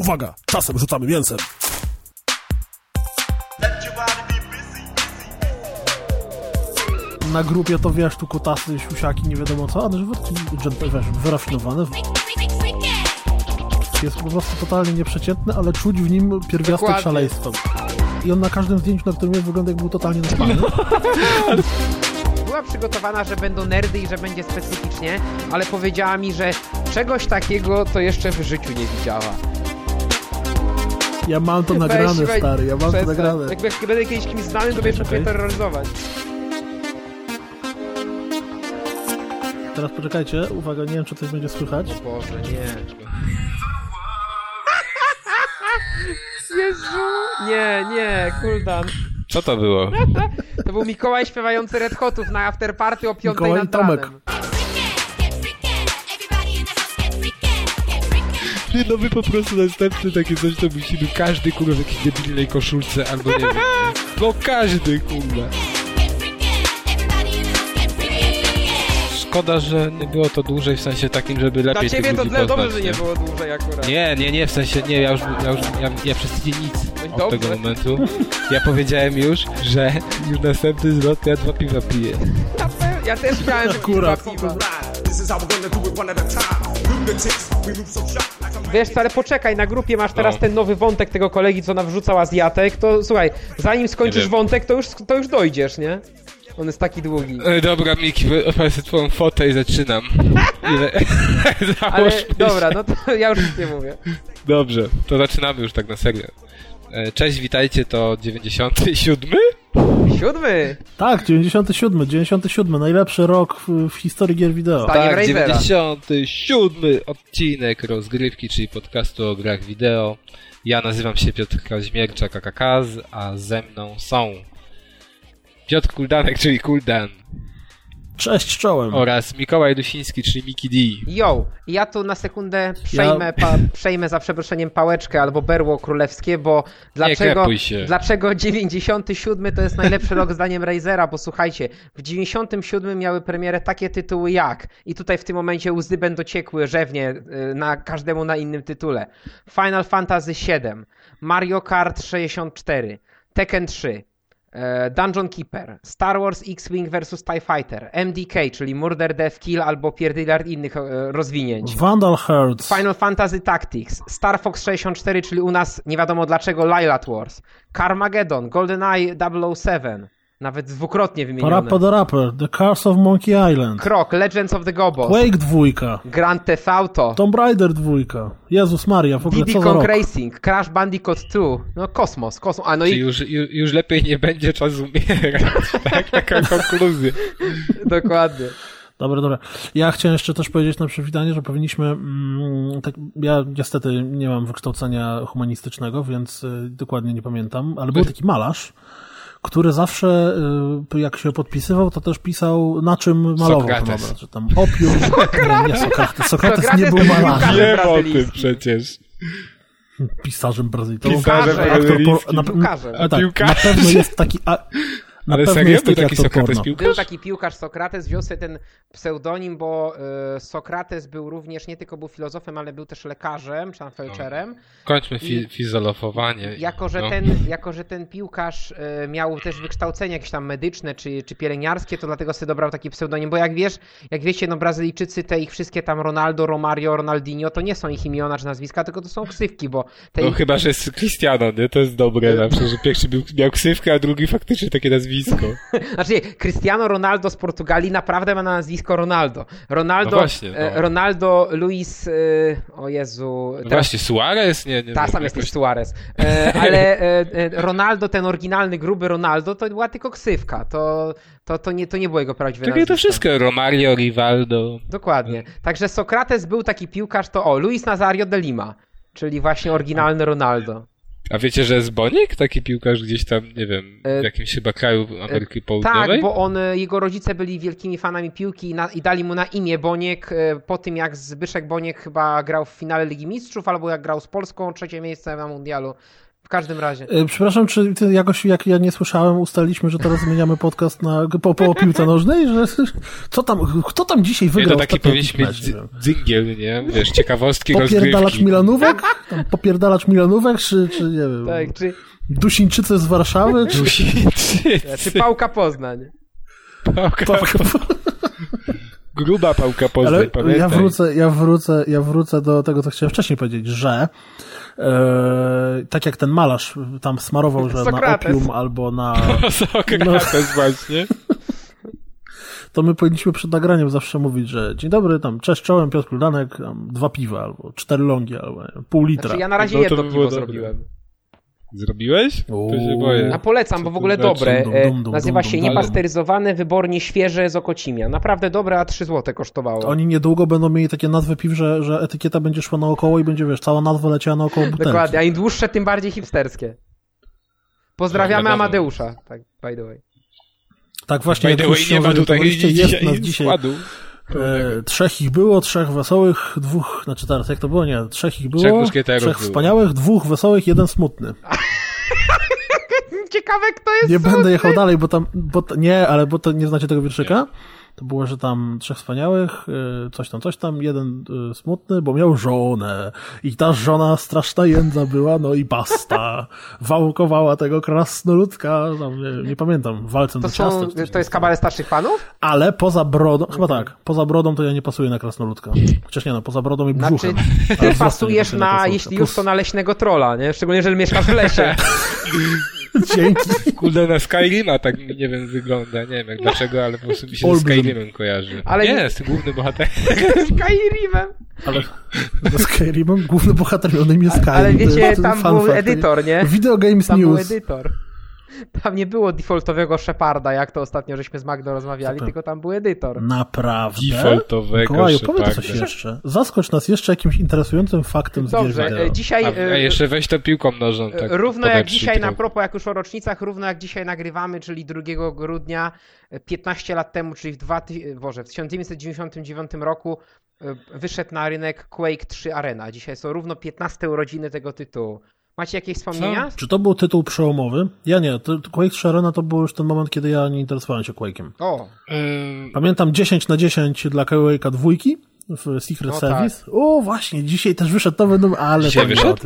Uwaga, czasem rzucamy mięsem. Na grupie to wiesz, tu kutasy, siusiaki, nie wiadomo co, a na żywotki, wiesz, wyrafinowane. Jest po prostu totalnie nieprzeciętny, ale czuć w nim pierwiastek szaleństwa. I on na każdym zdjęciu, na którym jest, wygląda jak był totalnie naspany. Była przygotowana, że będą nerdy i że będzie specyficznie, ale powiedziała mi, że czegoś takiego to jeszcze w życiu nie widziała. Ja mam to nagrane, stary, ja mam to nagrane. Jak będę kiedyś kimś znanym, to będziesz mnie terroryzować. Teraz poczekajcie, uwaga, nie wiem, czy coś będzie słychać. O Boże, nie. Jezu! Nie, Kuldan. Co to było? To był Mikołaj śpiewający Red Hotów na afterparty o 5:00 Mikołaj nad Tomek. ranem. No my po prostu następne takie coś, to musimy każdy kurwa w jakiejś debilnej koszulce albo nie wiem. No każdy kurwa. Szkoda, że nie było to dłużej w sensie takim, żeby lepiej Dla ciebie to poznać, dobrze, że nie nie było dłużej akurat. Nie, w sensie nie, ja przez tydzień nic od dobrze. tego momentu. Ja powiedziałem już, że już następny zlot ja 2 piwa piję. Ja też miałem Akurat. piwa. Wiesz co, ale poczekaj, na grupie masz teraz ten nowy wątek tego kolegi, co nawrzucał Azjatek, to słuchaj, zanim skończysz wątek, to już dojdziesz, nie? On jest taki długi. Dobra, Miki, opowiedz twoją fotę i zaczynam. Ale dobra, no to ja już nic nie mówię. Dobrze, to zaczynamy już tak na serio. Cześć, witajcie, to 97? 7. Tak, 97, najlepszy rok w historii gier wideo. Tak, 97 odcinek rozgrywki, czyli podcastu o grach wideo. Ja nazywam się Piotr Kaźmierczak, AKKaz, a ze mną są Piotr Kuldanek, czyli Kuldan. Cześć czołem. Oraz Mikołaj Dusiński, czyli Miki D. Yo, ja tu na sekundę przejmę za przeproszeniem pałeczkę albo berło królewskie, bo dlaczego 97 to jest najlepszy rok zdaniem Razera, bo słuchajcie, w 97 miały premierę takie tytuły jak, i tutaj w tym momencie łzy będą ciekły rzewnie na każdemu na innym tytule, Final Fantasy VII, Mario Kart 64, Tekken 3, Dungeon Keeper, Star Wars X-Wing vs TIE Fighter, MDK, czyli Murder, Death, Kill albo pierdyliard innych rozwinięć. Vandal Hearts. Final Fantasy Tactics, Star Fox 64, czyli u nas nie wiadomo dlaczego Lylat Wars, Carmageddon, GoldenEye 007, nawet dwukrotnie wymienione. Parappa the Rapper, The Curse of Monkey Island. Krok, Legends of the Gobos. Quake 2. Grand Theft Auto. Tomb Raider 2. Jezus Maria, w ogóle Diddy co za Kong rok. Racing, Crash Bandicoot 2. No kosmos. A no i Już lepiej nie będzie czas umierać. Tak, taka konkluzja. dokładnie. Dobra. Ja chciałem jeszcze też powiedzieć na przywitanie, że powinniśmy, ja niestety nie mam wykształcenia humanistycznego, więc dokładnie nie pamiętam, ale był taki malarz, który zawsze, jak się podpisywał, to też pisał, na czym malował Sokrates. ten obraz, że tam opium. Nie, Sokrates nie był malarzem. Wiem o tym przecież. Pisarzem brazylijskim. Pisarzem Piłkarzem. Na pewno jest taki... Ale serio? Był taki Sokrates piłkarz? Był taki piłkarz Sokrates, wziął sobie ten pseudonim, bo Sokrates był również, nie tylko był filozofem, ale był też lekarzem, czy tam felczerem. Kończmy fizolofowanie. Jako, że ten piłkarz miał też wykształcenie jakieś tam medyczne, czy pielęgniarskie, to dlatego sobie dobrał taki pseudonim, bo jak wiecie, no Brazylijczycy, te ich wszystkie tam Ronaldo, Romario, Ronaldinho, to nie są ich imiona czy nazwiska, tylko to są ksywki, bo... Chyba, że jest Cristiano, nie? To jest dobre zawsze, że pierwszy miał ksywkę, a drugi faktycznie takie nazwisko. Znaczy, Cristiano Ronaldo z Portugalii naprawdę ma na nazwisko Ronaldo. No właśnie, Ronaldo Luis... o Jezu... No właśnie, Suarez? Nie. Sam jesteś Suarez. Ale Ronaldo, ten oryginalny, gruby Ronaldo, to była tylko ksywka. To nie było jego prawdziwe nazwisko. To wszystko. Romario, Rivaldo. Dokładnie. Także Sokrates był taki piłkarz, Luis Nazario de Lima, czyli właśnie oryginalny Ronaldo. A wiecie, że jest Boniek? Taki piłkarz gdzieś tam, nie wiem, w jakimś chyba kraju Ameryki Południowej? Tak, bo jego rodzice byli wielkimi fanami piłki i dali mu na imię Boniek po tym, jak Zbyszek Boniek chyba grał w finale Ligi Mistrzów, albo jak grał z Polską 3. miejsce na mundialu. każdym razie. Przepraszam, czy ty jakoś, jak ja nie słyszałem, ustaliliśmy, że teraz zmieniamy podcast po piłce nożnej? Że, kto tam dzisiaj wygrał? Nie, to taki powinniśmy mieć dzingiel, nie? Wiesz, ciekawostki, Popierdalacz Milanówek? Popierdalacz Milanówek, czy nie wiem... Tak, czy... Dusińczycy z Warszawy? Czy Pałka Poznań? Gruba Pałka Poznań, ale pamiętaj. Ja wrócę do tego, co chciałem wcześniej powiedzieć, że tak jak ten malarz tam smarował, że Sokrates. na opium albo na... Sokrates właśnie. To my powinniśmy przed nagraniem zawsze mówić, że dzień dobry, tam cześć czołem, Piotr Kuldanek, tam 2 piwa, albo 4 longi, albo pół litra. Znaczy, ja na razie jedno piwo zrobiłem. Zrobiłeś? To się boję. A polecam, bo w ogóle dobre. Nazywa się niepasteryzowane, wybornie świeże z Okocimia. Naprawdę dobre, a 3 zł kosztowało. Oni niedługo będą mieli takie nazwy piw, że etykieta będzie szła naokoło i będzie, wiesz, cała nazwa leciała naokoło butelki. Dokładnie, a im dłuższe, tym bardziej hipsterskie. Pozdrawiamy Amadeusza, tak, by the way. Tak, właśnie, jak już nie ma tutaj jest nas dzisiaj. 3 ich było, 3 wesołych, 2, znaczy teraz jak to było? Nie, 3 ich było, 3 wspaniałych, 2 wesołych, 1 smutny. Ciekawe, kto jest Nie smutny. będę jechał dalej, bo to nie znacie tego wierszyka? To było, że tam 3 wspaniałych, coś tam, 1 smutny, bo miał żonę i ta żona straszna jędza była, no i basta. Wałkowała tego krasnoludka, tam, nie pamiętam, walcem do ciasta. To jest kabaret starszych panów? Ale poza brodą, chyba tak, poza brodą to ja nie pasuję na krasnoludka. Chociaż nie, poza brodą i brzuchem. Znaczy, ty pasujesz jeśli już to na leśnego trolla, nie? Szczególnie, jeżeli mieszkasz w lesie. Dzięki. Kurde, na Skyrima tak, nie wiem, wygląda. Nie wiem jak dlaczego, ale po prostu mi się ze Skyrimem kojarzy. Ale nie, jest główny bohater. Skyrimem? Ale ze Skyrimem główny bohater miał na imię Skyrim. Ale wiecie, tam był edytor, nie? Video Games tam News. Był edytor. Tam nie było defaultowego Sheparda, jak to ostatnio żeśmy z Magdą rozmawiali, tylko tam był edytor. Naprawdę? Defaultowego Mikołaju, Sheparda. powiedz coś jeszcze. Zaskocz nas jeszcze jakimś interesującym faktem z gier wideo. Dobrze, dzisiaj... A jeszcze weź to piłką nożną. Tak, równo jak dzisiaj, na propos, jak już o rocznicach, równo jak dzisiaj nagrywamy, czyli 2 grudnia, 15 lat temu, czyli w 1999 roku wyszedł na rynek Quake 3 Arena. Dzisiaj są równo 15 urodziny tego tytułu. Macie jakieś wspomnienia? Czy to był tytuł przełomowy? Ja nie. Quake 3 Arena to był już ten moment, kiedy ja nie interesowałem się Quake'iem. Pamiętam 10/10 dla Quake'a 2 w Secret Service. Tak. O, właśnie, dzisiaj też wyszedł nowy numer, ale dzisiaj wyszedł? O tym.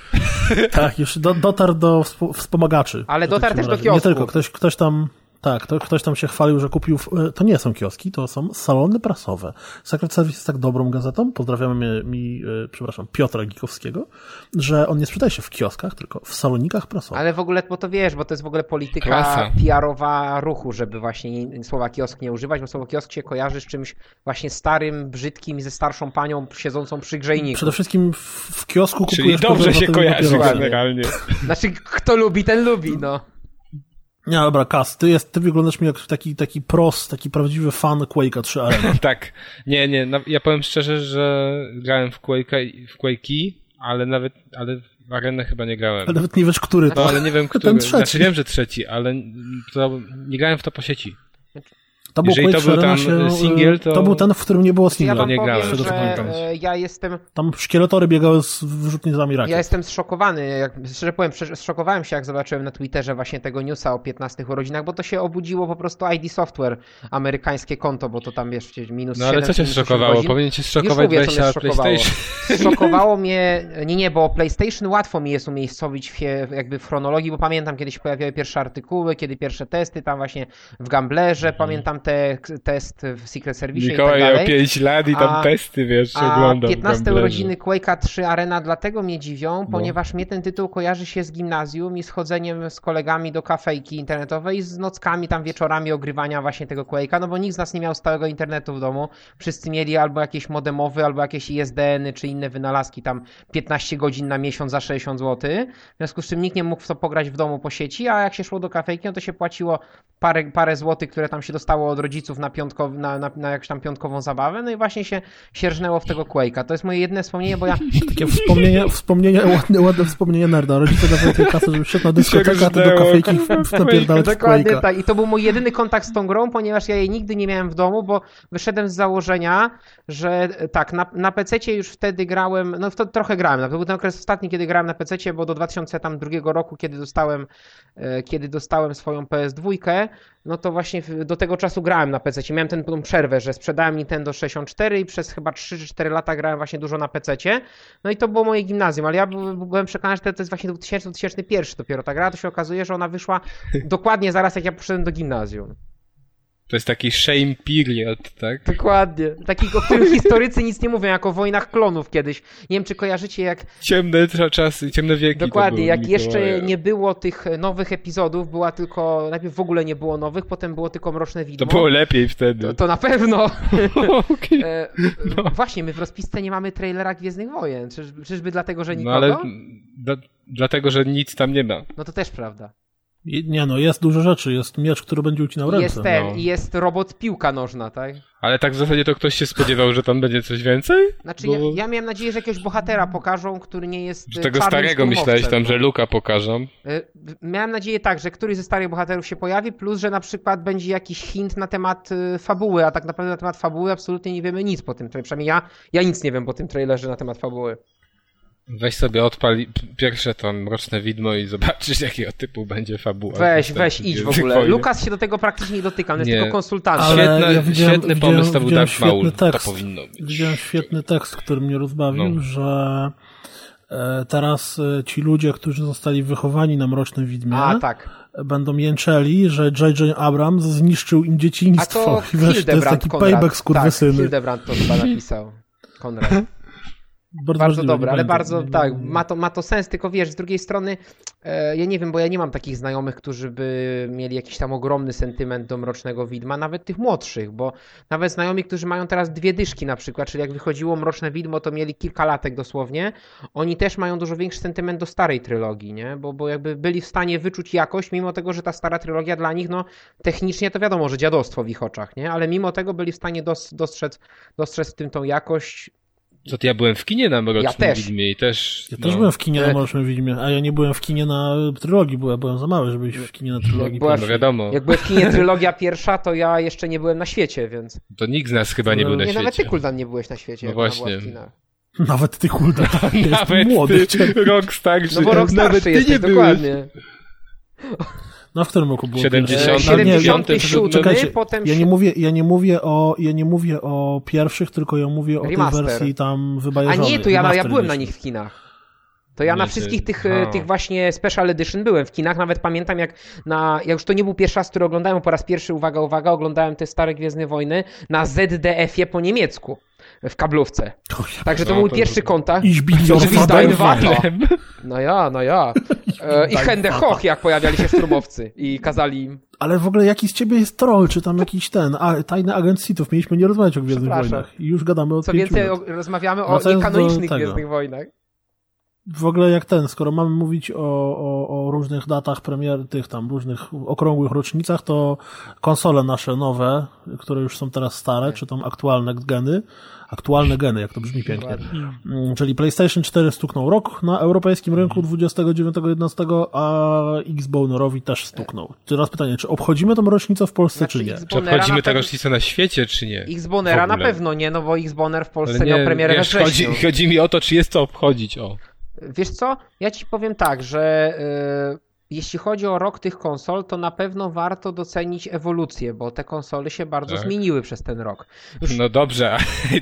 Tak, już dotarł do wspomagaczy. Ale dotarł też do kiosku. Nie tylko, ktoś tam... Tak, ktoś tam się chwalił, że kupił... To nie są kioski, to są salony prasowe. Secret Service jest tak dobrą gazetą, pozdrawiamy Piotra Gikowskiego, że on nie sprzedaje się w kioskach, tylko w salonikach prasowych. Ale w ogóle, bo to wiesz, bo to jest w ogóle polityka PR-owa ruchu, żeby właśnie słowa kiosk nie używać, bo słowo kiosk się kojarzy z czymś właśnie starym, brzydkim i ze starszą panią siedzącą przy grzejniku. Przede wszystkim w kiosku kupujesz... Czyli dobrze się kojarzy generalnie. Znaczy, kto lubi, ten lubi, no. Nie, dobra, Kas, ty wyglądasz mi jak taki prawdziwy fan Quake'a 3 Arena. Tak. Nie, ja powiem szczerze, że grałem w Quake'i, ale w Arenę chyba nie grałem. Ale nawet nie wiesz, który to. No, ale nie wiem, który. Ten trzeci. Znaczy wiem, że trzeci, ale nie grałem w to po sieci. To był jeżeli Quake to był tam singiel, to był ten, w którym nie było singla. Ja wam nie powiem, grałem, że ja jestem... Tam szkieletory biegały z wrzutnicami rakiet. Ja jestem zszokowany, szczerze powiem, zszokowałem się, jak zobaczyłem na Twitterze właśnie tego newsa o 15 urodzinach, bo to się obudziło po prostu ID Software, amerykańskie konto, bo to tam wiesz, minus 7. No ale co cię zszokowało? Powinien cię zszokować wejścia PlayStation. Zszokowało mnie, bo PlayStation łatwo mi jest umiejscowić jakby w chronologii, bo pamiętam, kiedyś pojawiały pierwsze artykuły, kiedy pierwsze testy, tam właśnie w Gamblerze, pamiętam testy w Secret Service Mikołaj i tak dalej. miał 5 lat i tam testy, wiesz, oglądam. 15 urodziny Quake'a 3 Arena dlatego mnie dziwią, ponieważ mnie ten tytuł kojarzy się z gimnazjum i z chodzeniem z kolegami do kafejki internetowej, z nockami tam wieczorami ogrywania właśnie tego Quake'a, no bo nikt z nas nie miał stałego internetu w domu. Wszyscy mieli albo jakieś modemowy, albo jakieś ISDN-y, czy inne wynalazki tam 15 godzin na miesiąc za 60 zł. W związku z czym nikt nie mógł w to pograć w domu po sieci, a jak się szło do kafejki, no to się płaciło parę złotych, które tam się dostało od rodziców na jakąś tam piątkową zabawę, no i właśnie się rżnęło w tego Quake'a. To jest moje jedyne wspomnienie, bo ja... Takie ładne wspomnienie nerda. Rodzice dawają tej kasy, żeby szedł na dyskotekę, do kafejki napierdalać w Quake'a. Dokładnie tak. I to był mój jedyny kontakt z tą grą, ponieważ ja jej nigdy nie miałem w domu, bo wyszedłem z założenia, że tak, na PC-cie już wtedy grałem, no to trochę grałem. To był ten okres ostatni, kiedy grałem na PC-cie, bo do 2002 roku, kiedy dostałem swoją PS2, no to właśnie do tego czasu grałem na PC-cie. Miałem tą przerwę, że sprzedałem Nintendo 64 i przez chyba 3 czy 4 lata grałem właśnie dużo na PC-cie. No i to było moje gimnazjum, ale ja byłem przekonany, że to jest właśnie 2001 dopiero ta gra, to się okazuje, że ona wyszła dokładnie zaraz jak ja poszedłem do gimnazjum. To jest taki shame period, tak? Dokładnie. Taki, o którym historycy nic nie mówią, jak o wojnach klonów kiedyś. Nie wiem, czy kojarzycie jak... Ciemne czasy, ciemne wieki. Dokładnie, jak jeszcze nie było tych nowych epizodów, była tylko... Najpierw w ogóle nie było nowych, potem było tylko Mroczne Widmo. To było lepiej wtedy. To na pewno. Okay. No. Właśnie, my w rozpisce nie mamy trailera Gwiezdnych Wojen. Czyżby dlatego, że nikogo? No ale dlatego, że nic tam nie ma. No to też prawda. Nie no, jest dużo rzeczy. Jest miecz, który będzie ucinał ręce. I jest robot piłka nożna, tak? Ale tak w zasadzie to ktoś się spodziewał, że tam będzie coś więcej? Znaczy ja miałem nadzieję, że jakiegoś bohatera pokażą, który nie jest że tego starego myślałeś tam, że Luka pokażą? Miałem nadzieję tak, że któryś ze starych bohaterów się pojawi, plus że na przykład będzie jakiś hint na temat fabuły, a tak naprawdę na temat fabuły absolutnie nie wiemy nic po tym trailerze. Przynajmniej ja nic nie wiem po tym trailerze na temat fabuły. Weź sobie odpal pierwsze to Mroczne Widmo i zobaczysz, jakiego typu będzie fabuła. Weź, idź w ogóle. Lukas się do tego praktycznie nie dotyka, on jest tylko konsultantem. Świetny pomysł, to był Darth Maul, to powinno być. Widziałem świetny tekst, który mnie rozbawił, że teraz ci ludzie, którzy zostali wychowani na Mrocznym Widmie, będą jęczeli, że J.J. Abrams zniszczył im dzieciństwo. I wiesz, to jest taki payback skurwysyny. Tak, Hildebrand to chyba napisał. Konrad. Bardzo dobre, ale bardzo, tak, ma to sens, tylko wiesz, z drugiej strony ja nie wiem, bo ja nie mam takich znajomych, którzy by mieli jakiś tam ogromny sentyment do Mrocznego Widma, nawet tych młodszych, bo nawet znajomi, którzy mają teraz 2 dyszki na przykład, czyli jak wychodziło Mroczne Widmo, to mieli kilka latek dosłownie, oni też mają dużo większy sentyment do starej trylogii, nie, bo jakby byli w stanie wyczuć jakość, mimo tego, że ta stara trylogia dla nich, no technicznie to wiadomo, że dziadostwo w ich oczach, nie, ale mimo tego byli w stanie dostrzec w tym tą jakość. Co to ja byłem w kinie na Mrocznym Widmie i też... Ja też byłem w kinie na Mrocznym Widmie, a ja nie byłem w kinie na trylogii, byłem za mały, żeby iść w kinie na trylogii. No wiadomo. Jak byłem w kinie trylogia pierwsza, to ja jeszcze nie byłem na świecie, więc... To nikt z nas chyba nie był na świecie. Nawet ty, Kuldan, nie byłeś na świecie. No właśnie. Nawet ty, Kuldan, jest młody. Rok starszy. No bo rok starszy jesteś, dokładnie. No w którym roku było? 77, czekajcie, potem... Ja nie mówię o pierwszych, tylko ja mówię o tej wersji tam wybajerzonej. A nie, to ja byłem na nich w kinach. To ja na wszystkich tych właśnie Special Edition byłem w kinach, nawet pamiętam jak już to nie był pierwszy raz, który oglądałem, po raz pierwszy, uwaga, oglądałem te stare Gwiezdne Wojny na ZDF-ie po niemiecku. W kablówce. Także to był pierwszy kontakt. No ja. I Hände Hoch, jak pojawiali się szturmowcy i kazali im... Ale w ogóle jaki z ciebie jest troll, czy tam jakiś tajny agent Sithów. Mieliśmy nie rozmawiać o Gwiezdnych Wojnach. I już gadamy o 5 minut. Co więcej, rozmawiamy o niekanonicznych Gwiezdnych Wojnach. W ogóle jak skoro mamy mówić o różnych datach premier, tych tam różnych okrągłych rocznicach, to konsole nasze nowe, które już są teraz stare, czy tam aktualne geny, jak to brzmi pięknie. Czyli PlayStation 4 stuknął rok na europejskim rynku 29.11, a Xbonerowi też stuknął. Teraz pytanie, czy obchodzimy tą rocznicę w Polsce, czy nie? Czy obchodzimy tę rocznicę na świecie, czy nie? Xbonera na pewno nie, no bo Xboner w Polsce miał premierę we wrześniu. Chodzi mi o to, czy jest co obchodzić, Wiesz co? Ja ci powiem tak, że jeśli chodzi o rok tych konsol, to na pewno warto docenić ewolucję, bo te konsole się bardzo zmieniły przez ten rok. No dobrze,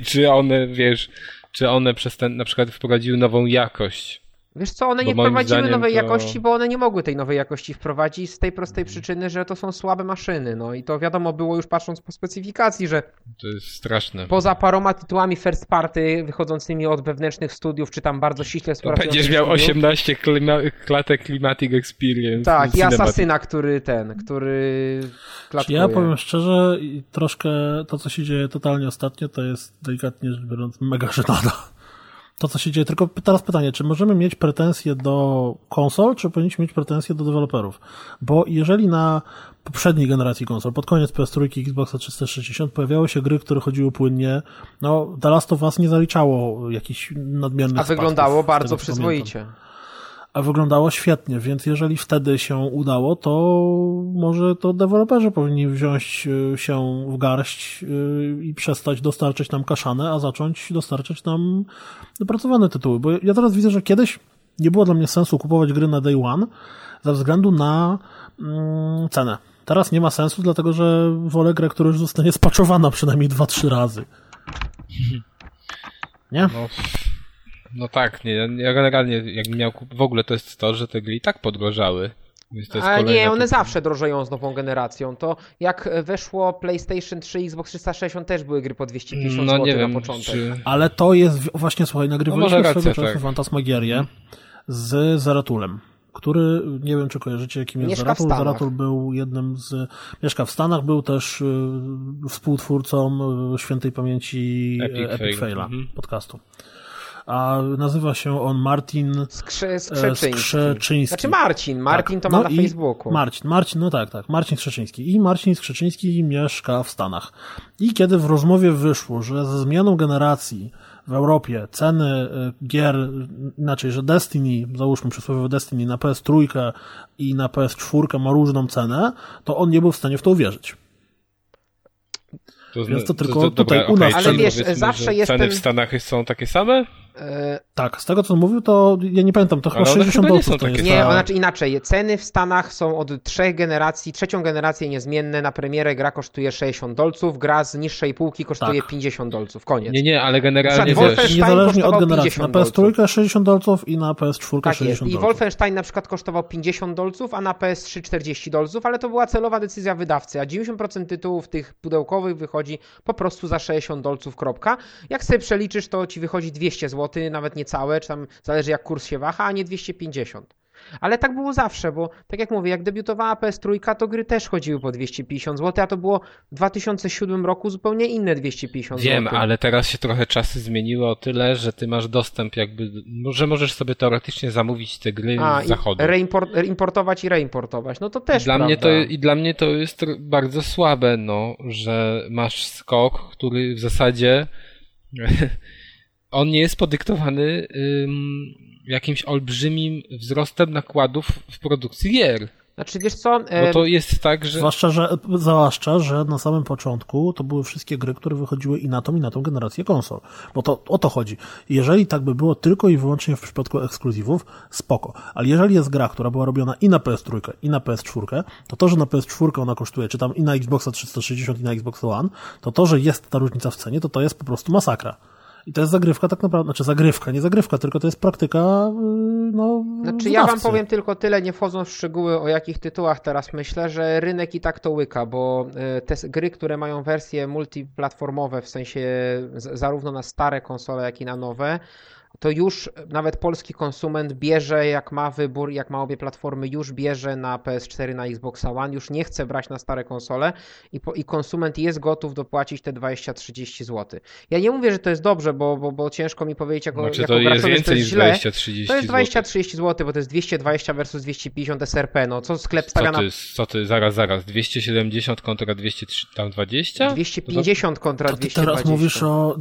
czy one przez ten na przykład wprowadziły nową jakość? Wiesz co, one nie wprowadziły nowej jakości, bo one nie mogły tej nowej jakości wprowadzić z tej prostej przyczyny, że to są słabe maszyny. No i to wiadomo było już patrząc po specyfikacji, że to jest straszne. Poza paroma tytułami first party wychodzącymi od wewnętrznych studiów, czy tam bardzo ściśle współpracujących będziesz miał 18 klatek Climatic Experience. Tak, i Asasyna, który klatkuje. Ja powiem szczerze, troszkę to, co się dzieje totalnie ostatnio, to jest delikatnie rzecz biorąc mega żenada. to, co się dzieje. Tylko teraz pytanie, czy możemy mieć pretensje do konsol, czy powinniśmy mieć pretensje do deweloperów? Bo jeżeli na poprzedniej generacji konsol, pod koniec PS3 i Xboxa 360 pojawiały się gry, które chodziły płynnie, no The Last of Us nie zaliczało jakichś nadmiernych spadków. A wyglądało bardzo przyzwoicie. A wyglądało świetnie, więc jeżeli wtedy się udało, to może to deweloperzy powinni wziąć się w garść i przestać dostarczać nam kaszanę, a zacząć dostarczać nam dopracowane tytuły. Bo ja teraz widzę, że kiedyś nie było dla mnie sensu kupować gry na day one ze względu na cenę. Teraz nie ma sensu, dlatego że wolę grę, która już zostanie spaczowana przynajmniej 2-3 razy. Nie? No tak, nie. Ja generalnie, jakbym miał w ogóle, to jest to, że te gry i tak podrożały. A nie, one zawsze drożeją z nową generacją. To jak weszło PlayStation 3 i Xbox 360 też były gry po 250 zł na początek. Ale to jest, właśnie słuchaj, nagrywaliśmy swego czasu Fantasmagierię z Zaratulem, który, nie wiem czy kojarzycie, jakim jest Zaratul. Zaratul był jednym z... Mieszka w Stanach, był też współtwórcą świętej pamięci Epic Faila podcastu. A nazywa się on Martin Skrzeczyński. Znaczy Martin to ma na Facebooku. Marcin, no tak, Marcin Skrzeczyński. I Marcin Skrzeczyński mieszka w Stanach. I kiedy w rozmowie wyszło, że ze zmianą generacji w Europie ceny gier, inaczej, że Destiny, załóżmy przysłowiowe Destiny na PS3 i na PS4 ma różną cenę, to on nie był w stanie w to uwierzyć. Więc to tylko tutaj u nas. Ale wiesz, zawsze jest ceny w Stanach są takie same? Tak, z tego co on mówił, to ja nie pamiętam, to chyba 60 dolców. Nie, znaczy inaczej. Ceny w Stanach są od 3 generacji, trzecią generację niezmienne. Na premierę gra kosztuje 60 dolców, gra z niższej półki kosztuje 50 dolców. Koniec. Nie, ale generalnie wiesz, niezależnie od generacji. Na PS3 60 dolców i na PS4 tak 60 dolców. I Wolfenstein na przykład kosztował 50 dolców, a na PS3 40 dolców, ale to była celowa decyzja wydawcy, a 90% tytułów tych pudełkowych wychodzi po prostu za 60 dolców, kropka. Jak sobie przeliczysz, to ci wychodzi 200 zł, nawet niecałe, czy tam zależy jak kurs się waha, a nie 250. Ale tak było zawsze, bo tak jak mówię, jak debiutowała PS3, to gry też chodziły po 250 zł, a to było w 2007 roku zupełnie inne 250 zł. Wiem, ale teraz się trochę czasy zmieniły o tyle, że ty masz dostęp jakby, że możesz sobie teoretycznie zamówić te gry z zachodu. Importować i reimportować, no to też dla mnie to jest bardzo słabe, no, że masz skok, który w zasadzie on nie jest podyktowany jakimś olbrzymim wzrostem nakładów w produkcji gier. Znaczy, wiesz co? Bo to jest tak, że... Zwłaszcza, że na samym początku to były wszystkie gry, które wychodziły i na tą generację konsol. Bo to o to chodzi. Jeżeli tak by było tylko i wyłącznie w przypadku ekskluzywów, spoko. Ale jeżeli jest gra, która była robiona i na PS3, i na PS4, to, że na PS4 ona kosztuje, czy tam i na Xboxa 360, i na Xbox One, to, że jest ta różnica w cenie, to jest po prostu masakra. I to jest zagrywka tak naprawdę, nie zagrywka, tylko to jest praktyka, Znaczy ja wam powiem tylko tyle, nie wchodząc w szczegóły, o jakich tytułach teraz myślę, że rynek i tak to łyka, bo te gry, które mają wersje multiplatformowe, w sensie zarówno na stare konsole, jak i na nowe, to już nawet polski konsument bierze, jak ma wybór, jak ma obie platformy, już bierze na PS4, na Xbox One, już nie chce brać na stare konsole i konsument jest gotów dopłacić te 20-30 zł. Ja nie mówię, że to jest dobrze, bo ciężko mi powiedzieć, jako graczowi, to jest źle. 20-30 to jest 20-30 zł, bo to jest 220 versus 250 SRP, no co sklep stawia zaraz, 270 kontra 220? 250 kontra 220. Teraz mówisz o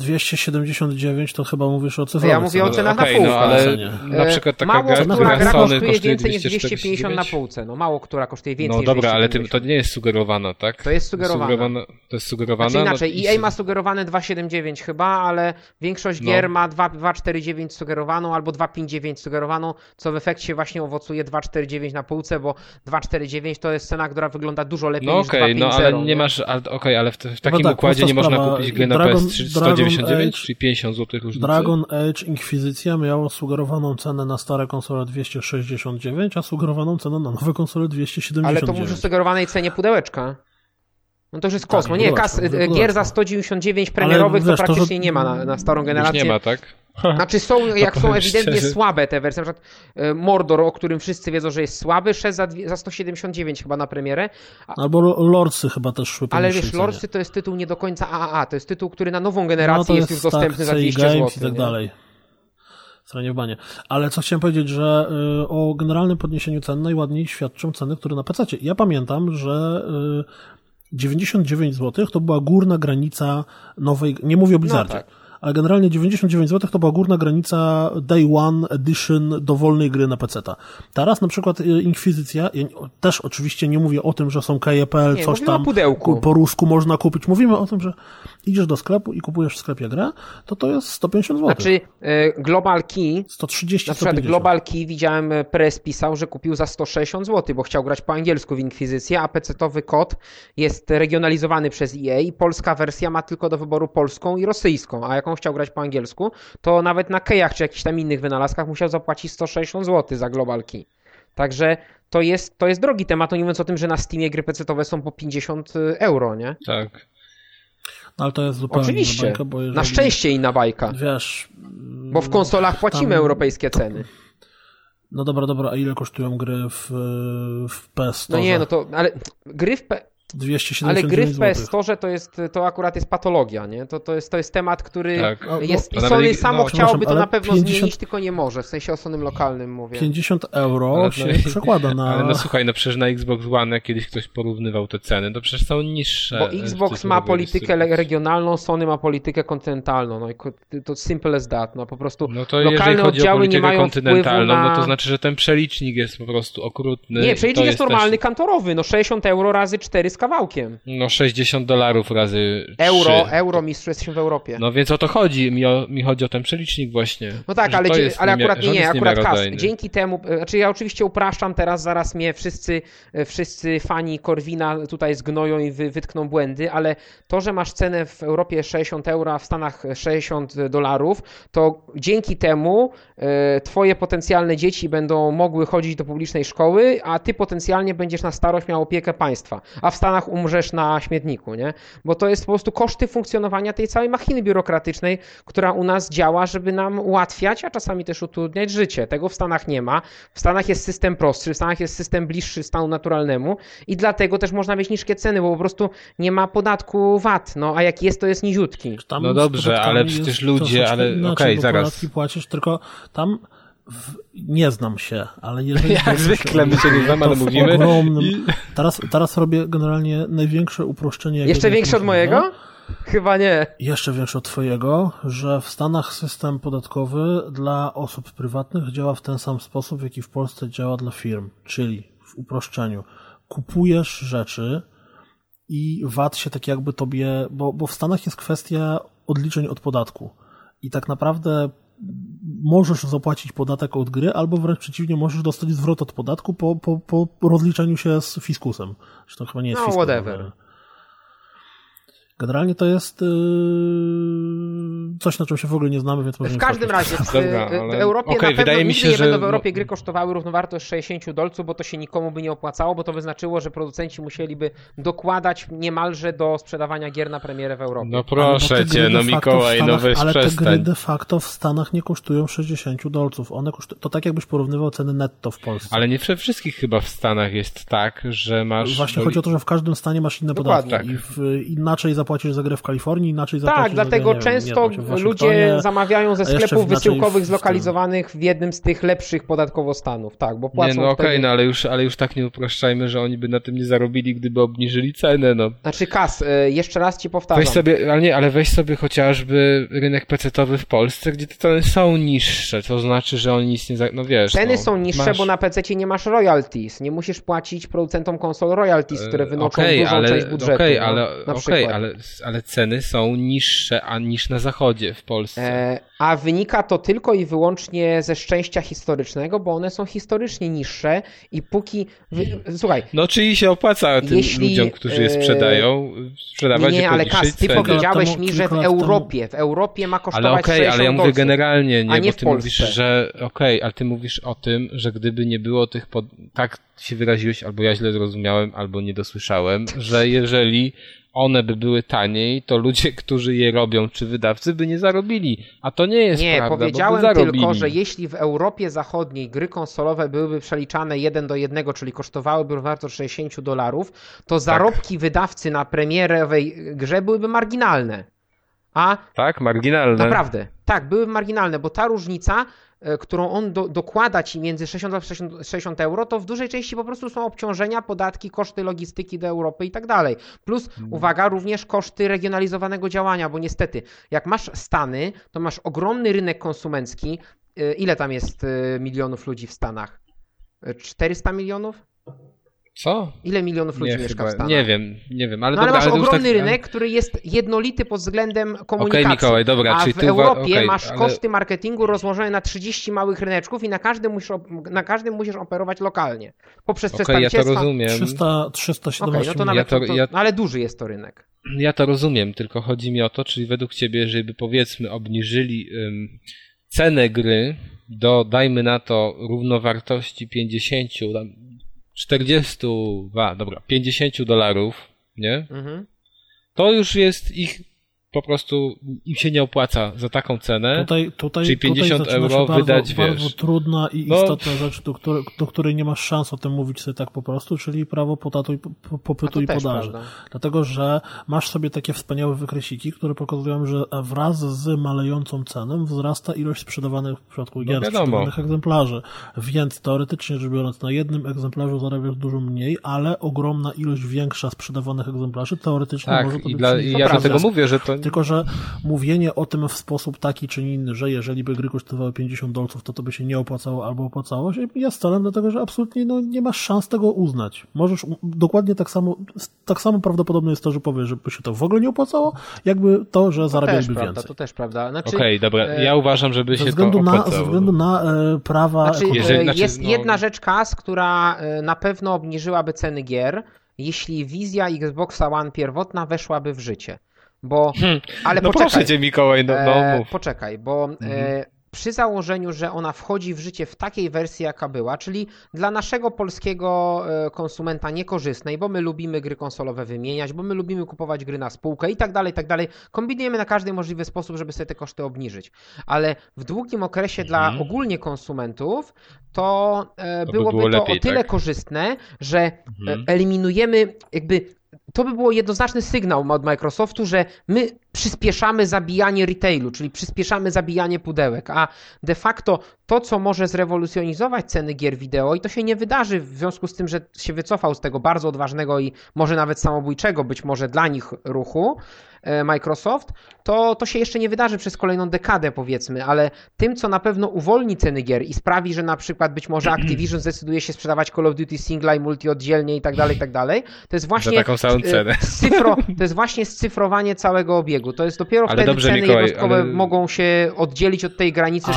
279, to chyba mówisz o cyfrowych. Ja mówię o cenach na półce. No, ale na przykład taka mało która gra kosztuje więcej niż 250 na półce. No mało która kosztuje więcej niż 250. No dobra, ale to nie jest sugerowana, tak? To jest sugerowane. To jest sugerowane? Znaczy inaczej, EA ma sugerowane 2,79 chyba, ale większość gier ma 2,49 sugerowaną albo 2,59 sugerowaną, co w efekcie właśnie owocuje 2,49 na półce, bo 2,49 to jest cena, która wygląda dużo lepiej niż 2,50. Ale nie masz, ale w takim układzie nie można kupić gry na PS3 199, czyli 50 zł różnicy. Dragon Age Inkwizycja miała sugerowaną cenę na stare konsole 269, a sugerowaną cenę na nowe konsole 279. Ale to mówisz o sugerowanej cenie pudełeczka. No to już jest kosmo. Nie, gier za 199 premierowych to praktycznie nie ma na starą generację. Już nie ma, tak? Znaczy są ewidentnie słabe te wersje. Na przykład Mordor, o którym wszyscy wiedzą, że jest słaby, szedł za 179 chyba na premierę. Albo Lordsy chyba też szły. Ale wiesz, Lordsy to jest tytuł nie do końca AAA. To jest tytuł, który na nową generację jest już dostępny za 200 zł. I tak dalej. Sranie w banie. Ale co chciałem powiedzieć, że o generalnym podniesieniu cen najładniej świadczą ceny, które na PC-cie. Ja pamiętam, że 99 zł to była górna granica nowej, nie mówię o Blizzardzie, no tak, ale generalnie 99 zł to była górna granica Day One Edition dowolnej gry na PC-ta. Teraz na przykład Inkwizycja, ja też oczywiście nie mówię o tym, że są KJPL, coś tam po rusku można kupić. Mówimy o tym, że idziesz do sklepu i kupujesz w sklepie grę, to jest 150 zł. Znaczy Global Key, 130, na przykład 150. Global Key, widziałem, press pisał, że kupił za 160 zł, bo chciał grać po angielsku w Inkwizycję, a PC-towy kod jest regionalizowany przez EA i polska wersja ma tylko do wyboru polską i rosyjską, a jaką chciał grać po angielsku, to nawet na Keyach czy jakichś tam innych wynalazkach musiał zapłacić 160 zł za Global Key. Także to jest drogi temat, nie mówiąc o tym, że na Steamie gry PC-towe są po 50 euro, nie? Tak. No, ale to jest zupełnie oczywiście, inna bajka, bo jeżeli, na szczęście inna bajka. Wiesz, bo w konsolach płacimy europejskie ceny. No dobra, a ile kosztują gry w PS Store? No nie, no to, ale gry w 279 ale gry w zł. PS Store to akurat jest patologia, nie? To jest temat, który jest i no, Sony samo chciałoby to na pewno 50... zmienić, tylko nie może, w sensie o Sonym lokalnym mówię. 50 euro się przekłada na... Ale no słuchaj, no przecież na Xbox One, jak kiedyś ktoś porównywał te ceny, to przecież są niższe. Bo Xbox ma politykę regionalną, Sony ma politykę kontynentalną, no i to simple as that, no po prostu no to lokalne oddziały nie mają kontynentalną, wpływu na... no to znaczy, że ten przelicznik jest po prostu okrutny. Nie, przelicznik jest normalny, też... kantorowy, no 60 euro razy 4 z kawałkiem. No $60 razy 3. Euro mistrzu jesteśmy w Europie. No więc o to chodzi. Mi chodzi o ten przelicznik właśnie. No tak, ale akurat nie, akurat Kas. Dzięki temu, znaczy ja oczywiście upraszczam teraz, zaraz mnie wszyscy fani Korwina tutaj zgnoją i wytkną błędy, ale to, że masz cenę w Europie 60 euro, a w Stanach $60, to dzięki temu twoje potencjalne dzieci będą mogły chodzić do publicznej szkoły, a ty potencjalnie będziesz na starość miał opiekę państwa, a w Stanach umrzesz na śmietniku, nie? Bo to jest po prostu koszty funkcjonowania tej całej machiny biurokratycznej, która u nas działa, żeby nam ułatwiać, a czasami też utrudniać życie. Tego w Stanach nie ma. W Stanach jest system prostszy, w Stanach jest system bliższy stanu naturalnemu i dlatego też można mieć niskie ceny, bo po prostu nie ma podatku VAT, no a jak jest, to jest niziutki. No dobrze, ale przecież ludzie, ale okej, zaraz. Podatki płacisz, tylko tam nie znam się, ale jeżeli... Jak zwykle my się nie znamy, ale mówimy. Teraz robię generalnie największe uproszczenie. Jeszcze większe od mojego? Chyba nie. Jeszcze większe od twojego, że w Stanach system podatkowy dla osób prywatnych działa w ten sam sposób, w jaki w Polsce działa dla firm. Czyli w uproszczeniu. Kupujesz rzeczy i VAT się tak jakby tobie... Bo w Stanach jest kwestia odliczeń od podatku. I tak naprawdę możesz zapłacić podatek od gry, albo wręcz przeciwnie, możesz dostać zwrot od podatku po rozliczeniu się z fiskusem. Zresztą chyba nie jest fiskus. Whatever. Generalnie to jest coś, na czym się w ogóle nie znamy, więc możemy... W każdym razie w Europie na pewno nigdy nie będą w Europie gry kosztowały równowartość $60, bo to się nikomu by nie opłacało, bo to by znaczyło, że producenci musieliby dokładać niemalże do sprzedawania gier na premierę w Europie. No proszę cię, no Mikołaj, no weź ale przestań. te gry de facto w Stanach nie kosztują $60. One kosztują, to tak jakbyś porównywał ceny netto w Polsce. Ale nie we wszystkich chyba w Stanach jest tak, że masz... Właśnie chodzi o to, że w każdym stanie masz inne podatki. Tak. I inaczej zapłacisz za grę w Kalifornii, inaczej zapłacisz tak, dlatego za, często ludzie zamawiają ze sklepów wysyłkowych zlokalizowanych w jednym z tych lepszych podatkowo stanów, tak, bo płacą... Nie, no okej, no ale już tak nie upraszczajmy, że oni by na tym nie zarobili, gdyby obniżyli cenę, no. Znaczy Kas, jeszcze raz ci powtarzam. Weź sobie, ale weź sobie chociażby rynek pecetowy w Polsce, gdzie te ceny są niższe, to znaczy, że oni nic nie... No wiesz, ceny są niższe, bo na PC nie masz royalties, nie musisz płacić producentom konsol royalties, które wynoszą dużą część budżetu. Ale ceny są niższe niż na zachodzie w Polsce. A wynika to tylko i wyłącznie ze szczęścia historycznego, bo one są historycznie niższe i póki... Słuchaj... No czyli się opłaca tym ludziom, którzy je sprzedają, sprzedawać nie, ale Kas, ty powiedziałeś mi, że w Europie ma kosztować $60. Ale ja mówię generalnie, nie bo w ty Polsce. Mówisz, że ale ty mówisz o tym, że gdyby nie było tych... Tak się wyraziłeś, albo ja źle zrozumiałem, albo nie dosłyszałem, że jeżeli one by były taniej, to ludzie, którzy je robią, czy wydawcy by nie zarobili. A to nie jest prawda, powiedziałem bo by zarobili. tylko, że jeśli w Europie Zachodniej gry konsolowe byłyby przeliczane 1:1, czyli kosztowałyby wartość $60, to zarobki wydawcy na premierowej grze byłyby marginalne. Tak, marginalne. Naprawdę. Tak, były marginalne, bo ta różnica którą on dokłada ci między 60 a 60 euro, to w dużej części po prostu są obciążenia, podatki, koszty logistyki do Europy i tak dalej. Plus, uwaga, również koszty regionalizowanego działania, bo niestety, jak masz Stany, to masz ogromny rynek konsumencki. Ile tam jest milionów ludzi w Stanach? 400 milionów? Co? Ile milionów ludzi mieszka w Stanach? Nie wiem, ale dobra, masz ogromny rynek, który jest jednolity pod względem komunikacji. Okej, Mikołaj, dobra, a czyli w Europie masz koszty marketingu rozłożone na 30 małych ryneczków i na każdym musisz operować lokalnie. Poprzez przedstawicielstwa. Ja to rozumiem. 317 ale duży jest to rynek. Ja to rozumiem, tylko chodzi mi o to, czyli według ciebie, żeby powiedzmy obniżyli cenę gry do, dajmy na to, równowartości 50 dolarów, nie? Mhm. To już jest ich, po prostu im się nie opłaca za taką cenę, czyli 50 euro wydać, bardzo trudna i istotna rzecz, do której nie masz szans o tym mówić sobie tak po prostu, czyli prawo popytu i podaży. Dlatego, że masz sobie takie wspaniałe wykresiki, które pokazują, że wraz z malejącą ceną wzrasta ilość sprzedawanych w przypadku gier, sprzedawanych egzemplarzy. Więc teoretycznie rzecz biorąc, na jednym egzemplarzu zarabiasz dużo mniej, ale ogromna ilość większa sprzedawanych egzemplarzy teoretycznie może to być. I ja dlatego mówię, że to... Tylko, że mówienie o tym w sposób taki czy inny, że jeżeli by gry kosztowały $50, to by się nie opłacało albo opłacało się, jest celem, dlatego że absolutnie nie masz szans tego uznać. Możesz dokładnie tak samo prawdopodobne jest to, że powiesz, że by się to w ogóle nie opłacało, jakby to, że zarabialiby więcej. To też prawda. Znaczy, Okej, dobra, ja uważam, żeby się to opłacało. Ze względu na prawa... Jest jedna rzecz, Kaz, która na pewno obniżyłaby ceny gier, jeśli wizja Xboxa One pierwotna weszłaby w życie. Ale poczekaj. Proszę cię, Mikołaj, mów. Poczekaj, bo przy założeniu, że ona wchodzi w życie w takiej wersji, jaka była, czyli dla naszego polskiego konsumenta niekorzystnej, bo my lubimy gry konsolowe wymieniać, bo my lubimy kupować gry na spółkę i tak dalej, kombinujemy na każdy możliwy sposób, żeby sobie te koszty obniżyć. Ale w długim okresie dla ogólnie konsumentów to byłoby to lepiej, o tyle korzystne, że eliminujemy to by było jednoznaczny sygnał od Microsoftu, że my przyspieszamy zabijanie retailu, czyli przyspieszamy zabijanie pudełek, a de facto to, co może zrewolucjonizować ceny gier wideo i to się nie wydarzy w związku z tym, że się wycofał z tego bardzo odważnego i może nawet samobójczego być może dla nich ruchu Microsoft, to się jeszcze nie wydarzy przez kolejną dekadę powiedzmy, ale tym, co na pewno uwolni ceny gier i sprawi, że na przykład być może Activision zdecyduje się sprzedawać Call of Duty singla i multi oddzielnie i tak dalej, to jest właśnie za taką samą cenę. To jest właśnie scyfrowanie całego obiegu. To jest dopiero wtedy ceny jednostkowe mogą się oddzielić od tej granicy.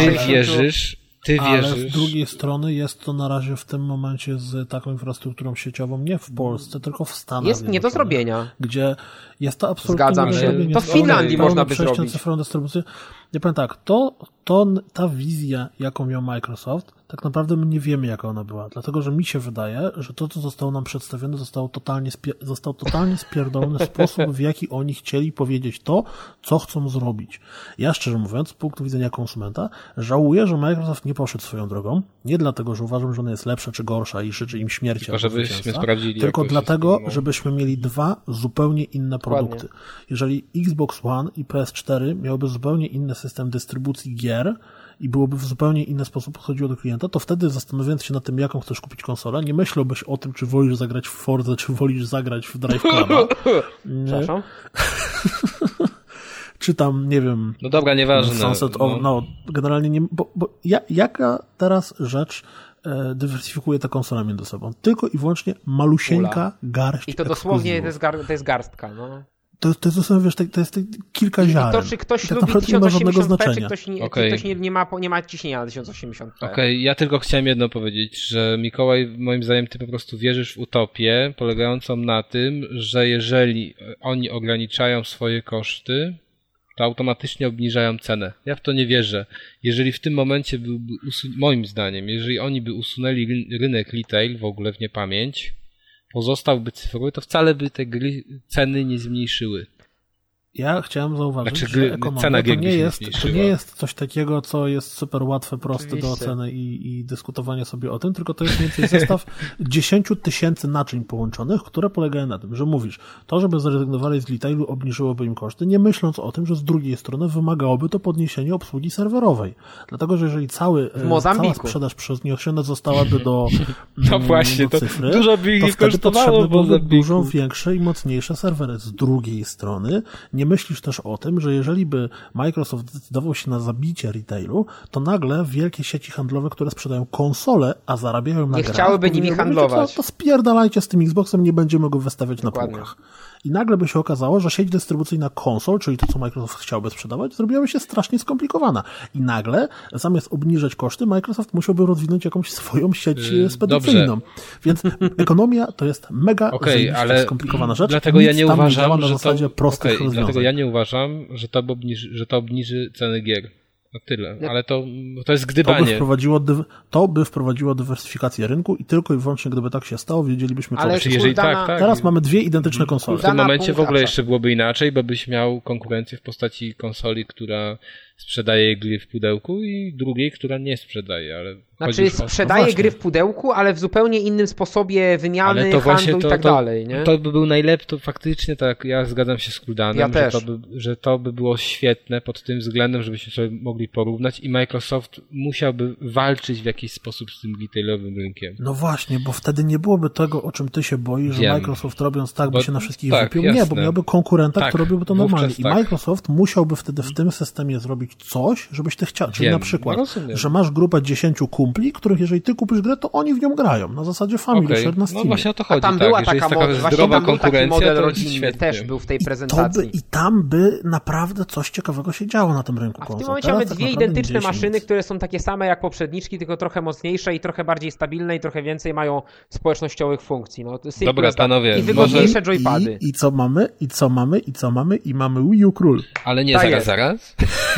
Ale z drugiej strony jest to na razie w tym momencie z taką infrastrukturą sieciową nie w Polsce, tylko w Stanach. Jest nie do zrobienia. Gdzie jest to absolutnie Zgadzam się. To w Finlandii można by zrobić. Cyfrową dystrybucję. Ja powiem tak, ta wizja, jaką miał Microsoft, tak naprawdę my nie wiemy, jaka ona była. Dlatego, że mi się wydaje, że to, co zostało nam przedstawione, został totalnie spierdolony sposób, w jaki oni chcieli powiedzieć to, co chcą zrobić. Ja szczerze mówiąc, z punktu widzenia konsumenta, żałuję, że Microsoft nie poszedł swoją drogą. Nie dlatego, że uważam, że ona jest lepsza czy gorsza i życzy im śmierci, tylko dlatego, żebyśmy mieli dwa zupełnie inne produkty. Jeżeli Xbox One i PS4 miałyby zupełnie inny system dystrybucji gier i byłoby w zupełnie inny sposób podchodziło do klienta, to wtedy zastanawiając się nad tym, jaką chcesz kupić konsolę, nie myślałbyś o tym, czy wolisz zagrać w Forza, czy wolisz zagrać w Drive Cluba. Przepraszam? Czy tam, nie wiem... No dobra, nieważne. Generalnie nie... Bo jaka teraz rzecz dywersyfikuje te konsole między sobą? Tylko i wyłącznie malusieńka garść. I to dosłownie to jest garstka, no. To jest dosłownie, wiesz, to jest kilka ziaren. I to, czy ktoś lubi 1080p, czy ktoś nie ma ciśnienia na 1080p. Okej, ja tylko chciałem jedno powiedzieć, że Mikołaj, moim zdaniem, ty po prostu wierzysz w utopię polegającą na tym, że jeżeli oni ograniczają swoje koszty, to automatycznie obniżają cenę. Ja w to nie wierzę. Jeżeli w tym momencie byłby, moim zdaniem, jeżeli oni by usunęli rynek retail w ogóle w niepamięć, pozostałby cyfrowy, to wcale by te gry ceny nie zmniejszyły. Ja chciałem zauważyć, że ekonomia to nie jest coś takiego, co jest super łatwe, proste do oceny i dyskutowania sobie o tym, tylko to jest mniej więcej zestaw 10 000 naczyń połączonych, które polegają na tym, że mówisz, to, żeby zrezygnowali z retailu, obniżyłoby im koszty, nie myśląc o tym, że z drugiej strony wymagałoby to podniesienie obsługi serwerowej. Dlatego, że jeżeli cała sprzedaż przeniesiona zostałaby do cyfry, dużo by to wtedy potrzebne były dużo większe i mocniejsze serwery. Z drugiej strony nie myślisz też o tym, że jeżeli by Microsoft zdecydował się na zabicie retailu, to nagle wielkie sieci handlowe, które sprzedają konsole, a zarabiają na grach, nie chciałyby nimi handlować. To spierdalajcie z tym Xboxem, nie będziemy go wystawiać na półkach. I nagle by się okazało, że sieć dystrybucyjna konsol, czyli to, co Microsoft chciałby sprzedawać, zrobiłaby się strasznie skomplikowana. I nagle, zamiast obniżać koszty, Microsoft musiałby rozwinąć jakąś swoją sieć spedycyjną. Dobrze. Więc ekonomia to jest mega skomplikowana rzecz. Dlatego ja nie uważam, że dlatego ja nie uważam, że to obniży ceny gier. No tyle, ale to jest gdybanie. To by wprowadziło dywersyfikację rynku i tylko i wyłącznie gdyby tak się stało, wiedzielibyśmy co. Jeżeli tak. Teraz mamy dwie identyczne konsole. W tym momencie w ogóle jeszcze byłoby inaczej, bo byś miał konkurencję w postaci konsoli, która sprzedaje gry w pudełku i drugiej, która nie sprzedaje, ale znaczy sprzedaje gry w pudełku, ale w zupełnie innym sposobie wymiany, handlu i tak dalej, nie? To by był najlepszy, to faktycznie tak, ja zgadzam się z Kuldanem, że to by było świetne pod tym względem, żebyśmy sobie mogli porównać i Microsoft musiałby walczyć w jakiś sposób z tym retailowym rynkiem. No właśnie, bo wtedy nie byłoby tego, o czym ty się boisz, że Microsoft robiąc tak, by się na wszystkich wypiął. Nie, bo miałby konkurenta, który robiłby to normalnie. I Microsoft musiałby wtedy w tym systemie zrobić coś, żebyś ty chciał. Czyli na przykład, że masz grupę 10 kumpli, których jeżeli ty kupisz grę, to oni w nią grają. Na zasadzie Family Share na Steamie. No właśnie o to chodzi. A tam była taka zdrowa konkurencja, model rodzinny też był w tej prezentacji. I tam by naprawdę coś ciekawego się działo na tym rynku konsol. A w tym momencie mamy dwie identyczne maszyny, które są takie same jak poprzedniczki, tylko trochę mocniejsze i trochę bardziej stabilne i trochę więcej mają społecznościowych funkcji. No, dobra, panowie. I wygodniejsze joypady. I co mamy? I mamy Wii U król. Ale nie, zaraz.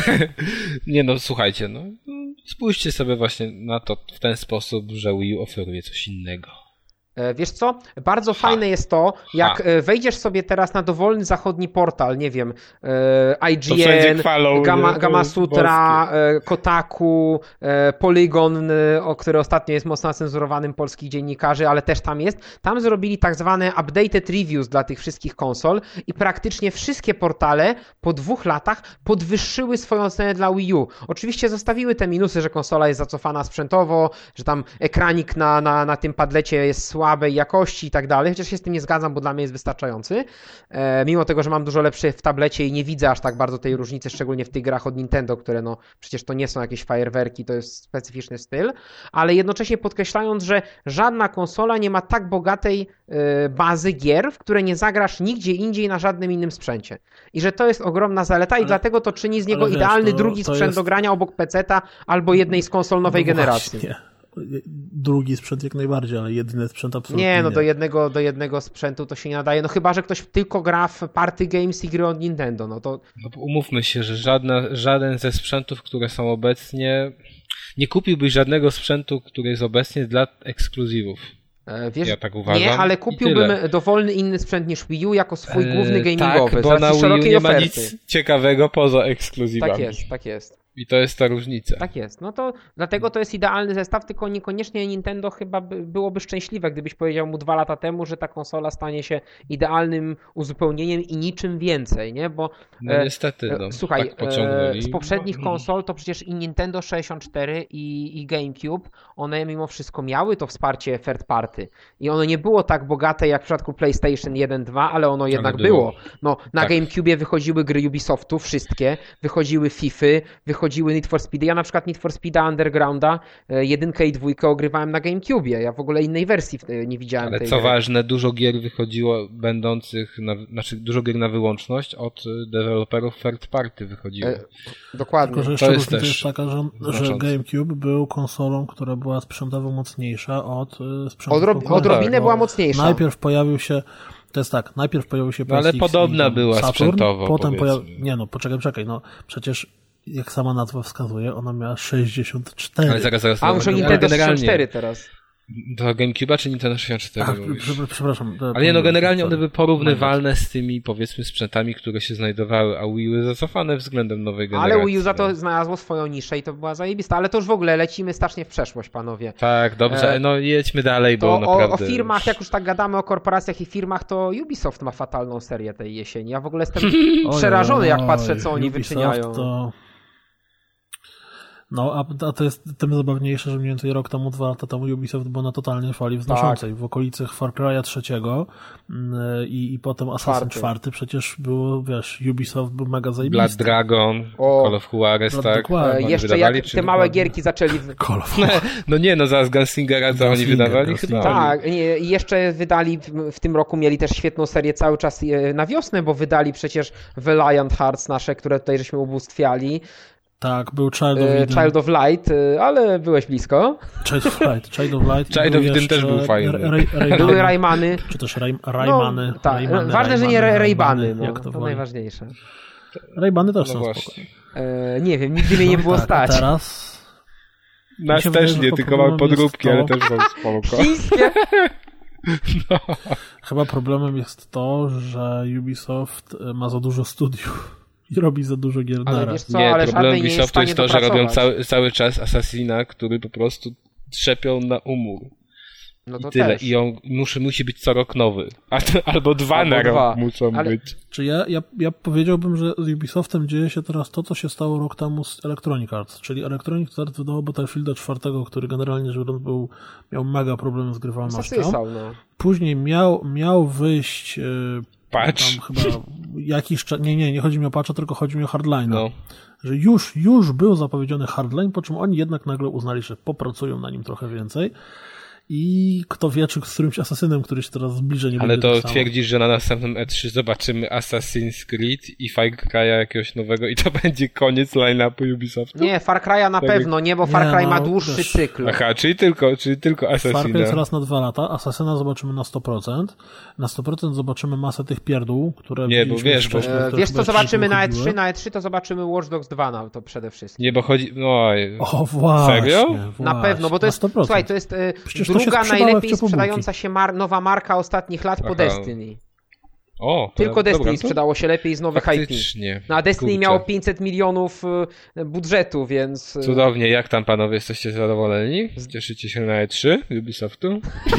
Nie no, słuchajcie, spójrzcie sobie właśnie na to w ten sposób, że Wii U oferuje coś innego. Wiesz co? Bardzo fajne jest to, jak wejdziesz sobie teraz na dowolny zachodni portal, nie wiem, IGN, Gamma Sutra, Kotaku, Polygon, który ostatnio jest mocno cenzurowanym polskich dziennikarzy, ale też tam jest. Tam zrobili tak zwane updated reviews dla tych wszystkich konsol i praktycznie wszystkie portale po 2 latach podwyższyły swoją cenę dla Wii U. Oczywiście zostawiły te minusy, że konsola jest zacofana sprzętowo, że tam ekranik na tym padlecie jest słabej jakości i tak dalej, chociaż się z tym nie zgadzam, bo dla mnie jest wystarczający. Mimo tego, że mam dużo lepszy w tablecie i nie widzę aż tak bardzo tej różnicy, szczególnie w tych grach od Nintendo, które przecież to nie są jakieś fajerwerki, to jest specyficzny styl, ale jednocześnie podkreślając, że żadna konsola nie ma tak bogatej bazy gier, w które nie zagrasz nigdzie indziej na żadnym innym sprzęcie. I że to jest ogromna zaleta i dlatego to czyni z niego idealny drugi sprzęt do grania obok PC-ta albo jednej z konsol nowej generacji. Właśnie. Drugi sprzęt jak najbardziej, ale jedyny sprzęt absolutnie nie. Do jednego sprzętu to się nie nadaje, chyba, że ktoś tylko gra w party games i gry od Nintendo, to... No umówmy się, że żaden ze sprzętów, które są obecnie, nie kupiłbyś żadnego sprzętu, który jest obecnie dla ekskluzywów. Wiesz, ja tak uważam. Nie, ale kupiłbym dowolny inny sprzęt niż Wii U jako swój główny gamingowy. Tak, bo na Wii U nie ma nic ciekawego poza ekskluzywami. Tak jest. I to jest ta różnica. Tak jest. To dlatego to jest idealny zestaw, tylko niekoniecznie Nintendo chyba byłoby szczęśliwe, gdybyś powiedział mu 2 lata temu, że ta konsola stanie się idealnym uzupełnieniem i niczym więcej, nie? Bo niestety, słuchaj, tak pociągnęli. Z poprzednich konsol to przecież i Nintendo 64 i GameCube, one mimo wszystko miały to wsparcie third party i ono nie było tak bogate jak w przypadku PlayStation 1-2, ale ono jednak było. Na GameCubie wychodziły gry Ubisoftu, wszystkie, wychodziły Fify, wychodziły Need for Speed. Ja na przykład Need for Speeda Undergrounda 1 i 2 ogrywałem na GameCubie. Ja w ogóle innej wersji nie widziałem. Ale co ważne, dużo gier wychodziło dużo gier na wyłączność od deweloperów third party wychodziło. Dokładnie. Tylko, że jeszcze jest taka, że GameCube był konsolą, która była sprzętowo mocniejsza od sprzętu. Odrobinę była mocniejsza. Najpierw pojawił się PlayStation, ale podobna była Saturn, sprzętowo. Potem poczekaj, przecież jak sama nazwa wskazuje, ona miała 64. Ale zaraz. A muszę Nintendo 64 teraz. Do GameCube'a czy Nintendo 64? Przepraszam. Ale nie, no generalnie one były porównywalne z tymi, powiedzmy, sprzętami, które się znajdowały, a Wii U zacofane względem nowej generacji. Ale Wii U za to znalazło swoją niszę i to była zajebista. Ale to już w ogóle lecimy strasznie w przeszłość, panowie. Tak, dobrze, no jedźmy dalej, bo naprawdę... O firmach, jak już tak gadamy o korporacjach i firmach, to Ubisoft ma fatalną serię tej jesieni. Ja w ogóle jestem przerażony, jak patrzę, co oni wyczyniają. No, a to jest tym zabawniejsze, że mniej więcej rok temu, 2 lata temu Ubisoft był na totalnie fali wznoszącej. Tak. W okolicy Far Cry'a 3 i potem Assassin 4 przecież było, wiesz, Ubisoft był mega zajebisty. Blood Dragon, Call of Juarez, tak? Jeszcze jak te małe gierki zaczęli... Call of Juarez. No nie, no zaraz Gunslingera, co oni wydawali? Chyba tak, i jeszcze wydali, w tym roku mieli też świetną serię cały czas na wiosnę, bo wydali przecież Valiant Hearts nasze, które tutaj żeśmy ubóstwiali. Tak, był Child of Light, ale byłeś blisko. Child of Light. Child of Eden też był fajny. Były Raymany. Czy też Raymany. No, tak. Ważne, że nie Raybany. No, to najważniejsze. Raybany też są spokojne. Nie wiem, nigdy mnie nie było stać. A teraz... Nas też nie, tylko mam podróbki, ale też są spoko. Chińskie. No. Chyba problemem jest to, że Ubisoft ma za dużo studiów. I robi za dużo gier ale wiesz co, nie, ale problem Ubisoftu jest to, że robią cały czas Assassina, który po prostu trzepią na umór. No to i tyle. Też. I on musi być co rok nowy. Albo dwa na rok muszą być. Czy ja powiedziałbym, że z Ubisoftem dzieje się teraz to, co się stało rok temu z Electronic Arts. Czyli Electronic Arts wydało Battlefielda 4, który generalnie rzecz biorąc miał mega problemy z grywalnością. Później miał wyjść... Patch? Tam chyba jakiś czas... Nie chodzi mi o patcha, tylko chodzi mi o Hardline'a. No. Że już był zapowiedziany Hardline, po czym oni jednak nagle uznali, że popracują na nim trochę więcej. I kto wie, czy z którymś asasynem, który się teraz zbliża, nie ale będzie to twierdzisz, że na następnym E3 zobaczymy Assassin's Creed i Far Cry'a jakiegoś nowego i to będzie koniec line-upu Ubisoftu? Nie, Far Cry'a na pewno nie, bo Far Cry ma dłuższy cykl. Aha, czyli tylko Assassina. Far Cry jest raz na 2 lata, Assassina zobaczymy na 100%. Na 100% zobaczymy masę tych pierdół, które... Nie, bo wiesz, wiesz co zobaczymy na E3? Na E3 to zobaczymy Watch Dogs 2 na to przede wszystkim. Nie, bo chodzi... No, o, właśnie. Serio? Właśnie, na pewno, bo to jest... 100%. Słuchaj, to jest druga najlepiej sprzedająca się nowa marka ostatnich lat po Destiny. O, tylko Destiny sprzedało się lepiej z nowych IP. No a Destiny miało 500 milionów budżetu, więc... Cudownie, jak tam panowie, jesteście zadowoleni? Cieszycie się na E3 Ubisoftu?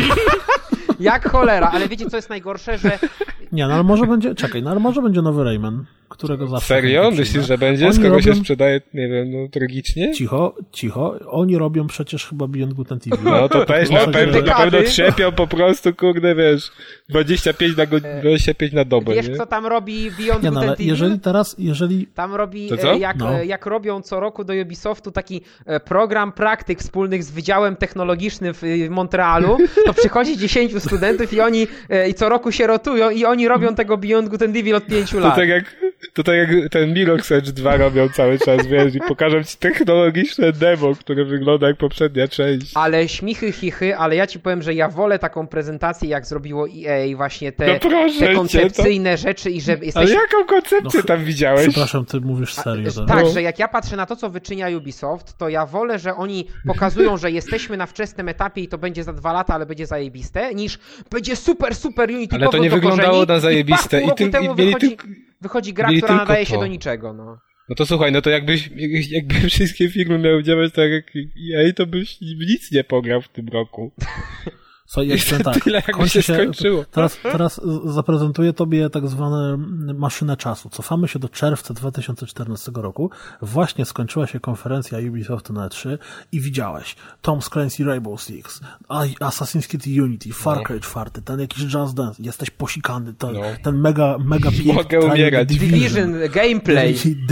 Jak cholera, ale wiecie co jest najgorsze, że... Nie, no ale może będzie... Czekaj, no ale może będzie nowy Rayman, którego zawsze... Serio? Myślisz, że będzie? Skoro się sprzedaje, nie wiem, no tragicznie? Cicho. Oni robią przecież chyba Beyond Good and Evil. No to też na pewno trzepią po prostu, kurde, wiesz, 25 na dobę, wiesz, nie? co tam robi Beyond Good and Evil? Jeżeli... Tam robi, jak robią co roku do Ubisoftu taki program praktyk wspólnych z Wydziałem Technologicznym w Montrealu, to przychodzi 10 studentów i oni co roku się rotują i oni robią tego Beyond Good and Evil od 5 lat. To tak jak ten Mirror's Edge 2 robią cały czas, wiesz, i pokażę ci technologiczne demo, które wygląda jak poprzednia część. Ale śmichy, chichy, ale ja ci powiem, że ja wolę taką prezentację, jak zrobiło EA, właśnie te koncepcyjne rzeczy i że jesteś... Ale jaką koncepcję tam widziałeś? Przepraszam, ty mówisz serio. Tak, że jak ja patrzę na to, co wyczynia Ubisoft, to ja wolę, że oni pokazują, że jesteśmy na wczesnym etapie i to będzie za 2 lata, ale będzie zajebiste, niż będzie super Unity. Ale to nie wyglądało na zajebiste. Wychodzi gra, która nadaje się do niczego, no. No to słuchaj, no to jakby wszystkie firmy miały działać tak jak EA, to byś nic nie pograł w tym roku. Co jeszcze tak. Tyle jakby się skończyło. Teraz zaprezentuję tobie tak zwane maszynę czasu. Cofamy się do czerwca 2014 roku. Właśnie skończyła się konferencja Ubisoftu na E3 i widziałeś Tom Clancy Rainbow Six, Assassin's Creed Unity, Far Cry 4, ten jakiś Just Dance, jesteś posikany, ten mega piękny. Mogę umierać. Division, gameplay.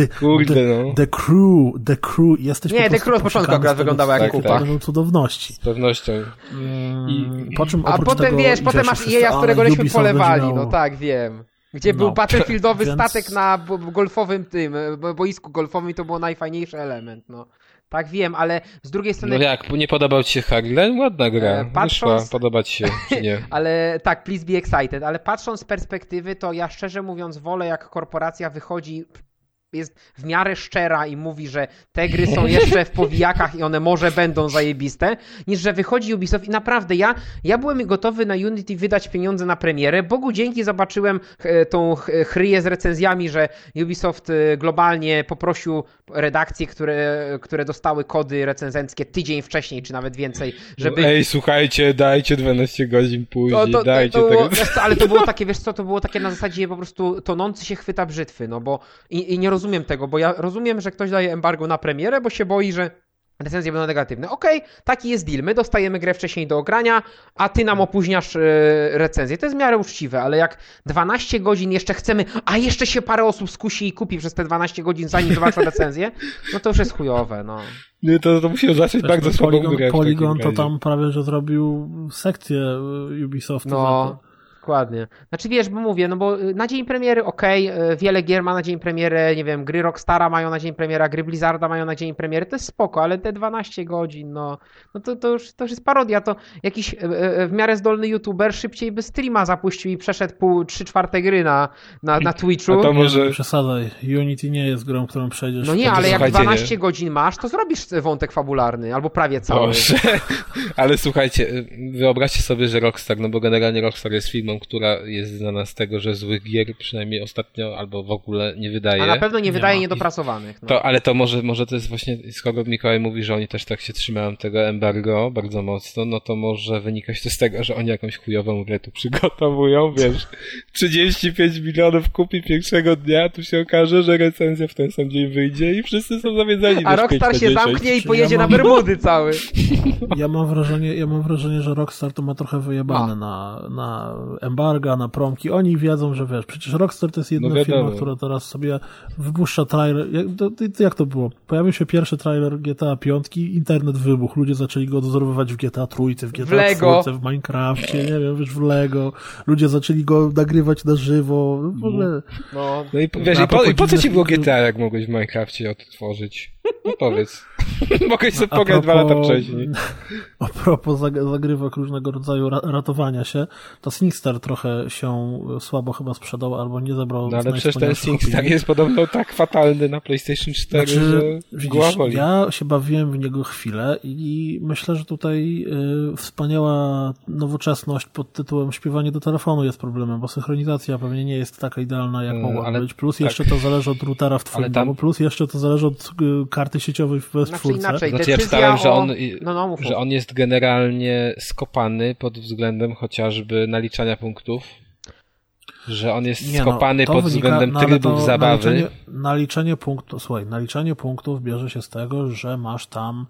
The Crew, jesteś nie, The Crew od początku akurat wyglądała jak kupa. To cudowności. Z pewnością. A potem tego, wiesz, potem masz EA, z którego żeśmy polewali, no tak, wiem. Gdzie był battlefieldowy statek na golfowym boisku golfowym i to był najfajniejszy element, no. Tak wiem, ale z drugiej strony... No jak, nie podobał ci się Hardline? Ładna gra. Wyszła, podoba ci się, czy nie? Ale tak, please be excited, ale patrząc z perspektywy, to ja szczerze mówiąc wolę, jak korporacja wychodzi jest w miarę szczera i mówi, że te gry są jeszcze w powijakach i one może będą zajebiste, niż że wychodzi Ubisoft i naprawdę ja byłem gotowy na Unity wydać pieniądze na premierę. Bogu dzięki zobaczyłem tą chryję z recenzjami, że Ubisoft globalnie poprosił redakcje, które dostały kody recenzenckie tydzień wcześniej, czy nawet więcej, żeby... No, ej, słuchajcie, dajcie 12 godzin później, dajcie tego. Ale to było takie, wiesz co, to było takie na zasadzie po prostu tonący się chwyta brzytwy, no bo i nie rozumiem tego, bo ja rozumiem, że ktoś daje embargo na premierę, bo się boi, że recenzje będą negatywne. Okej, taki jest deal. My dostajemy grę wcześniej do ogrania, a ty nam opóźniasz recenzję. To jest w miarę uczciwe, ale jak 12 godzin jeszcze chcemy, a jeszcze się parę osób skusi i kupi przez te 12 godzin, zanim zobaczą recenzję, no to już jest chujowe, no. Nie, to musiał zacząć bardzo słabą grę. Polygon to tam prawie, że zrobił sekcję Ubisoftu. No. Dokładnie. Znaczy wiesz, bo mówię, no bo na dzień premiery wiele gier ma na dzień premiery, nie wiem, gry Rockstara mają na dzień premiery, gry Blizzarda mają na dzień premiery, to jest spoko, ale te 12 godzin, no to już jest parodia, to jakiś w miarę zdolny youtuber szybciej by streama zapuścił i przeszedł 3/4 gry na Twitchu. A to może... Przesadzaj, Unity nie jest grą, którą przejdziesz. No nie, ale jak 12 godzin masz, to zrobisz wątek fabularny, albo prawie cały. Boże. Ale słuchajcie, wyobraźcie sobie, że Rockstar, no bo generalnie Rockstar jest firmą, która jest znana z tego, że złych gier przynajmniej ostatnio albo w ogóle nie wydaje. A na pewno nie wydaje niedopracowanych. No. Ale to może to jest właśnie, skoro Mikołaj mówi, że oni też tak się trzymają tego embargo bardzo mocno, no to może wynikać to z tego, że oni jakąś chujową grę tu przygotowują, wiesz, 35 milionów kupi pierwszego dnia, tu się okaże, że recenzja w ten sam dzień wyjdzie i wszyscy są zawiedzeni. A Rockstar się zamknie i pojedzie na Bermudy cały. Ja mam wrażenie, że Rockstar to ma trochę wyjebane na embarga, na promki. Oni wiedzą, że wiesz, przecież Rockstar to jest jedna firma, która teraz sobie wypuszcza trailer. Jak to było? Pojawił się pierwszy trailer GTA 5, internet wybuchł. Ludzie zaczęli go odwzorowywać w GTA Trójce, w GTA 4, w Minecrafcie, nie wiem, wiesz, w Lego. Ludzie zaczęli go nagrywać na żywo. W ogóle. No i wiesz, i po co ci było GTA, jak mogłeś w Minecrafcie odtworzyć? No powiedz. Mogłeś sobie pograć 2 lata wcześniej. A propos zagrywek różnego rodzaju ratowania się, to SingStar trochę się słabo chyba sprzedał, albo nie zebrał. No ale przecież ten SingStar jest podobno tak fatalny na PlayStation 4, że głowa boli. Ja się bawiłem w niego chwilę i myślę, że tutaj wspaniała nowoczesność pod tytułem śpiewanie do telefonu jest problemem, bo synchronizacja pewnie nie jest taka idealna, jak mogła być. Plus jeszcze to zależy od routera w twoim domu, plus jeszcze to zależy od karty sieciowej w czwórce. Znaczy ja czytałem, że on jest generalnie skopany pod względem chociażby naliczania punktów. Że on jest skopany pod względem trybów zabawy. Naliczenie punktów bierze się z tego, że masz tam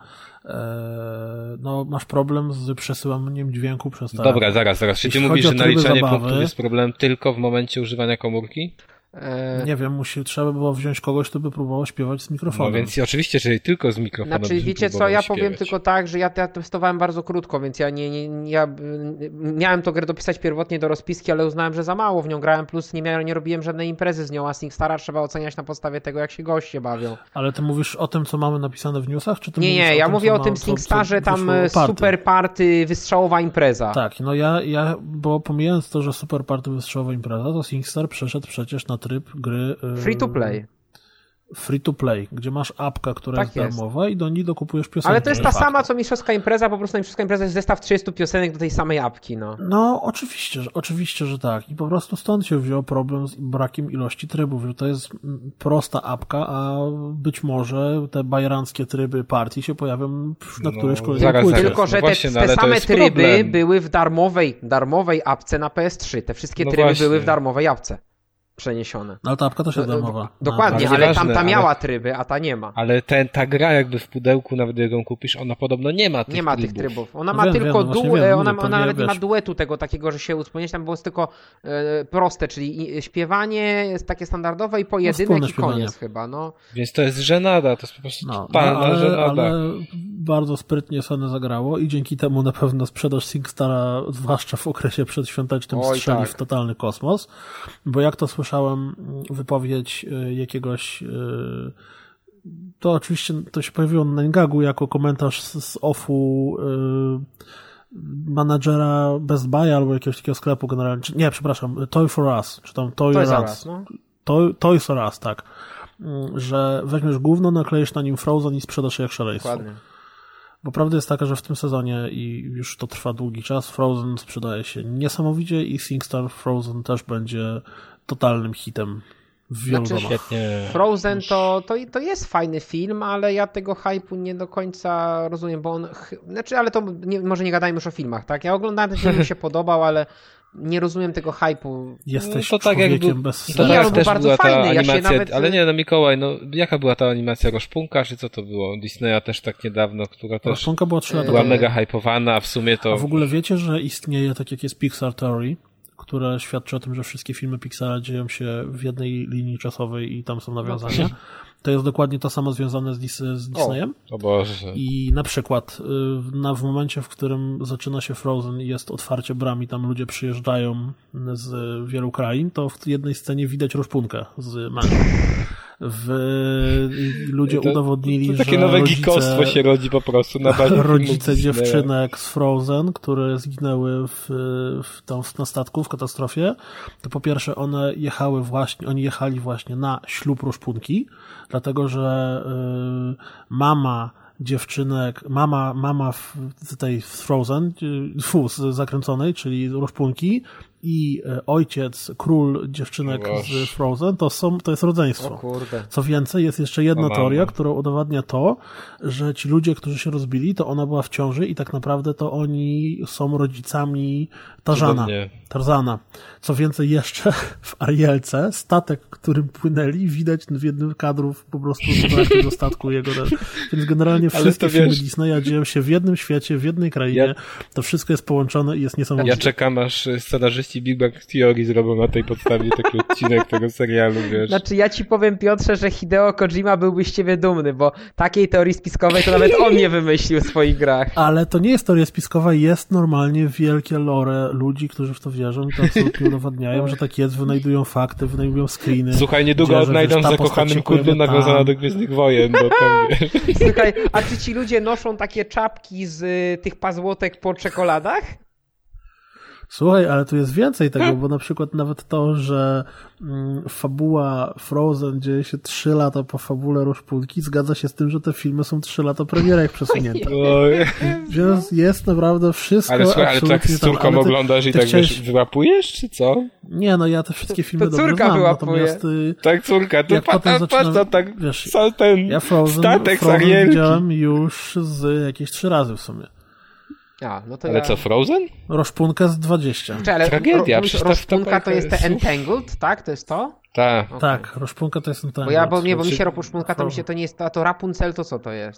masz problem z przesyłaniem dźwięku przez telefon. Dobra, zaraz. Czy ty mówisz, że naliczanie punktów jest problem tylko w momencie używania komórki? Nie wiem, trzeba by było wziąć kogoś, kto by próbował śpiewać z mikrofonem. No więc oczywiście, że tylko z mikrofonem. Znaczy, wiecie co, ja powiem tylko tak, że ja testowałem bardzo krótko, więc ja miałem to grę dopisać pierwotnie do rozpiski, ale uznałem, że za mało w nią grałem, plus nie robiłem żadnej imprezy z nią, a SingStara trzeba oceniać na podstawie tego, jak się goście bawią. Ale ty mówisz o tym, co mamy napisane w newsach, czy ty Nie, ja mówię o tym SingStarze, tam super party, wystrzałowa impreza. Tak, no bo pomijając to, że super party, wystrzałowa impreza, to SingStar przeszedł przecież na tryb gry free to play, gdzie masz apkę, która jest darmowa i do niej dokupujesz piosenki. Ale to jest ta sama, co Mistrzowska Impreza, po prostu Mistrzowska Impreza jest zestaw 30 piosenek do tej samej apki, no. No, oczywiście, że tak. I po prostu stąd się wziął problem z brakiem ilości trybów, że to jest prosta apka, a być może te bajeranckie tryby partii się pojawią na którejś kolejnej płycie. Tylko, że te same tryby były w darmowej apce na PS3. Te wszystkie tryby były w darmowej apce przeniesione. No ale ta apka też jest darmowa. Dokładnie, ale tamta miała tryby, a ta nie ma. Ale ta gra jakby w pudełku, nawet jak ją kupisz, ona podobno nie ma tych trybów. Ona ma tylko ona nawet nie ma duetu tego takiego, że się uspomnieć, tam było tylko proste, czyli śpiewanie jest takie standardowe i pojedynek i koniec chyba, no. Więc to jest żenada, to jest po prostu totalna żenada. Ale bardzo sprytnie Sony zagrało i dzięki temu na pewno sprzedaż SingStara, zwłaszcza w okresie przedświątecznym, strzeli w totalny kosmos, bo jak to słyszałem wypowiedź jakiegoś, to oczywiście to się pojawiło na Engagu jako komentarz z offu menadżera Best Buy albo jakiegoś takiego sklepu generalnie, Toy for Us, czy tam Toys R Us, tak. że weźmiesz gówno, naklejesz na nim Frozen i sprzedasz je jak szaleństwo. Dokładnie. Bo prawda jest taka, że w tym sezonie i już to trwa długi czas, Frozen sprzedaje się niesamowicie i SingStar Frozen też będzie totalnym hitem w wielu domach. Świetnie. Frozen to jest fajny film, ale ja tego hype'u nie do końca rozumiem, bo on... ale to może nie gadajmy już o filmach, tak? Ja oglądałem ten film, mi się podobał, ale nie rozumiem tego hype'u. Jesteś to tak człowiekiem bez serca. To tak też bardzo była fajny. ta animacja, nawet... ale nie, Mikołaj, jaka była ta animacja Roszpunka, czy co to było? Disneya też tak niedawno, która też Roszpunka była 3 lata była temu. mega hypowana, a w sumie to... A w ogóle wiecie, że istnieje tak jak jest Pixar Theory, które świadczy o tym, że wszystkie filmy Pixara dzieją się w jednej linii czasowej i tam są nawiązania. To jest dokładnie to samo związane z Disneyem. O Boże. I na przykład w momencie, w którym zaczyna się Frozen i jest otwarcie bram i tam ludzie przyjeżdżają z wielu krain, to w jednej scenie widać Roszpunkę z mężem. Ludzie udowodnili, że takie nowe geekostwo się rodzi po prostu na bazie rodzice dziewczynek z Frozen, które zginęły na statku w katastrofie, to po pierwsze oni jechali właśnie na ślub Roszpunki, dlatego że mama dziewczynek, mama tej Frozen, z zakręconej, czyli Roszpunki i ojciec, król dziewczynek z Frozen, to jest rodzeństwo. O kurde. Co więcej, jest jeszcze jedna teoria, która udowadnia to, że ci ludzie, którzy się rozbili, to ona była w ciąży i tak naprawdę to oni są rodzicami Tarzana. Co więcej, jeszcze w Arielce statek, którym płynęli, widać w jednym kadru po prostu do statku jego. Więc generalnie wszystkie filmy Disneya dzieją się w jednym świecie, w jednej krainie. To wszystko jest połączone i jest niesamowite. Ja czekam, aż scenarzyści Big Bang Theory zrobią na tej podstawie taki odcinek tego serialu, wiesz. Znaczy ja ci powiem, Piotrze, że Hideo Kojima byłby z ciebie dumny, bo takiej teorii spiskowej to nawet on nie wymyślił w swoich grach. Ale to nie jest teoria spiskowa, jest normalnie wielkie lore ludzi, którzy w to wierzą i to absolutnie udowadniają, że tak jest, wynajdują fakty, wynajdują screeny. Słuchaj, niedługo odnajdą w Zakochanym Kurdlu nawiązana do Gwiezdnych Wojen, bo tam wiesz. Słuchaj, a czy ci ludzie noszą takie czapki z tych pazłotek po czekoladach? Słuchaj, ale tu jest więcej tego, bo na przykład nawet to, że fabuła Frozen dzieje się 3 lata po fabule Roszpunki, zgadza się z tym, że te filmy są 3 lata premierek przesunięte. Więc jest naprawdę wszystko. Ale słuchaj, ale tak z córką oglądasz i tak wiesz, wyłapujesz, czy co? Nie, ja te wszystkie filmy to córka znam, wyłapuje. Tak, córka, to patrz, to tak, wiesz, ten ja statek z Arielki widziałem już jakieś 3 razy w sumie. Ale co, Frozen? Roszpunkę z 20. Ale tragedia. Roszpunka to jest te Entangled, tak? To jest to? Tak. Okay. Tak, Roszpunka to jest Entangled. Bo mi się Roszpunka to mi się to nie jest, a to Rapunzel to co to jest?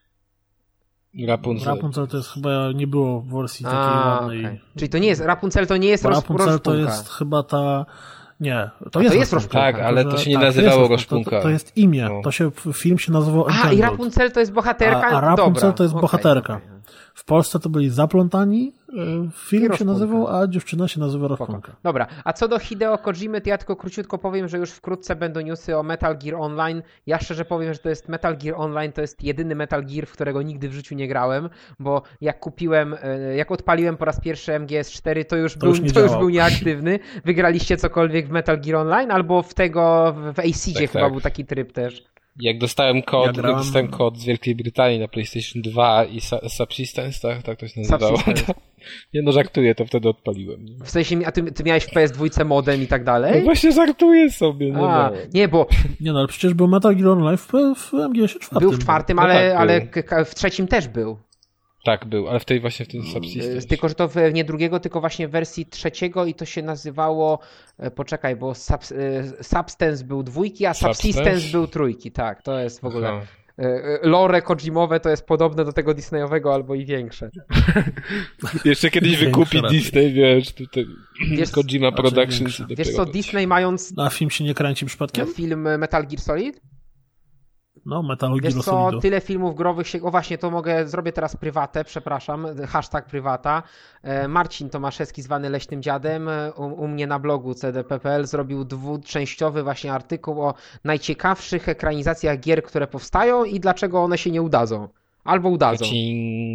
Rapunzel to jest chyba nie było w wersji takiej ładnej. Okay. Czyli to nie jest, Rapunzel to nie jest Roszpunka. Rapunzel to jest chyba ta... Nie, to jest Roszpunka. Tak, ale to się nie nazywało Roszpunka. To jest imię. Film się nazywał Entangled. I Rapunzel to jest bohaterka? A Rapunzel to jest bohaterka. W Polsce to byli Zaplątani, film się nazywał, a dziewczyna się nazywa Roszpunka. Dobra, a co do Hideo Kojimy, to ja tylko króciutko powiem, że już wkrótce będą newsy o Metal Gear Online. Ja szczerze powiem, że to jest Metal Gear Online, to jest jedyny Metal Gear, w którego nigdy w życiu nie grałem, bo jak odpaliłem po raz pierwszy MGS4, to już był nieaktywny. Wygraliście cokolwiek w Metal Gear Online? Albo w Acidzie chyba był taki tryb też. Jak dostałem kod z Wielkiej Brytanii na PlayStation 2 i Subsistence, tak to się nazywało. Nie żartuję, to wtedy odpaliłem. W sensie, a ty miałeś w PS2 modem i tak dalej? No właśnie żartuję sobie. Ale przecież był Metal Gear Online w MGS4. Był w 4, ale w 3 też był. Tak, był, ale w tym Subsistence. Tylko, że to nie drugiego, tylko właśnie w wersji 3 i to się nazywało, poczekaj, bo Substance był 2, a Subsistence był 3, tak, to jest w ogóle... Lore Kojimowe to jest podobne do tego Disneyowego albo i większe. Jeszcze kiedyś wykupi Disney, wiesz, tutaj Kojima Productions. Wiesz co, Disney mając... A film się nie kręci przypadkiem? Film Metal Gear Solid? No, Metal Gear Wiesz co, tyle filmów growych się... O właśnie, to zrobię teraz prywatę, przepraszam, hashtag prywata. Marcin Tomaszewski, zwany Leśnym Dziadem, u mnie na blogu cdp.pl zrobił 2-częściowy właśnie artykuł o najciekawszych ekranizacjach gier, które powstają i dlaczego one się nie udadzą. Albo udadzą.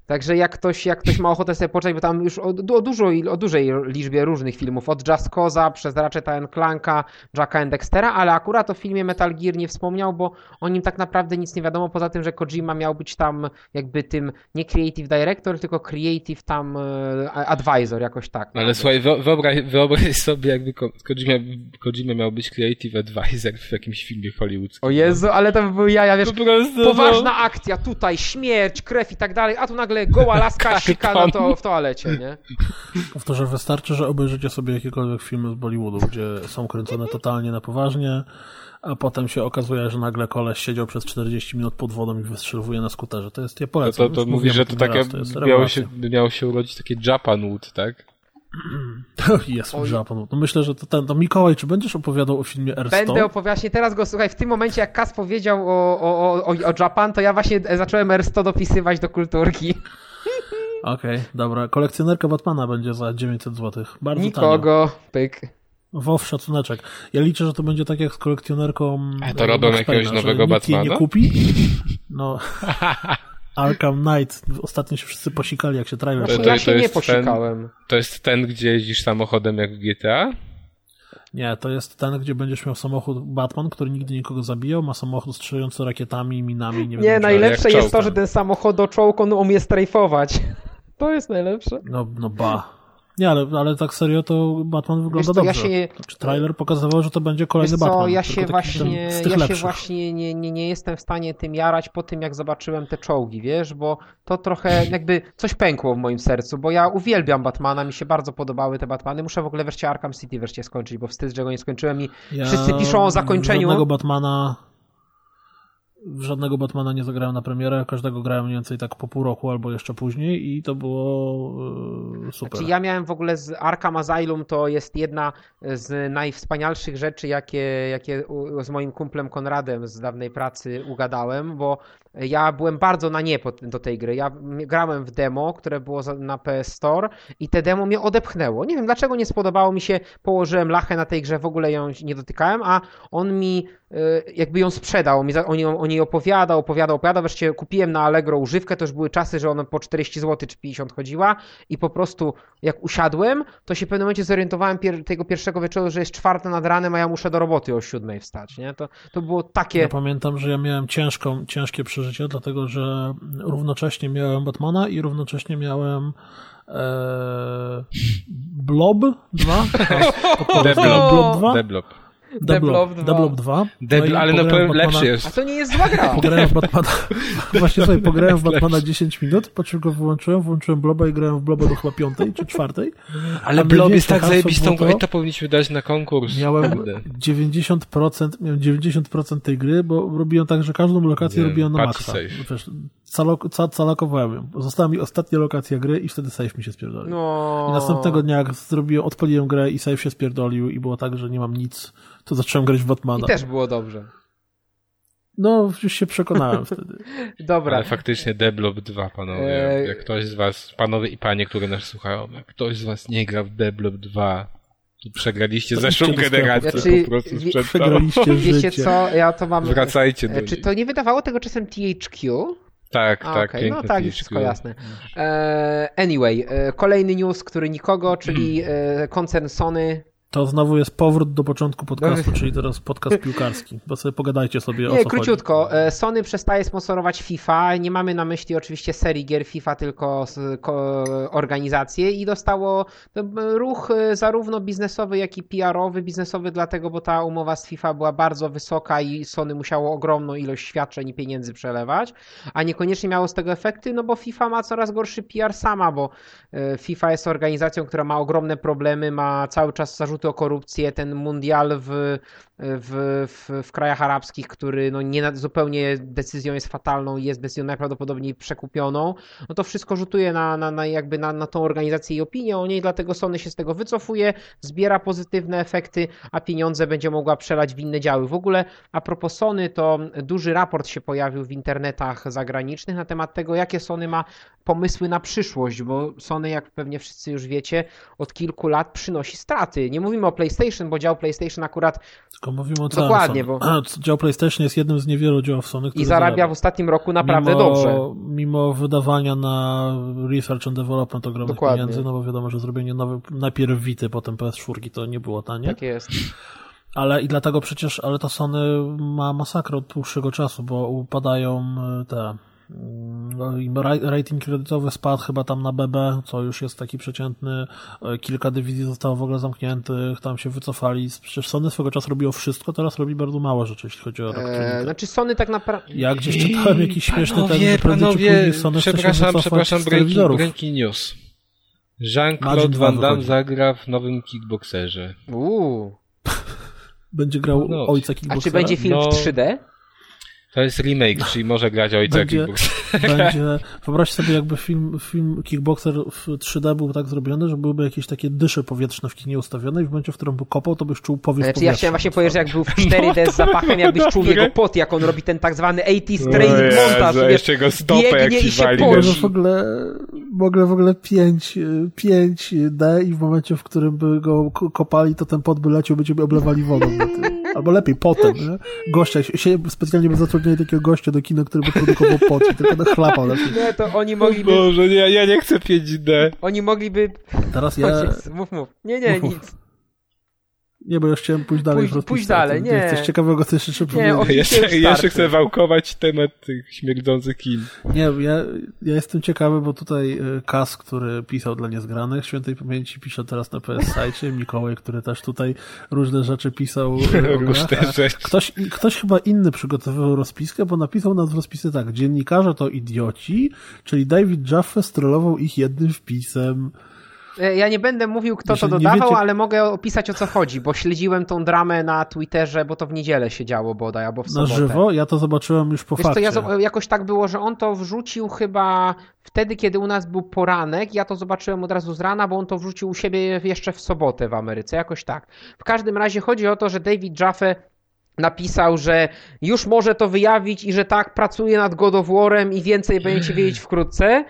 Także jak ktoś ma ochotę sobie poczytać, bo tam już o dużej liczbie różnych filmów, od Just Cause'a przez Ratcheta & Clanka, Jacka and Dextera, ale akurat o filmie Metal Gear nie wspomniał, bo o nim tak naprawdę nic nie wiadomo, poza tym, że Kojima miał być tam jakby tym nie creative director, tylko creative tam advisor, jakoś tak. Ale słuchaj, wyobraź sobie, jakby Kojima miał być creative advisor w jakimś filmie hollywoodzkim. O Jezu, ale to by były jaja, wiesz, poważna akcja, tutaj śmierć, krew i tak dalej, a tu nagle goła laska sika w toalecie, nie? Powtórzę, wystarczy, że obejrzycie sobie jakiekolwiek filmy z Bollywoodu, gdzie są kręcone totalnie na poważnie, a potem się okazuje, że nagle koleś siedział przez 40 minut pod wodą i wystrzelowuje na skuterze. To jest, ja polecam. To mówisz, że to takie miało się urodzić takie Japanwood, tak? Jest Japanwood. No myślę, że to Mikołaj, czy będziesz opowiadał o filmie R100? Będę opowiadał, teraz go słuchaj, w tym momencie jak Kas powiedział o Japan, to ja właśnie zacząłem R100 dopisywać do kulturki. Okej, dobra. Kolekcjonerka Batmana będzie za 900 zł. Bardzo nikogo, tanio. Pyk. Wow, szacuneczek. Ja liczę, że to będzie tak jak z kolekcjonerką... A to robią jakiegoś nowego Batmana? Nie kupi? No... Arkham Knight. Ostatnio się wszyscy posikali, jak się trailer... Ja się nie posikałem. To jest ten, gdzie jeździsz samochodem jak w GTA? Nie, to jest ten, gdzie będziesz miał samochód Batman, który nigdy nikogo zabijał, ma samochód strzelający rakietami, minami, nie wiem. Najlepsze jest to, że ten samochodoczołg, on umie strajfować. To jest najlepsze. No ba. Nie, ale tak serio to Batman wygląda dobrze. Trailer pokazywał, że to będzie kolejny Batman. Ja się właśnie nie jestem w stanie tym jarać po tym, jak zobaczyłem te czołgi, wiesz, bo to trochę jakby coś pękło w moim sercu, bo ja uwielbiam Batmana, mi się bardzo podobały te Batmany. Muszę w ogóle wreszcie Arkham City skończyć, bo wstyd, że go nie skończyłem i wszyscy piszą o zakończeniu. Żadnego Batmana nie zagrałem na premierę, każdego grałem mniej więcej tak po pół roku albo jeszcze później i to było super. Znaczy ja miałem w ogóle z Arkham Asylum, to jest jedna z najwspanialszych rzeczy, jakie z moim kumplem Konradem z dawnej pracy ugadałem, bo ja byłem bardzo na nie do tej gry. Ja grałem w demo, które było na PS Store i te demo mnie odepchnęło. Nie wiem dlaczego nie spodobało mi się, położyłem lachę na tej grze, w ogóle ją nie dotykałem, a on mi jakby ją sprzedał, o niej opowiadał, wreszcie kupiłem na Allegro używkę, to już były czasy, że ona po 40 zł czy 50 chodziła i po prostu jak usiadłem, to się w pewnym momencie zorientowałem tego pierwszego wieczoru, że jest 4 nad ranem, a ja muszę do roboty o 7 wstać, nie? To było takie... Ja pamiętam, że ja miałem ciężkie przeżycie, dlatego, że równocześnie miałem Batmana i równocześnie miałem Blob 2? Blob 2. Ale no powiem, lepszy jest. A to nie jest zła gra. Pograłem w Batmana. Właśnie sobie pograłem w Batmana 10 minut, po czym go włączyłem Bloba i grałem w Bloba do chyba 5 czy 4. Ale Blob jest tak zajebistą grą, to powinniśmy dać na konkurs. Miałem 90% tej gry, bo robiłem tak, że każdą lokację robiłem na maksa. Calakowałem ją. Została mi ostatnia lokacja gry i wtedy save mi się spierdolił. No. I następnego dnia jak odpaliłem grę i save się spierdolił i było tak, że nie mam nic, to zacząłem grać w Batmana. I też było dobrze. No, już się przekonałem wtedy. Dobra. Ale faktycznie The Blob 2, panowie. Jak ktoś z was, panowie i panie, które nas słuchają, jak ktoś z was nie gra w The Blob 2, to przegraliście zeszłą generację po prostu przegraliście życie. Wiecie co, ja to mam... Wracajcie do Czy to nie wydawało tego czasem THQ? Tak, okay. No tak, już wszystko jasne. Anyway, kolejny news, który nikogo, czyli koncern Sony... To znowu jest powrót do początku podcastu, czyli teraz podcast piłkarski, bo sobie pogadajcie sobie o co króciutko. chodzi. Sony przestaje sponsorować FIFA, nie mamy na myśli oczywiście serii gier FIFA, tylko organizacje i dostało ruch zarówno biznesowy, jak i PR-owy. Biznesowy dlatego, bo ta umowa z FIFA była bardzo wysoka i Sony musiało ogromną ilość świadczeń i pieniędzy przelewać, a niekoniecznie miało z tego efekty, no bo FIFA ma coraz gorszy PR sama, bo FIFA jest organizacją, która ma ogromne problemy, ma cały czas zarzuty o korupcję, ten mundial w krajach arabskich, który no zupełnie decyzją jest fatalną i jest decyzją najprawdopodobniej przekupioną, no to wszystko rzutuje na tą organizację i opinię o niej, dlatego Sony się z tego wycofuje, zbiera pozytywne efekty, a pieniądze będzie mogła przelać w inne działy. W ogóle a propos Sony, to duży raport się pojawił w internetach zagranicznych na temat tego, jakie Sony ma pomysły na przyszłość, bo Sony, jak pewnie wszyscy już wiecie, od kilku lat przynosi straty. Nie mówimy o PlayStation, bo dział PlayStation akurat mówimy o całym Dokładnie, Sony. bo... Dział PlayStation jest jednym z niewielu działów Sony, który i zarabia w ostatnim roku naprawdę dobrze. Mimo wydawania na research and development ogromnych pieniędzy, no bo wiadomo, że zrobienie najpierw Vity, potem PS4 to nie było tanie. Tak jest. Ale i dlatego przecież, ale to Sony ma masakrę od dłuższego czasu, bo upadają te... Rating kredytowy spadł chyba tam na BB, co już jest taki przeciętny. Kilka dywizji zostało w ogóle zamkniętych, tam się wycofali. Przecież Sony swego czasu robiło wszystko, teraz robi bardzo mało rzeczy, jeśli chodzi o elektronikę. Znaczy Sony tak naprawdę... Ja gdzieś czytałem jakiś śmieszny tekst, panowie, Sony przepraszam, breaking news. Jean-Claude Van Damme zagra w nowym Kickboxerze. Będzie grał ojca Kickboxera. A czy będzie film w 3D? To jest remake, czyli może grać ojca Kickboxera. Wyobraź sobie, jakby film Kickboxer w 3D był tak zrobiony, że byłyby jakieś takie dysze powietrzne w kinie ustawione i w momencie, w którym by kopał, to byś czuł powiew powietrza. Ja chciałem właśnie powiedzieć, że jak był w 4D z zapachem, jakbyś czuł jego pot, jak on robi ten tak zwany 80s training montaż. Jeszcze go stopę jak ci wali. W ogóle 5D i w momencie, w którym by go kopali, to ten pot by leciał, by ciebie oblewali wodą na tym. Albo lepiej potem, nie? Gościa, specjalnie by zatrudniali takiego gościa do kina, który by produkował pot i tylko chlapał. Nie, to oni mogliby... Boże, nie, ja nie chcę 5D. Oni mogliby... Teraz ja... Mów. Nie, mów. nic. Nie, bo już chciałem pójść dalej. Pójść dalej, nie. Coś ciekawego, co jeszcze jeszcze chcę wałkować temat tych śmierdzących kin. Nie, ja jestem ciekawy, bo tutaj Kas, który pisał dla Niezgranych, świętej pamięci, pisze teraz na PS-sajcie, Mikołaj, który też tutaj różne rzeczy pisał. Ktoś chyba inny przygotowywał rozpiskę, bo napisał nas w rozpisce tak: dziennikarze to idioci, czyli David Jaffe strollował ich jednym wpisem. Ja nie będę mówił, kto to dodawał, ale mogę opisać, o co chodzi, bo śledziłem tą dramę na Twitterze, bo to w niedzielę się działo bodaj, albo w sobotę. Na żywo? Ja to zobaczyłem już po fakcie. Jakoś tak było, że on to wrzucił chyba wtedy, kiedy u nas był poranek. Ja to zobaczyłem od razu z rana, bo on to wrzucił u siebie jeszcze w sobotę w Ameryce, jakoś tak. W każdym razie chodzi o to, że David Jaffe napisał, że już może to wyjawić i że tak, pracuje nad God of War'em i więcej będziecie wiedzieć wkrótce.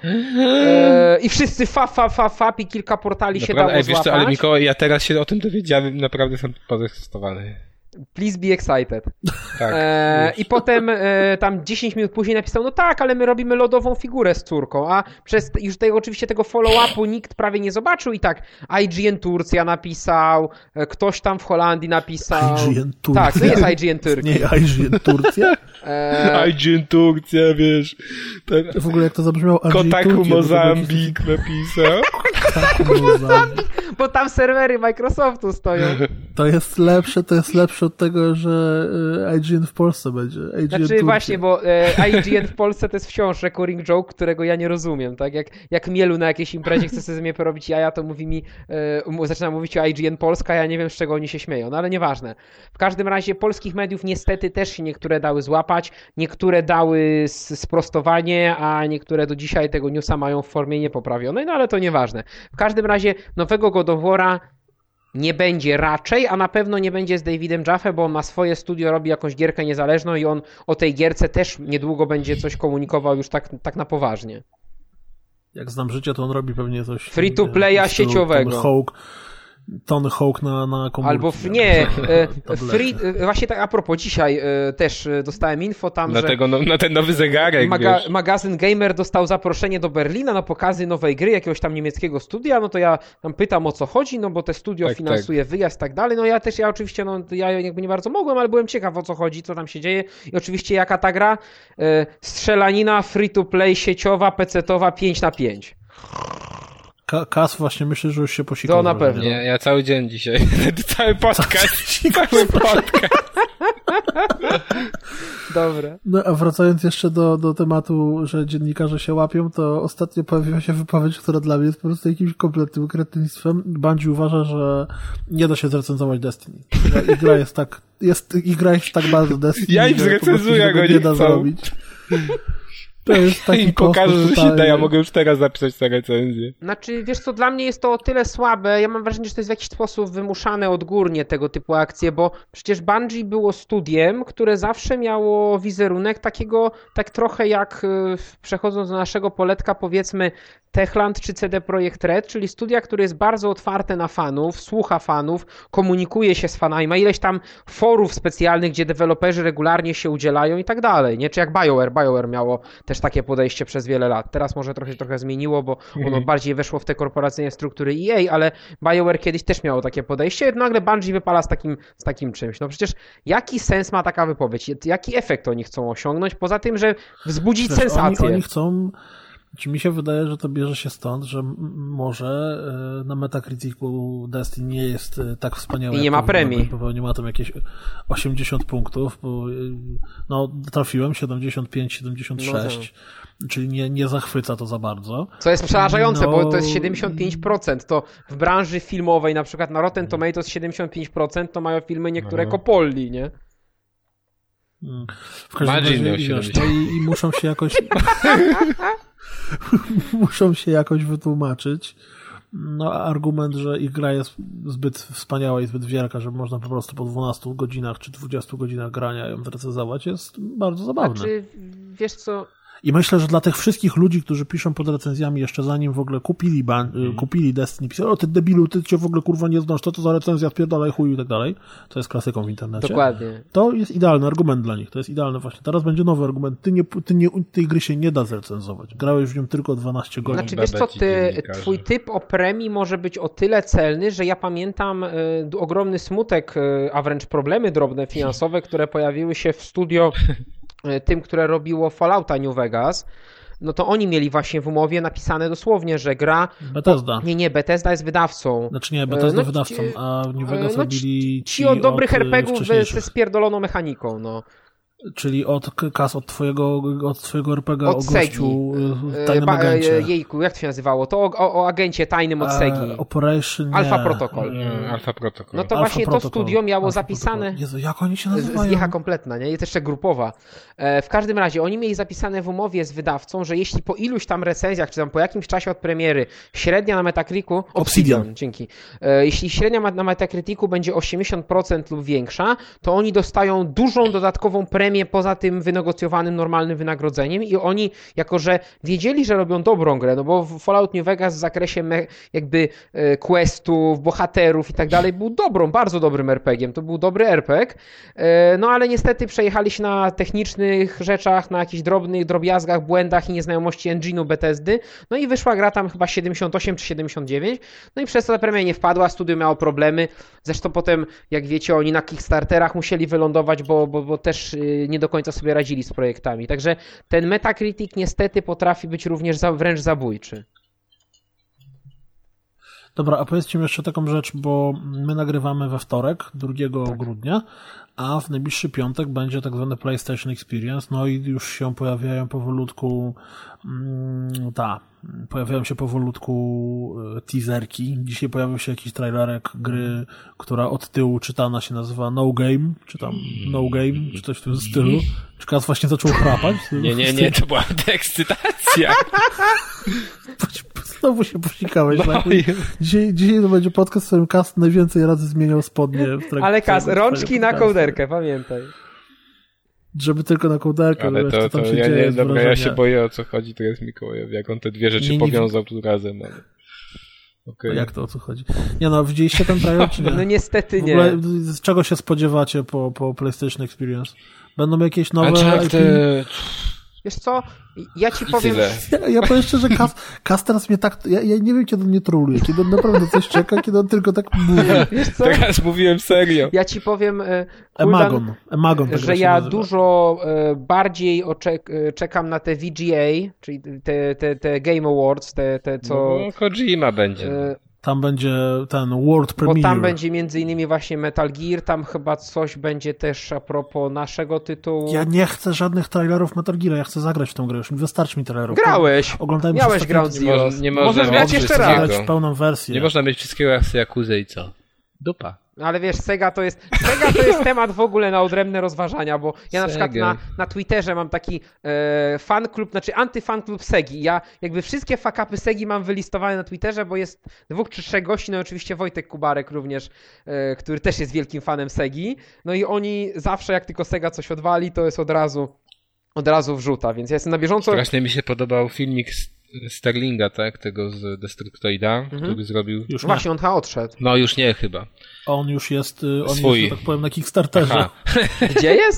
I wszyscy fap i kilka portali się dało złapać. Wiesz co, ale Mikołaj, ja teraz się o tym dowiedziałem, naprawdę jestem podekscytowany. Please be excited. Tak. I potem tam 10 minut później napisał, no tak, ale my robimy lodową figurę z córką, a przez już oczywiście tego follow-upu nikt prawie nie zobaczył i tak IGN Turcja napisał, ktoś tam w Holandii napisał. IGN Turcja? Tak, to jest IGN Turcja. Nie, IGN Turcja? IGN Turcja, wiesz. Tak. W ogóle jak to zabrzmiało Kotaku Mozambik napisał. Kotaku Mozambik. Bo tam serwery Microsoftu stoją. To jest lepsze od tego, że IGN w Polsce będzie. Znaczy właśnie, bo IGN w Polsce to jest wciąż recurring joke, którego ja nie rozumiem, tak? Jak Mielu na jakiejś imprezie chce sobie ze mnie porobić jaja, to mówi mi, zaczyna mówić o IGN Polska, ja nie wiem, z czego oni się śmieją, no ale nieważne. W każdym razie polskich mediów niestety też się niektóre dały złapać, niektóre dały sprostowanie, a niektóre do dzisiaj tego newsa mają w formie niepoprawionej, no ale to nieważne. W każdym razie nowego God of War'a nie będzie raczej, a na pewno nie będzie z Davidem Jaffe, bo on ma swoje studio, robi jakąś gierkę niezależną i on o tej gierce też niedługo będzie coś komunikował już tak na poważnie. Jak znam życie, to on robi pewnie coś... Free to playa sieciowego. Tony Hawk na komórki. Albo free, właśnie tak a propos, dzisiaj też dostałem info tam, na ten nowy zegarek, magazyn Gamer dostał zaproszenie do Berlina na pokazy nowej gry jakiegoś tam niemieckiego studia, no to ja tam pytam, o co chodzi, no bo te studio finansuje wyjazd i tak dalej, no ja oczywiście, ja jakby nie bardzo mogłem, ale byłem ciekaw, o co chodzi, co tam się dzieje i oczywiście jaka ta gra, strzelanina free to play sieciowa, pecetowa 5x5. Kas właśnie myślę, że już się posikał. To na pewno. Ja cały dzień dzisiaj. Cały podcast. Dobra. No a wracając jeszcze do tematu, że dziennikarze się łapią, to ostatnio pojawiła się wypowiedź, która dla mnie jest po prostu jakimś kompletnym kretynstwem. Bungie uważa, że nie da się zrecenzować Destiny. Gra jest tak bardzo Destiny, ja im zrecenzuję, go nie da zrobić. To jest taki i pokażę, że się da, ja mogę już teraz napisać tę recenzję. Znaczy, wiesz co, dla mnie jest to o tyle słabe, ja mam wrażenie, że to jest w jakiś sposób wymuszane odgórnie tego typu akcje, bo przecież Bungie było studiem, które zawsze miało wizerunek takiego, tak trochę jak przechodząc do naszego poletka, powiedzmy Techland czy CD Projekt Red, czyli studia, które jest bardzo otwarte na fanów, słucha fanów, komunikuje się z fanami, ma ileś tam forów specjalnych, gdzie deweloperzy regularnie się udzielają i tak dalej, nie? Czy jak BioWare miało też takie podejście przez wiele lat. Teraz może trochę zmieniło, bo ono bardziej weszło w te korporacyjne struktury EA, ale BioWare kiedyś też miało takie podejście, nagle Bungie wypala z takim czymś. No przecież jaki sens ma taka wypowiedź? Jaki efekt oni chcą osiągnąć, poza tym, że wzbudzić sensację? Oni chcą... Czy mi się wydaje, że to bierze się stąd, że może na Metacriticu Destiny nie jest tak wspaniałe. I nie ma premii. Bo nie ma tam jakieś 80 punktów, bo no trafiłem 75, 76, czyli nie zachwyca to za bardzo. Co jest przerażające, bo to jest 75%. To w branży filmowej, na przykład na Rotten Tomatoes 75% to mają filmy niektóre Copolli, nie? W każdym razie, i muszą się jakoś muszą się jakoś wytłumaczyć. No argument, że ich gra jest zbyt wspaniała i zbyt wielka, że można po prostu po 12 godzinach czy 20 godzinach grania ją zrecenzować, jest bardzo zabawne. Znaczy, wiesz co... I myślę, że dla tych wszystkich ludzi, którzy piszą pod recenzjami jeszcze zanim w ogóle kupili Destiny, pisali, o ty debilu, ty cię w ogóle kurwa nie znasz, to za recenzja, spierdalaj chuju i tak dalej. To jest klasyką w internecie. Dokładnie. To jest idealny argument dla nich, to jest idealne właśnie. Teraz będzie nowy argument, tej gry się nie da zrecenzować. Grałeś w nią tylko 12 godzin. Znaczy wiesz co, twój typ o premii może być o tyle celny, że ja pamiętam ogromny smutek, a wręcz problemy drobne finansowe, które pojawiły się w studio tym, które robiło Fallouta New Vegas, no to oni mieli właśnie w umowie napisane dosłownie, że gra... Bethesda. Nie, Bethesda jest wydawcą. Znaczy nie, Bethesda wydawcą, a New Vegas robili ci od dobrych RPGów ze spierdoloną mechaniką, no. Czyli od twojego RPG o gościu tajnym agencie. Jejku, jak to się nazywało? To o agencie tajnym od Segi. Operation... Alpha Protocol. Alpha Protocol. No to Alpha właśnie Protocol. to studio miało zapisane... Jezu, jak oni się nazywają? Zjecha kompletna, nie? Jest jeszcze grupowa. W każdym razie, oni mieli zapisane w umowie z wydawcą, że jeśli po iluś tam recenzjach, czy tam po jakimś czasie od premiery, średnia na Metacriticu... Obsidian. Dzięki. Jeśli średnia na Metacriticu będzie 80% lub większa, to oni dostają dużą dodatkową premię poza tym wynegocjowanym normalnym wynagrodzeniem i oni, jako że wiedzieli, że robią dobrą grę, no bo Fallout New Vegas w zakresie jakby questów, bohaterów i tak dalej był bardzo dobrym RPG-iem, to był dobry RPG, no ale niestety przejechali się na technicznych rzeczach, na jakichś drobnych drobiazgach, błędach i nieznajomości engine'u Bethesdy, no i wyszła gra tam chyba 78 czy 79, no i przez to ta premia nie wpadła, studio miało problemy, zresztą potem, jak wiecie, oni na Kickstarterach musieli wylądować, bo też nie do końca sobie radzili z projektami. Także ten Metacritic niestety potrafi być również wręcz zabójczy. Dobra, a powiedzcie mi jeszcze taką rzecz, bo my nagrywamy we wtorek, 2 grudnia, a w najbliższy piątek będzie tak zwany PlayStation Experience, no i już się pojawiają powolutku teaserki. Dzisiaj pojawił się jakiś trailerek gry, która od tyłu czytana się nazywa No Game, czy tam No Game, czy coś w tym stylu. Czy Kaz właśnie zaczął chrapać? Nie, to była ekscytacja. Znowu się posikałeś. No, tak? Dzisiaj to będzie podcast, w którym Kaz najwięcej razy zmieniał spodnie. Ale Kaz, rączki na kołderkę, pamiętaj. Żeby tylko na kołderkę. Ale to tam się ja dzieje nie, dobra, ja się boję, o co chodzi teraz Mikołaj, jak on te dwie rzeczy powiązał tu razem. Ale... Okay. Jak to o co chodzi? Nie no, widzieliście ten trailer, czy nie? No niestety nie. W ogóle, z czego się spodziewacie po PlayStation Experience? Będą jakieś nowe IP? Wiesz co, ja ci powiem... Ja powiem szczerze, Kas teraz mnie tak... Ja nie wiem, kiedy on mnie troluje, kiedy on naprawdę coś czeka, kiedy on tylko tak mówi. Wiesz co? Teraz mówiłem serio. Ja ci powiem, Emagon że ja dużo bardziej czekam na te VGA, czyli te Game Awards, te co... No, Kojima będzie. Tam będzie ten World Premiere. Bo tam będzie między innymi właśnie Metal Gear, tam chyba coś będzie też a propos naszego tytułu. Ja nie chcę żadnych trailerów Metal Geara, ja chcę zagrać w tą grę, już wystarczy mi trailerów. Grałeś! Miałeś Ground Zero. Możesz grać jeszcze raz. Pełną wersję. Nie można mieć wszystkiego jak Yakuza i co? Dupa. Ale wiesz, Sega to jest temat w ogóle na odrębne rozważania, bo ja na przykład na Twitterze mam taki fan klub, znaczy antyfan klub Segi. Ja jakby wszystkie fuck-upy Segi mam wylistowane na Twitterze, bo jest 2 czy 3 gości, no oczywiście Wojtek Kubarek również, który też jest wielkim fanem Segi. No i oni zawsze jak tylko Sega coś odwali, to jest od razu wrzuta, więc ja jestem na bieżąco. Strasznie mi się podobał filmik Sterlinga, tak? Tego z Destructoida, który zrobił... Już właśnie, on odszedł. No już nie chyba. On już jest, że tak powiem, na Kickstarterze. Gdzie jest?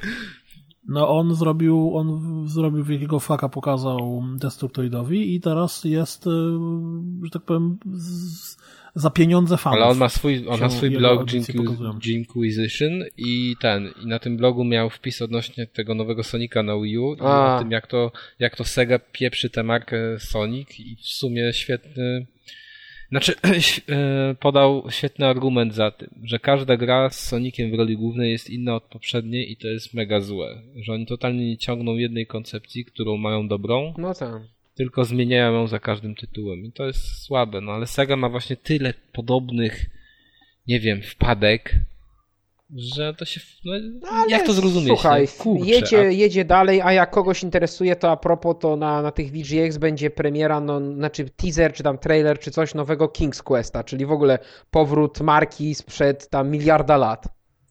No on zrobił wielkiego faka, pokazał Destructoidowi i teraz jest, że tak powiem, za pieniądze fanów. Ale on ma swój blog Jinquisition i na tym blogu miał wpis odnośnie tego nowego Sonika na Wii U i o tym jak to Sega pieprzy tę markę Sonic i w sumie świetny... Znaczy, podał świetny argument za tym, że każda gra z Soniciem w roli głównej jest inna od poprzedniej i to jest mega złe. Że oni totalnie nie ciągną jednej koncepcji, którą mają dobrą, tylko zmieniają ją za każdym tytułem. I to jest słabe, no ale Sega ma właśnie tyle podobnych, nie wiem, wpadek, że to się... No, jak to zrozumieć? Słuchaj, jedzie dalej, a jak kogoś interesuje, to a propos, to na tych VGX będzie premiera, znaczy teaser, czy tam trailer, czy coś nowego King's Questa, czyli w ogóle powrót marki sprzed tam miliarda lat.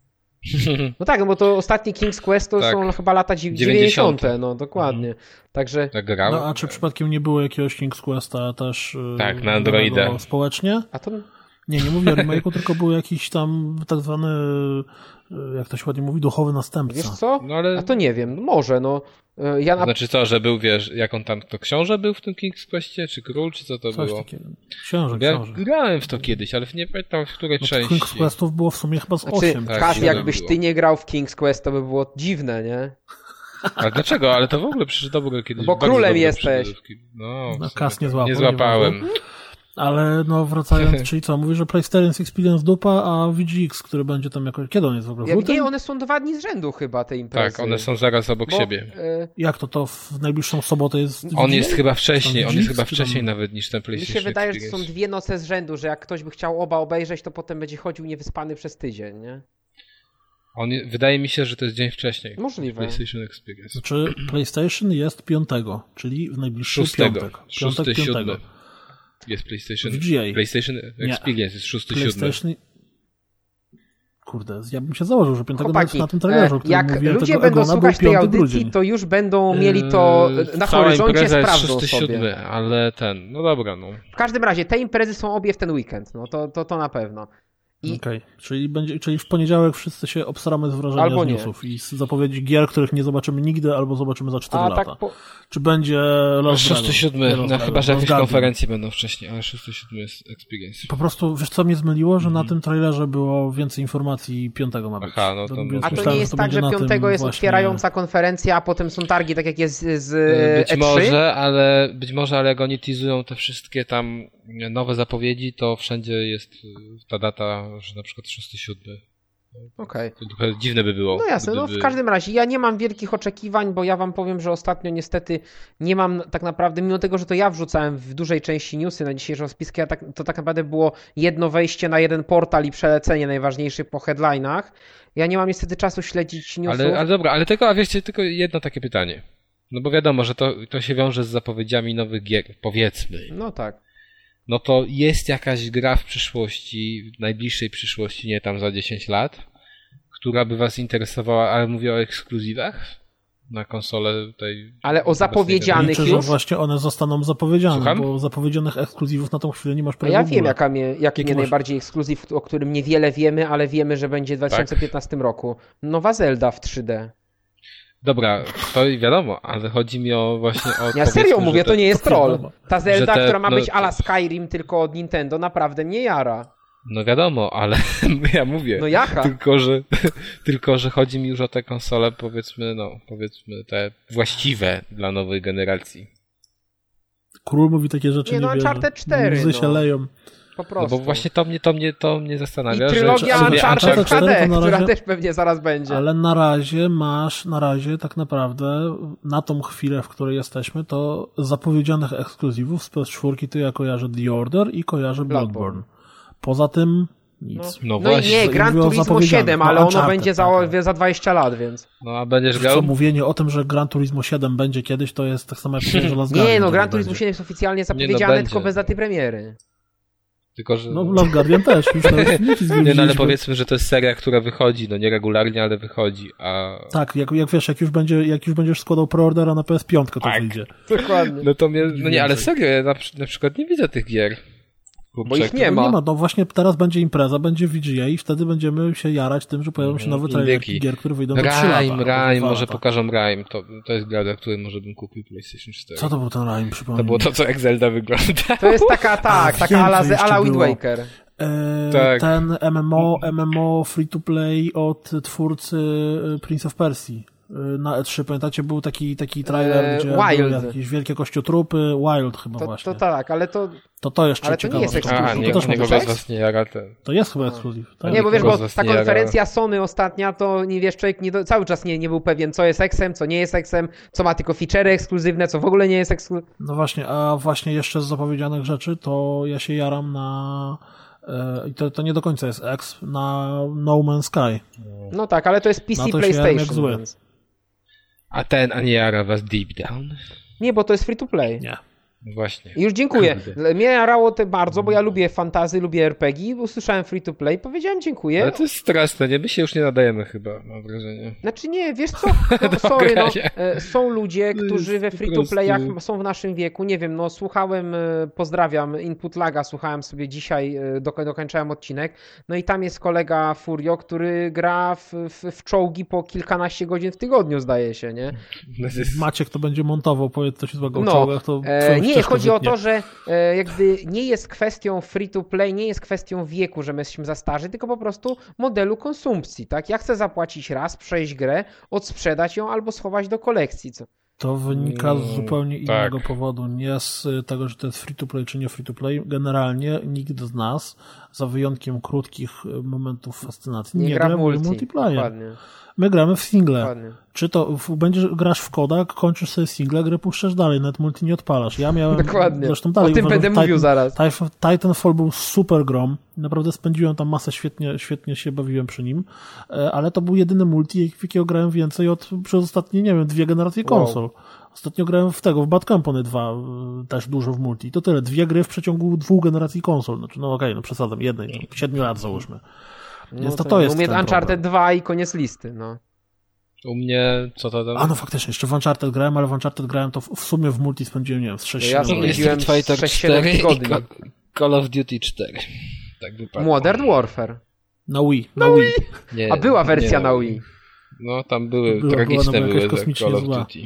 No tak, bo to ostatni King's Quest to są chyba lata 90. No dokładnie. Także... No a czy przypadkiem nie było jakiegoś King's Questa też na Androida społecznie? A to... Nie mówię o remake'u, tylko był jakiś tam tak zwany, jak to się ładnie mówi, duchowy następca. Wiesz co? No, ale... A to nie wiem, może, no. Znaczy co, że był, wiesz, jak on tam, to książę był w tym King's Questie, czy król, czy co to coś było? Takiego. Książę. Grałem w to kiedyś, ale nie pamiętam w której części. King's Questów było w sumie chyba z 8. Jakbyś ty nie grał w King's Quest, to by było dziwne, nie? Ale dlaczego? Ale to w ogóle przecież dobre kiedyś. Bo królem jesteś. No Kas nie złapałem. Ale no wracając, czyli co, mówisz, że PlayStation Experience dupa, a VGX, który będzie tam jakoś... Kiedy on jest w ogóle? Nie, one są 2 dni z rzędu chyba, te imprezy. Tak, one są zaraz obok siebie. Jak to w najbliższą sobotę jest VGX? On jest chyba wcześniej, nawet niż ten PlayStation. Mi się wydaje, że to są 2 noce z rzędu, że jak ktoś by chciał oba obejrzeć, to potem będzie chodził niewyspany przez tydzień, nie? Wydaje mi się, że to jest dzień wcześniej. Możliwe. PlayStation Experience. Znaczy PlayStation jest 5, czyli w najbliższy piątek. 6-7. Jest PlayStation Experience, jest 6-7. Kurde, ja bym się założył, że 5 na tym trailerze, o którym jak mówiłem, ludzie będą słuchać tej audycji, to już będą mieli to na horyzoncie, sprawdzą sobie. Ale no dobra, no. W każdym razie, te imprezy są obie w ten weekend, no to na pewno. Okej, czyli w poniedziałek wszyscy się obsramy z wrażenia z newsów i z zapowiedzi gier, których nie zobaczymy nigdy, albo zobaczymy za 4 lata. Czy będzie Lost Dragon? 6-7, no chyba, że jakieś konferencje będą wcześniej, ale 6-7 jest Experience. Po prostu, wiesz co mnie zmyliło, że na tym trailerze było więcej informacji 5 ma być. Aha, no to a to nie jest tak, że 5 jest otwierająca konferencja, a potem są targi, tak jak jest z E3? Być może, ale jak oni teasują te wszystkie tam nowe zapowiedzi, to wszędzie jest ta data, że na przykład 6-7. Okej. To trochę dziwne by było. No jasne, w każdym razie ja nie mam wielkich oczekiwań, bo ja wam powiem, że ostatnio niestety nie mam tak naprawdę, mimo tego, że to ja wrzucałem w dużej części newsy na dzisiejszą spiskę, to tak naprawdę było jedno wejście na jeden portal i przelecenie najważniejszych po headlinach. Ja nie mam niestety czasu śledzić newsów. Ale dobra, ale tylko jedno takie pytanie. No bo wiadomo, że to się wiąże z zapowiedziami nowych gier, powiedzmy. No tak. No to jest jakaś gra w przyszłości, w najbliższej przyszłości, nie tam za 10 lat, która by was interesowała, ale mówię o ekskluzywach na konsolę tej... Ale o zapowiedzianych liczę, już? Że właśnie one zostaną zapowiedziane, Słucham? Bo zapowiedzianych ekskluzywów na tą chwilę nie masz prawa. Ja wiem, jaki mnie najbardziej ekskluzyw, o którym niewiele wiemy, ale wiemy, że będzie w 2015 roku. Nowa Zelda w 3D. Dobra, to wiadomo, ale chodzi mi właśnie o... Ja serio mówię, to nie jest troll. Ta Zelda, która ma być a la Skyrim tylko od Nintendo, naprawdę mnie jara. No wiadomo, ale ja mówię. No jaka? Tylko, że chodzi mi już o te konsole, powiedzmy te właściwe dla nowej generacji. Król mówi takie rzeczy, nie Uncharted 4, łzy się leją. Po prostu. No bo właśnie to mnie zastanawia. I trylogia Uncharted HD, która też pewnie zaraz będzie. Ale na razie tak naprawdę na tą chwilę, w której jesteśmy, to zapowiedzianych ekskluzywów z PS4 to ja kojarzę The Order i kojarzę Bloodborne. Poza tym nic. No właśnie. Nie, Gran Turismo 7, ale ono będzie za 20 lat, więc... No a będziesz grał? Mówienie o tym, że Gran Turismo 7 będzie kiedyś, to jest tak samo jak że Last Guardian. Nie, Gran Turismo 7 jest oficjalnie zapowiedziane, tylko bez daty premiery. Tylko, że... No Last Guardian też. Już nie, no ale powiedzmy, że to jest seria, która wychodzi, no nie regularnie, ale wychodzi, a... Tak, jak wiesz, jak już będziesz składał preordera na PS5, to tak, wyjdzie. Dokładnie. No to mnie, no nie, ale serio, ja na przykład nie widzę tych gier. Bo ich nie ma. No właśnie teraz będzie impreza, będzie VGA i wtedy będziemy się jarać tym, że pojawią się nowe trailerki gier, które wyjdą za 3 lata. Rime, może pokażą Rime. To jest gra, dla której może bym kupił PlayStation 4. Co to był ten Rime, przypomnij? To było to, co jak Zelda wygląda. To jest taka ala Wind Waker. Tak. Ten MMO free-to-play od twórcy Prince of Persia. Na E3, pamiętacie, był taki trailer, gdzie były jakieś wielkie kościotrupy, Wild chyba właśnie. To tak, ale to... To jeszcze ale to nie jest ekskluzyw. To jest chyba ekskluzyw. Tak? Nie, bo wiesz, bo ta konferencja Sony ostatnia, to nie wiesz, człowiek cały czas nie był pewien, co jest X-em, co nie jest X-em, co ma tylko feature'y ekskluzywne, co w ogóle nie jest ekskluzywne. No właśnie, a właśnie jeszcze z zapowiedzianych rzeczy, to ja się jaram na... I to nie do końca jest X, na No Man's Sky. No tak, ale to jest PC PlayStation. Więc... A nie jara was Deep Down? Nie, bo to jest free to play. Nie. Właśnie. Już dziękuję. Mnie jarało to bardzo, bo ja lubię fantasy, lubię RPG, usłyszałem free to play, powiedziałem dziękuję. Ale to jest straszne, nie? My się już nie nadajemy chyba, mam wrażenie. Znaczy nie, wiesz co? No, sorry, no, są ludzie, którzy we free to playach są w naszym wieku, nie wiem, no słuchałem, pozdrawiam, Input Laga, słuchałem sobie dzisiaj, dokończałem odcinek, no i tam jest kolega Furio, który gra w czołgi po kilkanaście godzin w tygodniu, zdaje się, nie? Maciek to będzie montował, powiedz coś złego o czołgach, to nie, chodzi o to, że jakby nie jest kwestią free to play, nie jest kwestią wieku, że my jesteśmy za starzy, tylko po prostu modelu konsumpcji, tak? Ja chcę zapłacić raz, przejść grę, odsprzedać ją albo schować do kolekcji. To wynika z zupełnie innego powodu. Nie z tego, że to jest free to play czy nie free to play. Generalnie nikt z nas, za wyjątkiem krótkich momentów fascynacji, nie gra w multiplayer. Dokładnie. My gramy w single. Dokładnie. Czy to grasz w koda, kończysz sobie single, grę puszczasz dalej, nawet multi nie odpalasz. Ja miałem... Dokładnie. Zresztą dalej o tym będę mówił zaraz. Titanfall był super grom. Naprawdę spędziłem tam masę, świetnie się bawiłem przy nim. Ale to był jedyny multi, w jakiego grałem więcej przez ostatnie, nie wiem, 2 generacje konsol. Wow. Ostatnio grałem w Bad Company 2, też dużo w multi. To tyle, 2 gry w przeciągu 2 generacji konsol. Znaczy, no okej, przesadzam, 7 lat załóżmy. Więc to jest u mnie Uncharted 2 i koniec listy, no. U mnie, co to tam? No faktycznie, jeszcze w Uncharted grałem, ale w Uncharted grałem to w sumie w multi spędziłem, nie wiem, z 6-7 Ja spędziłem 6-7 tygodni. Call of Duty 4. Tak wypadło. Modern Warfare. Na Wii. Nie, a była wersja na Wii. No, tam tragiczne były Call of Duty.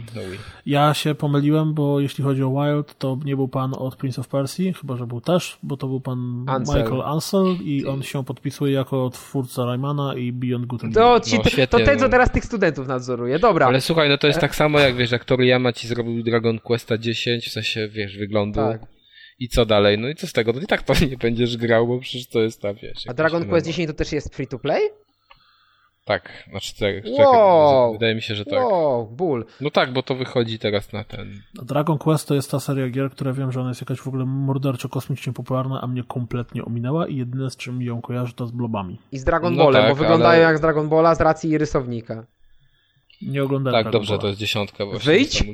Ja się pomyliłem, bo jeśli chodzi o Wild, to nie był pan od Prince of Persia, chyba że był też, bo to był pan Michael Ansel i on się podpisuje jako twórca Raymana i Beyond Good and Evil. To ten, co teraz tych studentów nadzoruje. Dobra. Ale słuchaj, no to jest tak samo jak, wiesz, jak Toriyama ci zrobił Dragon Questa 10, w sensie, wiesz, wyglądu. Tak. I co dalej? No i co z tego? No i tak pewnie będziesz grał, bo przecież to jest ta, wiesz... A Dragon Quest 10 to też jest free to play? Tak, na 4. Wow. Wydaje mi się, że tak. Wow, ból. No tak, bo to wychodzi teraz na ten... Dragon Quest to jest ta seria gier, która wiem, że ona jest jakaś w ogóle morderczo kosmicznie popularna, a mnie kompletnie ominęła i jedyne z czym ją kojarzy to z blobami. I z Dragon Ballem, bo wyglądają jak z Dragon Balla z racji rysownika. Nie oglądałem Tak, dobrze, to jest 10 właśnie. Wyjdź!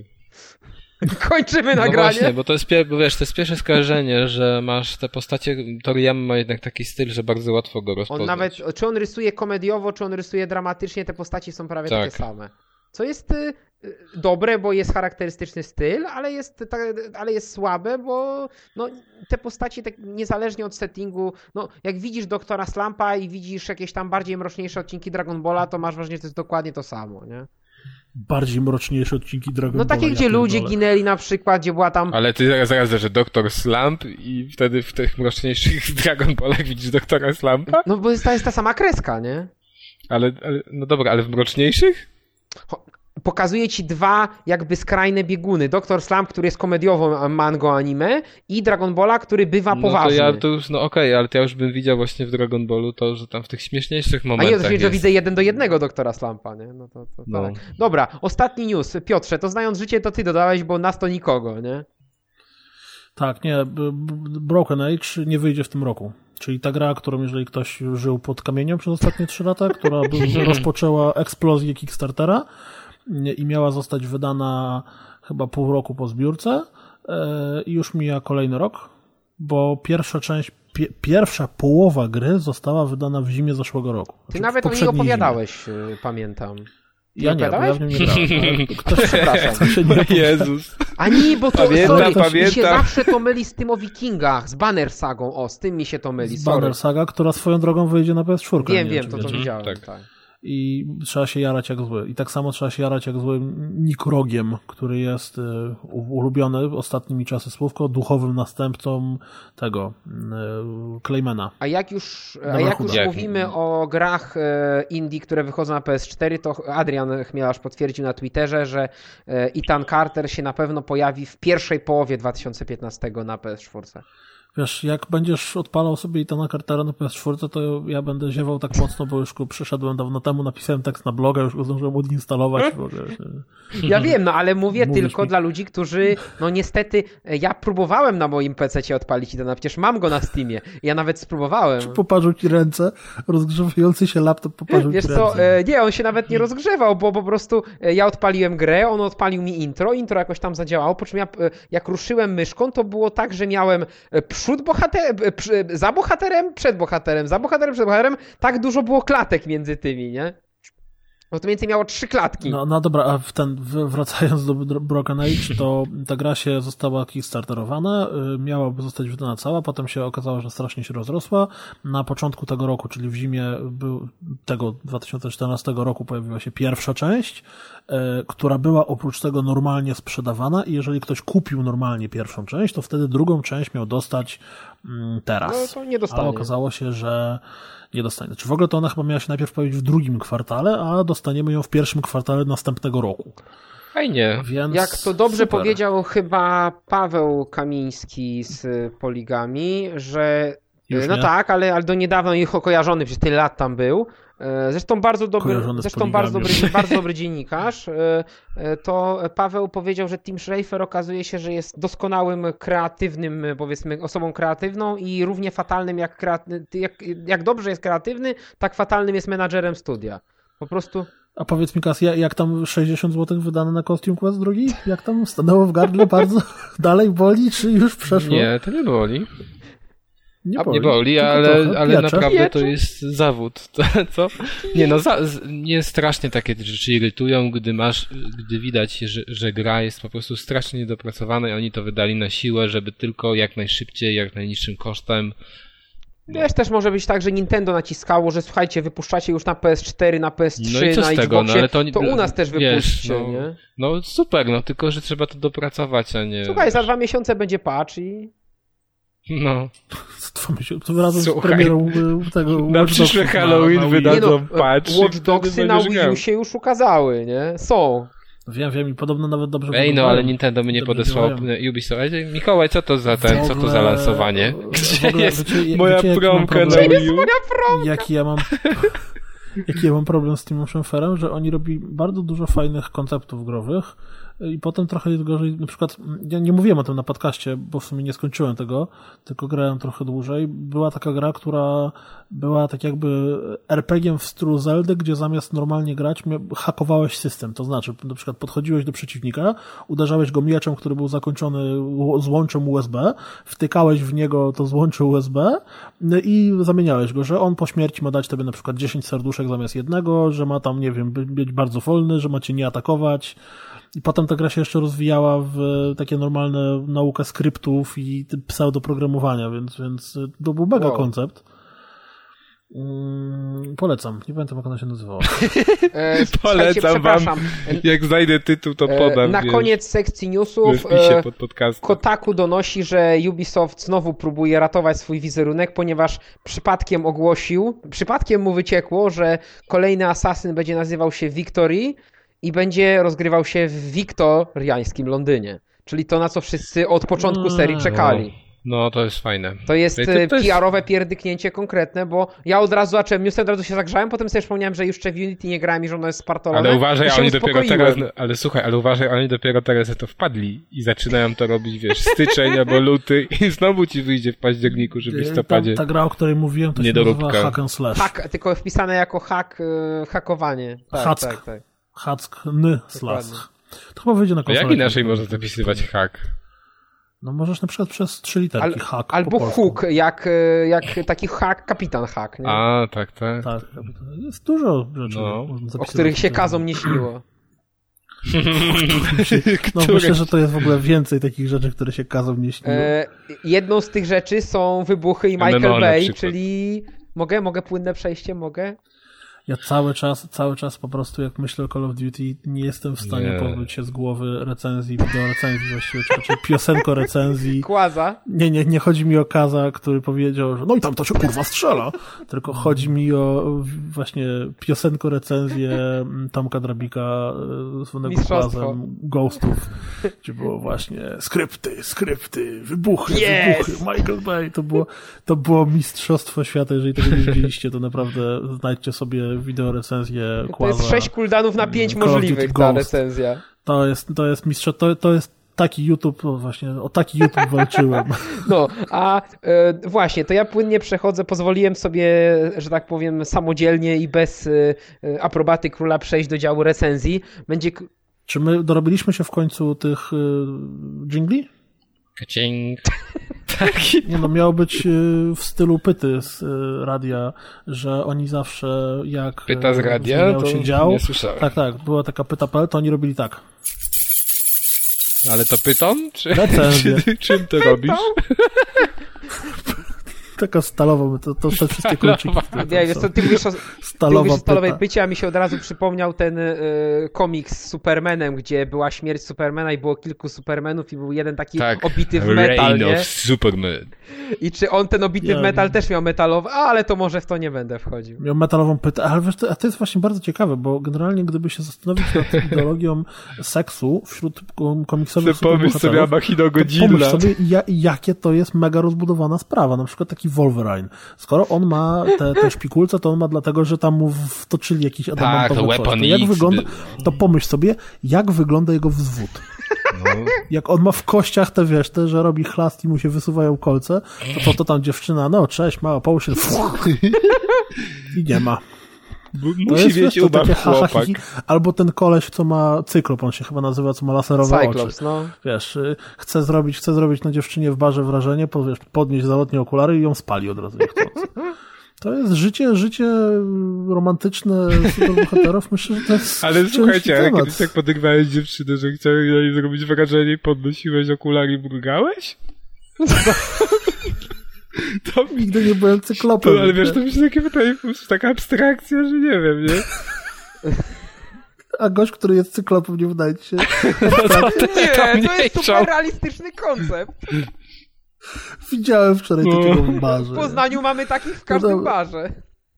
Kończymy nagranie. No właśnie, bo to jest, wiesz, to jest pierwsze skojarzenie, że masz te postacie, Toriyama ma jednak taki styl, że bardzo łatwo go rozpoznać. On nawet, czy on rysuje komediowo, czy on rysuje dramatycznie, te postaci są prawie takie same. Co jest dobre, bo jest charakterystyczny styl, ale jest słabe, bo no, te postaci tak niezależnie od settingu, no jak widzisz Doktora Slumpa i widzisz jakieś tam bardziej mroczniejsze odcinki Dragon Balla, to masz wrażenie, że to jest dokładnie to samo, nie? Bardziej mroczniejsze odcinki Dragon Balla. No takie, gdzie ludzie ginęli na przykład, gdzie była tam... Ale ty zaraz, że Doktor Slump i wtedy w tych mroczniejszych Dragon Ballach widzisz Doktora Slumpa? No bo to jest ta sama kreska, nie? Ale no dobra, ale w mroczniejszych? Pokazuje ci 2 jakby skrajne bieguny. Doktor Slump, który jest komediową mango anime i Dragon Balla, który bywa poważny. Okej, ale to ja już bym widział właśnie w Dragon Ballu to, że tam w tych śmieszniejszych momentach A nie, że widzę 1:1 Doktora Slumpa, nie? No to tak. Dobra, ostatni news. Piotrze, to znając życie, to ty dodałeś, bo nas to nikogo, nie? Tak, nie. Broken Age nie wyjdzie w tym roku. Czyli ta gra, którą jeżeli ktoś żył pod kamieniem przez ostatnie 3 lata, która rozpoczęła eksplozję Kickstartera, i miała zostać wydana chyba pół roku po zbiórce i już mija kolejny rok, bo pierwsza część pierwsza połowa gry została wydana w zimie zeszłego roku. Ty nawet o niej opowiadałeś, pamiętam. Ja nie, bo ja w nim nie grałem. Przepraszam. Jezus. A nie, bo to mi się zawsze to myli z tym o Wikingach, z Banner Sagą, z tym mi się to myli. Z Banner Saga, która swoją drogą wyjdzie na PS4. Wiem, to widziałem. Tak. I trzeba się jarać jak zły. I tak samo trzeba się jarać jak złym Nikrogiem, który jest ulubiony ostatnimi czasy słówko, duchowym następcą tego Claymana. A jak już mówimy o grach indie, które wychodzą na PS4, to Adrian Chmielarz potwierdził na Twitterze, że Ethan Carter się na pewno pojawi w pierwszej połowie 2015 na PS4. Wiesz, jak będziesz odpalał sobie Ethana Cartera na PS4, to ja będę ziewał tak mocno, bo już go przyszedłem dawno temu, napisałem tekst na bloga, już go zdążyłem odinstalować. Ja wiem, ale mówię tylko dla ludzi, którzy, niestety, ja próbowałem na moim PC-cie odpalić Ethana, przecież mam go na Steamie. Ja nawet spróbowałem. Czy poparzył ci ręce? Rozgrzewający się laptop poparzył ci ręce. Wiesz co, nie, on się nawet nie rozgrzewał, bo po prostu ja odpaliłem grę, on odpalił mi intro jakoś tam zadziałało, po czym jak ruszyłem myszką, to było tak, że miałem za bohaterem, przed bohaterem, za bohaterem, przed bohaterem, tak dużo było klatek między tymi, nie? No to mniej więcej miało 3 klatki. No dobra, a wracając do Broken Age, to ta gra się została kickstarterowana, miałaby zostać wydana cała, potem się okazało, że strasznie się rozrosła. Na początku tego roku, czyli w zimie tego 2014 roku pojawiła się pierwsza część, która była oprócz tego normalnie sprzedawana i jeżeli ktoś kupił normalnie pierwszą część, to wtedy drugą część miał dostać teraz. No to nie dostanie. A okazało się, że nie dostanie. Znaczy w ogóle to ona chyba miała się najpierw pojawić w drugim kwartale, a dostaniemy ją w pierwszym kwartale następnego roku. Fajnie. Więc jak to dobrze powiedział chyba Paweł Kamiński z Poligami, że tak, ale do niedawna ich kojarzony, przecież tyle lat tam był. Zresztą bardzo dobry dziennikarz. To Paweł powiedział, że Tim Schafer okazuje się, że jest doskonałym, kreatywnym, powiedzmy, osobą kreatywną i równie fatalnym jak dobrze jest kreatywny, tak fatalnym jest menadżerem studia. Po prostu. A powiedz mi, Kas, jak tam 60 zł wydane na Costume Quest drugi? Jak tam stanęło w gardle bardzo? Dalej boli, czy już przeszło? Nie, to nie boli. Nie boli, ale naprawdę to jest zawód. Co? Nie, nie strasznie takie rzeczy irytują, gdy widać, że gra jest po prostu strasznie niedopracowana i oni to wydali na siłę, żeby tylko jak najszybciej, jak najniższym kosztem. Wiesz, też może być tak, że Nintendo naciskało, że słuchajcie, wypuszczacie już na PS4, na PS3, na Xboxie, to u nas też wypuśćcie, nie? No super, tylko że trzeba to dopracować, a nie... Słuchaj, za 2 miesiące będzie patch i... No. To razem z premierą tego na przyszły Halloween wydadzą patch. Watch Dogsy na Wii U się już ukazały, nie? Są. Wiem i podobno nawet dobrze ale Nintendo mnie podesłał Ubisoft. Mikołaj, co to za co to za lansowanie? Gdzie jest moja promka na Wii U? Jaki ja mam problem z Timem Schaferem, że oni robi bardzo dużo fajnych konceptów growych i potem trochę jest gorzej. Na przykład, ja nie mówiłem o tym na podcaście, bo w sumie nie skończyłem tego, tylko grałem trochę dłużej. Była taka gra, która była tak jakby RPG-iem w stylu Zeldy, gdzie zamiast normalnie grać, hakowałeś system. To znaczy, na przykład podchodziłeś do przeciwnika, uderzałeś go mieczem, który był zakończony złączem USB, wtykałeś w niego to złącze USB i zamieniałeś go, że on po śmierci ma dać tobie na przykład 10 serduszek zamiast jednego, że ma tam, nie wiem, być bardzo wolny, że ma cię nie atakować. I potem ta gra się jeszcze rozwijała w takie normalne naukę skryptów i pseudoprogramowania, więc to był mega koncept. Polecam. Nie pamiętam, jak ona się nazywała. Polecam wam. Jak znajdę tytuł, to podam. Na koniec sekcji newsów Kotaku donosi, że Ubisoft znowu próbuje ratować swój wizerunek, ponieważ przypadkiem mu wyciekło, że kolejny asasyn będzie nazywał się Victory i będzie rozgrywał się w wiktoriańskim Londynie. Czyli to, na co wszyscy od początku serii czekali. No, to jest fajne. To jest PR-owe pierdyknięcie konkretne, bo ja od razu zacząłem newsy, od razu się zagrzałem, potem sobie przypomniałem, że już w Unity nie grałem i że ono jest spartolowane. Ale uważaj, oni dopiero teraz, oni dopiero teraz to wpadli i zaczynają to robić, wiesz, styczeń albo luty i znowu ci wyjdzie w październiku, czy w listopadzie. Ta gra, o której mówiłem, to się nazywa Hack and Slash. Tylko wpisane jako hakowanie. Tak. Hack, slash. To chyba wyjdzie na konsolę. Jak inaczej można zapisywać hack? No możesz na przykład przez 3 literki hack. Albo hook, jak taki hack, kapitan hack, nie? A, tak. Tak, jest dużo rzeczy, o których się kazom nie śniło. Myślę, że to jest w ogóle więcej takich rzeczy, które się kazom nie śniło. Jedną z tych rzeczy są wybuchy i Michael Bay, czyli... Mogę płynne przejście? Mogę? Ja cały czas po prostu jak myślę o Call of Duty nie jestem w stanie pozbyć się z głowy recenzji, wideorecenzji właściwie, czy raczej piosenko-recenzji. Kłaza? Nie chodzi mi o Kaza, który powiedział, że no i tam to się kurwa strzela, tylko chodzi mi o właśnie piosenko-recenzję Tomka Drabika zwanego Kazem Ghostów, gdzie było właśnie skrypty, wybuchy, Michael Bay, to było mistrzostwo świata, jeżeli tego nie widzieliście, to naprawdę znajdźcie sobie wideorecenzję Kłaza. To jest 6 cooldownów na 5 możliwych ta recenzja. To jest mistrzostwo, to jest taki YouTube, właśnie o taki YouTube walczyłem. No, a właśnie, to ja płynnie przechodzę, pozwoliłem sobie, że tak powiem, samodzielnie i bez aprobaty króla przejść do działu recenzji. Czy my dorobiliśmy się w końcu tych dżingli? Kacing. Tak. Nie no, miało być w stylu Pyty z radia, że oni zawsze jak Pyta z radia? To się dział, nie słyszałem. Tak, była taka Pyta.pl, to oni robili tak. Ale to Pyton? Czym to robisz? Taka stalowa, to te wszystkie kolczyki. Ty mówisz o stalowej pycie, a mi się od razu przypomniał ten komiks z Supermanem, gdzie była śmierć Supermana i było kilku Supermanów i był jeden taki obity w metal, nie? Superman. I czy on ten obity w metal też miał metalowy? Ale to może w to nie będę wchodził. Miał metalową pytę, ale wiesz, to jest właśnie bardzo ciekawe, bo generalnie gdyby się zastanowić nad ideologią seksu wśród komiksowych superbohaterów, sobie Amachino Godzilla. Pomyśl sobie, jakie to jest mega rozbudowana sprawa. Na przykład taki Wolverine. Skoro on ma te szpikulce, to on ma dlatego, że tam mu wtoczyli jakiś adamantowy coś. Jak wygląda, to pomyśl sobie, jak wygląda jego wzwód. No. Jak on ma w kościach te, że robi chlast i mu się wysuwają kolce, to tam dziewczyna, no cześć, mała, połóż się i nie ma. Musi mieć ubaw chłopak. Albo ten koleś, co ma Cyklop, on się chyba nazywa, co ma laserowe Cyclops, oczy. No. Wiesz, chce zrobić na dziewczynie w barze wrażenie, podnieść zalotnie okulary i ją spali od razu. To jest życie romantyczne superbohaterów. Myślę, że to jest ale słuchajcie, ale kiedyś tak podegrałeś dziewczynę, że chciałeś na niej zrobić wrażenie i podnosiłeś okulary i mrugałeś? To nigdy nie byłem cyklopem. Ale wiesz, to mi się takie wydaje, taka abstrakcja, że nie wiem, nie? A gość, który jest cyklopem, nie wydaje ci się? To jest super realistyczny koncept. Widziałem wczoraj takiego w barze. W Poznaniu mamy takich w każdym barze.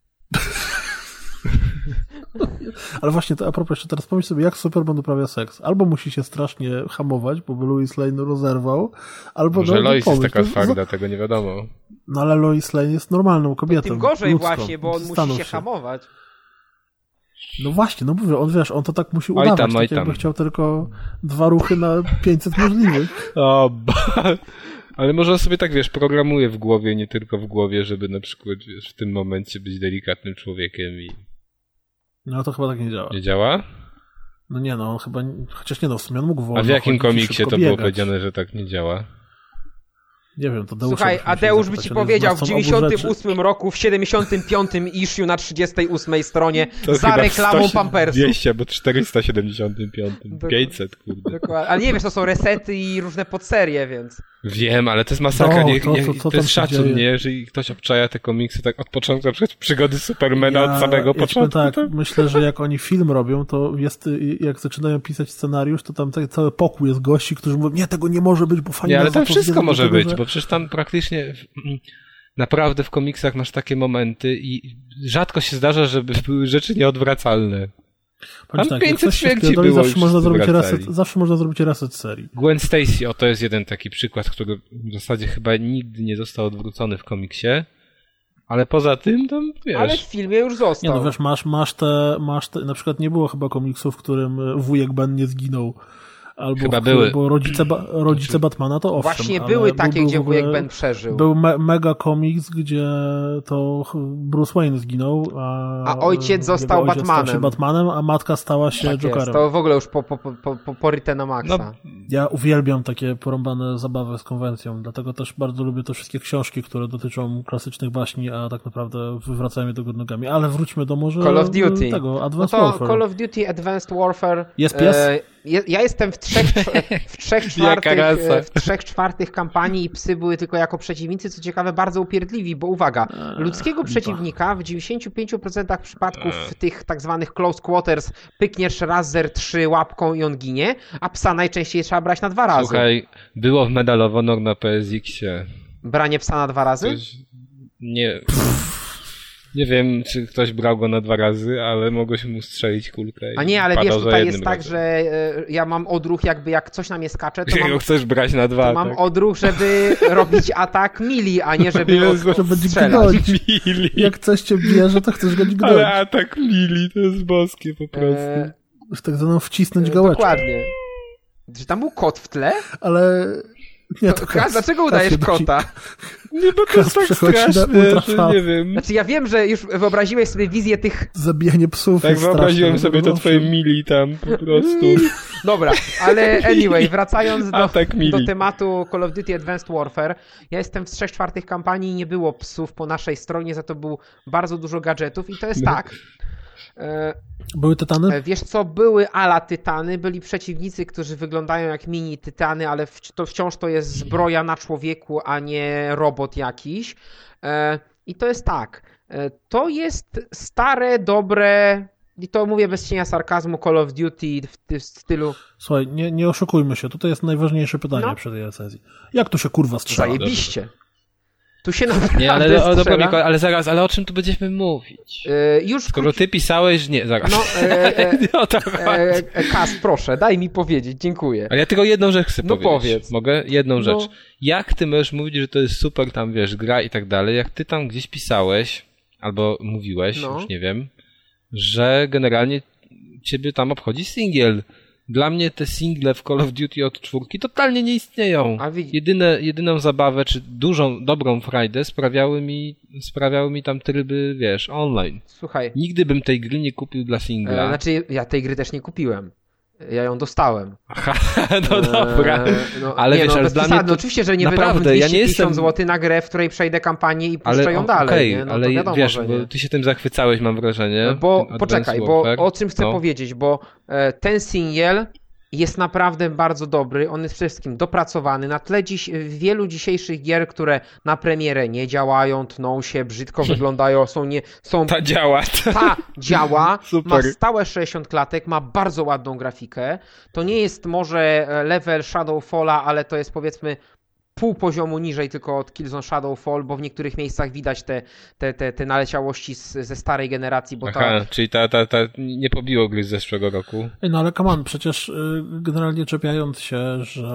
Ale właśnie, to a propos, jeszcze teraz pomyśl sobie, jak Superman uprawia seks. Albo musi się strasznie hamować, bo by Lois Lane rozerwał, albo... Może Lois jest taka twarda, tego nie wiadomo. No ale Lois Lane jest normalną kobietą. Tym gorzej ludzką, właśnie, bo on musi się hamować. No właśnie, no mówię, on to tak musi udawać, tak jakby chciał tylko 2 ruchy na 500 możliwych. Ale może sobie tak, wiesz, programuje w głowie, nie tylko w głowie, żeby na przykład, wiesz, w tym momencie być delikatnym człowiekiem i... No to chyba tak nie działa. Nie działa? No nie, no on chyba, chociaż nie no, w sumie on mógł wolno. A w jakim komiksie to było powiedziane, że tak nie działa? Nie wiem, to Deusz. Słuchaj, a Deusz by ci powiedział w 98 roku, w 75 issue na 38 stronie to za reklamą Pampersów. 200 albo 475. 500, kurde. Dokładnie. Ale nie wiesz, to są resety i różne podserie, więc... Wiem, ale to jest masakra. To jest szacun, nie? Jeżeli ktoś obczaja te komiksy tak od początku, na przykład przygody Supermana od samego początku. Tak, myślę, że jak oni film robią, to jest, jak zaczynają pisać scenariusz, to tam cały pokój jest gości, którzy mówią, nie, tego nie może być, bo fajnie... Nie, ale tam wszystko może być, bo przecież tam praktycznie naprawdę w komiksach masz takie momenty i rzadko się zdarza, żeby były rzeczy nieodwracalne. Tam tak, 500 śmierci było zawsze można zrobić reset serii. Gwen Stacy, to jest jeden taki przykład, który w zasadzie chyba nigdy nie został odwrócony w komiksie. Ale poza tym tam, wiesz... Ale w filmie już został. Nie no wiesz, masz te, na przykład nie było chyba komiksu, w którym wujek Ben nie zginął. Albo chyba były. Bo rodzice Batmana to owszem. Właśnie były takie, gdzie wujek Ben przeżył. Był mega komiks, gdzie to Bruce Wayne zginął, a ojciec został Batmanem. Stał się Batmanem, a matka stała się Jokerem. Jest. To w ogóle już poryte na maksa. No. Ja uwielbiam takie porąbane zabawy z konwencją, dlatego też bardzo lubię te wszystkie książki, które dotyczą klasycznych baśni, a tak naprawdę wywracają je do góry nogami. Ale wróćmy do może Call of Duty. Tego, Advanced Warfare. Call of Duty Advanced Warfare. Jest pies? Ja jestem w trzech czwartych kampanii i psy były tylko jako przeciwnicy, co ciekawe bardzo upierdliwi, bo uwaga, ludzkiego przeciwnika w 95% przypadków tych tak zwanych close quarters pykniesz raz, zer, 3 łapką i on ginie, a psa najczęściej trzeba brać na 2 razy. Słuchaj, było w Medal of Honor na PSX-ie. Branie psa na 2 razy? Nie wiem, czy ktoś brał go na 2 razy, ale mogłeś mu strzelić kulkę. A nie, ale wiesz, tutaj jest tak, że ja mam odruch, jakby jak coś na mnie skacze, to mam, chcesz brać na 2, to mam odruch, żeby robić atak melee, a nie żeby strzelać. Jak coś cię bierze, to chcesz go dźgnąć. Ale atak melee to jest boskie po prostu. Już tak zwaną wcisnąć gałeczkę. Dokładnie. Czy tam był kot w tle? Ale... Nie, to dlaczego udajesz kota? Nie, bo to jest tak straszne, że nie wiem. Znaczy ja wiem, że już wyobraziłeś sobie wizję tych... Zabijanie psów. Tak, wyobraziłem sobie to twoje mili tam po prostu. Dobra, ale anyway, wracając do tematu Call of Duty Advanced Warfare. Ja jestem w 3/4 kampanii i nie było psów po naszej stronie, za to było bardzo dużo gadżetów i to jest tak. Były tytany? Wiesz co, były ala tytany, byli przeciwnicy, którzy wyglądają jak mini tytany, ale wciąż to jest zbroja na człowieku, a nie robot jakiś. I to jest tak, to jest stare, dobre, i to mówię bez cienia sarkazmu, Call of Duty w stylu... Słuchaj, nie oszukujmy się, tutaj jest najważniejsze pytanie przed tej recenzji. Jak tu się kurwa strzela? Zajebiście. Tu się naprawdę nie, ale zaraz, ale o czym tu będziemy mówić? Skoro ty pisałeś, nie, zaraz. Kas, proszę, daj mi powiedzieć, dziękuję. Ale ja tylko jedną rzecz chcę powiedzieć. Powiedz. Mogę? Jedną rzecz. Jak ty możesz mówić, że to jest super tam, wiesz, gra i tak dalej, jak ty tam gdzieś pisałeś, albo mówiłeś, już nie wiem, że generalnie ciebie tam obchodzi singiel. Dla mnie te single w Call of Duty od 4 totalnie nie istnieją. Jedyną zabawę, czy dobrą frajdę sprawiały mi tam tryby, wiesz, online. Słuchaj. Nigdy bym tej gry nie kupił dla singla. Znaczy, ja tej gry też nie kupiłem. Ja ją dostałem. Aha, no dobra. Ale wiesz, ale dla mnie to... Oczywiście, że nie wydałbym 250 zł na grę, w której przejdę kampanię i puszczę ją dalej. Nie? No ale wiadomo, wiesz, bo ty się tym zachwycałeś, mam wrażenie. Bo poczekaj, bo o czym chcę powiedzieć, bo ten singiel jest naprawdę bardzo dobry, on jest przede wszystkim dopracowany. Na tle wielu dzisiejszych gier, które na premierę nie działają, tną się, brzydko wyglądają, Ta działa. Ta działa, super. Ma stałe 60 klatek, ma bardzo ładną grafikę. To nie jest może level Shadowfalla, ale to jest powiedzmy pół poziomu niżej tylko od Killzone Shadowfall, bo w niektórych miejscach widać te naleciałości ze starej generacji. Bo czyli ta nie pobiło gry z zeszłego roku. No ale come on, przecież generalnie czepiając się, że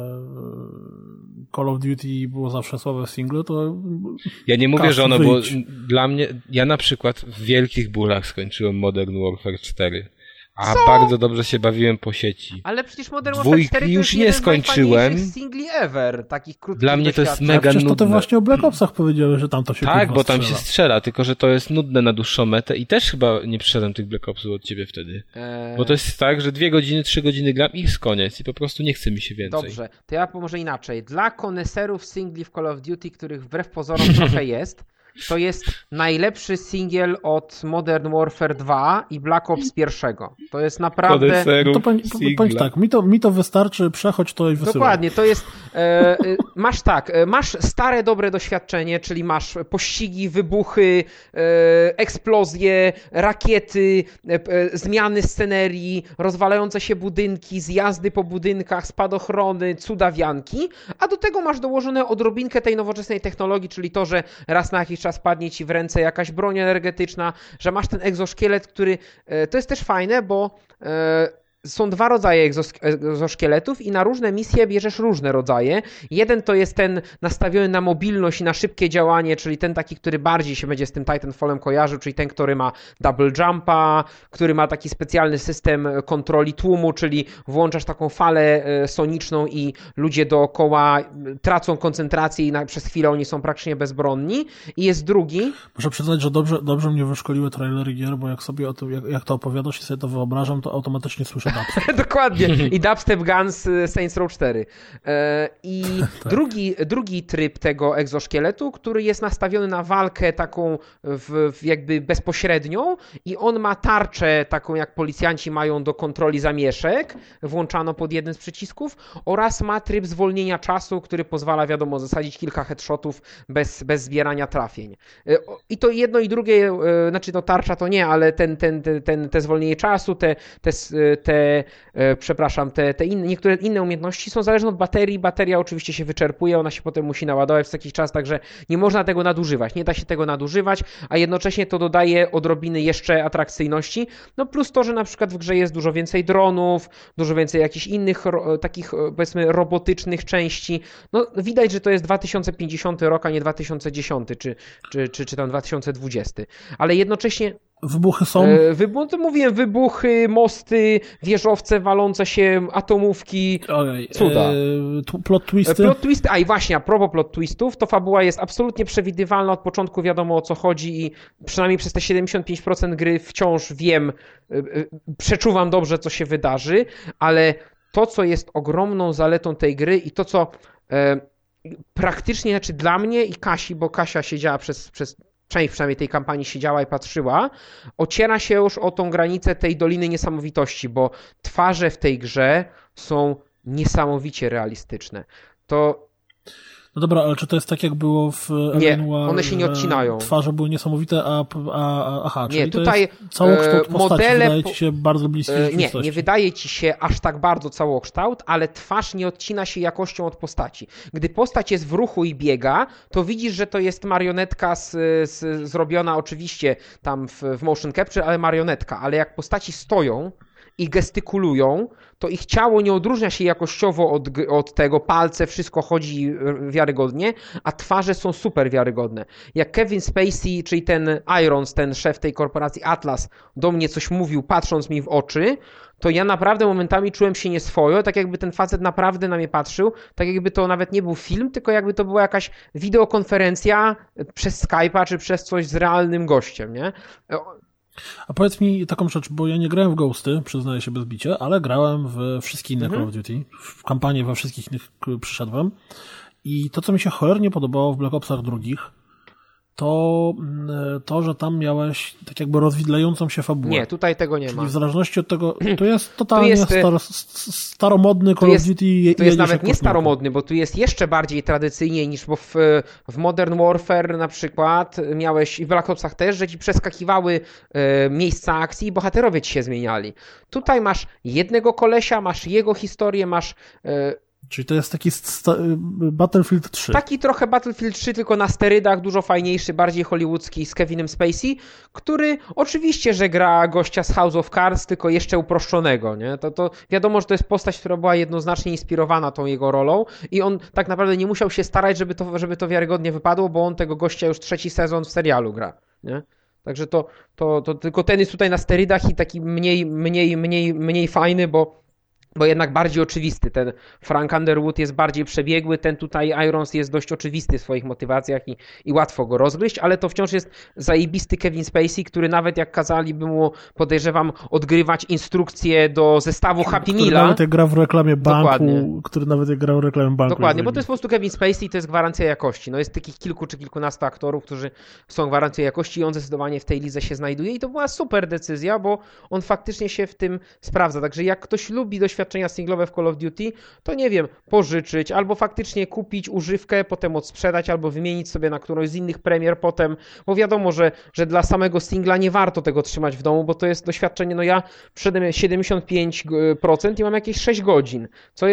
Call of Duty było zawsze słabe w singlu, to... Ja nie mówię, że ono było... Dla mnie, ja na przykład w wielkich bólach skończyłem Modern Warfare 4. A bardzo dobrze się bawiłem po sieci. Ale przecież Modern Warfare 4 to już jest nie skończyłem. Singli ever, takich krótkich Dla mnie to jest mega nudne. To ty właśnie o Black Opsach powiedziałeś, że tam to się tak, bo tam się strzela, tylko że to jest nudne na dłuższą metę i też chyba nie przyszedłem tych Black Opsów od ciebie wtedy. Bo to jest tak, że 2 godziny, 3 godziny gram i jest koniec i po prostu nie chce mi się więcej. Dobrze, to ja może inaczej. Dla koneserów singli w Call of Duty, których wbrew pozorom trochę jest, to jest najlepszy singiel od Modern Warfare 2 i Black Ops 1. To jest naprawdę... To powiedz tak, mi to wystarczy, przechodź to i wysyłaj. Dokładnie, to jest... masz stare, dobre doświadczenie, czyli masz pościgi, wybuchy, eksplozje, rakiety, zmiany scenerii, rozwalające się budynki, zjazdy po budynkach, spadochrony, cudawianki, a do tego masz dołożone odrobinkę tej nowoczesnej technologii, czyli to, że raz na jakiś czas padnie ci w ręce jakaś broń energetyczna, że masz ten egzoszkielet, który... To jest też fajne, bo są dwa rodzaje egzoszkieletów i na różne misje bierzesz różne rodzaje. Jeden to jest ten nastawiony na mobilność i na szybkie działanie, czyli ten taki, który bardziej się będzie z tym Titanfallem kojarzył, czyli ten, który ma double jumpa, który ma taki specjalny system kontroli tłumu, czyli włączasz taką falę soniczną i ludzie dookoła tracą koncentrację i przez chwilę oni są praktycznie bezbronni. I jest drugi. Muszę przyznać, że dobrze mnie wyszkoliły trailery gier, bo jak sobie jak to opowiadasz i sobie to wyobrażam, to automatycznie słyszę dubstep. Dokładnie. I Dubstep Guns Saints Row 4. I tak. drugi tryb tego egzoszkieletu, który jest nastawiony na walkę taką jakby bezpośrednią i on ma tarczę taką, jak policjanci mają do kontroli zamieszek, włączano pod jednym z przycisków, oraz ma tryb zwolnienia czasu, który pozwala, wiadomo, zasadzić kilka headshotów bez zbierania trafień. I to jedno i drugie, znaczy no tarcza to nie, ale te zwolnienie czasu, niektóre inne umiejętności są zależne od baterii. Bateria oczywiście się wyczerpuje, ona się potem musi naładować w jakiś czas, także nie można tego nadużywać. Nie da się tego nadużywać, a jednocześnie to dodaje odrobiny jeszcze atrakcyjności. No plus to, że na przykład w grze jest dużo więcej dronów, dużo więcej jakichś innych takich, powiedzmy, robotycznych części. No widać, że to jest 2050 rok, a nie 2010 czy tam 2020. Ale jednocześnie wybuchy są? Mówiłem, wybuchy, mosty, wieżowce walące się, atomówki, cuda. Plot twisty? Plot twisty, i właśnie, a propos plot twistów, to fabuła jest absolutnie przewidywalna, od początku wiadomo, o co chodzi i przynajmniej przez te 75% gry wciąż wiem, przeczuwam dobrze, co się wydarzy, ale to, co jest ogromną zaletą tej gry i to, co praktycznie, znaczy dla mnie i Kasi, bo Kasia siedziała przez część przynajmniej tej kampanii siedziała i patrzyła, ociera się już o tą granicę tej Doliny Niesamowitości, bo twarze w tej grze są niesamowicie realistyczne. No dobra, ale czy to jest tak, jak było w Nie, one się nie odcinają. Twarze były niesamowite, czyli nie, tutaj to jest całokształt postaci wydaje ci się bardzo bliski rzeczywistości. Nie wydaje ci się aż tak bardzo całokształt, ale twarz nie odcina się jakością od postaci. Gdy postać jest w ruchu i biega, to widzisz, że to jest marionetka zrobiona oczywiście tam w motion capture, ale marionetka, ale jak postaci stoją i gestykulują, to ich ciało nie odróżnia się jakościowo od tego, palce, wszystko chodzi wiarygodnie, a twarze są super wiarygodne. Jak Kevin Spacey, czyli ten Irons, ten szef tej korporacji Atlas, do mnie coś mówił, patrząc mi w oczy, to ja naprawdę momentami czułem się nieswojo, tak jakby ten facet naprawdę na mnie patrzył, tak jakby to nawet nie był film, tylko jakby to była jakaś wideokonferencja przez Skype'a, czy przez coś z realnym gościem, nie? A powiedz mi taką rzecz, bo ja nie grałem w Ghosty, przyznaję się bez bicia, ale grałem w wszystkie inne Call of Duty, w kampanię we wszystkich innych przyszedłem i to, co mi się cholernie podobało w Black Opsach drugich, to, że tam miałeś tak jakby rozwidlającą się fabułę. Nie, tutaj tego nie ma. W zależności od tego, to jest totalnie staromodny Call of Duty. To jest nawet nie staromodny, bo tu jest jeszcze bardziej tradycyjnie niż w Modern Warfare na przykład miałeś i w Black Opsach też, że ci przeskakiwały miejsca akcji i bohaterowie ci się zmieniali. Tutaj masz jednego kolesia, masz jego historię, masz... Czyli to jest taki Battlefield 3. Taki trochę Battlefield 3, tylko na sterydach, dużo fajniejszy, bardziej hollywoodzki, z Kevinem Spacey, który oczywiście, że gra gościa z House of Cards, tylko jeszcze uproszczonego, nie? To wiadomo, że to jest postać, która była jednoznacznie inspirowana tą jego rolą i on tak naprawdę nie musiał się starać, żeby to wiarygodnie wypadło, bo on tego gościa już 3. sezon w serialu gra, nie? Także to tylko ten jest tutaj na sterydach i taki mniej fajny, bo jednak bardziej oczywisty. Ten Frank Underwood jest bardziej przebiegły, ten tutaj Irons jest dość oczywisty w swoich motywacjach i łatwo go rozgryźć, ale to wciąż jest zajebisty Kevin Spacey, który nawet jak kazaliby mu, podejrzewam, odgrywać instrukcje do zestawu Happy Meala. Który nawet jak gra w reklamie banku. Dokładnie, bo to jest po prostu Kevin Spacey i to jest gwarancja jakości. No jest takich kilku czy kilkunastu aktorów, którzy są gwarancją jakości i on zdecydowanie w tej lidze się znajduje i to była super decyzja, bo on faktycznie się w tym sprawdza. Także jak ktoś lubi doświadczenia singlowe w Call of Duty, to nie wiem, pożyczyć, albo faktycznie kupić używkę, potem odsprzedać, albo wymienić sobie na którąś z innych premier potem, bo wiadomo, że dla samego singla nie warto tego trzymać w domu, bo to jest doświadczenie, no ja wszedłem 75% i mam jakieś 6 godzin, co jest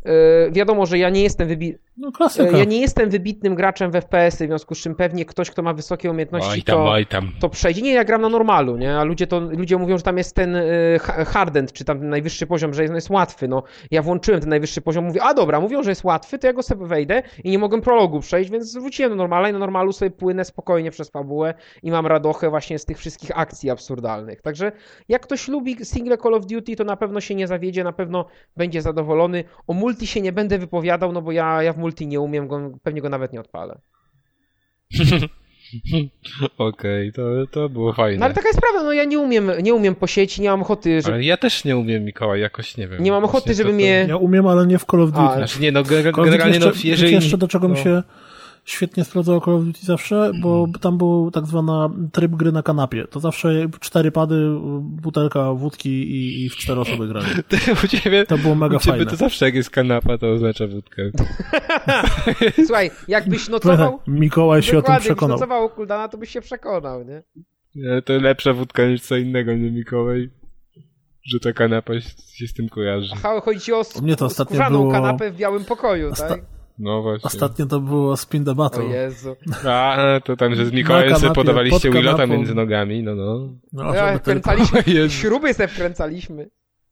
wiadomo, że ja nie jestem ja nie jestem wybitnym graczem w FPS-y, w związku z czym pewnie ktoś, kto ma wysokie umiejętności, to przejdzie. Nie, ja gram na normalu, nie? A ludzie mówią, że tam jest ten hardened, czy tam ten najwyższy poziom, że jest łatwy. No, ja włączyłem ten najwyższy poziom, mówię, a dobra, mówią, że jest łatwy, to ja go sobie wejdę i nie mogłem prologu przejść, więc wróciłem do normala i na normalu sobie płynę spokojnie przez fabułę i mam radochę właśnie z tych wszystkich akcji absurdalnych. Także jak ktoś lubi single Call of Duty, to na pewno się nie zawiedzie, na pewno będzie zadowolony. O multi się nie będę wypowiadał, no bo ja w multi nie umiem, pewnie go nawet nie odpalę. Okej, to było fajne. No ale taka jest prawda, no ja nie umiem po sieci, nie mam ochoty, żeby... Ale ja też nie umiem, Mikołaj, jakoś nie wiem. Nie mam ochoty, żeby mnie... Ja umiem, ale nie w Call of Duty. Znaczy nie, no generalnie jeżeli... Jeszcze do czego mi się świetnie sprawdzało Call of Duty zawsze, bo tam był tak zwany tryb gry na kanapie. To zawsze 4 pady, butelka wódki i w 4 osoby grali. To było mega fajne. To zawsze jak jest kanapa, to oznacza wódkę. Słuchaj, jakbyś nocował... Mikołaj się o tym przekonał. Jakbyś nocował Kuldana, to byś się przekonał, nie? To lepsza wódka niż co innego, nie Mikołaj? Że ta kanapa się z tym kojarzy. Aha, chodzi ci o skórzaną kanapę w białym pokoju, tak? No właśnie. Ostatnio to było Spin the Battle. O Jezu. To tam, że z Mikołajem sobie podawaliście Willota między nogami, śruby sobie wkręcaliśmy.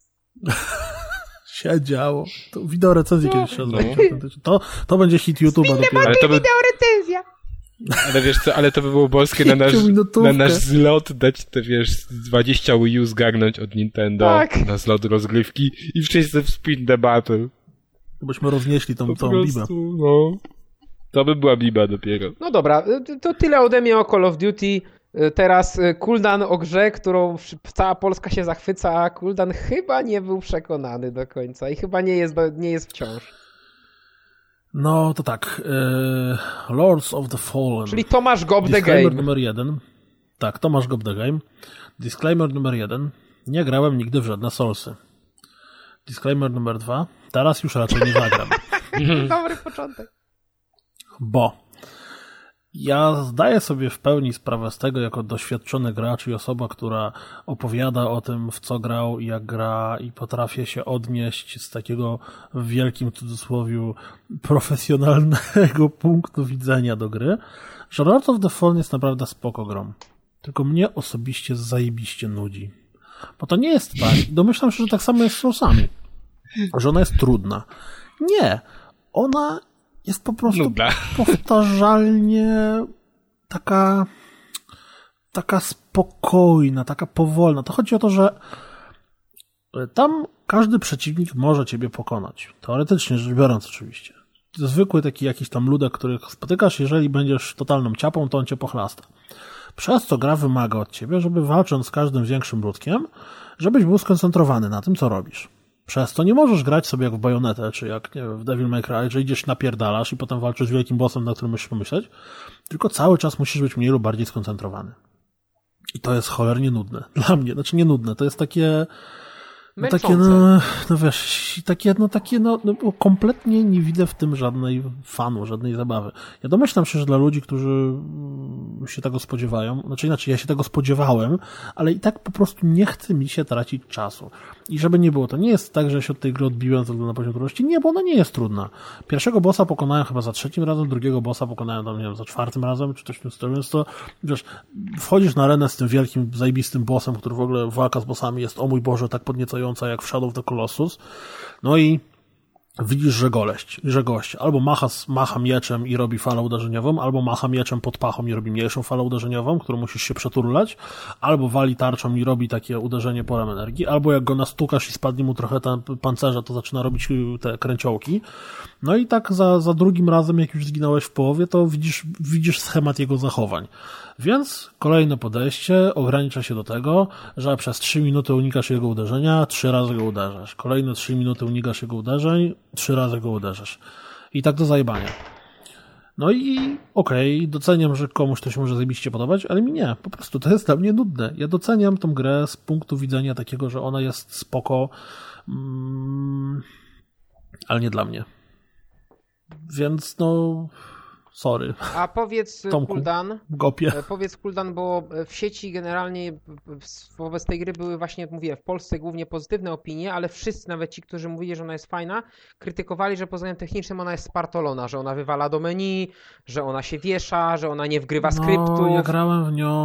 się działo. To wideo recenzji kiedyś się odbyło. To będzie hit YouTube'a dopiero. Ale to wideo recenzja. Ale wiesz co, ale to by było boskie na nasz zlot dać te, 20 Wii U zgarnąć od Nintendo na zlot rozgrywki i wszyscy w Spin the Battle. Byśmy roznieśli tą bibę. No. To by była biba dopiero. No dobra, to tyle ode mnie o Call of Duty. Teraz Kuldan o grze, którą cała Polska się zachwyca, a Kuldan chyba nie był przekonany do końca i chyba nie jest wciąż. No to tak. Lords of the Fallen. Czyli Tomasz Gob the Game. Disclaimer numer 1. Tak, Tomasz Gob the Game. Disclaimer numer 1. Nie grałem nigdy w żadne Soulsy. Disclaimer numer 2. Teraz już raczej nie zagram. Dobry początek. Bo ja zdaję sobie w pełni sprawę z tego, jako doświadczony gracz i osoba, która opowiada o tym, w co grał i jak gra i potrafię się odnieść z takiego w wielkim cudzysłowiu profesjonalnego punktu widzenia do gry, że Lords of the Fallen jest naprawdę spoko grą. Tylko mnie osobiście zajebiście nudzi. Bo to nie jest tak, domyślam się, że tak samo jest z Soulsami, że ona jest trudna. Nie, ona jest po prostu powtarzalnie taka spokojna, taka powolna. To chodzi o to, że tam każdy przeciwnik może ciebie pokonać. Teoretycznie rzecz biorąc oczywiście. Zwykły taki jakiś tam ludek, których spotykasz, jeżeli będziesz totalną ciapą, to on cię pochlasta. Przez co gra wymaga od ciebie, żeby walcząc z każdym większym ludkiem, żebyś był skoncentrowany na tym, co robisz. Przez to nie możesz grać sobie jak w Bayonetę, czy jak nie wiem, w Devil May Cry, że idziesz napierdalasz i potem walczysz z wielkim bossem, na którym musisz pomyśleć, tylko cały czas musisz być mniej lub bardziej skoncentrowany. I to jest cholernie nudne. Dla mnie, znaczy nie nudne, to jest takie... kompletnie nie widzę w tym żadnej fanu, żadnej zabawy. Ja domyślam się, że dla ludzi, którzy się tego spodziewają, znaczy inaczej, ja się tego spodziewałem, ale i tak po prostu nie chce mi się tracić czasu. I żeby nie było, to nie jest tak, że ja się od tej gry odbiłem ze względu na poziom trudności. Nie, bo ona nie jest trudna. Pierwszego bossa pokonałem chyba za 3 razem, drugiego bossa pokonałem tam, nie wiem, za 4 razem, czy coś w tym stylu, więc to, wiesz, wchodzisz na arenę z tym wielkim, zajebistym bossem, który w ogóle walka z bossami jest, o mój Boże, tak podniecająca jak w Shadow of the Colossus. No i widzisz, że gość albo macha mieczem i robi falę uderzeniową, albo macha mieczem pod pachą i robi mniejszą falę uderzeniową, którą musisz się przeturlać, albo wali tarczą i robi takie uderzenie polem energii, albo jak go nastukasz i spadnie mu trochę pancerza, to zaczyna robić te kręciołki. No i tak za drugim razem, jak już zginąłeś w połowie, to widzisz schemat jego zachowań. Więc kolejne podejście ogranicza się do tego, że przez 3 minuty unikasz jego uderzenia, 3 razy go uderzasz. Kolejne 3 minuty unikasz jego uderzeń, 3 razy go uderzasz. I tak do zajebania. No i okej, doceniam, że komuś to się może zajebiście podobać, ale mi nie. Po prostu to jest dla mnie nudne. Ja doceniam tą grę z punktu widzenia takiego, że ona jest spoko, ale nie dla mnie. Więc Sorry. A powiedz, Kuldan, bo w sieci generalnie wobec tej gry były właśnie, jak mówię, w Polsce głównie pozytywne opinie, ale wszyscy, nawet ci, którzy mówili, że ona jest fajna, krytykowali, że pod względem technicznym ona jest spartolona, że ona wywala do menu, że ona się wiesza, że ona nie wgrywa skryptu. Ja grałem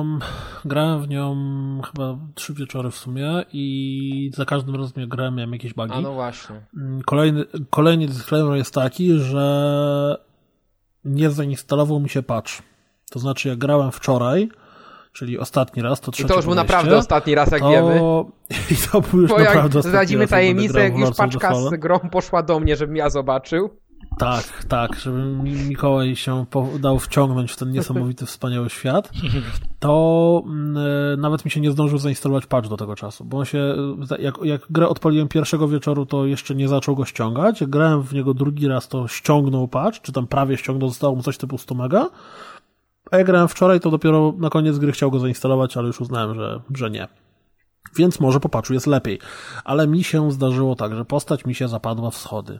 w nią chyba 3 wieczory w sumie i za każdym razem jak grałem, miałem jakieś bugi. A no właśnie. Kolejny disclaimer jest taki, że nie zainstalował mi się patch. To znaczy, jak grałem wczoraj, czyli ostatni raz, to trzecie I to już był naprawdę ostatni raz, jak wiemy. I to był już naprawdę ostatni raz. Zdradzimy tajemnicę, jak już paczka z grą poszła do mnie, żebym ja zobaczył. Tak, żeby Mikołaj się dał wciągnąć w ten niesamowity, wspaniały świat, to nawet mi się nie zdążył zainstalować patch do tego czasu, bo on się, jak grę odpaliłem pierwszego wieczoru, to jeszcze nie zaczął go ściągać, jak grałem w niego drugi raz, to ściągnął patch, czy tam prawie ściągnął, zostało mu coś typu 100 mega, a jak grałem wczoraj, to dopiero na koniec gry chciał go zainstalować, ale już uznałem, że nie. Więc może po patchu jest lepiej. Ale mi się zdarzyło tak, że postać mi się zapadła w schody,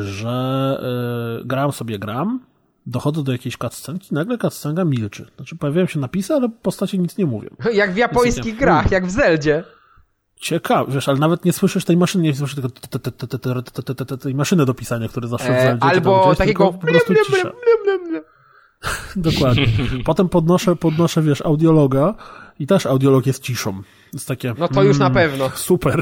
że gram, dochodzę do jakiejś cutscenki, nagle cutscenka milczy. Znaczy pojawiają się napisy, ale postacie nic nie mówią. Jak w japońskich grach, jak w Zeldzie. Ciekawe, wiesz, ale nawet nie słyszysz tej maszyny, nie słyszysz tego tej maszyny do pisania, które zawsze w Zeldzie. Albo takiego po prostu cisza. Dokładnie. Potem podnoszę, wiesz, audiologa i też audiolog jest ciszą. Jest takie... No to już na pewno. Super.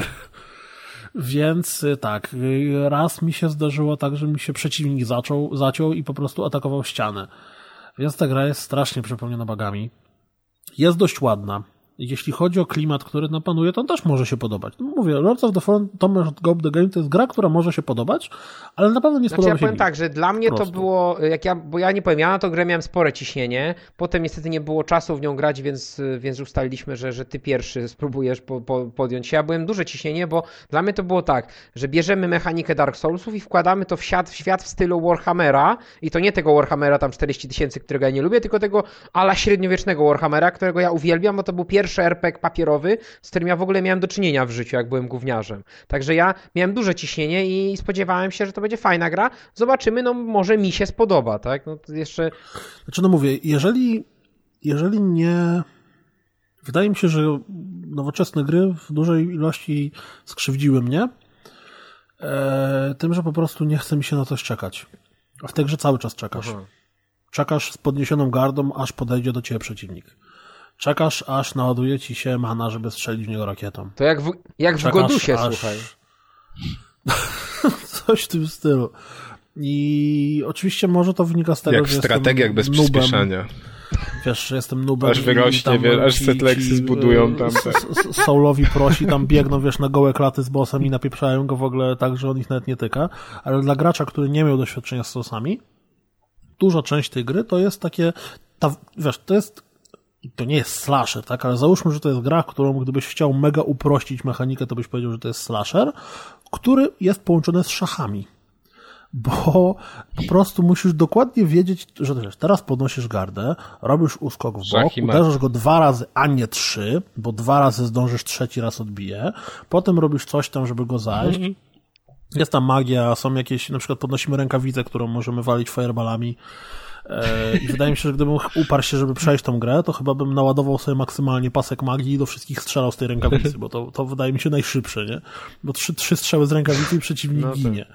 Więc tak, raz mi się zdarzyło tak, że mi się przeciwnik zaciął i po prostu atakował ścianę. Więc ta gra jest strasznie przepełniona bugami. Jest dość ładna. Jeśli chodzi o klimat, który nam panuje, to on też może się podobać. No mówię, Lords of the Fallen, Thomas Gold the Game to jest gra, która może się podobać, ale na pewno nie spodoba się mi. Ja powiem tak, że dla mnie to było, bo ja nie powiem, ja na to grę miałem spore ciśnienie, potem niestety nie było czasu w nią grać, więc ustaliliśmy, że ty pierwszy spróbujesz podjąć się. Ja byłem duże ciśnienie, bo dla mnie to było tak, że bierzemy mechanikę Dark Soulsów i wkładamy to w świat w stylu Warhammera i to nie tego Warhammera tam 40 000, którego ja nie lubię, tylko tego ala średniowiecznego Warhammera, którego ja uwielbiam, bo to był pierwszy RPG papierowy, z którym ja w ogóle miałem do czynienia w życiu, jak byłem gówniarzem. Także ja miałem duże ciśnienie i spodziewałem się, że to będzie fajna gra. Zobaczymy, no może mi się spodoba, tak? No to jeszcze... Znaczy, no mówię, jeżeli nie... Wydaje mi się, że nowoczesne gry w dużej ilości skrzywdziły mnie tym, że po prostu nie chce mi się na coś czekać. A w tej grze cały czas czekasz. Aha. Czekasz z podniesioną gardą, aż podejdzie do ciebie przeciwnik. Czekasz, aż naładuje ci się mana, żeby strzelić w niego rakietą. To jak w Godusie, słuchaj. Coś w tym stylu. I oczywiście może to wynika z tego, jak że w strategiach bez przyspieszania. Wiesz, że jestem noobem. Aż wyrośnie, aż setleksy zbudują tam. Soulowi prosi, tam biegną, wiesz, na gołe klaty z bossem i napieprzają go w ogóle tak, że on ich nawet nie tyka. Ale dla gracza, który nie miał doświadczenia z Soulsami, duża część tej gry to jest takie, wiesz, to nie jest slasher, tak? Ale załóżmy, że to jest gra, którą gdybyś chciał mega uprościć mechanikę, to byś powiedział, że to jest slasher, który jest połączony z szachami. Bo po prostu musisz dokładnie wiedzieć, że wiesz, teraz podnosisz gardę, robisz uskok w bok, uderzasz go 2 razy, a nie 3, bo 2 razy zdążysz, 3 raz odbije, potem robisz coś tam, żeby go zajść. Jest tam magia, są jakieś, na przykład podnosimy rękawicę, którą możemy walić fireballami. I wydaje mi się, że gdybym uparł się, żeby przejść tą grę, to chyba bym naładował sobie maksymalnie pasek magii i do wszystkich strzelał z tej rękawicy, bo to wydaje mi się najszybsze, nie? Bo 3 strzały z rękawicy i przeciwnik ginie.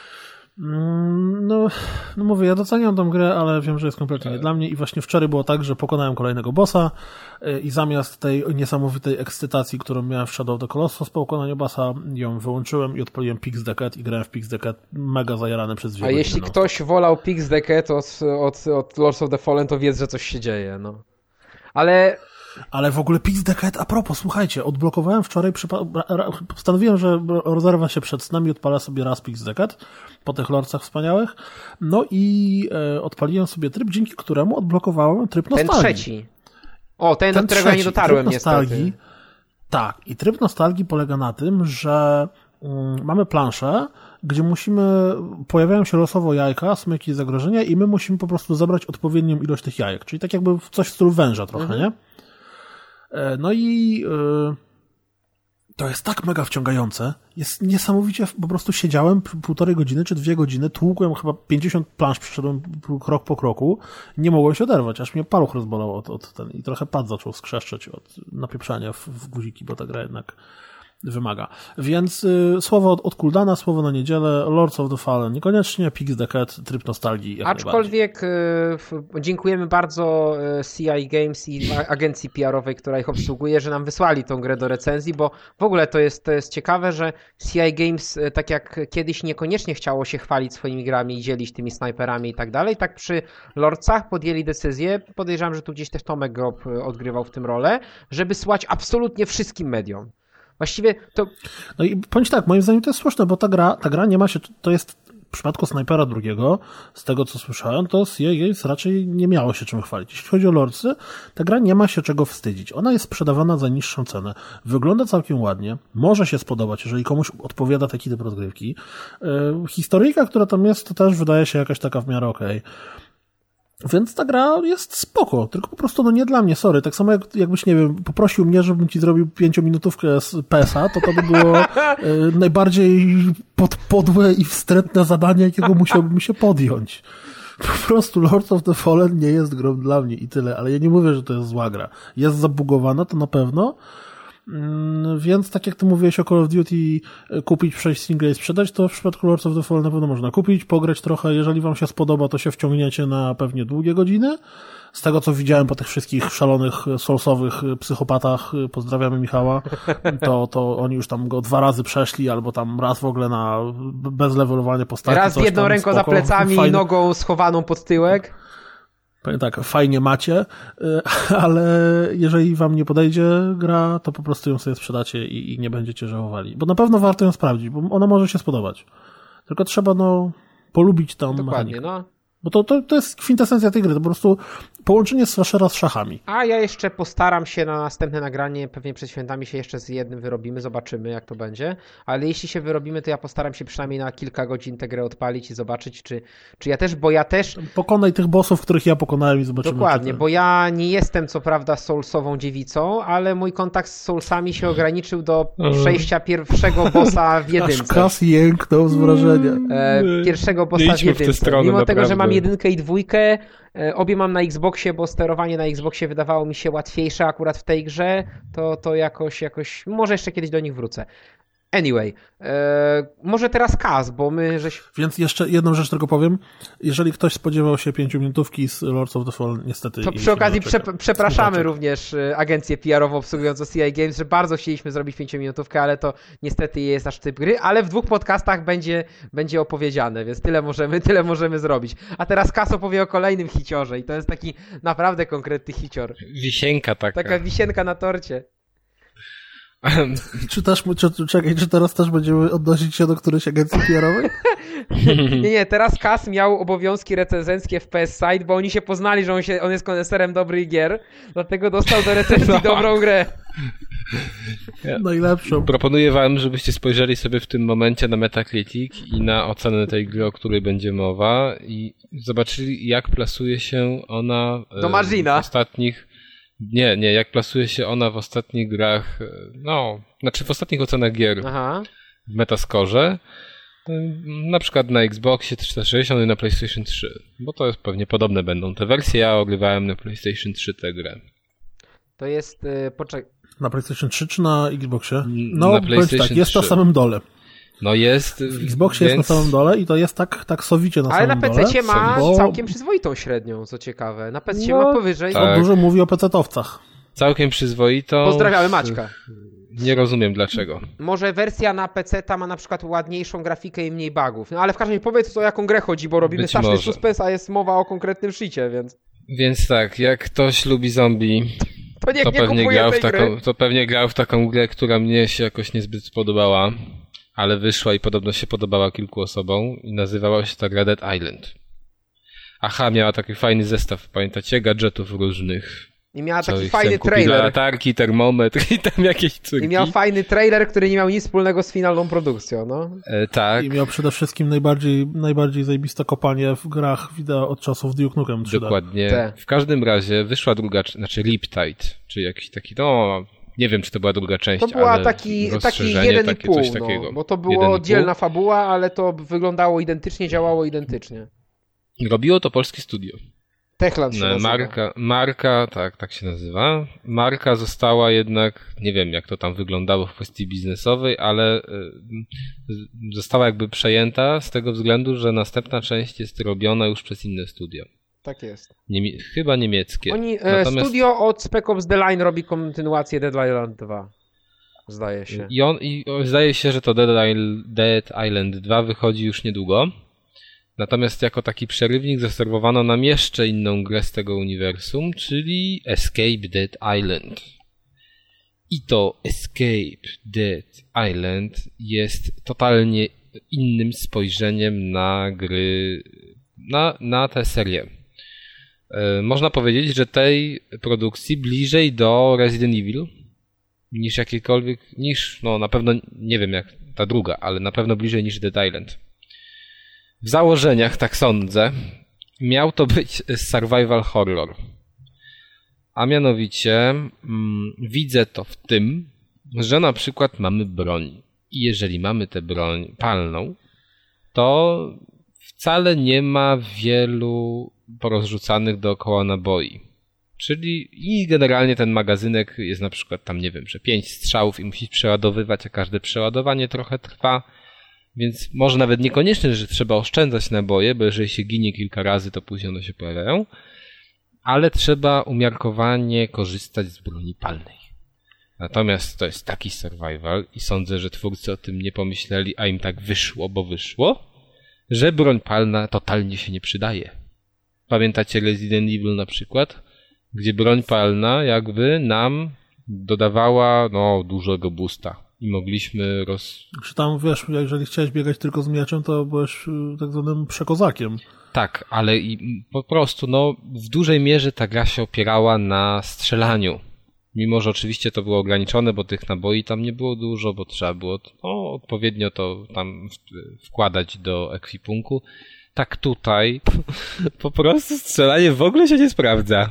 No mówię, ja doceniam tą grę, ale wiem, że jest kompletnie nie dla mnie i właśnie wczoraj było tak, że pokonałem kolejnego bossa i zamiast tej niesamowitej ekscytacji, którą miałem w Shadow of the Colossus po pokonaniu bossa, ją wyłączyłem i odpaliłem Pix the Cat i grałem w Pix the Cat mega zajarany przez 2 godziny. A jeśli ktoś wolał Pix the Cat od Lords of the Fallen, to wiedz, że coś się dzieje, no. Ale w ogóle Pix the Cat, a propos, słuchajcie, odblokowałem wczoraj, postanowiłem, że rozerwa się przed snem i odpalę sobie raz Pix the Cat po tych lorcach wspaniałych, no i odpaliłem sobie tryb, dzięki któremu odblokowałem tryb nostalgii. Ten trzeci. Ten do którego ja nie dotarłem niestety. Tak, i tryb nostalgii polega na tym, że mamy planszę, gdzie pojawiają się losowo jajka, są jakieś zagrożenia i my musimy po prostu zebrać odpowiednią ilość tych jajek, czyli tak jakby coś w stylu węża trochę, nie? No i To jest tak mega wciągające. Jest niesamowicie, po prostu siedziałem 1,5 godziny czy 2 godziny, tłukłem chyba 50 plansz, przeszedłem krok po kroku. Nie mogłem się oderwać, aż mnie paluch rozbolał od ten i trochę pad zaczął skrzeszczeć od napieprzania w guziki, bo ta gra jednak wymaga. Więc słowo od Kuldana, słowo na niedzielę, Lords of the Fallen niekoniecznie, Pix the Cat, tryb nostalgii. Aczkolwiek dziękujemy bardzo CI Games i agencji PR-owej, która ich obsługuje, że nam wysłali tą grę do recenzji, bo w ogóle to jest ciekawe, że CI Games, tak jak kiedyś niekoniecznie chciało się chwalić swoimi grami i dzielić tymi snajperami i tak dalej, tak przy Lordsach podjęli decyzję, podejrzewam, że tu gdzieś też Tomek Grob odgrywał w tym rolę, żeby słać absolutnie wszystkim mediom. Właściwie to... No i powiem ci tak, moim zdaniem to jest słuszne, bo ta gra nie ma się, to jest w przypadku Snajpera drugiego, z tego co słyszałem, to CI Games raczej nie miało się czym chwalić. Jeśli chodzi o Lordsy, ta gra nie ma się czego wstydzić. Ona jest sprzedawana za niższą cenę. Wygląda całkiem ładnie. Może się spodobać, jeżeli komuś odpowiada taki typ rozgrywki. Historyjka, która tam jest, to też wydaje się jakaś taka w miarę okej. Więc ta gra jest spoko, tylko po prostu nie dla mnie, sorry. Tak samo jakbyś, nie wiem, poprosił mnie, żebym ci zrobił 5-minutówkę z PS-a, to by było najbardziej podłe i wstrętne zadanie, jakiego musiałbym się podjąć. Po prostu Lords of the Fallen nie jest grą dla mnie i tyle, ale ja nie mówię, że to jest zła gra. Jest zabugowana, to na pewno. Więc tak jak ty mówiłeś o Call of Duty, kupić, przejść single i sprzedać, to w przypadku Lords of the Fallen na pewno można kupić, pograć trochę, jeżeli wam się spodoba, to się wciągniecie na pewnie długie godziny. Z tego co widziałem po tych wszystkich szalonych, soulsowych psychopatach, pozdrawiamy Michała, to oni już tam go 2 razy przeszli, albo tam raz w ogóle na bezlevelowanie postaci. Raz jedną ręką za plecami i nogą schowaną pod tyłek. Tak, fajnie macie, ale jeżeli wam nie podejdzie gra, to po prostu ją sobie sprzedacie i nie będziecie żałowali. Bo na pewno warto ją sprawdzić, bo ona może się spodobać. Tylko trzeba, polubić tą mechanikę. Bo to jest kwintesencja tej gry, to po prostu połączenie slashera z szachami. A ja jeszcze postaram się na następne nagranie, pewnie przed świętami się jeszcze z jednym wyrobimy, zobaczymy jak to będzie, ale jeśli się wyrobimy, to ja postaram się przynajmniej na kilka godzin tę grę odpalić i zobaczyć, czy ja też... Pokonaj tych bossów, których ja pokonałem i zobaczymy. Dokładnie, bo ja nie jestem co prawda soulsową dziewicą, ale mój kontakt z soulsami się ograniczył do przejścia pierwszego bossa w jedynce. Aż Kas jęknął z wrażenia. Pierwszego bossa w jedynce. Mimo tego, że mam 1 i 2, obie mam na Xboxie, bo sterowanie na Xboxie wydawało mi się łatwiejsze akurat w tej grze, to jakoś, może jeszcze kiedyś do nich wrócę. Anyway, może teraz Kaz, bo my Więc jeszcze jedną rzecz tylko powiem. Jeżeli ktoś spodziewał się 5-minutówki z Lords of the Fallen, niestety... To przy okazji przepraszamy również agencję PR-ową obsługującą CI Games, że bardzo chcieliśmy zrobić 5-minutówkę, ale to niestety jest nasz typ gry, ale w 2 podcastach będzie opowiedziane, więc tyle możemy zrobić. A teraz Kaz opowie o kolejnym hiciorze i to jest taki naprawdę konkretny hicior. Wisienka taka. Taka wisienka na torcie. Czy teraz też będziemy odnosić się do którejś agencji PR-owej? Nie, teraz Kaz miał obowiązki recenzenckie w PS Site, bo oni się poznali, że on jest koneserem dobrych gier, dlatego dostał do recenzji dobrą grę. Najlepszą. Proponuję wam, żebyście spojrzeli sobie w tym momencie na Metacritic i na ocenę tej gry, o której będzie mowa i zobaczyli, jak plasuje się ona do Marzina. W ostatnich... Nie, jak plasuje się ona w ostatnich grach, w ostatnich ocenach gier w Metascore, na przykład na Xboxie 360 i na PlayStation 3, bo to jest pewnie podobne będą te wersje, ja ogrywałem na PlayStation 3 tę grę. To jest, Na PlayStation 3 czy na Xboxie? Na PlayStation 3. Jest na samym dole. Jest. W Xboxie jest na samym dole i to jest tak sowicie na samym dole. Ale na PC ma całkiem przyzwoitą średnią, co ciekawe. Na PC ma powyżej. To dużo mówi o PC-towcach. Całkiem przyzwoitą. Pozdrawiamy Maćka. Nie rozumiem dlaczego. Może wersja na PC ma na przykład ładniejszą grafikę i mniej bugów. Ale w każdym razie powiedz, o jaką grę chodzi, bo robimy straszny suspense, a jest mowa o konkretnym shicie, więc... Więc tak, jak ktoś lubi zombie, to pewnie grał w taką grę, która mnie się jakoś niezbyt spodobała, ale wyszła i podobno się podobała kilku osobom i nazywała się ta gra Dead Island. Miała taki fajny zestaw, pamiętacie? Gadżetów różnych. I miała taki fajny trailer. Latarki, termometr i tam jakieś córki. I miał fajny trailer, który nie miał nic wspólnego z finalną produkcją, tak. I miał przede wszystkim najbardziej zajebiste kopanie w grach wideo od czasów Duke Nukem 3D. Dokładnie. W każdym razie wyszła druga, Riptide, czyli jakiś taki, Nie wiem, czy to była druga część, to była ale taki 1,5, no, bo to była oddzielna fabuła, ale to wyglądało identycznie, działało identycznie. Robiło to polskie studio. Techland się nazywa. Marka, tak się nazywa. Marka została jednak, nie wiem jak to tam wyglądało w kwestii biznesowej, ale została jakby przejęta z tego względu, że następna część jest robiona już przez inne studio. Tak jest. Chyba niemieckie. Studio od Spec Ops The Line robi kontynuację Dead Island 2. Zdaje się. I zdaje się, że to Dead Island 2 wychodzi już niedługo. Natomiast jako taki przerywnik zaserwowano nam jeszcze inną grę z tego uniwersum, czyli Escape Dead Island. I to Escape Dead Island jest totalnie innym spojrzeniem na gry, na tę serię. Można powiedzieć, że tej produkcji bliżej do Resident Evil niż jakiejkolwiek, no na pewno nie wiem jak ta druga, ale na pewno bliżej niż Dead Island. W założeniach, tak sądzę, miał to być survival horror. A mianowicie widzę to w tym, że na przykład mamy broń. I jeżeli mamy tę broń palną, to wcale nie ma wielu porozrzucanych dookoła naboi. Czyli i generalnie ten magazynek jest na przykład tam, nie wiem, że 5 strzałów i musisz przeładowywać, a każde przeładowanie trochę trwa. Więc może nawet niekoniecznie, że trzeba oszczędzać naboje, bo jeżeli się ginie kilka razy, to później one się pojawiają. Ale trzeba umiarkowanie korzystać z broni palnej. Natomiast to jest taki survival i sądzę, że twórcy o tym nie pomyśleli, a im tak wyszło, bo wyszło, że broń palna totalnie się nie przydaje. Pamiętacie Resident Evil na przykład? Gdzie broń palna jakby nam dodawała dużego boosta. I mogliśmy Czy tam, wiesz, jeżeli chciałeś biegać tylko z mieczem, to byłeś tak zwanym przekozakiem. Tak, ale po prostu, w dużej mierze ta gra się opierała na strzelaniu. Mimo, że oczywiście to było ograniczone, bo tych naboi tam nie było dużo, bo trzeba było odpowiednio to tam wkładać do ekwipunku. Tak tutaj po prostu strzelanie w ogóle się nie sprawdza.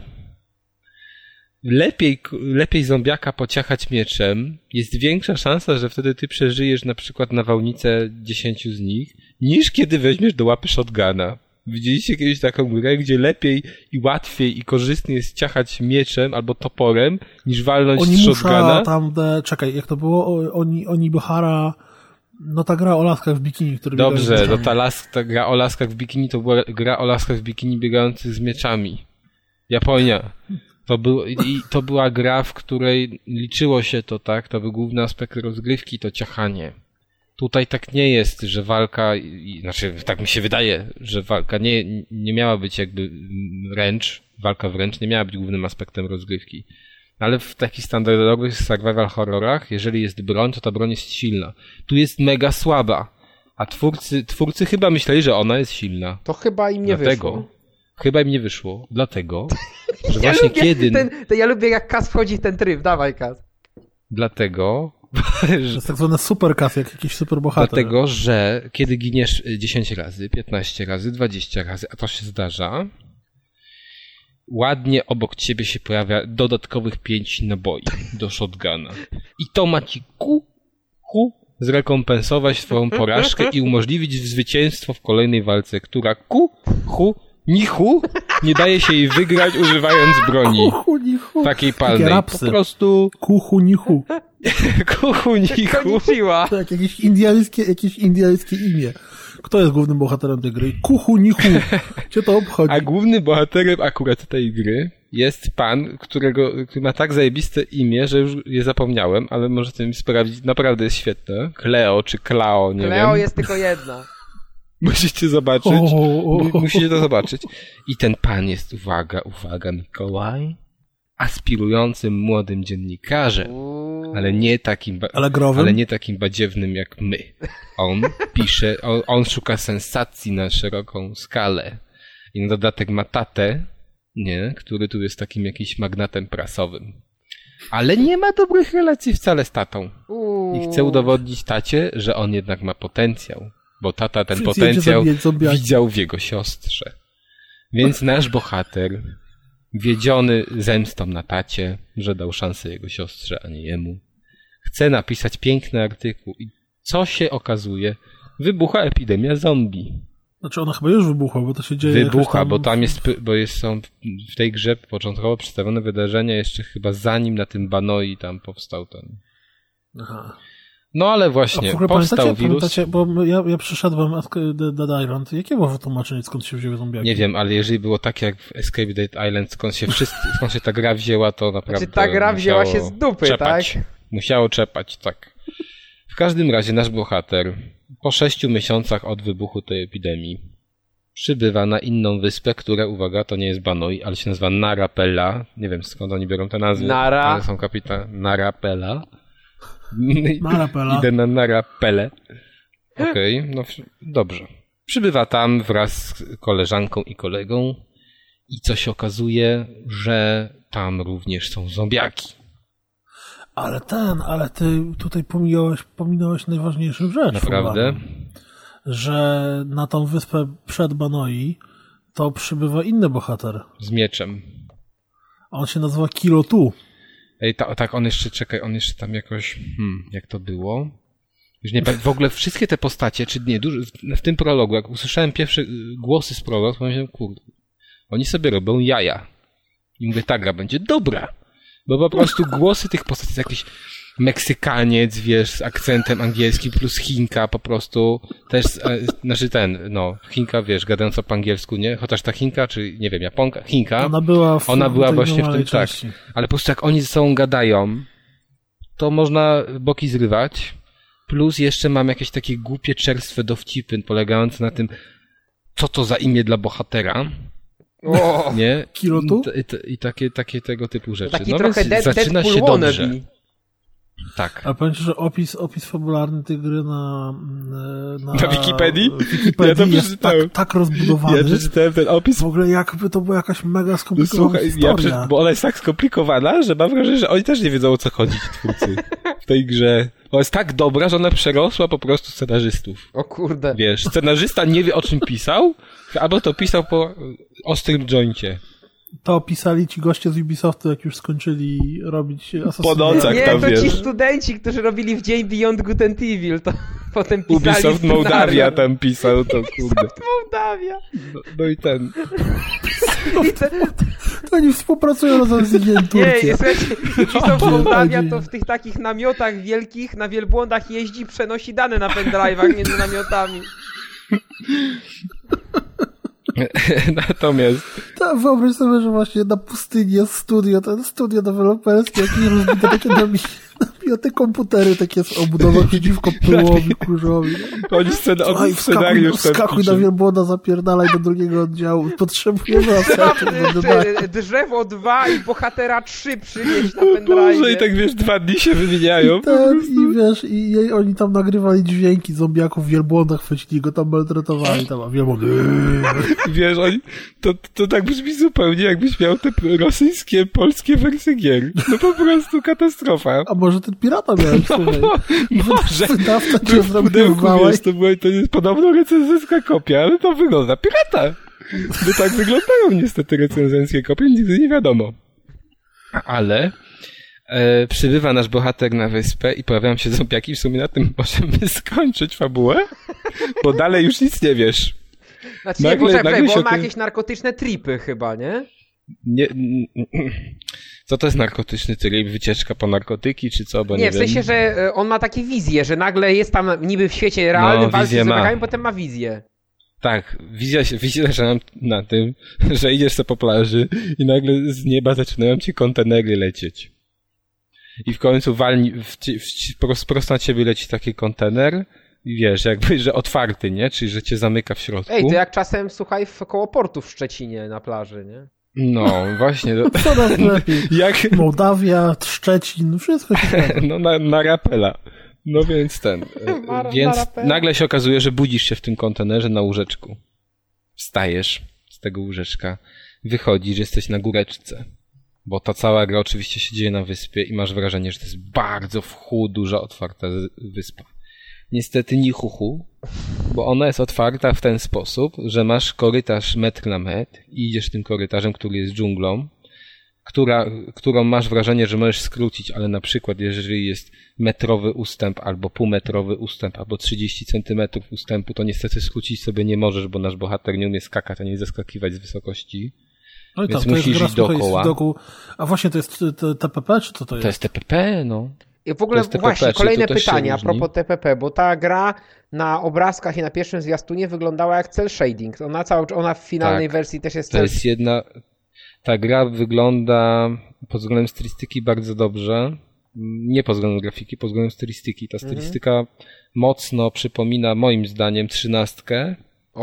Lepiej zombiaka pociachać mieczem, jest większa szansa, że wtedy ty przeżyjesz na przykład nawałnicę 10 z nich, niż kiedy weźmiesz do łapy shotguna. Widzieliście kiedyś taką grę, gdzie lepiej i łatwiej i korzystnie jest ciachać mieczem albo toporem, niż walnąć z shotguna? Czekaj, jak to było? Onibahara, ta gra o laskach w bikini, który Dobrze, ta gra o laskach w bikini to była gra o laskach w bikini biegających z mieczami. Japonia. To była gra, w której liczyło się to, tak? To był główny aspekt rozgrywki, to ciachanie. Tutaj tak nie jest, że walka, tak mi się wydaje, że walka nie miała być jakby walka wręcz nie miała być głównym aspektem rozgrywki. Ale w takich standardowych survival horrorach, jeżeli jest broń, to ta broń jest silna. Tu jest mega słaba, a twórcy chyba myśleli, że ona jest silna. To chyba im nie wyszło. Chyba im nie wyszło, dlatego, że właśnie kiedy... Ja lubię jak Kaz wchodzi w ten tryb, dawaj Kaz. Dlatego... To jest tak zwany super Kaz, jak jakiś super bohater. Dlatego, że kiedy giniesz 10 razy, 15 razy, 20 razy, a to się zdarza, ładnie obok ciebie się pojawia dodatkowych 5 naboi do shotguna. I to ma ci zrekompensować twoją porażkę i umożliwić zwycięstwo w kolejnej walce, która nichu nie daje się jej wygrać używając broni takiej palnej. Po prostu... Nichu. Konnichiwa. Tak, jakieś indyjskie imię. Kto jest głównym bohaterem tej gry? Nichu. Cię to obchodzi. A głównym bohaterem akurat tej gry jest pan, który ma tak zajebiste imię, że już je zapomniałem, ale możecie mi sprawdzić. Naprawdę jest świetne. Kleo czy Klao, nie wiem. Kleo jest tylko jedna. Musicie zobaczyć. Musicie to zobaczyć. I ten pan jest, uwaga, Mikołaj, aspirującym młodym dziennikarzem, ale nie takim badziewnym jak my. On pisze, on szuka sensacji na szeroką skalę. I na dodatek ma tatę, który tu jest takim jakimś magnatem prasowym. Ale nie ma dobrych relacji wcale z tatą. I chce udowodnić tacie, że on jednak ma potencjał. Bo tata ten potencjał widział w jego siostrze. Więc nasz bohater wiedziony zemstą na tacie, że dał szansę jego siostrze, a nie jemu, chce napisać piękny artykuł i co się okazuje? Wybucha epidemia zombie. Znaczy ona chyba już wybuchła, bo to się dzieje... Wybucha, bo tam są w tej grze początkowo przedstawione wydarzenia jeszcze chyba zanim na tym Banoi tam powstał ten... Aha. No ale właśnie, powstał wirus... Pamiętacie, bo ja przyszedłem Dead Island. Jakie było wytłumaczenie, skąd się wzięły zombiaki? Nie wiem, ale jeżeli było tak jak w Escape Dead Island, skąd się ta gra wzięła, to naprawdę... Znaczy ta gra wzięła się z dupy, czepać. Tak? Musiało czepać, tak. W każdym razie nasz bohater po 6 miesiącach od wybuchu tej epidemii przybywa na inną wyspę, która, uwaga, to nie jest Banoi, ale się nazywa Narapella. Nie wiem skąd oni biorą te nazwy, ale są Narapella. Narapella. Idę na Narapelę. Okej, no dobrze. Przybywa tam wraz z koleżanką i kolegą i co się okazuje, że tam również są zombiaki. Ale ty tutaj pominąłeś najważniejszą rzecz. Naprawdę? Że na tą wyspę przed Banoi to przybywa inny bohater. Z mieczem. A on się nazywa Kilo Tu. Ej, tak, on jeszcze tam jakoś... jak to było? Już nie w ogóle wszystkie te postacie, czy nie, w tym prologu, jak usłyszałem pierwsze głosy z prologu, to pomyślałem, kurde, oni sobie robią jaja. I mówię, ta gra będzie dobra. Bo po prostu głosy tych postaci jest jakiś Meksykaniec, wiesz, z akcentem angielskim plus Chinka po prostu też, znaczy Chinka, wiesz, gadająca po angielsku, nie? Chociaż ta Chinka, czy nie wiem, Japonka, Chinka, ona była właśnie w tym, części. Tak. Ale po prostu jak oni ze sobą gadają, to można boki zrywać, plus jeszcze mam jakieś takie głupie, czerstwe dowcipy polegające na tym, co to za imię dla bohatera. Nie? Kilotu? I takie tego typu rzeczy. Taki trochę zaczyna się dobrze. Tak. A pamiętasz, że opis fabularny tej gry na Wikipedii? Ja to jest tak rozbudowany. Ja przeczytałem ten opis. W ogóle jakby to była jakaś mega skomplikowana historia. Bo ona jest tak skomplikowana, że mam wrażenie, że oni też nie wiedzą, o co chodzi, ci twórcy w tej grze. Ona jest tak dobra, że ona przerosła po prostu scenarzystów. O kurde. Wiesz, scenarzysta nie wie, o czym pisał, albo to pisał po ostrym joincie. To pisali ci goście z Ubisoftu, jak już skończyli robić Assassin's Po nocach nie, tam, to wiesz. ci studenci, którzy robili w dzień Beyond Good and Evil, to potem pisali Ubisoft Mołdawia tam pisał, to kurde. Ubisoft Mołdawia. No i ten. To oni współpracują razem z Indien Turcji. Nie, słuchajcie, Ubisoft Mołdawia to w tych takich namiotach wielkich, na wielbłądach jeździ i przenosi dane na pendrive'ach między namiotami. Natomiast... Wyobraź sobie, że właśnie na pustyni jest studio, to jest studio deweloperskie, jak nie rozbite takie te komputery takie z obudową przeciwko pyłowi, kurzowi. Oni scenariusz wskakuj na wielbłąda, zapierdalaj do drugiego oddziału. Potrzebujemy asetu. Drzewo 2 i bohatera 3 przynieść na pendrive. Boże, i tak wiesz, 2 dni się wymieniają. I wiesz, i oni tam nagrywali dźwięki zombiaków w wielbłądach, chwycili go tam maltretowali, tam, a wielbłądy... Wiesz, oni, to tak brzmi zupełnie, jakbyś miał te rosyjskie, polskie wersje gier. No po prostu katastrofa. A może ten pirata miałeś, słuchaj. Może. Wydawca cię zrobił wiesz, to jest podobno recenzencka kopia, ale to wygląda pirata. Bo tak wyglądają niestety recenzenckie kopie, nigdy nie wiadomo. Ale przybywa nasz bohater na wyspę i pojawiają się zombiaki. W sumie na tym możemy skończyć fabułę, bo dalej już nic nie wiesz. Znaczy nagle bo on ma jakieś narkotyczne tripy chyba, nie? Nie. Co to jest narkotyczny trip? Wycieczka po narkotyki, czy co? Bo nie, w sensie, że on ma takie wizje, że nagle jest tam niby w świecie realnym, walczy z zombiakami, potem ma wizję. Tak, wizja zaczyna na tym, że idziesz sobie po plaży i nagle z zaczynają ci kontenery lecieć. I w końcu prosto na ciebie leci taki kontener i wiesz, jakby, że otwarty, nie? Czyli, że cię zamyka w środku. Ej, to jak czasem, słuchaj, koło portu w Szczecinie na plaży, nie? No, właśnie. Coraz lepiej. Mołdawia, Szczecin, wszystko się no, Narapella. No więc więc nagle się okazuje, że budzisz się w tym kontenerze na łóżeczku. Wstajesz z tego łóżeczka, wychodzisz, jesteś na góreczce. Bo ta cała gra oczywiście się dzieje na wyspie i masz wrażenie, że to jest bardzo duża, otwarta wyspa. Niestety ni chuchu, bo ona jest otwarta w ten sposób, że masz korytarz metr na metr i idziesz tym korytarzem, który jest dżunglą którą masz wrażenie, że możesz skrócić, ale na przykład jeżeli jest metrowy ustęp, albo półmetrowy ustęp, albo 30 centymetrów ustępu, to niestety skrócić sobie nie możesz, bo nasz bohater nie umie skakać, a nie zeskakiwać z wysokości. No i więc tam, musisz iść dookoła. A właśnie to jest TPP, czy co to jest? To jest TPP, no. I w ogóle właśnie kolejne pytanie a propos TPP, bo ta gra na obrazkach i na pierwszym zwiastunie wyglądała jak cel shading. Ona w finalnej wersji też jest to jest jedna... Ta gra wygląda pod względem stylistyki bardzo dobrze. Nie pod względem grafiki, pod względem stylistyki. Ta stylistyka mocno przypomina moim zdaniem 13.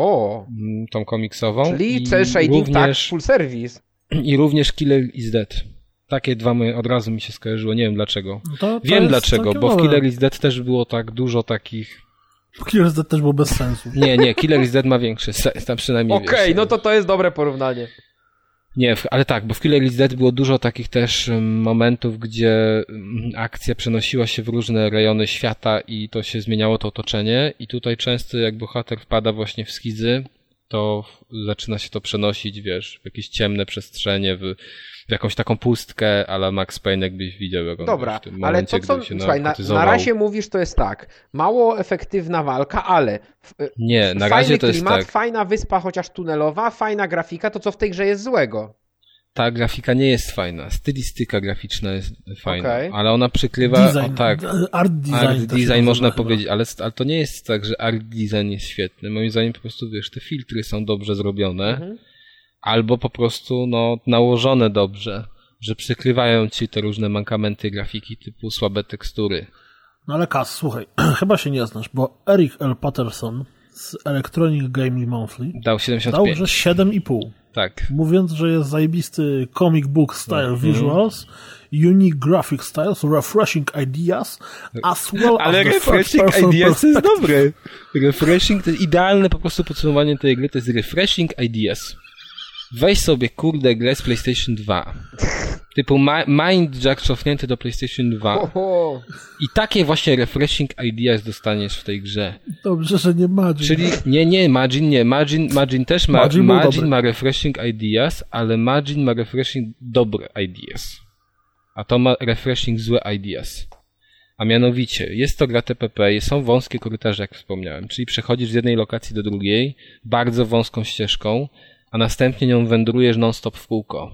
Tą komiksową. Czyli cel shading, również, tak, full service. I również Killer is Dead. Takie dwa od razu mi się skojarzyło, nie wiem dlaczego. Wiem dlaczego, bo w Killer is Dead też było tak dużo takich... Killer is Dead też było bez sensu. Nie, Killer is Dead ma większy sens, tam przynajmniej Okej, no to jest dobre porównanie. Nie, ale tak, bo w Killer is Dead było dużo takich też momentów, gdzie akcja przenosiła się w różne rejony świata i to się zmieniało to otoczenie i tutaj często jak bohater wpada właśnie w schizy, to zaczyna się to przenosić, wiesz, w jakieś ciemne przestrzenie, w jakąś taką pustkę a la Max Payne, jakbyś widział. Jak on dobra, w tym momencie, ale to co, słuchaj, na razie mówisz, to jest tak, mało efektywna walka, ale nie, na razie to jest klimat, tak. Fajna wyspa, chociaż tunelowa, fajna grafika, to co w tej grze jest złego? Ta grafika nie jest fajna, stylistyka graficzna jest fajna, ale ona przykrywa... Design, art design można powiedzieć, ale to nie jest tak, że art design jest świetny. Moim zdaniem po prostu, wiesz, te filtry są dobrze zrobione, albo po prostu nałożone dobrze, że przykrywają ci te różne mankamenty grafiki typu słabe tekstury. No ale Kaz, słuchaj, chyba się nie znasz, bo Eric L. Patterson z Electronic Gaming Monthly dał 75. Dał, że 7,5. Tak. Mówiąc, że jest zajebisty comic book style visuals, unique graphic styles, refreshing ideas, as well ale as refreshing ideas to jest dobre. Refreshing to jest idealne po prostu podsumowanie tej gry, to jest refreshing ideas. Weź sobie kurde grę z PlayStation 2. Typu Mindjack cofnięty do PlayStation 2. I takie właśnie refreshing ideas dostaniesz w tej grze. Dobrze, że nie Magin. Czyli nie, Magin też ma. Magin ma refreshing ideas, ale Magin ma refreshing dobre ideas. A to ma refreshing złe ideas. A mianowicie, jest to gra TPP, są wąskie korytarze, jak wspomniałem. Czyli przechodzisz z jednej lokacji do drugiej, bardzo wąską ścieżką, a następnie nią wędrujesz non-stop w kółko.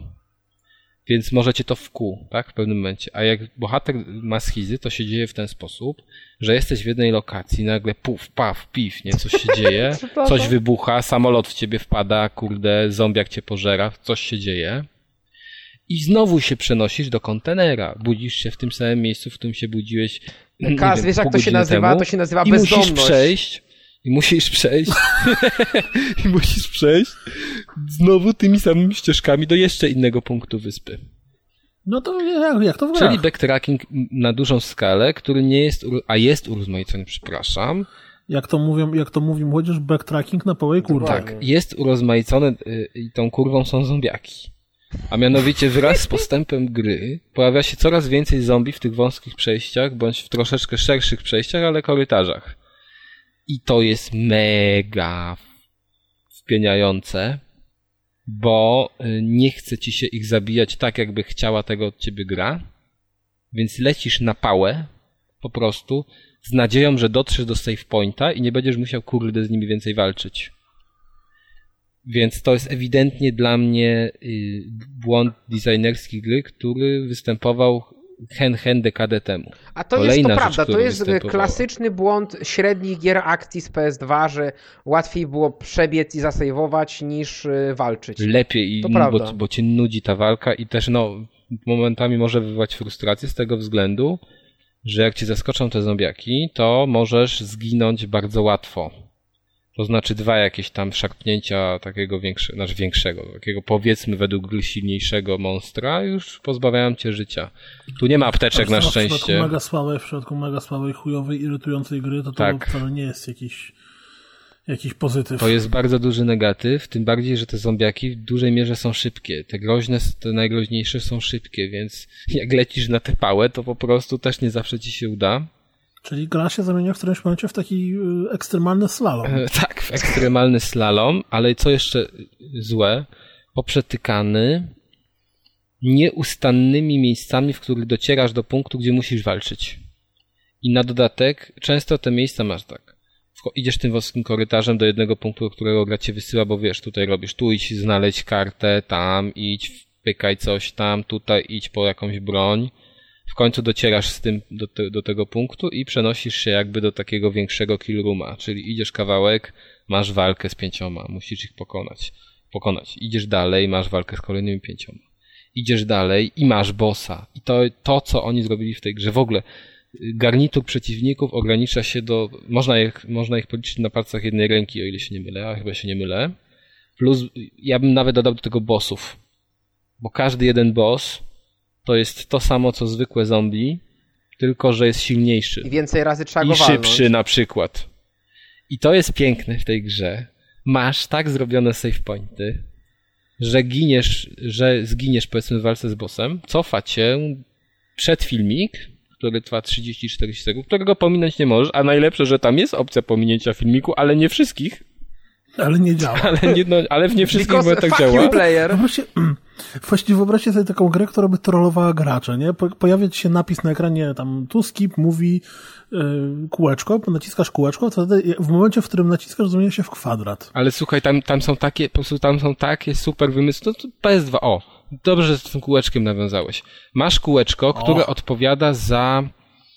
Więc możecie to w kół, tak? W pewnym momencie. A jak bohater ma schizy, to się dzieje w ten sposób, że jesteś w jednej lokacji, nagle puf, paf, pif, nie? Coś się dzieje, coś wybucha, samolot w ciebie wpada, kurde, zombiak cię pożera, coś się dzieje. I znowu się przenosisz do kontenera. Budzisz się w tym samym miejscu, w którym się budziłeś. Kaz, wiesz jak to się nazywa? Temu, to się nazywa bezdomność. I musisz przejść znowu tymi samymi ścieżkami do jeszcze innego punktu wyspy. No to jak to w grach? Czyli backtracking na dużą skalę, który nie jest, a jest urozmaicony, przepraszam. Jak to mówi młodzież, backtracking na pełnej kurwie. Tak, jest urozmaicony i tą kurwą są zombiaki. A mianowicie wraz z postępem gry pojawia się coraz więcej zombie w tych wąskich przejściach, bądź w troszeczkę szerszych przejściach, ale korytarzach. I to jest mega wpieniające, bo nie chce ci się ich zabijać tak, jakby chciała tego od ciebie gra, więc lecisz na pałę po prostu z nadzieją, że dotrzesz do save pointa i nie będziesz musiał kurde z nimi więcej walczyć. Więc to jest ewidentnie dla mnie błąd designerski gry, który występował dekadę temu. A to jest to prawda, to jest klasyczny błąd średnich gier akcji z PS2, że łatwiej było przebiec i zasejwować niż walczyć. Lepiej, bo cię nudzi ta walka i też momentami może wywołać frustrację z tego względu, że jak cię zaskoczą te zombiaki, to możesz zginąć bardzo łatwo. To znaczy 2 jakieś tam szarpnięcia takiego większego, takiego powiedzmy według gry silniejszego monstra już pozbawiają cię życia. Tu nie ma apteczek na szczęście. W przypadku mega słabej, chujowej, irytującej gry to wcale nie jest jakiś pozytyw. To jest bardzo duży negatyw, tym bardziej, że te zombiaki w dużej mierze są szybkie. Te najgroźniejsze są szybkie, więc jak lecisz na tę pałę, to po prostu też nie zawsze ci się uda. Czyli gra się zamienia w którymś momencie w taki ekstremalny slalom. Tak, w ekstremalny slalom, ale co jeszcze złe, poprzetykany, nieustannymi miejscami, w których docierasz do punktu, gdzie musisz walczyć. I na dodatek często te miejsca masz tak. Idziesz tym wąskim korytarzem do jednego punktu, do którego gra cię wysyła, bo wiesz, tutaj robisz, tu idź znaleźć kartę, tam idź, wpykaj coś tam, tutaj idź po jakąś broń. W końcu docierasz z tym do tego punktu i przenosisz się jakby do takiego większego kill rooma, czyli idziesz kawałek, masz walkę z 5, musisz ich pokonać. Idziesz dalej, masz walkę z kolejnymi 5. Idziesz dalej i masz bossa. I to, co oni zrobili w tej grze, w ogóle garnitur przeciwników ogranicza się do... Można ich policzyć na palcach jednej ręki, o ile się nie mylę, a chyba się nie mylę. Plus ja bym nawet dodał do tego bossów. Bo każdy jeden boss to jest to samo, co zwykłe zombie, tylko że jest silniejszy. I więcej razy trzeba go walnąć. I szybszy na przykład. I to jest piękne w tej grze. Masz tak zrobione save pointy, że zginiesz powiedzmy w walce z bossem, cofa cię przed filmik, który trwa 30-40 sekund, którego pominąć nie możesz, a najlepsze, że tam jest opcja pominięcia filmiku, ale nie wszystkich. Ale nie działa. Ale w nie wszystkich momentach działa. Właśnie wyobraźcie sobie taką grę, która by trollowała gracze, nie? Pojawia ci się napis na ekranie, tam tu skip, mówi kółeczko, naciskasz kółeczko, to wtedy w momencie, w którym naciskasz, zmienia się w kwadrat. Ale słuchaj, tam są takie super wymysły, to PS2, dobrze, że z tym kółeczkiem nawiązałeś. Masz kółeczko, które odpowiada za...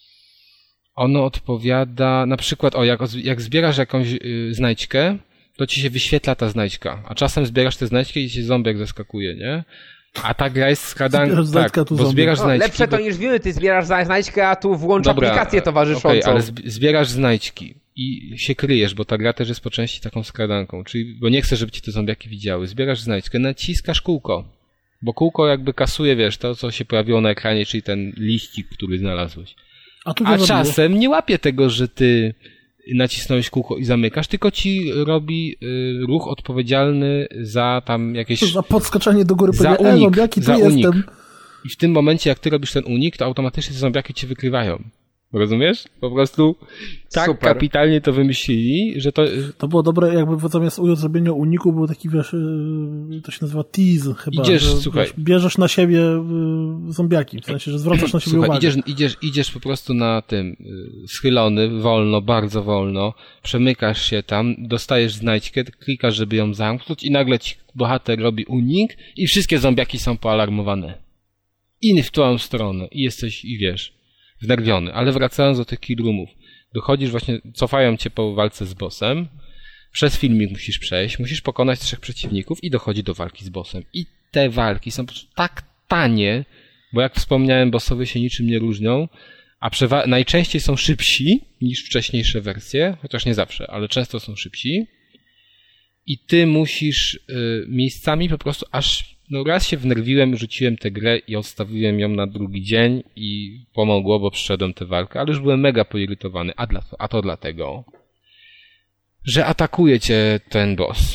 Ono odpowiada, na przykład, jak zbierasz jakąś znajdźkę, to ci się wyświetla ta znajdźka. A czasem zbierasz tę znajdźkę i się zombiak zaskakuje, nie? A ta gra jest skradanką. Zbierasz znajdźki. Lepsze to niż w Unity, zbierasz znajdźkę, a tu włącz aplikację towarzyszącą. Okej, ale zbierasz znajdźki i się kryjesz, bo ta gra też jest po części taką skradanką. Czyli, bo nie chcesz, żeby ci te zombiaki widziały. Zbierasz znajdźkę, naciskasz kółko. Bo kółko jakby kasuje, wiesz, to co się pojawiło na ekranie, czyli ten liścik, który znalazłeś. A czasem nie łapie tego, że ty nacisnąłeś kółko i zamykasz, tylko ci robi ruch odpowiedzialny za tam jakieś... Za podskoczenie do góry, za unik, zombiaki, tu jestem. I w tym momencie, jak ty robisz ten unik, to automatycznie te zombiaki cię wykrywają. Rozumiesz? Po prostu tak super. Kapitalnie to wymyślili, że to... To było dobre, jakby zamiast zrobienia uniku był taki, wiesz, to się nazywa tease chyba. Słuchaj. Bierzesz na siebie zombiaki, w sensie, że zwracasz na siebie uwagę. Idziesz po prostu na tym schylony, wolno, bardzo wolno, przemykasz się tam, dostajesz znajdźkę, klikasz, żeby ją zamknąć i nagle ci bohater robi unik i wszystkie zombiaki są poalarmowane. I w twoją stronę. I jesteś, i wiesz... wnerwiony, ale wracając do tych kill roomów, dochodzisz właśnie, cofają cię po walce z bossem, przez filmik musisz przejść, musisz pokonać 3 przeciwników i dochodzi do walki z bossem. I te walki są tak tanie, bo jak wspomniałem, bossowie się niczym nie różnią, a najczęściej są szybsi niż wcześniejsze wersje, chociaż nie zawsze, ale często są szybsi. I ty musisz miejscami po prostu aż... raz się wnerwiłem, rzuciłem tę grę i odstawiłem ją na drugi dzień i pomogło, bo przyszedłem tę walkę, ale już byłem mega poirytowany. A to dlatego, że atakuje cię ten boss.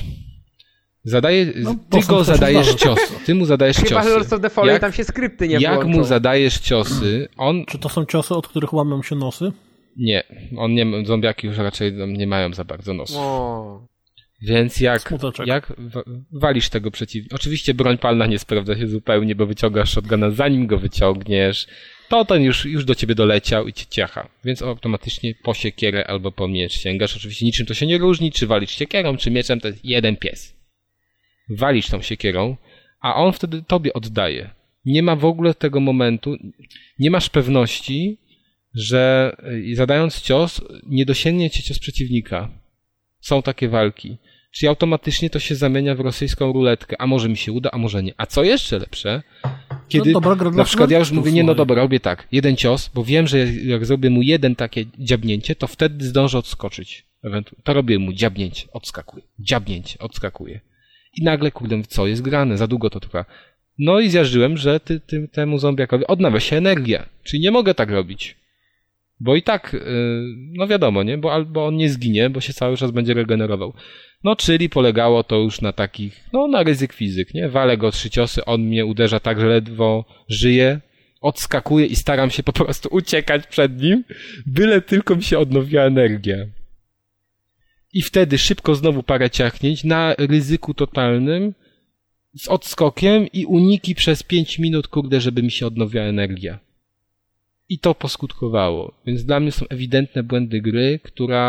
Ty mu zadajesz ciosy. Chyba Lords of the Fallen tam się skrypty nie włączą. Jak mu zadajesz ciosy, Czy to są ciosy, od których łamią się nosy? Nie. Zombiaki już raczej nie mają za bardzo nosów. Więc jak walisz tego przeciwnika... Oczywiście broń palna nie sprawdza się zupełnie, bo wyciągasz shotguna, zanim go wyciągniesz, to ten już do ciebie doleciał i cię ciacha. Więc automatycznie po siekierę albo po miecz sięgasz. Oczywiście niczym to się nie różni, czy walisz siekierą, czy mieczem, to jest jeden pies. Walisz tą siekierą, a on wtedy tobie oddaje. Nie ma w ogóle tego momentu, nie masz pewności, że zadając cios, nie dosięgnie cię cios przeciwnika. Są takie walki. Czyli automatycznie to się zamienia w rosyjską ruletkę. A może mi się uda, a może nie. A co jeszcze lepsze? Kiedy na przykład ja już mówię, robię tak. Jeden cios, bo wiem, że jak zrobię mu jeden takie dziabnięcie, to wtedy zdążę odskoczyć. To robię mu dziabnięcie, odskakuje. I nagle, co jest grane? Za długo to trwa. No i zjarzyłem, że temu zombiakowi odnawia się energia. Czyli nie mogę tak robić. Bo i tak, wiadomo, nie? Bo albo on nie zginie, bo się cały czas będzie regenerował. Czyli polegało to już na takich, na ryzyk fizyk, nie? Walę go 3 ciosy, on mnie uderza tak, że ledwo żyje, odskakuje i staram się po prostu uciekać przed nim, byle tylko mi się odnowiła energia. I wtedy szybko znowu parę ciachnięć na ryzyku totalnym z odskokiem i uniki przez 5 minut, kurde, żeby mi się odnowiła energia. I to poskutkowało. Więc dla mnie są ewidentne błędy gry,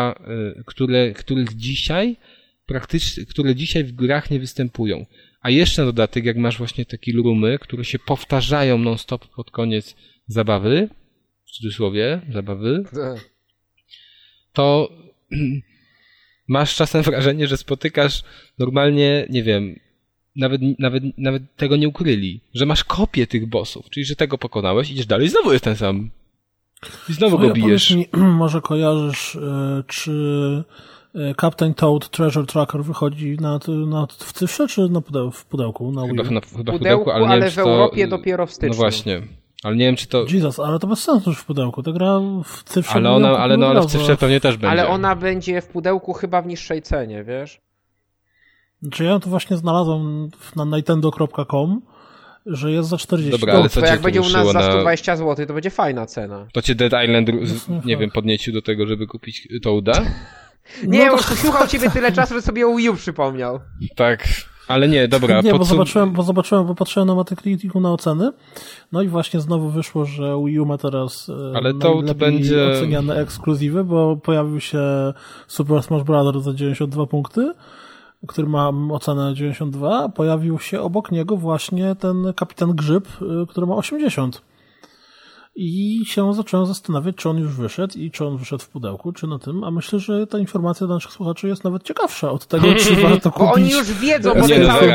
które dzisiaj w grach nie występują. A jeszcze na dodatek, jak masz właśnie te kill roomy, które się powtarzają non-stop pod koniec zabawy, w cudzysłowie, zabawy, to masz czasem wrażenie, że spotykasz normalnie, nie wiem, nawet tego nie ukryli, że masz kopię tych bossów, czyli że tego pokonałeś, idziesz dalej, znowu jest ten sam. I znowu go bijesz. Mi, może kojarzysz, czy Captain Toad Treasure Tracker wychodzi w cyfrze, czy w pudełku? Na chyba Wii? w pudełku, ale, nie wiem, w Europie dopiero w styczniu. No właśnie. Ale nie wiem, czy to... Jesus, ale to bez sensu już w pudełku. Ta gra w cyfrze... Ale w cyfrze pewnie też będzie. Ale ona będzie w pudełku chyba w niższej cenie, wiesz? Znaczy ja to właśnie znalazłem na nintendo.com, że jest za 40 Dobra, ale co to jak będzie u nas za na... 120 zł, to będzie fajna cena. To cię Dead Island, nie wiem, podniecił do tego, żeby kupić Toada? Nie, już słuchał ciebie tyle czasu, że sobie o Wii U przypomniał. Tak, ale nie, dobra. Nie, bo patrzyłem na Metacriticu na oceny, no i właśnie znowu wyszło, że Wii U ma teraz ale to będzie oceniane ekskluzywy, bo pojawił się Super Smash Bros. Za 92 punkty, który ma ocenę 92, pojawił się obok niego właśnie ten Kapitan Grzyb, który ma 80. I się zacząłem zastanawiać, czy on już wyszedł i czy on wyszedł w pudełku, czy na tym, a myślę, że ta informacja dla naszych słuchaczy jest nawet ciekawsza od tego, czy warto kupić. Bo oni już wiedzą, bo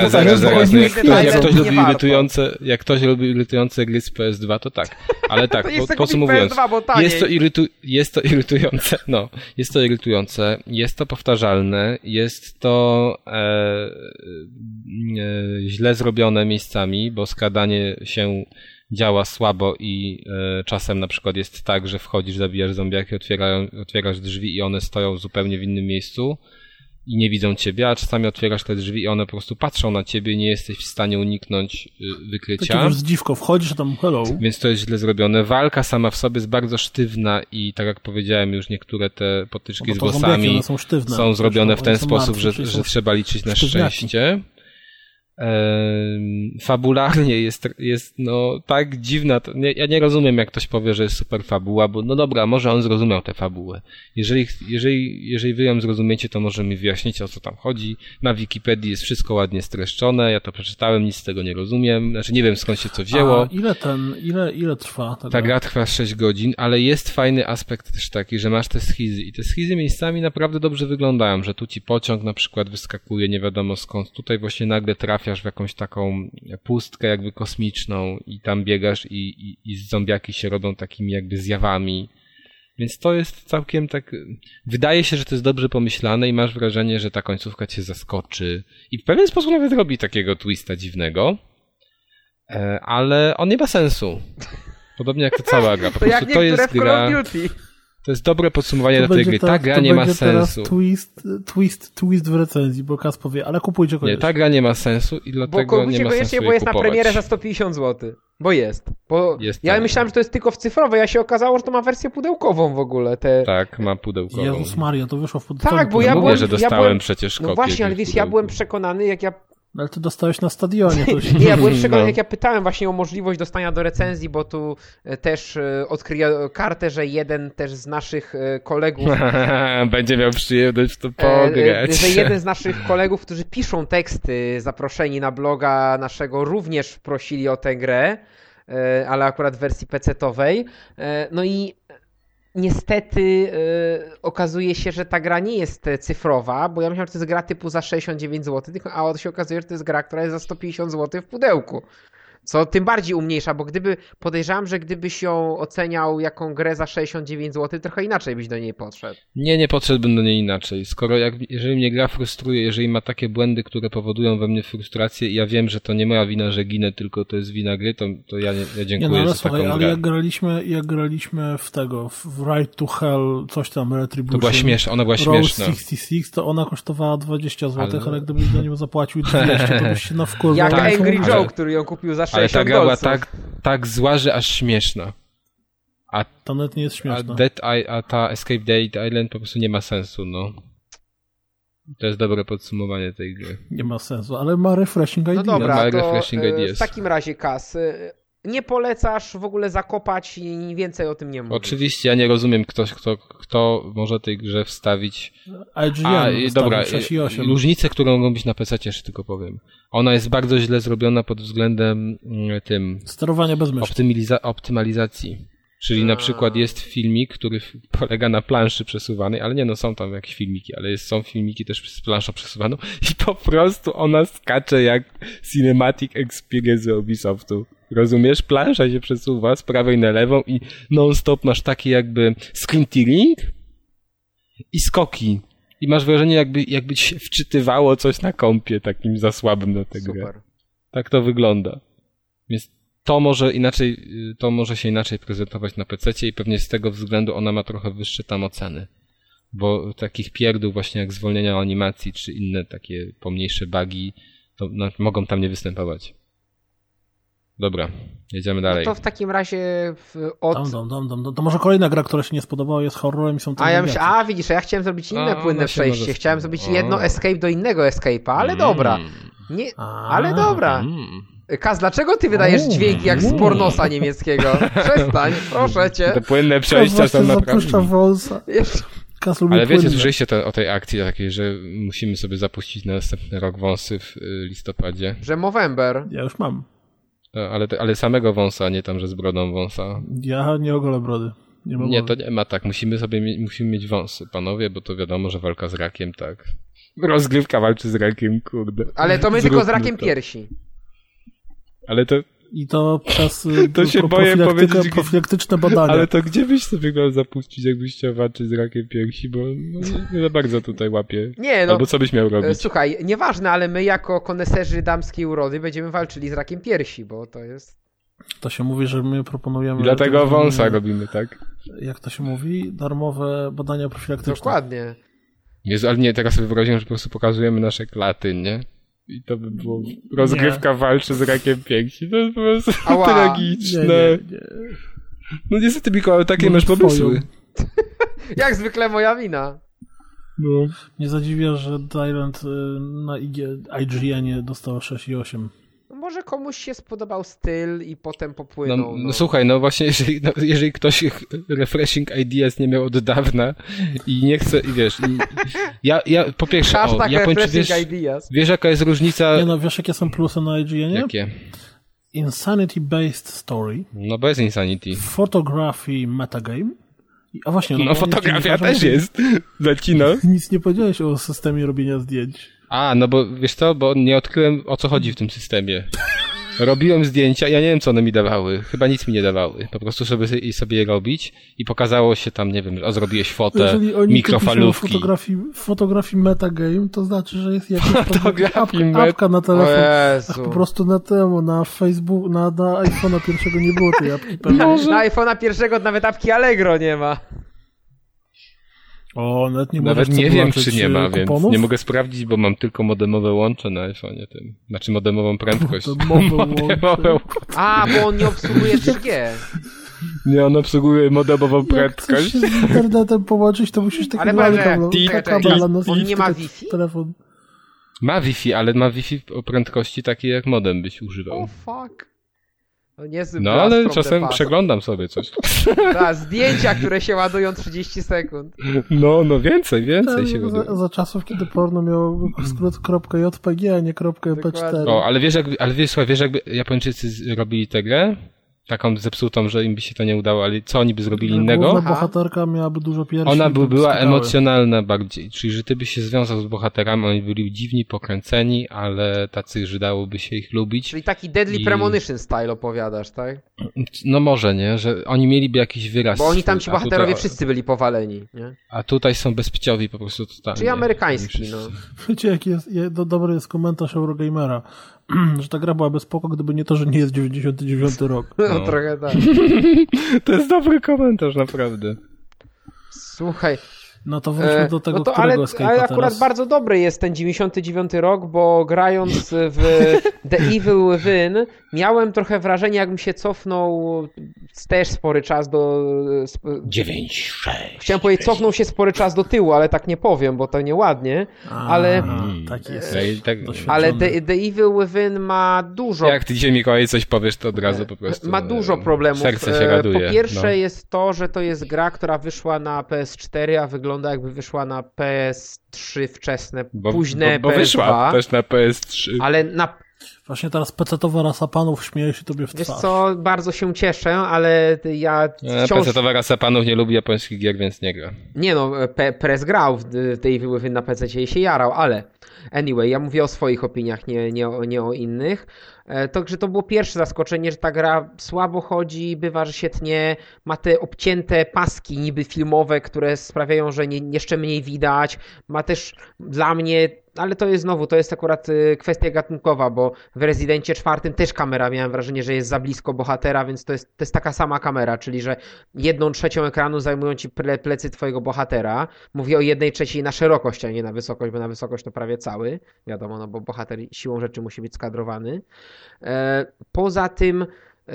jak ktoś lubi irytujące gry z PS2, to tak. Ale tak, podsumowując, PS2, jest to irytujące, no, jest to irytujące, jest to powtarzalne, jest to źle zrobione miejscami, bo skradanie się działa słabo i czasem na przykład jest tak, że wchodzisz, zabijasz zombiaki, otwierasz drzwi i one stoją zupełnie w innym miejscu i nie widzą ciebie, a czasami otwierasz te drzwi i one po prostu patrzą na ciebie i nie jesteś w stanie uniknąć wykrycia. Takie już dziwko, wchodzisz, a tam hello. Więc to jest źle zrobione. Walka sama w sobie jest bardzo sztywna i tak jak powiedziałem już, niektóre te potyczki z bossami są zrobione w ten sposób, że trzeba liczyć na szczęście. Fabularnie jest no tak dziwna, ja nie rozumiem, jak ktoś powie, że jest super fabuła, bo no dobra, może on zrozumiał tę fabułę. Jeżeli wy ją zrozumiecie, to może mi wyjaśnicie, o co tam chodzi. Na Wikipedii jest wszystko ładnie streszczone, ja to przeczytałem, nic z tego nie rozumiem, znaczy nie wiem, skąd się to wzięło. A ile trwa? Ta gra trwa 6 godzin, ale jest fajny aspekt też taki, że masz te schizy i te schizy miejscami naprawdę dobrze wyglądają, że tu ci pociąg na przykład wyskakuje nie wiadomo skąd, tutaj właśnie nagle trafiasz w jakąś taką pustkę jakby kosmiczną i tam biegasz i zombiaki się robią takimi jakby zjawami. Więc to jest całkiem tak... Wydaje się, że to jest dobrze pomyślane i masz wrażenie, że ta końcówka cię zaskoczy. I w pewien sposób nawet robi takiego twista dziwnego, ale on nie ma sensu. Podobnie jak to cała gra. Po to jak to jest gra... To jest dobre podsumowanie dla tej gry. Ta gra nie ma sensu. Twist w recenzji, bo Kas powie, ale kupujcie koniecznie. Nie, ta gra nie ma sensu i dlatego nie ma sensu bo jest kupować. Na premierę za 150 zł. Bo jest. Ja myślałem, że to jest tylko w cyfrowej, a się okazało, że to ma wersję pudełkową w ogóle. Tak, ma pudełkową. Jezus Maria, to wyszło w pudełkową. Tak, bo ja byłem... że dostałem przecież kopię. No właśnie, ale wiesz, ja byłem przekonany, jak ja... Ale ty dostałeś na stadionie. To się... Nie, ja byłem przekonany, jak ja pytałem właśnie o możliwość dostania do recenzji, bo tu też odkryję kartę, że jeden też z naszych kolegów... Będzie miał przyjemność w to pograć. Że jeden z naszych kolegów, którzy piszą teksty zaproszeni na bloga naszego, również prosili o tę grę, ale akurat w wersji PC-towej. No i niestety okazuje się, że ta gra nie jest cyfrowa, bo ja myślałem, że to jest gra typu za 69 zł, a to się okazuje, że to jest gra, która jest za 150 zł w pudełku. Co tym bardziej umniejsza, bo podejrzewam, że gdybyś ją oceniał jaką grę za 69 zł, trochę inaczej byś do niej podszedł. Nie podszedłbym do niej inaczej. Jeżeli mnie gra frustruje, jeżeli ma takie błędy, które powodują we mnie frustrację i ja wiem, że to nie moja wina, że ginę, tylko to jest wina gry, to ja dziękuję za taką grę. Ale jak graliśmy w Ride to Hell, coś tam, Retribution, to była śmieszna, ona była śmieszna. 66, to ona kosztowała 20 zł, ale gdybyś do niej zapłacił 200, to byś się na wkurwę. Jak Angry Joe, który ją kupił za 60 ale ta gra była tak zła, że aż śmieszna. To nawet nie jest śmieszna. A ta Escape Dead Island po prostu nie ma sensu, no. To jest dobre podsumowanie tej gry. Nie ma sensu, ale ma refreshing ideas. No dobra, to w takim razie, Kas, nie polecasz w ogóle zakopać i więcej o tym nie mówisz. Oczywiście, ja nie rozumiem kto może tej grze wstawić. Dobra, różnicę, którą mogą być na PC, jeszcze tylko powiem. Ona jest bardzo źle zrobiona pod względem tym... sterowania bez myszki. Optymalizacji. Czyli na przykład jest filmik, który polega na planszy przesuwanej, ale nie, no są tam jakieś filmiki, ale są filmiki też z planszą przesuwaną i po prostu ona skacze jak Cinematic Experience Ubisoftu. Rozumiesz? Plansza się przesuwa z prawej na lewą i non-stop masz taki jakby screen tearing i skoki. I masz wrażenie, jakby się wczytywało coś na kompie takim za słabym na tę grę. Tak to wygląda. Więc to może się inaczej prezentować na PC-cie i pewnie z tego względu ona ma trochę wyższe tam oceny. Bo takich pierdół właśnie jak zwolnienia animacji czy inne takie pomniejsze bugi to mogą tam nie występować. Dobra, jedziemy dalej. No to w takim razie To może kolejna gra, która się nie spodobała, jest horrorem i są tam widzisz, ja chciałem zrobić inne płynne przejście. Chciałem zrobić jedno escape do innego escape'a, ale dobra. Ale dobra. Kas, dlaczego ty wydajesz dźwięki jak z pornosa niemieckiego? Przestań, proszę cię. Te płynne przejścia są naprawdę... Ale wiecie, słyszeliście o tej akcji takiej, że musimy sobie zapuścić na następny rok wąsy w listopadzie? Że Movember. Ja już mam. Ale samego wąsa, nie tam, że z brodą wąsa. Ja nie ogolę brody. Nie, to nie ma tak. Musimy mieć wąsy, panowie, bo to wiadomo, że walka z rakiem, tak. Rozgrywka walczy z rakiem, kurde. Ale to my tylko z rakiem piersi. Ale to... I to przez to się boję powiedzieć, profilaktyczne badania. Ale to gdzie byś sobie miał zapuścić, jakbyś chciał walczyć z rakiem piersi, bo nie za bardzo tutaj łapie. Nie, no. Albo co byś miał robić? Słuchaj, nieważne, ale my jako koneserzy damskiej urody będziemy walczyli z rakiem piersi, bo to jest... To się mówi, że my proponujemy... I dlatego wąsa robimy, tak? Jak to się mówi? Darmowe badania profilaktyczne. Dokładnie. Jezu, ale nie, teraz sobie wyobraziłem, że po prostu pokazujemy nasze klaty, nie? I to by było rozgrywka walczy z rakiem piersi. To jest po prostu tragiczne. Nie. No niestety, Mikołaj, takie masz pomysły. Jak zwykle moja wina. No. Nie zadziwia, że Tyrant na IGN-ie dostał 6,8. Może komuś się spodobał styl i potem popłynął. No słuchaj, no właśnie, jeżeli ktoś refreshing ideas nie miał od dawna i nie chce, i wiesz, ja po pierwsze, wiesz jaka jest różnica... Nie no, wiesz jakie są plusy na IGN-ie? Jakie? Insanity-based story. No bez Insanity. Photography metagame. A właśnie, no fotografia też jest. Zacino. Nic nie powiedziałeś o systemie robienia zdjęć. No bo wiesz co, bo nie odkryłem o co chodzi w tym systemie. Robiłem zdjęcia, ja nie wiem co one mi dawały. Chyba nic mi nie dawały. Po prostu sobie je robić i pokazało się tam, nie wiem, zrobiłeś fotę, mikrofalówki. Fotografii metagame, to znaczy, że jest jakaś apka na telefon. Ach, po prostu na Facebook, na iPhone'a pierwszego nie było tej apki. Na iPhone'a pierwszego nawet apki Allegro nie ma. Nawet nie wiem, czy nie ma, kuponów? Więc nie mogę sprawdzić, bo mam tylko modemowe łącze na iPhone'ie tym. Znaczy modemową prędkość. Bo on nie obsługuje 3G. Nie, on obsługuje modemową prędkość. Jak chcesz się z internetem połączyć, to musisz taki kabel na nosić. On nie ma Wi-Fi? Telefon. Ma Wi-Fi, ale ma Wi-Fi o prędkości takiej, jak modem byś używał. Oh fuck. Ale czasem przeglądam sobie coś. Zdjęcia, które się ładują 30 sekund. No więcej się ładują. Za czasów, kiedy porno miało skrót .jpg, a nie .mp4. Ale wiesz, jakby Japończycy robili tę grę, taką zepsutą, że im by się to nie udało, ale co oni by zrobili innego? Główna bohaterka miałaby dużo piersi. Ona by była emocjonalna bardziej, czyli że ty byś się związał z bohaterami, oni byli dziwni, pokręceni, ale tacy, że dałoby się ich lubić. Czyli taki Deadly Premonition style opowiadasz, tak? No może, nie? Że oni mieliby jakiś wyraz. Bo oni tam ci bohaterowie wszyscy byli powaleni, nie? A tutaj są bezpłciowi po prostu totalnie. Czyli amerykański, no. Wiecie, jaki dobry jest komentarz Eurogamera, że ta gra byłaby spoko, gdyby nie to, że nie jest 99 rok. No trochę tak. To jest dobry komentarz, naprawdę. Słuchaj, No to wróćmy do tego, którego Escape'a ale akurat teraz. Bardzo dobry jest ten 99 rok, bo grając w The Evil Within miałem trochę wrażenie, jakbym się cofnął też spory czas do... 9-6. Chciałem powiedzieć, cofnął się spory czas do tyłu, ale tak nie powiem, bo to nieładnie, ale... Tak jest. Ale The Evil Within ma dużo... Jak ty dzisiaj, Mikołaj, coś powiesz, to od razu po prostu... Ma dużo problemów. Serce się raduje. Po pierwsze jest to, że to jest gra, która wyszła na PS4, a wygląda jakby wyszła na PS3 wczesne, późne bo PS2. Wyszła też na PS3. Ale na... Właśnie teraz pecetowa rasa panów śmieje się tobie w twarz. Wiesz co, bardzo się cieszę, ale ja wciąż... Pecetowa rasa panów nie lubi japońskich gier, więc nie gra. Nie no, Prez grał w tej Evil Within na PC i się jarał, ale anyway, ja mówię o swoich opiniach, nie o innych. Także to było pierwsze zaskoczenie, że ta gra słabo chodzi, bywa, że się tnie, ma te obcięte paski niby filmowe, które sprawiają, że jeszcze mniej widać. Ma też dla mnie, ale to jest akurat kwestia gatunkowa, bo w Rezydencie 4 też kamera, miałem wrażenie, że jest za blisko bohatera, więc to jest taka sama kamera, czyli że 1/3 ekranu zajmują ci plecy twojego bohatera. Mówię o 1/3 na szerokość, a nie na wysokość, bo na wysokość to prawie cały, wiadomo, no bo bohater siłą rzeczy musi być skadrowany. Poza tym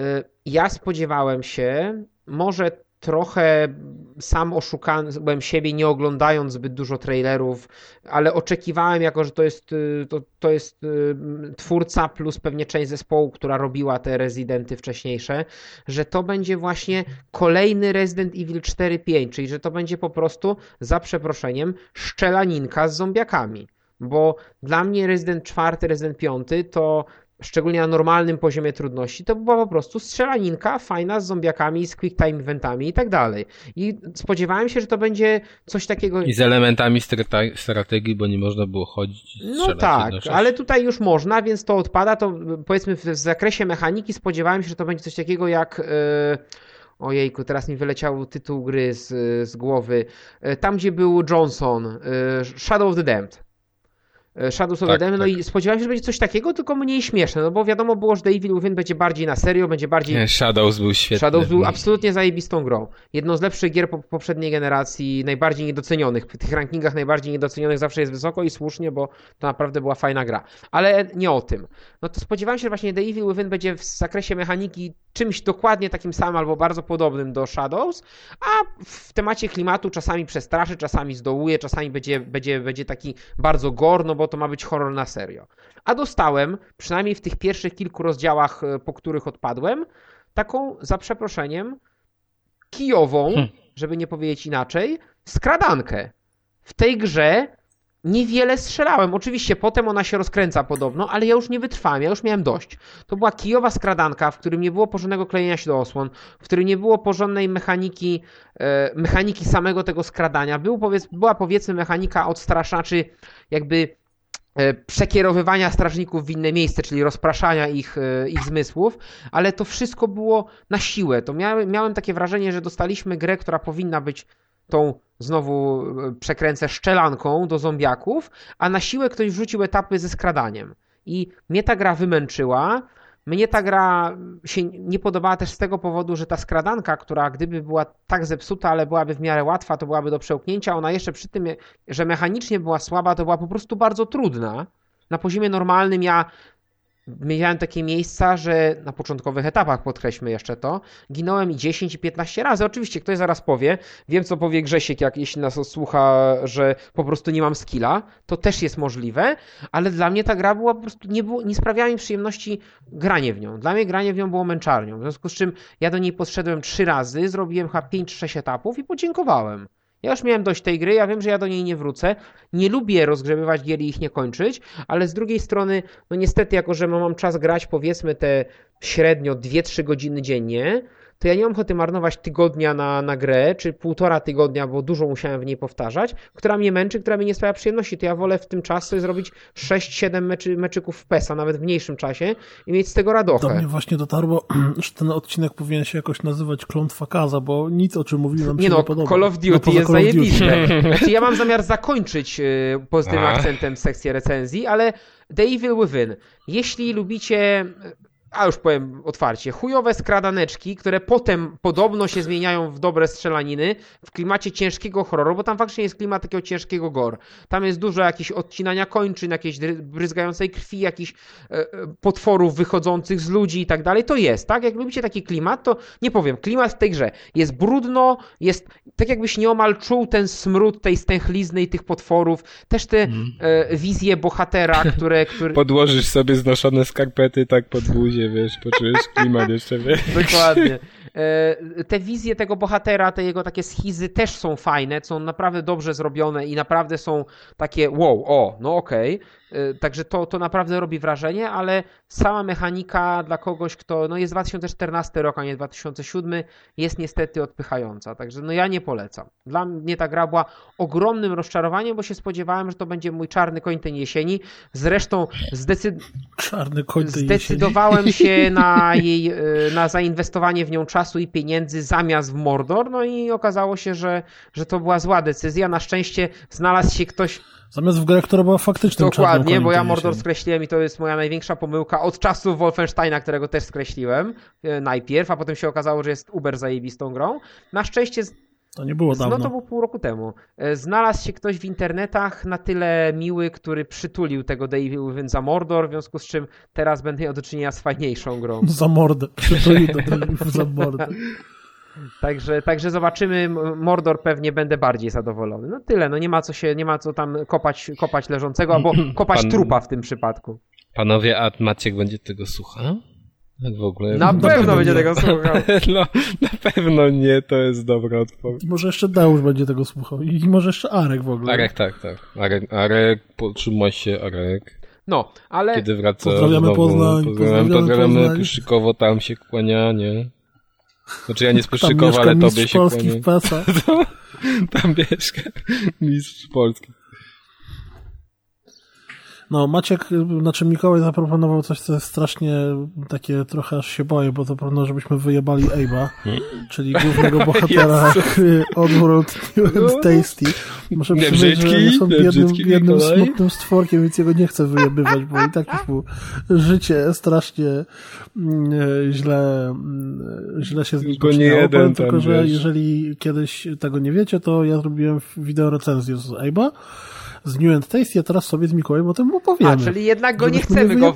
ja spodziewałem się, może trochę sam oszukałem siebie, nie oglądając zbyt dużo trailerów, ale oczekiwałem, jako że to jest twórca plus pewnie część zespołu, która robiła te Rezydenty wcześniejsze, że to będzie właśnie kolejny Resident Evil 4-5, czyli że to będzie po prostu, za przeproszeniem, szczelaninka z zombiakami. Bo dla mnie Resident 4, Resident 5 to szczególnie na normalnym poziomie trudności, to była po prostu strzelaninka fajna z zombiakami, z quick time eventami i tak dalej. I spodziewałem się, że to będzie coś takiego... I z elementami strategii, bo nie można było chodzić. No tak, ale tutaj już można, więc to odpada. To powiedzmy w zakresie mechaniki spodziewałem się, że to będzie coś takiego jak... Ojejku, teraz mi wyleciał tytuł gry z głowy. Tam, gdzie był Johnson, Shadow of the Damned. Shadows of the Damned, no i spodziewałem się, że będzie coś takiego, tylko mniej śmieszne, no bo wiadomo było, że The Evil Within będzie bardziej na serio, będzie bardziej... Nie, Shadows był świetny. Shadows był absolutnie zajebistą grą. Jedną z lepszych gier poprzedniej generacji, najbardziej niedocenionych. W tych rankingach najbardziej niedocenionych zawsze jest wysoko i słusznie, bo to naprawdę była fajna gra. Ale nie o tym. No to spodziewałem się, że właśnie The Evil Within będzie w zakresie mechaniki czymś dokładnie takim samym albo bardzo podobnym do Shadows, a w temacie klimatu czasami przestraszy, czasami zdołuje, czasami będzie taki bardzo gore, no bo to ma być horror na serio. A dostałem, przynajmniej w tych pierwszych kilku rozdziałach, po których odpadłem, taką, za przeproszeniem, kijową, żeby nie powiedzieć inaczej, skradankę. W tej grze niewiele strzelałem. Oczywiście potem ona się rozkręca podobno, ale ja już nie wytrwałem, ja już miałem dość. To była kijowa skradanka, w którym nie było porządnego klejenia się do osłon, w którym nie było porządnej mechaniki samego tego skradania. Była powiedzmy mechanika odstraszania, czy jakby przekierowywania strażników w inne miejsce, czyli rozpraszania ich zmysłów, ale to wszystko było na siłę. To miałem takie wrażenie, że dostaliśmy grę, która powinna być tą, znowu przekręcę, szczelanką do zombiaków, a na siłę ktoś wrzucił etapy ze skradaniem. I mnie ta gra wymęczyła. Mnie ta gra się nie podobała też z tego powodu, że ta skradanka, która gdyby była tak zepsuta, ale byłaby w miarę łatwa, to byłaby do przełknięcia, ona jeszcze przy tym, że mechanicznie była słaba, to była po prostu bardzo trudna. Na poziomie normalnym ja miałem takie miejsca, że na początkowych etapach, podkreślmy jeszcze to, ginąłem i 10 i 15 razy. Oczywiście ktoś zaraz powie, wiem co powie Grzesiek, jeśli nas słucha, że po prostu nie mam skilla, to też jest możliwe, ale dla mnie ta gra była po prostu, nie sprawiała mi przyjemności granie w nią. Dla mnie granie w nią było męczarnią, w związku z czym ja do niej podszedłem 3 razy, zrobiłem chyba 5 czy 6 etapów i podziękowałem. Ja już miałem dość tej gry, ja wiem, że ja do niej nie wrócę. Nie lubię rozgrzebywać gier i ich nie kończyć, ale z drugiej strony, no niestety, jako że mam czas grać powiedzmy te średnio 2-3 godziny dziennie, to ja nie mam ochoty marnować tygodnia na grę, czy 1,5 tygodnia, bo dużo musiałem w niej powtarzać, która mnie męczy, która mi nie sprawia przyjemności. To ja wolę w tym czasie sobie zrobić 6-7 meczyków w PES-a, nawet w mniejszym czasie i mieć z tego radochę. Do mnie właśnie dotarło, że ten odcinek powinien się jakoś nazywać Klątwa Kaza, bo nic, o czym mówiłem, się nie podoba. Call of Duty jest zajebiste. Znaczy, ja mam zamiar zakończyć pozytywnym akcentem sekcję recenzji, ale The Evil Within. Jeśli lubicie a już powiem otwarcie, chujowe skradaneczki, które potem podobno się zmieniają w dobre strzelaniny w klimacie ciężkiego horroru, bo tam faktycznie jest klimat takiego ciężkiego gore. Tam jest dużo jakichś odcinania kończyn, jakiejś bryzgającej krwi, jakichś potworów wychodzących z ludzi i tak dalej. To jest, tak? Jak lubicie taki klimat, to nie powiem, klimat w tej grze jest brudno, jest tak jakbyś nieomal czuł ten smród tej stęchlizny i tych potworów, też te wizje bohatera, które... Podłożysz sobie znoszone skarpety tak pod buzię, wiesz, poczujesz klimat jeszcze, wiesz. Dokładnie. Te wizje tego bohatera, te jego takie schizy też są fajne, są naprawdę dobrze zrobione i naprawdę są takie wow, no okej. Także to naprawdę robi wrażenie, ale sama mechanika dla kogoś, kto no jest 2014 rok, a nie 2007, jest niestety odpychająca. Także no ja nie polecam. Dla mnie ta gra była ogromnym rozczarowaniem, bo się spodziewałem, że to będzie mój czarny koń tej jesieni. Zresztą zdecydowałem się na zainwestowanie w nią czasu i pieniędzy zamiast w Mordor, no i okazało się, że to była zła decyzja. Na szczęście znalazł się ktoś... Zamiast w grę, która była faktycznym Dokładnie, bo ja Mordor skreśliłem i to jest moja największa pomyłka od czasów Wolfensteina, którego też skreśliłem najpierw, a potem się okazało, że jest uber zajebistą grą. Na szczęście... To nie było dawno. No to było pół roku temu. Znalazł się ktoś w internetach na tyle miły, który przytulił tego Devil Within za Mordor, w związku z czym teraz będę miał do czynienia z fajniejszą grą. Za mordę. Przytulił do Devil za mordę. Także zobaczymy, Mordor pewnie będę bardziej zadowolony. No tyle, no nie ma co tam kopać leżącego, albo kopać trupa w tym przypadku. Panowie, a Maciek będzie tego słuchał? Tak w ogóle. Na pewno będzie tego słuchał. No, na pewno nie, to jest dobra odpowiedź. Może jeszcze Deusz będzie tego słuchał i może jeszcze Arek w ogóle. Arek, tak. Arek, potrzymaj się, Arek. No, ale... Kiedy wraca Pozdrawiamy znowu, Poznań. Pozdrawiamy Pyszykowo, tam się kłania, nie? Znaczy ja nie z Pyszykowa, ale tobie się kłania. Tam mieszka mistrz Polski. No, Maciek, znaczy Mikołaj zaproponował coś, co jest strasznie takie, trochę aż się boję, bo to pewno, żebyśmy wyjebali Abe'a, czyli głównego bohatera Oddworld New and Tasty. Muszę przyznać, że jest on biednym smutnym stworkiem, więc jego nie chcę wyjebywać, bo i tak już mu życie strasznie źle się zaczynało. Tylko, że jeżeli kiedyś tego nie wiecie, to ja zrobiłem wideo recenzję z Abe'a, z New and Tasty, a teraz sobie z Mikołajem o tym opowiemy. A, czyli jednak go nie chcemy go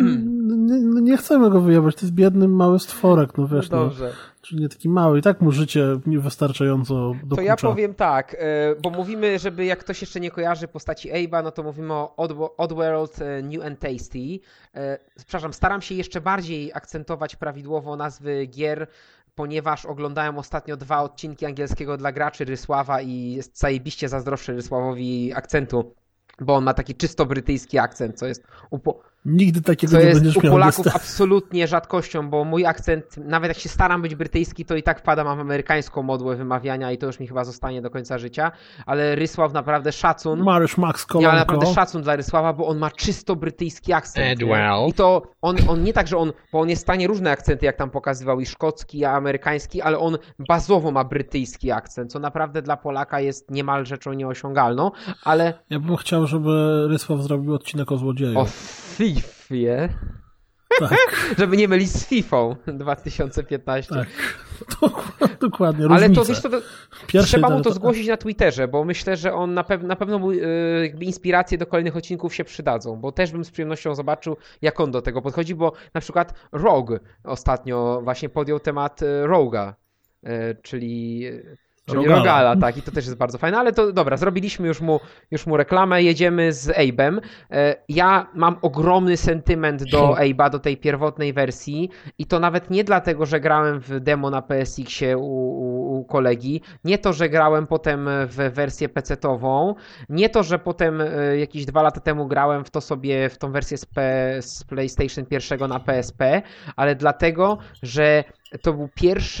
nie chcemy go wyjebać, to jest biedny mały stworek, no wiesz, no dobrze. Czyli nie taki mały, i tak mu życie niewystarczająco dokucza. To ja powiem tak, bo mówimy, żeby jak ktoś jeszcze nie kojarzy postaci Abe'a, no to mówimy o Oddworld New and Tasty. Przepraszam, staram się jeszcze bardziej akcentować prawidłowo nazwy gier, ponieważ oglądałem ostatnio 2 odcinki angielskiego dla graczy Rysława i jest zajebiście zazdroszczę Rysławowi akcentu, bo on ma taki czysto brytyjski akcent, co jest nigdy takiego nie będziesz miał. U Polaków absolutnie rzadkością, bo mój akcent, nawet jak się staram być brytyjski, to i tak wpadam w amerykańską modłę wymawiania i to już mi chyba zostanie do końca życia, ale Rysław naprawdę szacun. Marysz Max Kolanko. Ja naprawdę szacun dla Rysława, bo on ma czysto brytyjski akcent. I to on nie tak, że bo on jest w stanie różne akcenty, jak tam pokazywał, i szkocki, i amerykański, ale on bazowo ma brytyjski akcent, co naprawdę dla Polaka jest niemal rzeczą nieosiągalną, ale... Ja bym chciał, żeby Rysław zrobił odcinek o złodzieju. O Fifie. Tak. Żeby nie mylić z Fifą 2015. Tak. Dokładnie. Ale to wiesz, trzeba mu to zgłosić na Twitterze, bo myślę, że on na pewno mu jakby inspiracje do kolejnych odcinków się przydadzą, bo też bym z przyjemnością zobaczył, jak on do tego podchodzi, bo na przykład Rogue ostatnio właśnie podjął temat Rogue'a, czyli Rogala, tak, i to też jest bardzo fajne, ale to dobra, zrobiliśmy już mu reklamę, jedziemy z Abe'em. Ja mam ogromny sentyment do Abe'a, do tej pierwotnej wersji i to nawet nie dlatego, że grałem w demo na PSX-ie u kolegi, nie to, że grałem potem w wersję PC-tową, nie to, że potem jakieś 2 lata temu grałem w tą wersję z PlayStation 1 na PSP, ale dlatego, że to był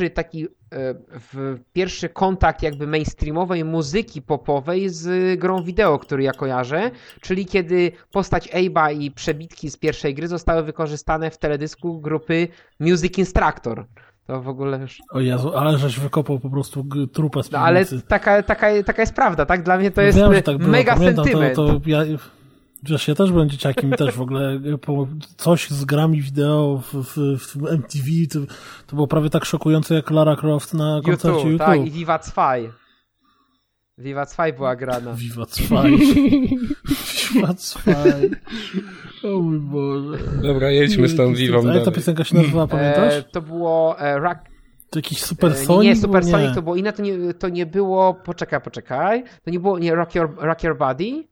pierwszy kontakt jakby mainstreamowej muzyki popowej z grą wideo, który ja kojarzę, czyli kiedy postać Abe'a i przebitki z pierwszej gry zostały wykorzystane w teledysku grupy Music Instructor. To w ogóle już... O Jezu, ale żeś wykopał po prostu trupa z piwnicy. No ale taka jest prawda, tak? Dla mnie to jest tak mega sentyment. Wiesz, ja też byłem dzieciakiem i też w ogóle coś z grami wideo w MTV to było prawie tak szokujące jak Lara Croft na koncercie YouTube. Tak, i Viva 2. Viva 2 była grana. Viva 2. Viva 2. O mój Boże. Dobra, jedźmy z tą Vivą dalej. A ta piosenka się nazywała, pamiętasz? To było To jakiś Supersonic? Nie, Supersonic to było inne, to nie było... Poczekaj. To nie było Rock Your Body?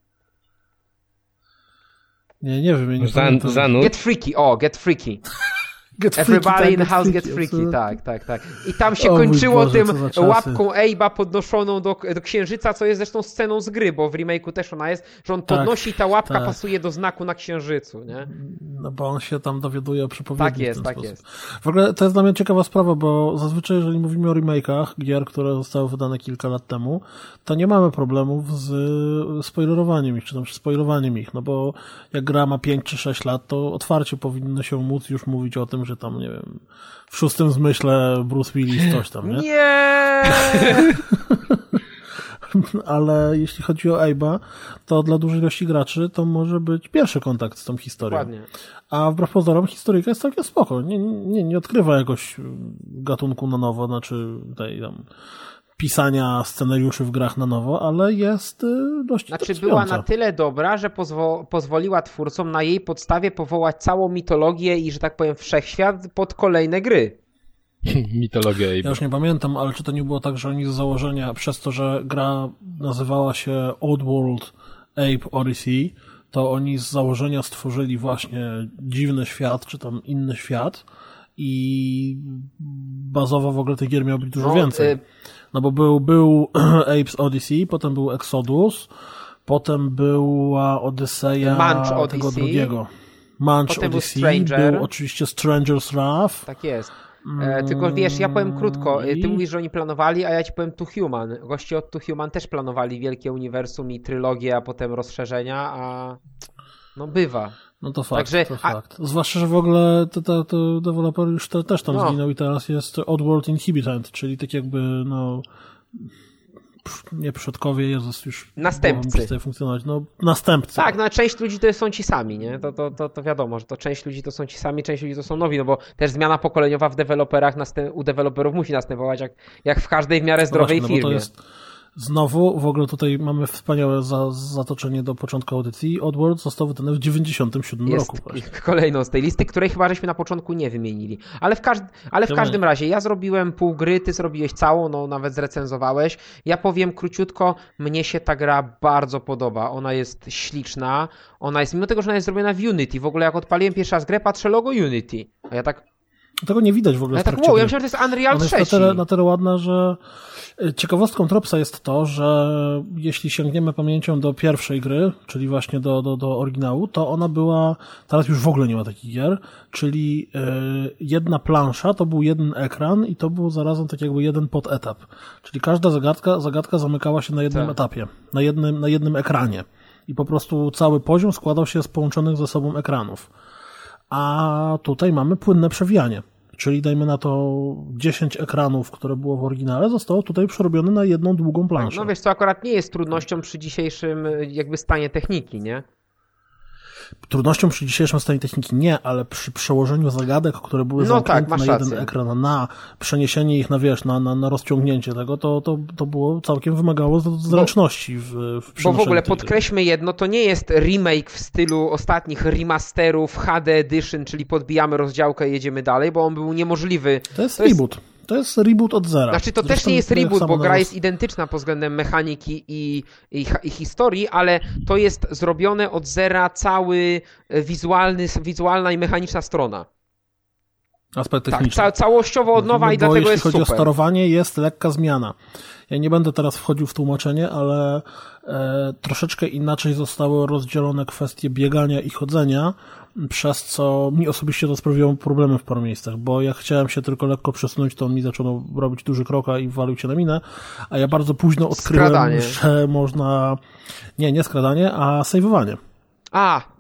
Nie wiem. Nie pamiętam. Get Freaky. Everybody in the house get freaky, tak. I tam się kończyło tym łapką Abe'a podnoszoną do księżyca, co jest zresztą sceną z gry, bo w remake'u też ona jest, że on podnosi i ta łapka pasuje do znaku na księżycu, nie? No bo on się tam dowiaduje o przepowiedni. Tak jest. W ogóle to jest dla mnie ciekawa sprawa, bo zazwyczaj jeżeli mówimy o remake'ach gier, które zostały wydane kilka lat temu, to nie mamy problemów z spoilerowaniem ich, czy tam spoilowaniem ich, no bo jak gra ma 5 czy 6 lat, to otwarcie powinno się móc już mówić o tym, że tam, nie wiem, w 6. zmyśle Bruce Willis coś tam, nie? Nie! Ale jeśli chodzi o Abe'a, to dla dużej ilości graczy to może być pierwszy kontakt z tą historią. Dokładnie. A wbrew pozorom historyjka jest całkiem spoko. Nie odkrywa jakoś gatunku na nowo, znaczy tej tam pisania scenariuszy w grach na nowo, ale jest dość była na tyle dobra, że pozwoliła twórcom na jej podstawie powołać całą mitologię i, że tak powiem, wszechświat pod kolejne gry. Mitologia Abe. Ja już nie pamiętam, ale czy to nie było tak, że oni z założenia, przez to, że gra nazywała się Oddworld Abe Odyssey, to oni z założenia stworzyli właśnie dziwny świat, czy tam inny świat i bazowo w ogóle tych gier miało być dużo więcej. No bo był Abe's Odyssey, potem był Exodus, potem była Odyseja tego drugiego. Munch Odyssey, był oczywiście Stranger's Wrath. Tak jest. Tylko wiesz, ja powiem krótko, ty mówisz, że oni planowali, a ja ci powiem Two Human. Goście od Two Human też planowali wielkie uniwersum i trylogię, a potem rozszerzenia, a no bywa. No to fakt, fakt. Zwłaszcza, że w ogóle to deweloper już też tam zginął i teraz jest Oddworld Inhabitant, czyli tak jakby, no... Nie przodkowie, Jezus, już... Następcy. Funkcjonować. No, następcy. Tak, no część ludzi to są ci sami, nie? To wiadomo, że to część ludzi to są ci sami, część ludzi to są nowi, no bo też zmiana pokoleniowa w deweloperach, u deweloperów musi następować, jak w każdej w miarę zdrowej firmie. Bo to jest... Znowu, w ogóle tutaj mamy wspaniałe zatoczenie do początku audycji. Oddworld został wydany w 97 roku. Kolejną z tej listy, której chyba żeśmy na początku nie wymienili. Ale w każdym razie, ja zrobiłem pół gry, ty zrobiłeś całą, no nawet zrecenzowałeś. Ja powiem króciutko, mnie się ta gra bardzo podoba. Ona jest śliczna, mimo tego, że ona jest zrobiona w Unity. W ogóle jak odpaliłem pierwszy raz grę, patrzę logo Unity. A ja tak... Tego nie widać w ogóle. Ja ja myślałem, że to jest Unreal 3. Ona jest na tyle ładna, że ciekawostką Tropsa jest to, że jeśli sięgniemy pamięcią do pierwszej gry, czyli właśnie do oryginału, to ona była, teraz już w ogóle nie ma takich gier, czyli jedna plansza to był jeden ekran i to był zarazem tak jakby jeden podetap. Czyli każda zagadka zamykała się na jednym etapie, na jednym ekranie. I po prostu cały poziom składał się z połączonych ze sobą ekranów. A tutaj mamy płynne przewijanie. Czyli dajmy na to 10 ekranów, które było w oryginale, zostało tutaj przerobione na jedną długą planszę. No wiesz, to akurat nie jest trudnością przy dzisiejszym jakby stanie techniki, nie? Trudnością przy dzisiejszym stanie techniki nie, ale przy przełożeniu zagadek, które były zamknięte na jeden ekran, na przeniesienie ich na rozciągnięcie tego, to było całkiem wymagało zręczności w przenoszeniu. Bo w ogóle podkreślmy jedno, to nie jest remake w stylu ostatnich remasterów HD Edition, czyli podbijamy rozdziałkę i jedziemy dalej, bo on był niemożliwy. To jest reboot. To jest reboot od zera. Znaczy to też nie jest reboot, bo gra jest identyczna pod względem mechaniki i historii, ale to jest zrobione od zera cały wizualna i mechaniczna strona. Aspekt techniczny. Tak, całościowo od nowa i dlatego jest super. Jeśli chodzi o sterowanie, jest lekka zmiana. Ja nie będę teraz wchodził w tłumaczenie, ale troszeczkę inaczej zostały rozdzielone kwestie biegania i chodzenia, przez co mi osobiście to sprawiło problemy w paru miejscach, bo ja chciałem się tylko lekko przesunąć, to on mi zaczął robić duży kroka i walił się na minę, a ja bardzo późno odkryłem, że można... Nie skradanie, a sejwowanie.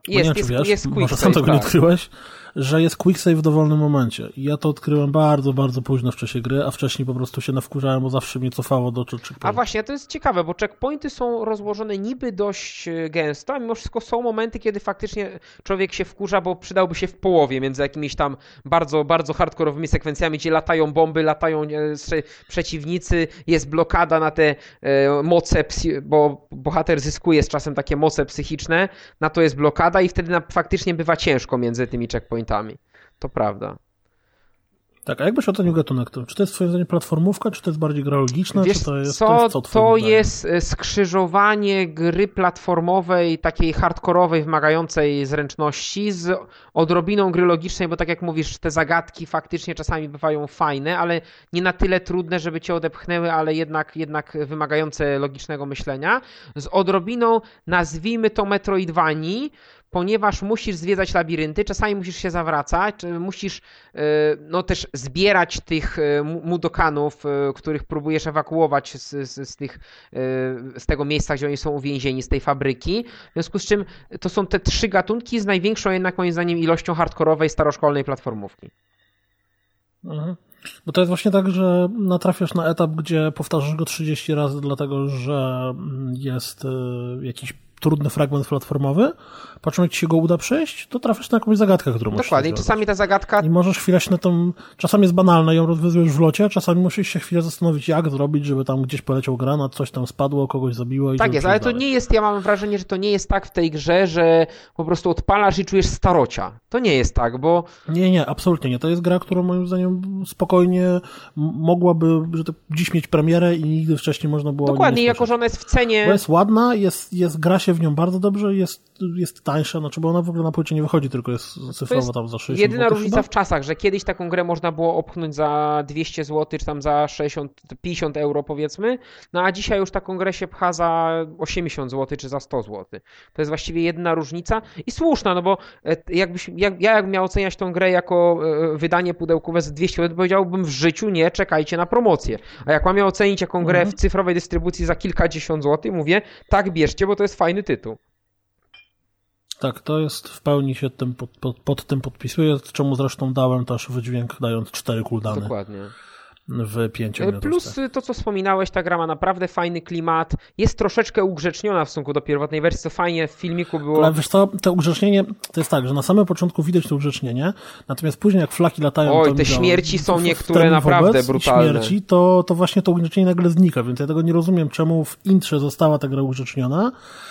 Jest quick może save, sam tego nie odkryłeś, że jest quick save w dowolnym momencie. I ja to odkryłem bardzo, bardzo późno w czasie gry, a wcześniej po prostu się nawkurzałem, bo zawsze mnie cofało do checkpointu. A właśnie, to jest ciekawe, bo checkpointy są rozłożone niby dość gęsto, a mimo wszystko są momenty, kiedy faktycznie człowiek się wkurza, bo przydałby się w połowie między jakimiś tam bardzo, bardzo hardkorowymi sekwencjami, gdzie latają bomby, latają przeciwnicy, jest blokada na te moce, bo bohater zyskuje z czasem takie moce psychiczne, na to jest blokada i wtedy faktycznie bywa ciężko między tymi checkpointami. To prawda. Tak, a jakbyś ocenił gatunek? Czy to jest twoim zdaniem platformówka, czy to jest bardziej gra logiczna, Wiesz, czy to jest to jest skrzyżowanie gry platformowej, takiej hardkorowej, wymagającej zręczności z odrobiną gry logicznej, bo tak jak mówisz, te zagadki faktycznie czasami bywają fajne, ale nie na tyle trudne, żeby cię odepchnęły, ale jednak wymagające logicznego myślenia. Z odrobiną, nazwijmy to Metroidvanii, ponieważ musisz zwiedzać labirynty, czasami musisz się zawracać, musisz też zbierać tych mudokanów, których próbujesz ewakuować z tego miejsca, gdzie oni są uwięzieni, z tej fabryki. W związku z czym to są te 3 gatunki z największą jednak moim zdaniem ilością hardkorowej, staroszkolnej platformówki. Mhm. Bo to jest właśnie tak, że natrafiasz na etap, gdzie powtarzasz go 30 razy, dlatego że jest jakiś trudny fragment platformowy, po czym jak ci się go uda przejść, to trafisz na jakąś zagadkę, którą musisz Dokładnie, i czasami ta zagadka... I możesz chwilę się na tą... Czasami jest banalna, ją rozwiązujesz w locie, a czasami musisz się chwilę zastanowić, jak zrobić, żeby tam gdzieś poleciał granat, coś tam spadło, kogoś zabiło i... Tak jest, ale to nie jest, ja mam wrażenie, że to nie jest tak w tej grze, że po prostu odpalasz i czujesz starocia. To nie jest tak, bo... Nie, absolutnie nie. To jest gra, którą moim zdaniem spokojnie mogłaby, że to dziś mieć premierę i nigdy wcześniej można było... Dokładnie, jako że ona jest w cenie... Bo jest ładna, gra się w nią bardzo dobrze, jest tańsza, znaczy bo ona w ogóle na płycie nie wychodzi, tylko jest cyfrowo tam za 60 jedyna zł różnica w czasach, że kiedyś taką grę można było opchnąć za 200 zł, czy tam za 50 euro powiedzmy, no a dzisiaj już taką grę się pcha za 80 zł, czy za 100 zł. To jest właściwie jedyna różnica i słuszna, no bo jak miał oceniać tą grę jako wydanie pudełkowe za 200 zł, powiedziałbym w życiu nie, czekajcie na promocję. A jak mam ocenić jaką grę w cyfrowej dystrybucji za kilkadziesiąt złotych, mówię, tak bierzcie, bo to jest fajny tytuł. Tak, to jest w pełni się pod tym podpisuję, czemu zresztą dałem też wydźwięk, dając 4 cooldowny. Dokładnie. W 5 minutach. Plus to, co wspominałeś, ta gra ma naprawdę fajny klimat, jest troszeczkę ugrzeczniona w stosunku do pierwotnej wersji, co fajnie w filmiku było. Ale wiesz co, to ugrzecznienie, to jest tak, że na samym początku widać to ugrzecznienie, natomiast później jak flaki latają... Oj, te śmierci są niektóre naprawdę brutalne. Śmierci, to właśnie to ugrzecznienie nagle znika, więc ja tego nie rozumiem, czemu w intrze została ta gra ugrzeczniona,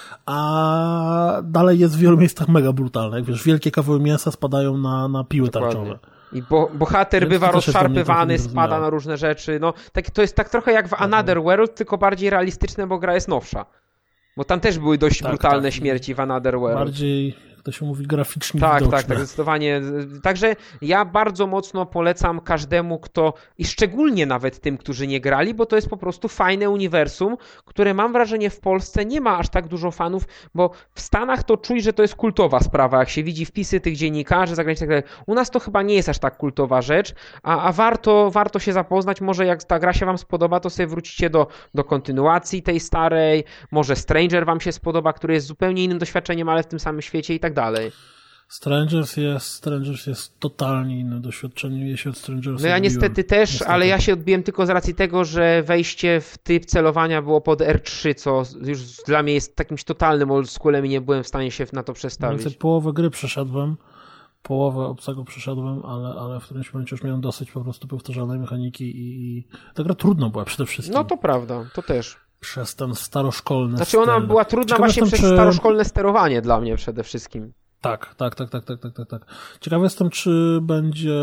a dalej jest w wielu miejscach mega brutalne. Jak wiesz, wielkie kawały mięsa spadają na piły tarczowe. I bohater bywa rozszarpywany, spada na różne rzeczy. No, to jest tak trochę jak w Another World, tylko bardziej realistyczne, bo gra jest nowsza. Bo tam też były dość brutalne śmierci w Another World. Bardziej, jak to się mówi, graficznie widoczne. Tak, zdecydowanie. Także ja bardzo mocno polecam każdemu, i szczególnie nawet tym, którzy nie grali, bo to jest po prostu fajne uniwersum, które mam wrażenie w Polsce nie ma aż tak dużo fanów, bo w Stanach to czuć, że to jest kultowa sprawa, jak się widzi wpisy tych dziennikarzy zagranicznych. U nas to chyba nie jest aż tak kultowa rzecz, a warto się zapoznać. Może jak ta gra się wam spodoba, to sobie wrócicie do kontynuacji tej starej, może Stranger wam się spodoba, który jest zupełnie innym doświadczeniem, ale w tym samym świecie i tak dalej. Strangers jest totalnie innym doświadczeniem, jeśli od Strangersa No ja niestety też, ale ja się odbiłem tylko z racji tego, że wejście w typ celowania było pod R3, co już dla mnie jest takimś totalnym oldschoolem i nie byłem w stanie się na to przestawić. Więc połowę gry przeszedłem, połowę obcego przeszedłem, ale w którymś momencie już miałem dosyć po prostu powtarzalnej mechaniki i ta gra trudno była przede wszystkim. No to prawda, to też. Przez ten staroszkolny Znaczy ona była trudna właśnie przez staroszkolne sterowanie dla mnie przede wszystkim. Tak. Ciekawy jestem, czy będzie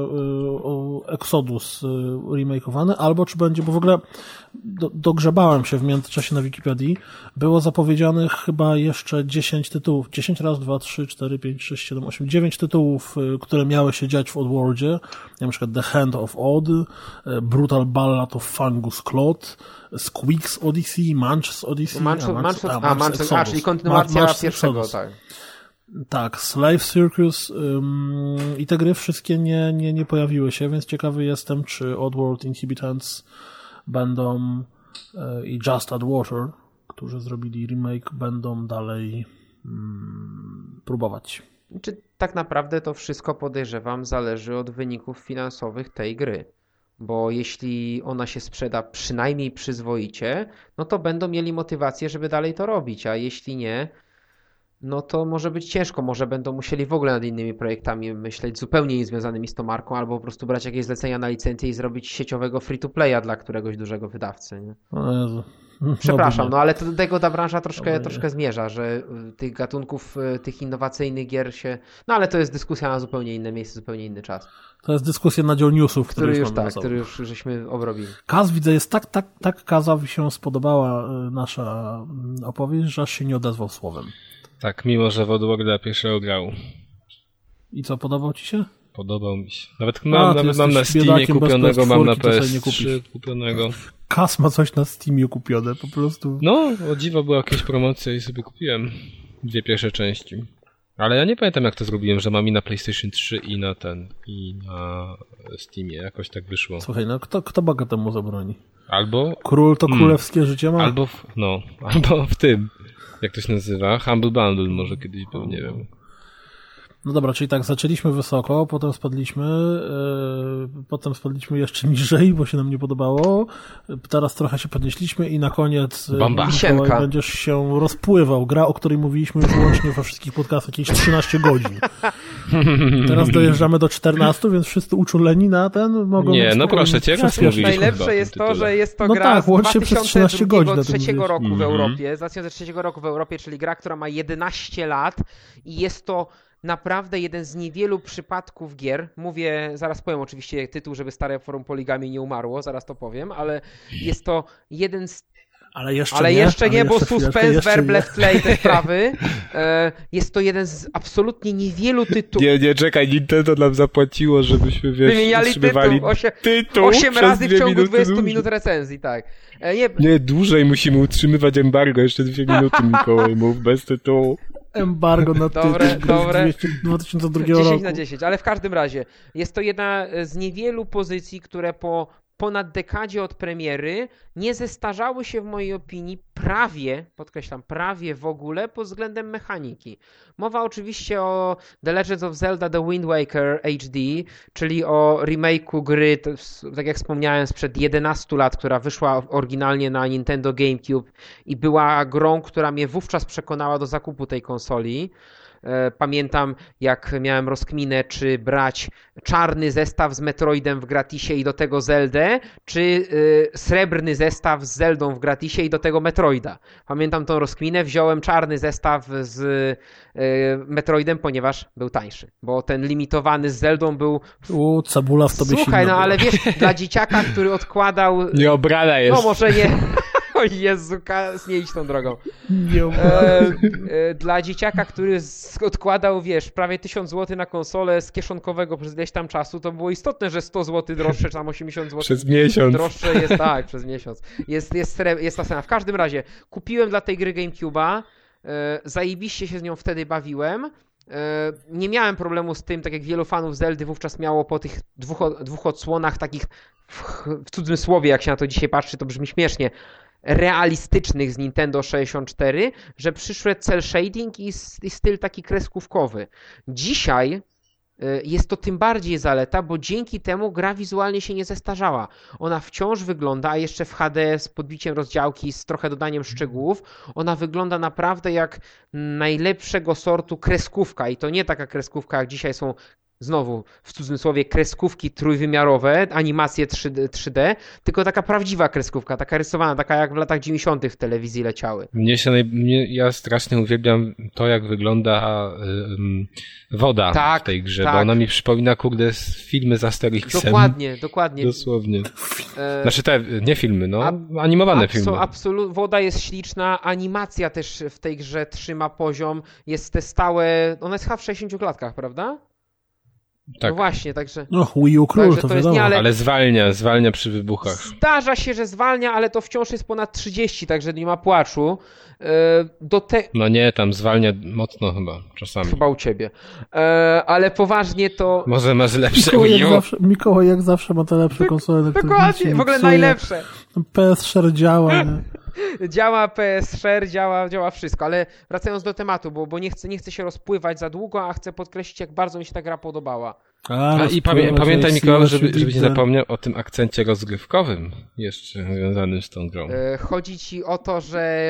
Exodus remake'owany, albo czy będzie, bo w ogóle dogrzebałem się w międzyczasie na Wikipedii, było zapowiedzianych chyba jeszcze 10 tytułów, 10 raz, 2, 3, 4, 5, 6, 7, 8, 9 tytułów, które miały się dziać w Oddworldzie, na przykład The Hand of Odd, Brutal Ballad of Fungus Clot, Squeak's Odyssey, Munch's Odyssey, czyli kontynuacja pierwszego, tak. Tak, Slave Circus i te gry wszystkie nie pojawiły się, więc ciekawy jestem, czy Oddworld Inhabitants będą i Just Add Water, którzy zrobili remake, będą dalej próbować. Czy tak naprawdę to wszystko, podejrzewam, zależy od wyników finansowych tej gry. Bo jeśli ona się sprzeda przynajmniej przyzwoicie, no to będą mieli motywację, żeby dalej to robić, a jeśli nie, no to może być ciężko, może będą musieli w ogóle nad innymi projektami myśleć zupełnie niezwiązanymi z tą marką, albo po prostu brać jakieś zlecenia na licencję i zrobić sieciowego free-to-playa dla któregoś dużego wydawcy. Nie? O Jezu. Przepraszam, no ale to do tego ta branża troszkę zmierza, że tych gatunków, tych innowacyjnych gier się... No ale to jest dyskusja na zupełnie inne miejsce, zupełnie inny czas. To jest dyskusja na Dział Newsów, który już żeśmy obrobili. Kaz, widzę, jest tak Kazowi się spodobała nasza opowieść, że aż się nie odezwał słowem. Tak, mimo że w Oddworlda pierwszego grał. I co, podobał ci się? Podobał mi się. Nawet mam na Steamie kupionego, mam na PS3 kupionego. Kaz ma coś na Steamie kupione, po prostu. No, o dziwo była jakaś promocja i sobie kupiłem 2 pierwsze części. Ale ja nie pamiętam jak to zrobiłem, że mam i na PlayStation 3 i na Steamie. Jakoś tak wyszło. Słuchaj, no kto Boga temu zabroni? Albo... Król to królewskie życie ma? Albo w tym. Jak to się nazywa? Humble Bundle może kiedyś był, nie wiem. No dobra, czyli tak, zaczęliśmy wysoko, potem spadliśmy jeszcze niżej, bo się nam nie podobało. Teraz trochę się podnieśliśmy i na koniec Mikołaj, będziesz się rozpływał. Gra, o której mówiliśmy już wyłącznie we wszystkich podcastach jakieś 13 godzin. Teraz dojeżdżamy do 14, więc wszyscy uczuleni na ten mogą... Nie, no proszę cię, jak najlepsze jest to, że jest to gra z 2003 roku w Europie, z 2003 roku w Europie, czyli gra, która ma 11 lat i jest to naprawdę jeden z niewielu przypadków gier, zaraz powiem oczywiście tytuł, żeby stare forum Poligami nie umarło, zaraz to powiem, ale jest to jeden z... Ale jeszcze nie, bo suspense, werble w tle i te sprawy. Jest to jeden z absolutnie niewielu tytułów. Nie, czekaj, Nintendo nam zapłaciło, żebyśmy wymieniali tytuł 8 razy w ciągu 20 minut recenzji, tak. Nie, dłużej musimy utrzymywać embargo, jeszcze 2 minuty, Mikołaj, mów bez tytułu. Embargo na dobre. 2002 10 na 10, ale w każdym razie jest to jedna z niewielu pozycji, które po ponad dekadzie od premiery nie zestarzały się w mojej opinii prawie w ogóle pod względem mechaniki. Mowa oczywiście o The Legend of Zelda The Wind Waker HD, czyli o remake'u gry, tak jak wspomniałem, sprzed 11 lat, która wyszła oryginalnie na Nintendo GameCube i była grą, która mnie wówczas przekonała do zakupu tej konsoli. Pamiętam, jak miałem rozkminę, czy brać czarny zestaw z Metroidem w gratisie i do tego Zeldę, czy srebrny zestaw z Zeldą w gratisie i do tego Metroida. Pamiętam tą rozkminę, wziąłem czarny zestaw z Metroidem, ponieważ był tańszy, bo ten limitowany z Zeldą był... Cebula w tobie. Słuchaj, no ale wiesz, dla dzieciaka, który odkładał... Nieobrana jest. No może nie... O Jezu, nie idź tą drogą. Dla dzieciaka, który odkładał, prawie 1000 zł na konsolę z kieszonkowego przez ileś tam czasu, to było istotne, że 100 zł droższe, czy tam 80 zł przez miesiąc. Droższe jest, tak, przez miesiąc. Jest ta cena. W każdym razie, kupiłem dla tej gry GameCube'a, zajebiście się z nią wtedy bawiłem. Nie miałem problemu z tym, tak jak wielu fanów Zeldy wówczas miało po tych dwóch odsłonach takich, w cudzym słowie, jak się na to dzisiaj patrzy, to brzmi śmiesznie, realistycznych z Nintendo 64, że przyszły cel shading i styl taki kreskówkowy. Dzisiaj jest to tym bardziej zaleta, bo dzięki temu gra wizualnie się nie zestarzała. Ona wciąż wygląda, a jeszcze w HD z podbiciem rozdziałki, z trochę dodaniem szczegółów, ona wygląda naprawdę jak najlepszego sortu kreskówka i to nie taka kreskówka, jak dzisiaj są znowu w cudzysłowie kreskówki trójwymiarowe, animacje 3D, tylko taka prawdziwa kreskówka, taka rysowana, taka jak w latach 90. w telewizji leciały. Ja strasznie uwielbiam to, jak wygląda woda w tej grze, bo ona mi przypomina, filmy z Asterixem. Dokładnie. Dosłownie. Znaczy nie filmy, animowane filmy. Woda jest śliczna, animacja też w tej grze trzyma poziom, jest te stałe, ona jest chyba w 60 klatkach, prawda? Tak. No właśnie, także... Wii U Król, to wiadomo. Ale zwalnia przy wybuchach. Zdarza się, że zwalnia, ale to wciąż jest ponad 30, także nie ma płaczu. No nie, tam zwalnia mocno chyba, czasami. Chyba u ciebie. Ale poważnie to... Może masz lepsze Wii U. Mikołaj jak zawsze ma te lepsze konsole. Dokładnie, w ogóle najlepsze. PS4 działa, nie? Działa PS Share, działa wszystko, ale wracając do tematu, bo nie chcę się rozpływać za długo, a chcę podkreślić, jak bardzo mi się ta gra podobała. I pamiętaj, Mikołaj, żebyś nie zapomniał o tym akcencie rozgrywkowym jeszcze związanym z tą grą. Chodzi ci o to, że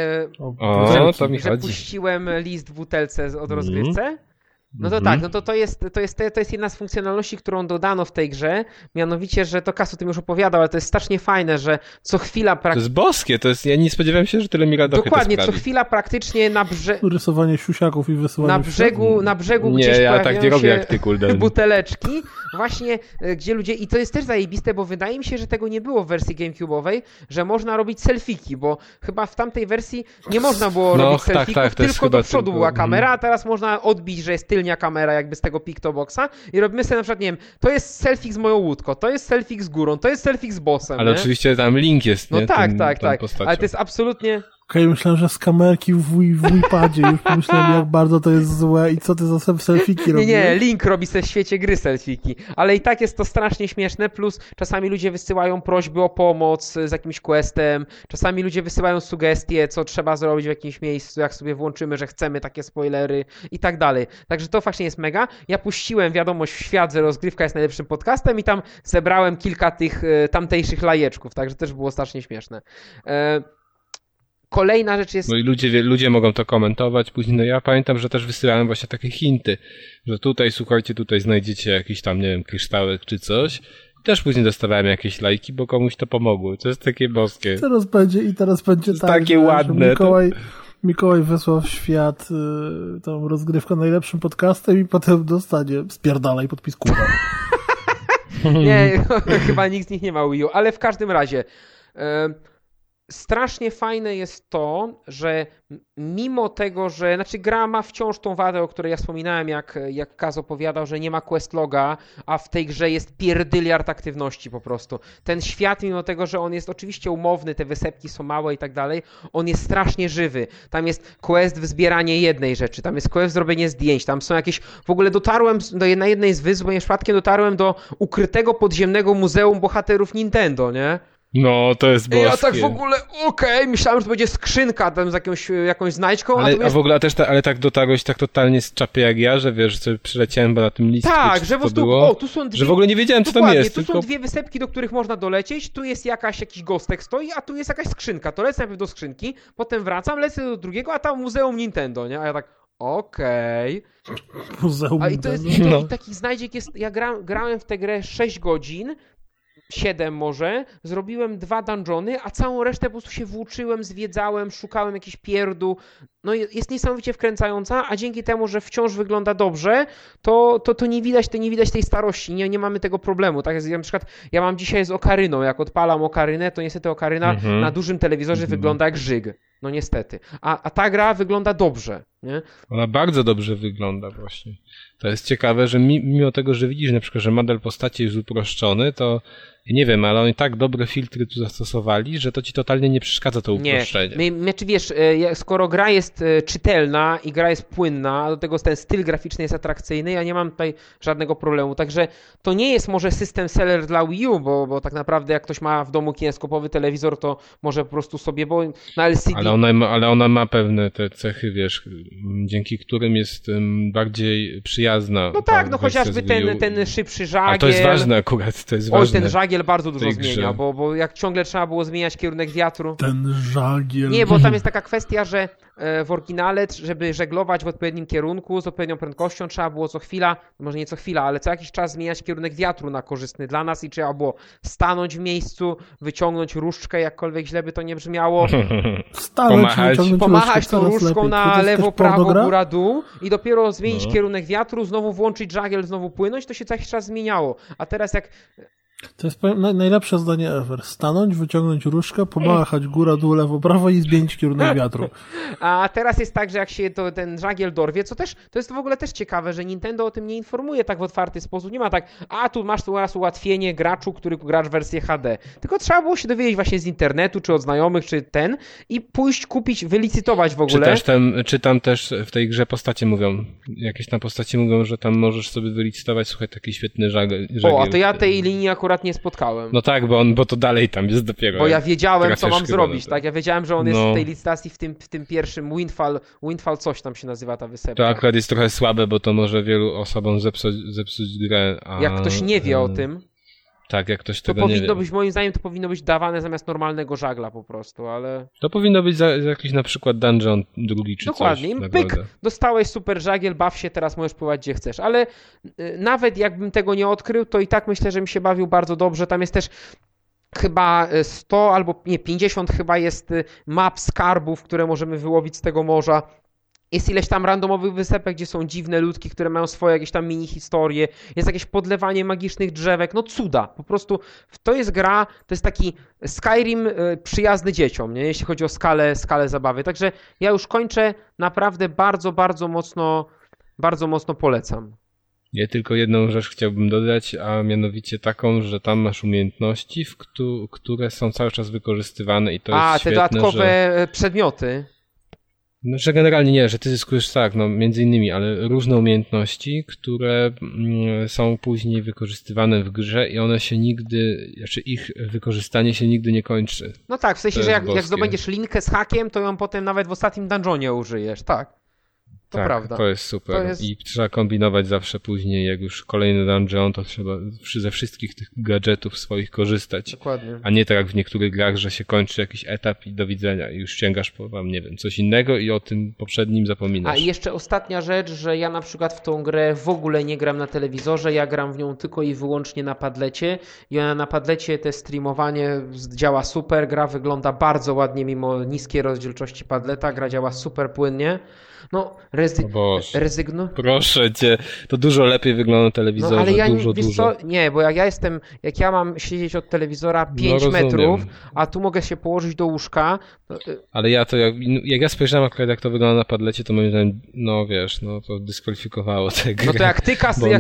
puściłem list w butelce od rozgrywce? No to tak, to jest jedna z funkcjonalności, którą dodano w tej grze, mianowicie, że to Kas o tym już opowiadał, ale to jest strasznie fajne, że co chwila... To jest boskie, ja nie spodziewałem się, że tyle mi radochy Dokładnie, co chwila praktycznie na brzegu... Rysowanie siusiaków i wysyłanie... Na brzegu gdzieś ja tak nie robię jak ty, Kulden. Buteleczki, właśnie, gdzie ludzie... I to jest też zajebiste, bo wydaje mi się, że tego nie było w wersji GameCube'owej, że można robić selfiki, bo chyba w tamtej wersji nie można było robić selfików, tylko do przodu była kamera, a teraz można odbić, że jest tylnia kamera jakby z tego Pictoboxa i robimy sobie na przykład, nie wiem, to jest selfie z moją łódką, to jest selfie z górą, to jest selfie z bossem. Ale oczywiście tam link jest, nie? No tak. Ale to jest absolutnie... Okej, myślałem, że z kamerki w iPadzie już pomyślałem, jak bardzo to jest złe i co ty za selfiki robisz. Nie, Link robi sobie w świecie gry selfiki, ale i tak jest to strasznie śmieszne, plus czasami ludzie wysyłają prośby o pomoc z jakimś questem, czasami ludzie wysyłają sugestie, co trzeba zrobić w jakimś miejscu, jak sobie włączymy, że chcemy takie spoilery i tak dalej. Także to faktycznie jest mega. Ja puściłem wiadomość w świat, że rozgrywka jest najlepszym podcastem i tam zebrałem kilka tych tamtejszych lajeczków, także też było strasznie śmieszne. Kolejna rzecz jest... No i ludzie mogą to komentować później. No ja pamiętam, że też wysyłałem właśnie takie hinty, że tutaj, słuchajcie, tutaj znajdziecie jakiś tam, nie wiem, kryształek czy coś. I też później dostawałem jakieś lajki, bo komuś to pomogło. To jest takie boskie. Teraz będzie tak, takie ładne. Mikołaj wysłał w świat tą rozgrywkę najlepszym podcastem i potem dostanie spierdalaj podpis kurwa. Nie, chyba nikt z nich nie ma Wii U, ale w każdym razie... Strasznie fajne jest to, że mimo tego, że... Znaczy gra ma wciąż tą wadę, o której ja wspominałem, jak Kaz opowiadał, że nie ma questloga, a w tej grze jest pierdyliard aktywności po prostu. Ten świat, mimo tego, że on jest oczywiście umowny, te wysepki są małe i tak dalej, on jest strasznie żywy. Tam jest quest w zbieranie jednej rzeczy, tam jest quest w zrobienie zdjęć, tam są jakieś... W ogóle dotarłem na jednej z wysp, bo przypadkiem dotarłem do ukrytego podziemnego muzeum bohaterów Nintendo, nie? No, to jest boskie. Ja tak w ogóle, myślałem, że to będzie skrzynka tam z jakąś znajdźką. Ale w ogóle też, ale tak dotarłeś tak totalnie z czapy jak ja, że wiesz, że przyleciałem na tym listku. Tak, że po prostu, tu są dwie... Że w ogóle nie wiedziałem, co tam jest. Tu są dwie wysepki, do których można dolecieć, tu jest jakiś gostek stoi, a tu jest jakaś skrzynka. To lecę najpierw do skrzynki, potem wracam, lecę do drugiego, a tam muzeum Nintendo, nie? A ja tak, Muzeum Nintendo. I takich znajdziek jest, ja grałem w tę grę 6 godzin, 7 może, zrobiłem 2 dungeony, a całą resztę po prostu się włóczyłem, zwiedzałem, szukałem jakichś pierdół. No jest niesamowicie wkręcająca, a dzięki temu, że wciąż wygląda dobrze, to nie widać tej starości, nie mamy tego problemu. Tak jest, na przykład ja mam dzisiaj z Okaryną, jak odpalam Okarynę, to niestety Okaryna na dużym telewizorze wygląda jak żyg. No niestety. A ta gra wygląda dobrze, nie? Ona bardzo dobrze wygląda właśnie. To jest ciekawe, że mimo tego, że widzisz na przykład, że model postaci jest uproszczony, to nie wiem, ale oni tak dobre filtry tu zastosowali, że to ci totalnie nie przeszkadza to uproszczenie. Znaczy wiesz, skoro gra jest czytelna i gra jest płynna, a do tego ten styl graficzny jest atrakcyjny, ja nie mam tutaj żadnego problemu. Także to nie jest może system seller dla Wii U, bo tak naprawdę jak ktoś ma w domu kineskopowy telewizor, to może po prostu sobie, bo na LCD... Ale ona ma pewne te cechy, wiesz, dzięki którym jest bardziej przyjazna. No tak, no chociażby ten szybszy żagiel. A to jest ważne akurat, to jest ważne. Ten żagiel bardzo dużo zmienia, bo jak ciągle trzeba było zmieniać kierunek wiatru. Ten żagiel. Nie, bo tam jest taka kwestia, że w oryginale, żeby żeglować w odpowiednim kierunku z odpowiednią prędkością, trzeba było co chwila, może nie co chwila, ale co jakiś czas zmieniać kierunek wiatru na korzystny dla nas i trzeba było stanąć w miejscu, wyciągnąć różdżkę, jakkolwiek źle by to nie brzmiało. Pomachać tą różdżką na lewo, prawo, góra, dół i dopiero zmienić kierunek wiatru, znowu włączyć żagiel, znowu płynąć, to się co jakiś czas zmieniało. A teraz jak... To jest najlepsze zdanie ever. Stanąć, wyciągnąć różdżkę, pomachać góra, dół, lewo, prawo i zmienić kierunek wiatru. A teraz jest tak, że jak się ten żagiel dorwie, to jest w ogóle też ciekawe, że Nintendo o tym nie informuje tak w otwarty sposób. Nie ma tak, tu masz tu raz ułatwienie graczu, który grasz wersję HD. Tylko trzeba było się dowiedzieć właśnie z internetu, czy od znajomych, czy i pójść, kupić, wylicytować w ogóle. Czy tam też w tej grze postacie mówią, jakieś tam postacie mówią, że tam możesz sobie wylicytować, słuchaj, taki świetny żagiel. A to ja tej linii akurat akurat nie spotkałem. No tak, bo to dalej tam jest dopiero. Bo ja wiedziałem, co mam zrobić, tak? Ja wiedziałem, że on jest w tej licytacji w tym pierwszym Windfall coś tam się nazywa ta wysepka. To akurat jest trochę słabe, bo to może wielu osobom zepsuć grę. Jak ktoś nie wie o tym, tak, jak ktoś tego nie wie. To powinno być, moim zdaniem, to powinno być dawane zamiast normalnego żagla po prostu, ale... To powinno być za jakiś na przykład dungeon drugi czy dokładnie. coś. Dokładnie. Pyk, dostałeś super żagiel, baw się, teraz możesz pływać gdzie chcesz. Ale nawet jakbym tego nie odkrył, to i tak myślę, że mi się bawił bardzo dobrze. Tam jest też chyba 100 albo 50 chyba jest map skarbów, które możemy wyłowić z tego morza. Jest ileś tam randomowych wysepek, gdzie są dziwne ludki, które mają swoje jakieś tam mini historie. Jest jakieś podlewanie magicznych drzewek. No cuda. Po prostu to jest gra, to jest taki Skyrim przyjazny dzieciom, nie? Jeśli chodzi o skalę zabawy. Także ja już kończę. Naprawdę bardzo mocno polecam. Ja tylko jedną rzecz chciałbym dodać, a mianowicie taką, że tam masz umiejętności, które są cały czas wykorzystywane i to jest świetne, te dodatkowe przedmioty. No, że generalnie nie, że ty zyskujesz między innymi, ale różne umiejętności, które są później wykorzystywane w grze i one się nigdy, znaczy ich wykorzystanie się nigdy nie kończy. No tak, w sensie, że jak zdobędziesz linkę z hakiem, to ją potem nawet w ostatnim dungeonie użyjesz, tak. To tak, prawda. To jest super. I trzeba kombinować zawsze później, jak już kolejny dungeon, to trzeba ze wszystkich tych gadżetów swoich korzystać. Dokładnie. A nie tak jak w niektórych grach, że się kończy jakiś etap i do widzenia i już sięgasz po coś innego i o tym poprzednim zapominasz. A i jeszcze ostatnia rzecz, że ja na przykład w tą grę w ogóle nie gram na telewizorze, ja gram w nią tylko i wyłącznie na padlecie i ona na padlecie te streamowanie działa super, gra wygląda bardzo ładnie mimo niskiej rozdzielczości padleta, gra działa super płynnie. No, Proszę cię, to dużo lepiej wygląda na telewizorze, no, ale ja, dużo. Nie, bo jak ja mam siedzieć od telewizora 5 metrów, a tu mogę się położyć do łóżka. Ale ja to, jak ja spojrzałem akurat jak to wygląda na padlecie, to moim zdaniem, to dyskwalifikowało tę grę. No to jak ty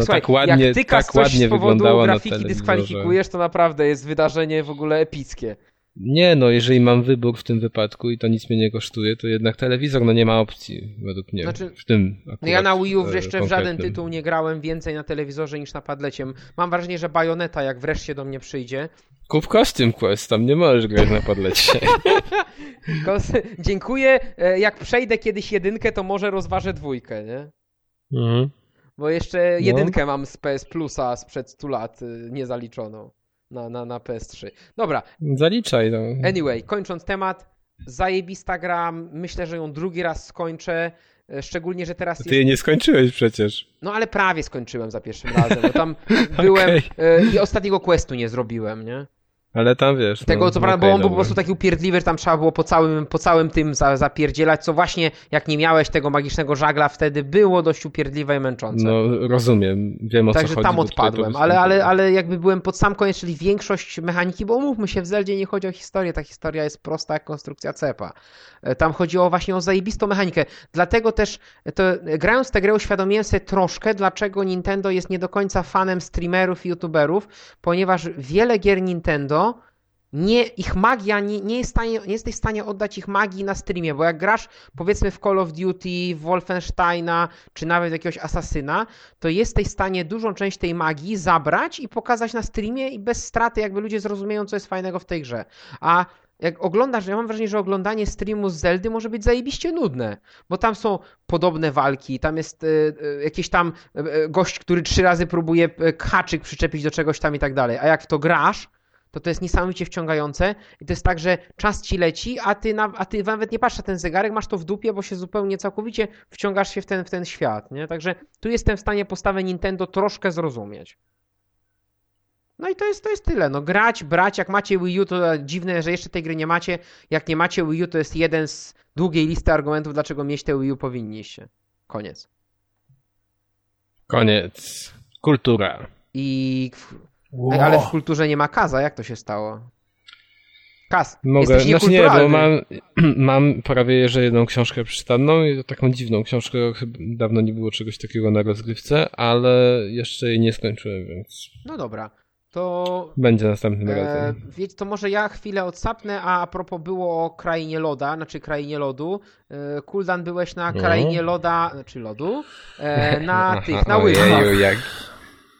tak ładnie z powodu grafiki dyskwalifikujesz, to naprawdę jest wydarzenie w ogóle epickie. Nie, jeżeli mam wybór w tym wypadku i to nic mnie nie kosztuje, to jednak telewizor, nie ma opcji według mnie. W tym akurat, ja na Wii U jeszcze w żaden tytuł nie grałem więcej na telewizorze niż na padlecie. Mam wrażenie, że Bayonetta jak wreszcie do mnie przyjdzie. Kup Costume Quest, tam nie możesz grać na padlecie. Dziękuję. Jak przejdę kiedyś 1, to może rozważę 2, nie? Mhm. Bo jeszcze 1 mam z PS Plusa sprzed 100 lat niezaliczoną. Na PS3. Dobra. Zaliczaj. Anyway, kończąc temat, zajebista gra, myślę, że ją drugi raz skończę, szczególnie, że teraz Ty jej nie skończyłeś przecież. No ale prawie skończyłem za pierwszym razem, bo tam byłem i ostatniego questu nie zrobiłem, nie? Ale tam wiesz... Tego co prawda, bo on był po prostu taki upierdliwy, że tam trzeba było po całym tym zapierdzielać, co właśnie jak nie miałeś tego magicznego żagla wtedy było dość upierdliwe i męczące. No rozumiem, wiem o co chodzi. Także tam odpadłem, ale jakby byłem pod sam koniec, czyli większość mechaniki, bo umówmy się, w Zeldzie nie chodzi o historię, ta historia jest prosta jak konstrukcja cepa. Tam chodziło właśnie o zajebistą mechanikę, dlatego też grając tę grę uświadomiłem sobie troszkę, dlaczego Nintendo jest nie do końca fanem streamerów i youtuberów, ponieważ wiele gier Nintendo ich magia, nie jesteś w stanie oddać ich magii na streamie, bo jak grasz powiedzmy w Call of Duty, w Wolfensteina, czy nawet jakiegoś Asasyna, to jesteś w stanie dużą część tej magii zabrać i pokazać na streamie i bez straty jakby ludzie zrozumieją, co jest fajnego w tej grze. A jak oglądasz, ja mam wrażenie, że oglądanie streamu z Zeldy może być zajebiście nudne, bo tam są podobne walki, tam jest jakiś tam gość, który 3 razy próbuje haczyk przyczepić do czegoś tam i tak dalej, a jak w to grasz, to jest niesamowicie wciągające i to jest tak, że czas ci leci, a ty nawet nie patrzysz na ten zegarek, masz to w dupie, bo się zupełnie całkowicie wciągasz się w ten świat, nie? Także tu jestem w stanie postawę Nintendo troszkę zrozumieć. No i to jest tyle, brać, jak macie Wii U, to dziwne, że jeszcze tej gry nie macie, jak nie macie Wii U, to jest jeden z długiej listy argumentów, dlaczego mieć te Wii U powinniście. Koniec. Kultura. Wow. Ale w kulturze nie ma Kaza, jak to się stało? Kaz, jesteś niekulturalny. Nie, bo mam prawie że jedną książkę przeczytaną i to taką dziwną książkę, chyba dawno nie było czegoś takiego na rozgrywce, ale jeszcze jej nie skończyłem, więc... No dobra, to... Będzie następnym razem. Wiecie, to może ja chwilę odsapnę, a propos było o Krainie Loda, znaczy Krainie Lodu. Kuldan, byłeś na Krainie Loda, znaczy lodu, na łyżwach.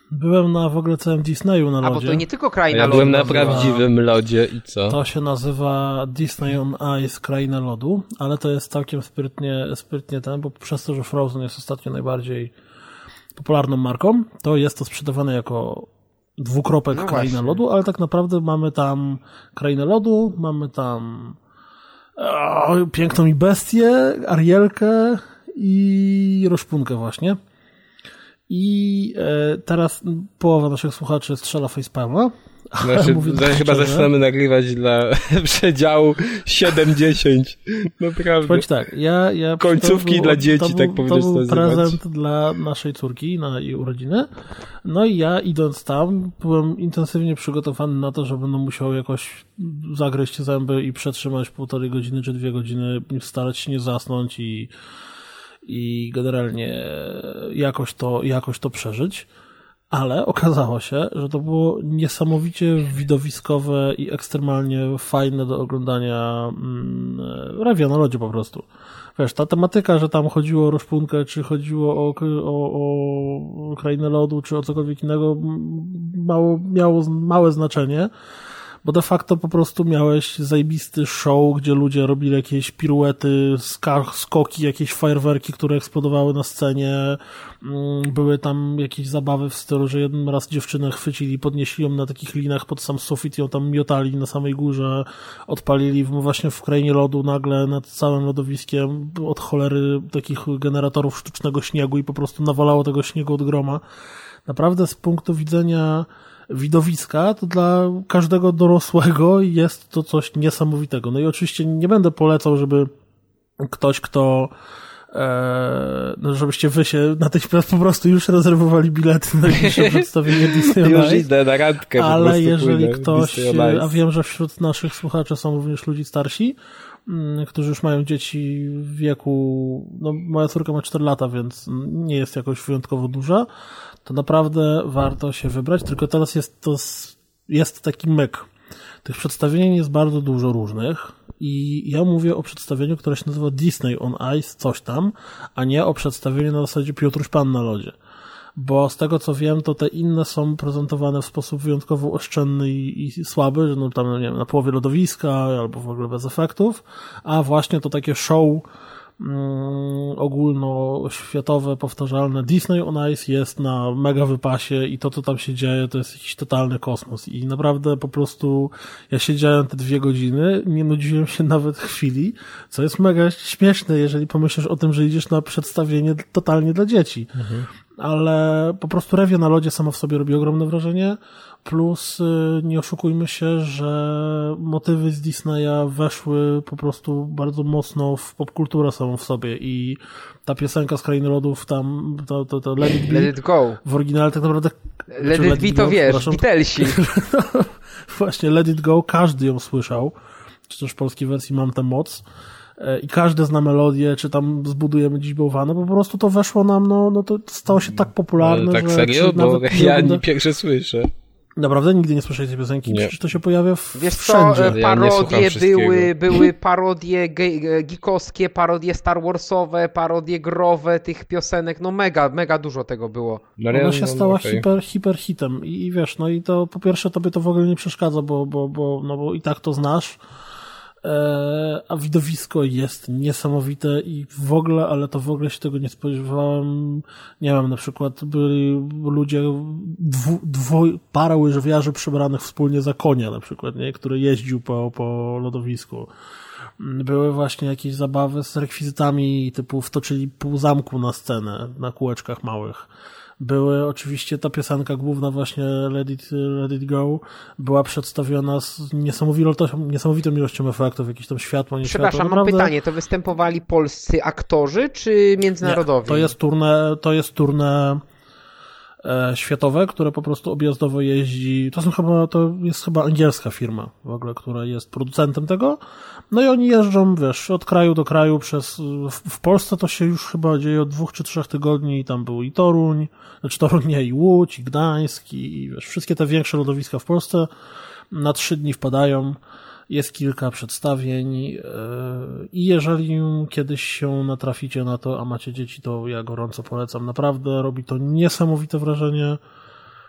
Byłem w ogóle całym Disneyu na lodzie. A bo to nie tylko Kraina Lodu. Ja byłem na prawdziwym lodzie i co? To się nazywa Disney on Ice Kraina Lodu, ale to jest całkiem sprytnie bo przez to, że Frozen jest ostatnio najbardziej popularną marką, to jest to sprzedawane jako dwukropek Kraina Lodu, ale tak naprawdę mamy tam Krainę Lodu, mamy tam Piękną i Bestię, Arielkę i Roszpunkę właśnie. I teraz połowa naszych słuchaczy strzela facepalma. Chyba zaczynamy nagrywać dla przedziału 7-10. Naprawdę. Powiedz tak, końcówki dla dzieci, tak powiedzieć. To był prezent dla naszej córki na jej urodziny. No i ja idąc tam byłem intensywnie przygotowany na to, że będę musiał jakoś zagryźć zęby i przetrzymać 1,5 godziny czy 2 godziny, starać się nie zasnąć i generalnie jakoś to przeżyć. Ale okazało się, że to było niesamowicie widowiskowe i ekstremalnie fajne do oglądania rewia na lodzie po prostu. Wiesz, ta tematyka, że tam chodziło o Roszpunkę, czy chodziło o Krainę Lodu, czy o cokolwiek innego, miało małe znaczenie, bo de facto po prostu miałeś zajebisty show, gdzie ludzie robili jakieś piruety, skoki, jakieś fajerwerki, które eksplodowały na scenie. Były tam jakieś zabawy w stylu, że jeden raz dziewczynę chwycili, podnieśli ją na takich linach pod sam sufit, ją tam miotali na samej górze, odpalili właśnie w Krainie Lodu nagle nad całym lodowiskiem od cholery takich generatorów sztucznego śniegu i po prostu nawalało tego śniegu od groma. Naprawdę z punktu widzenia widowiska, to dla każdego dorosłego jest to coś niesamowitego. No i oczywiście nie będę polecał, żeby ktoś, żebyście wy się natychmiast po prostu już rezerwowali bilety na najbliższe przedstawienie Disney on Ice. Już idę na randkę. Ale jeżeli ktoś, a wiem, że wśród naszych słuchaczy są również ludzi starsi, którzy już mają dzieci w wieku, moja córka ma 4 lata, więc nie jest jakoś wyjątkowo duża, to naprawdę warto się wybrać, tylko teraz jest taki myk. Tych przedstawień jest bardzo dużo różnych i ja mówię o przedstawieniu, które się nazywa Disney on Ice, coś tam, a nie o przedstawieniu na zasadzie Piotruś Pan na lodzie. Bo z tego co wiem, to te inne są prezentowane w sposób wyjątkowo oszczędny i słaby, że tam, nie wiem, na połowie lodowiska albo w ogóle bez efektów, a właśnie to takie show ogólnoświatowe, powtarzalne Disney on Ice jest na mega wypasie i to, co tam się dzieje, to jest jakiś totalny kosmos i naprawdę po prostu ja siedziałem te 2 godziny, nie nudziłem się nawet chwili, co jest mega śmieszne, jeżeli pomyślisz o tym, że idziesz na przedstawienie totalnie dla dzieci. Ale po prostu rewia na lodzie sama w sobie robi ogromne wrażenie, plus nie oszukujmy się, że motywy z Disneya weszły po prostu bardzo mocno w popkulturę samą w sobie i ta piosenka z Krainy Lodów tam, to Let It Be, Let It Go. w oryginale tak naprawdę... Let It Be to wiesz, Beatlesi. Właśnie, Let It Go, każdy ją słyszał, czy też w polskiej wersji Mam tę moc. I każdy zna melodię, czy tam zbudujemy dziś bałwana, po prostu to weszło nam, to stało się tak popularne, tak że... serio? Bo ja nie pierwsze słyszę. Naprawdę nigdy nie słyszałeś tej piosenki? Nie. Przecież to się pojawia Wiesz wszędzie. co, parodie były parodie geekowskie, parodie Star Warsowe, parodie growe tych piosenek, mega dużo tego było. Ona się stała hiper hitem i wiesz, i to po pierwsze tobie to w ogóle nie przeszkadza, bo i tak to znasz, a widowisko jest niesamowite i w ogóle, ale to w ogóle się tego nie spodziewałem. Nie wiem, na przykład byli ludzie, para łyżwiarzy przebranych wspólnie za konia na przykład, nie? Który jeździł po lodowisku. Były właśnie jakieś zabawy z rekwizytami, typu wtoczyli pół zamku na scenę, na kółeczkach małych. Były oczywiście ta piosenka główna właśnie Let It Go była przedstawiona z niesamowitą ilością efektów, jakieś tam światło, nie Przepraszam, światło. mam pytanie, to występowali polscy aktorzy czy międzynarodowi? Nie, to jest tournée światowe, które po prostu objazdowo jeździ. To jest chyba angielska firma w ogóle, która jest producentem tego. No i oni jeżdżą, wiesz, od kraju do kraju w Polsce to się już chyba dzieje od 2 czy 3 tygodni i tam był i Toruń, i Łódź, i Gdańsk, i wiesz, wszystkie te większe lodowiska w Polsce na 3 dni wpadają. Jest kilka przedstawień i jeżeli kiedyś się natraficie na to, a macie dzieci, to ja gorąco polecam. Naprawdę robi to niesamowite wrażenie.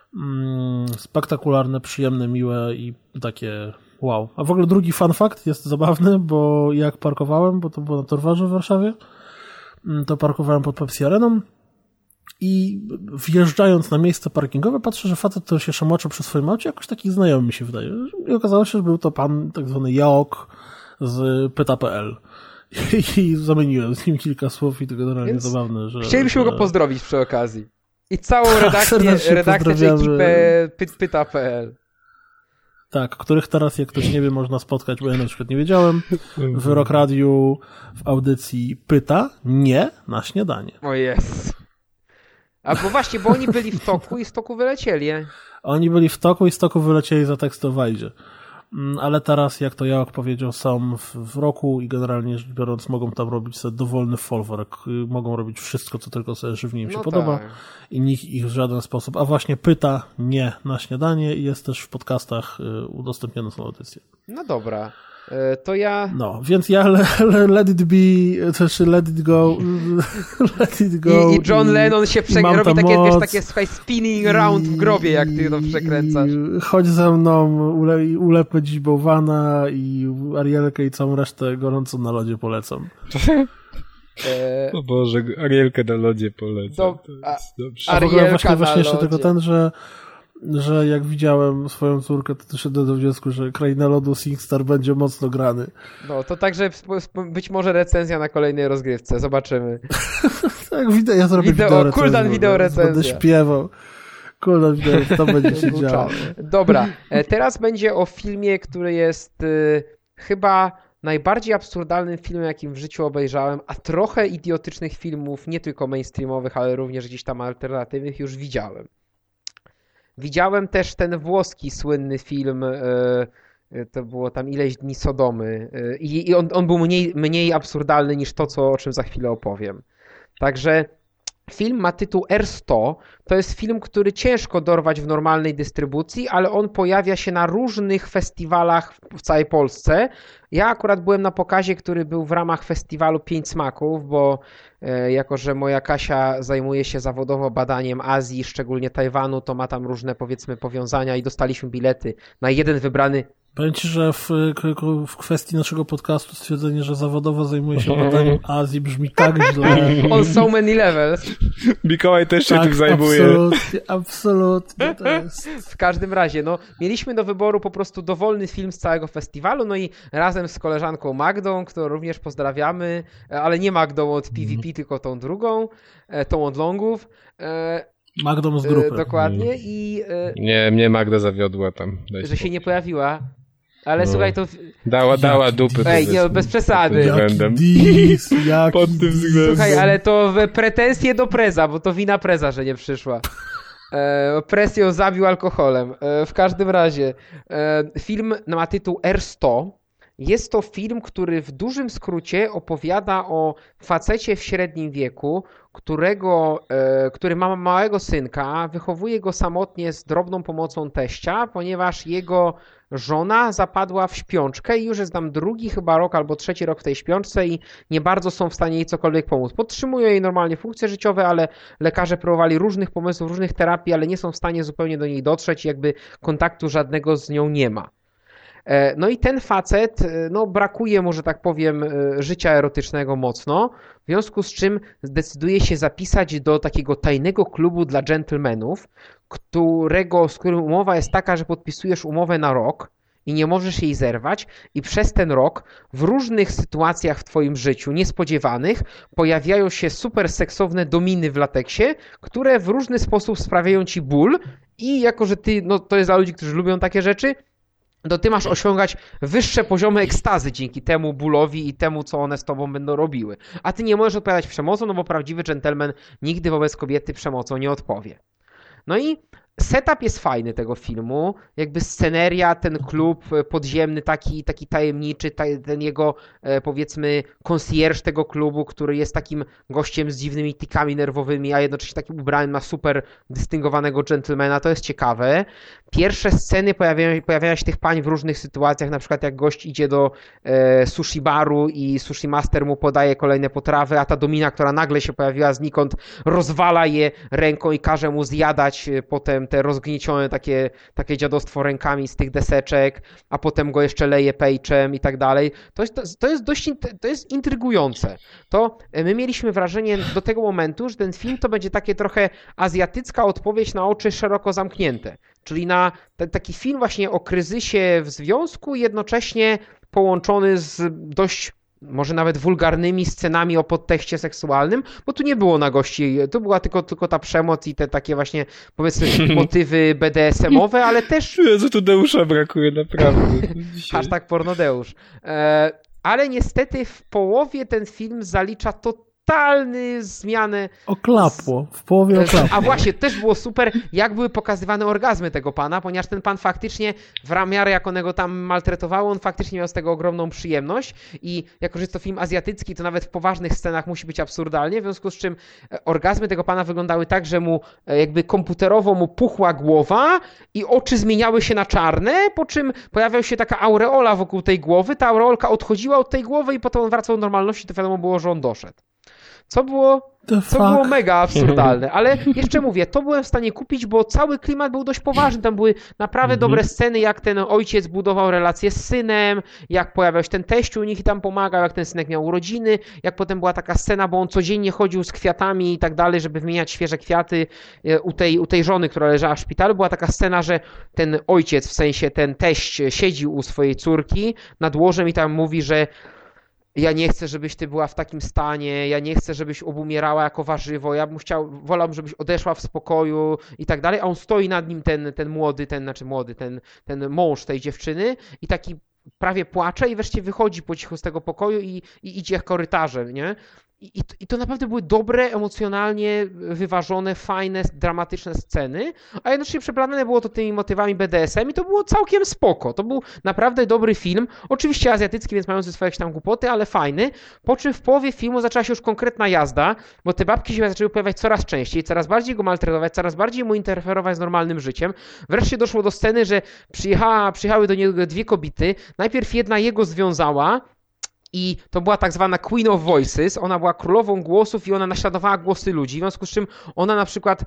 spektakularne, przyjemne, miłe i takie wow. A w ogóle drugi fun fact jest zabawny, bo jak parkowałem, bo to było na Torwarze w Warszawie, to parkowałem pod Pepsi Areną i wjeżdżając na miejsce parkingowe patrzę, że facet, który się szamoczył przy swoim aucie, jakoś taki znajomy mi się wydaje. I okazało się, że był to pan tak zwany Jaok z pyta.pl. I zamieniłem z nim kilka słów i to generalnie więc zabawne, że... Chcielibyśmy go pozdrowić przy okazji. I całą redakcję czy ekipę pyta.pl. Tak, których teraz, jak ktoś nie wie, można spotkać, bo ja na przykład nie wiedziałem, w Rock Radiu w audycji Pyta, nie na śniadanie. O jest. A bo właśnie, bo oni byli w toku i z toku wylecieli. Oni byli w toku i z toku wylecieli za tekst o Wajdzie. Ale teraz, jak to Jaok powiedział, są w roku i generalnie rzecz biorąc mogą tam robić sobie dowolny folwark. Mogą robić wszystko, co tylko sobie żywnie im się podoba i nikt ich w żaden sposób. A właśnie Pyta nie na śniadanie i jest też w podcastach udostępnione są audycje. No dobra. To ja... No, więc ja let it be, też let it go. I John Lennon się robi takie, wiesz, takie słuchaj, spinning round w grobie, jak ty to przekręcasz. Chodź ze mną, ulepę dziś bałwana i Arielkę i całą resztę gorąco na lodzie polecam. O Boże, Arielkę na lodzie polecam. A w ogóle właśnie jeszcze tylko ten, że jak widziałem swoją córkę, to doszedłem do wniosku, że Kraina Lodu SingStar będzie mocno grany. No, to także być może recenzja na kolejnej rozgrywce. Zobaczymy. Tak, ja zrobię wideo Kuldan video recenzja. Będę śpiewał. Kuldan video, to będzie się działo. Dobra, teraz będzie o filmie, który jest chyba najbardziej absurdalnym filmem, jakim w życiu obejrzałem, a trochę idiotycznych filmów, nie tylko mainstreamowych, ale również gdzieś tam alternatywnych już widziałem. Widziałem też ten włoski słynny film, to było tam ileś dni Sodomy i on był mniej absurdalny niż to, o czym za chwilę opowiem. Także film ma tytuł R100, to jest film, który ciężko dorwać w normalnej dystrybucji, ale on pojawia się na różnych festiwalach w całej Polsce. Ja akurat byłem na pokazie, który był w ramach festiwalu 5 Smaków, bo jako że moja Kasia zajmuje się zawodowo badaniem Azji, szczególnie Tajwanu, to ma tam różne, powiedzmy, powiązania i dostaliśmy bilety na jeden wybrany. Powiem ci, że w kwestii naszego podcastu stwierdzenie, że zawodowo zajmuje się badaniem Azji brzmi tak źle. On so many levels. Mikołaj też się tym zajmuje. Absolutnie to jest. W każdym razie, no, mieliśmy do wyboru po prostu dowolny film z całego festiwalu, no i razem z koleżanką Magdą, którą również pozdrawiamy, ale nie Magdą od PvP, tylko tą drugą, tą od longów. Magdą z grupy. Dokładnie i... Nie, mnie Magda zawiodła tam. Że się nie pojawiła. Ale słuchaj, to... Dała dupy. Ej, nie, bez przesady. Pod tym względem. Słuchaj, ale to pretensje do Preza, bo to wina Preza, że nie przyszła. Prez ją zabił alkoholem. W każdym razie, film ma tytuł R100. Jest to film, który w dużym skrócie opowiada o facecie w średnim wieku, który ma małego synka, wychowuje go samotnie z drobną pomocą teścia, ponieważ jego żona zapadła w śpiączkę i już jest tam drugi chyba rok albo trzeci rok w tej śpiączce i nie bardzo są w stanie jej cokolwiek pomóc. Podtrzymują jej normalnie funkcje życiowe, ale lekarze próbowali różnych pomysłów, różnych terapii, ale nie są w stanie zupełnie do niej dotrzeć i jakby kontaktu żadnego z nią nie ma. No i ten facet, no brakuje mu, że tak powiem, życia erotycznego mocno, w związku z czym zdecyduje się zapisać do takiego tajnego klubu dla dżentelmenów, z którym umowa jest taka, że podpisujesz umowę na rok i nie możesz jej zerwać i przez ten rok w różnych sytuacjach w twoim życiu niespodziewanych pojawiają się super seksowne dominy w lateksie, które w różny sposób sprawiają ci ból i jako, że ty, no to jest dla ludzi, którzy lubią takie rzeczy, to ty masz osiągać wyższe poziomy ekstazy dzięki temu bólowi i temu, co one z tobą będą robiły. A ty nie możesz odpowiadać przemocą, no bo prawdziwy dżentelmen nigdy wobec kobiety przemocą nie odpowie. No i setup jest fajny tego filmu, jakby sceneria, ten klub podziemny, taki tajemniczy, ten jego, powiedzmy, konsjerż tego klubu, który jest takim gościem z dziwnymi tikami nerwowymi, a jednocześnie takim ubranym na super dystyngowanego dżentelmena, to jest ciekawe. Pierwsze sceny pojawiają się tych pań w różnych sytuacjach, na przykład jak gość idzie do sushi baru i sushi master mu podaje kolejne potrawy, a ta domina, która nagle się pojawiła znikąd, rozwala je ręką i każe mu zjadać potem te rozgniecione takie dziadostwo rękami z tych deseczek, a potem go jeszcze leje pejczem i tak dalej. To jest intrygujące. To my mieliśmy wrażenie do tego momentu, że ten film to będzie takie trochę azjatycka odpowiedź na oczy szeroko zamknięte. Czyli na taki film właśnie o kryzysie w związku, jednocześnie połączony z dość może nawet wulgarnymi scenami o podtekście seksualnym, bo tu nie było nagości, tu była tylko ta przemoc i te takie właśnie, powiedzmy, motywy BDSM-owe, ale też... Jezu, tu Deusza brakuje, naprawdę. Hashtag pornodeusz. Ale niestety w połowie ten film zalicza totalny zmianę. Oklapło, w połowie oklapło. A właśnie, też było super, jak były pokazywane orgazmy tego pana, ponieważ ten pan faktycznie, w miarę jak one go tam maltretowało, on faktycznie miał z tego ogromną przyjemność i jako, że jest to film azjatycki, to nawet w poważnych scenach musi być absurdalnie, w związku z czym orgazmy tego pana wyglądały tak, że mu jakby komputerowo mu puchła głowa i oczy zmieniały się na czarne, po czym pojawiała się taka aureola wokół tej głowy, ta aureolka odchodziła od tej głowy i potem on wracał do normalności, to wiadomo było, że on doszedł. Co było mega absurdalne, ale jeszcze mówię, to byłem w stanie kupić, bo cały klimat był dość poważny, tam były naprawdę dobre sceny, jak ten ojciec budował relacje z synem, jak pojawiał się ten teściu u nich i tam pomagał, jak ten synek miał urodziny, jak potem była taka scena, bo on codziennie chodził z kwiatami i tak dalej, żeby wymieniać świeże kwiaty u tej żony, która leżała w szpitalu, była taka scena, że ten ojciec, w sensie ten teść siedzi u swojej córki nad łożem i tam mówi, że ja nie chcę, żebyś ty była w takim stanie, ja nie chcę, żebyś obumierała jako warzywo, ja bym wolałbym, żebyś odeszła w spokoju i tak dalej, a on stoi nad nim ten mąż tej dziewczyny i taki prawie płacze i wreszcie wychodzi po cichu z tego pokoju i idzie korytarzem, nie? I to naprawdę były dobre, emocjonalnie wyważone, fajne, dramatyczne sceny, a jednocześnie przeplatane było to tymi motywami BDSM i to było całkiem spoko. To był naprawdę dobry film, oczywiście azjatycki, więc mający swoje jakieś tam głupoty, ale fajny, po czym w połowie filmu zaczęła się już konkretna jazda, bo te babki się zaczęły pojawiać coraz częściej, coraz bardziej go maltretować, coraz bardziej mu interferować z normalnym życiem. Wreszcie doszło do sceny, że przyjechały do niego dwie kobiety, najpierw jedna jego związała, i to była tak zwana Queen of Voices, ona była królową głosów i ona naśladowała głosy ludzi, w związku z czym ona na przykład,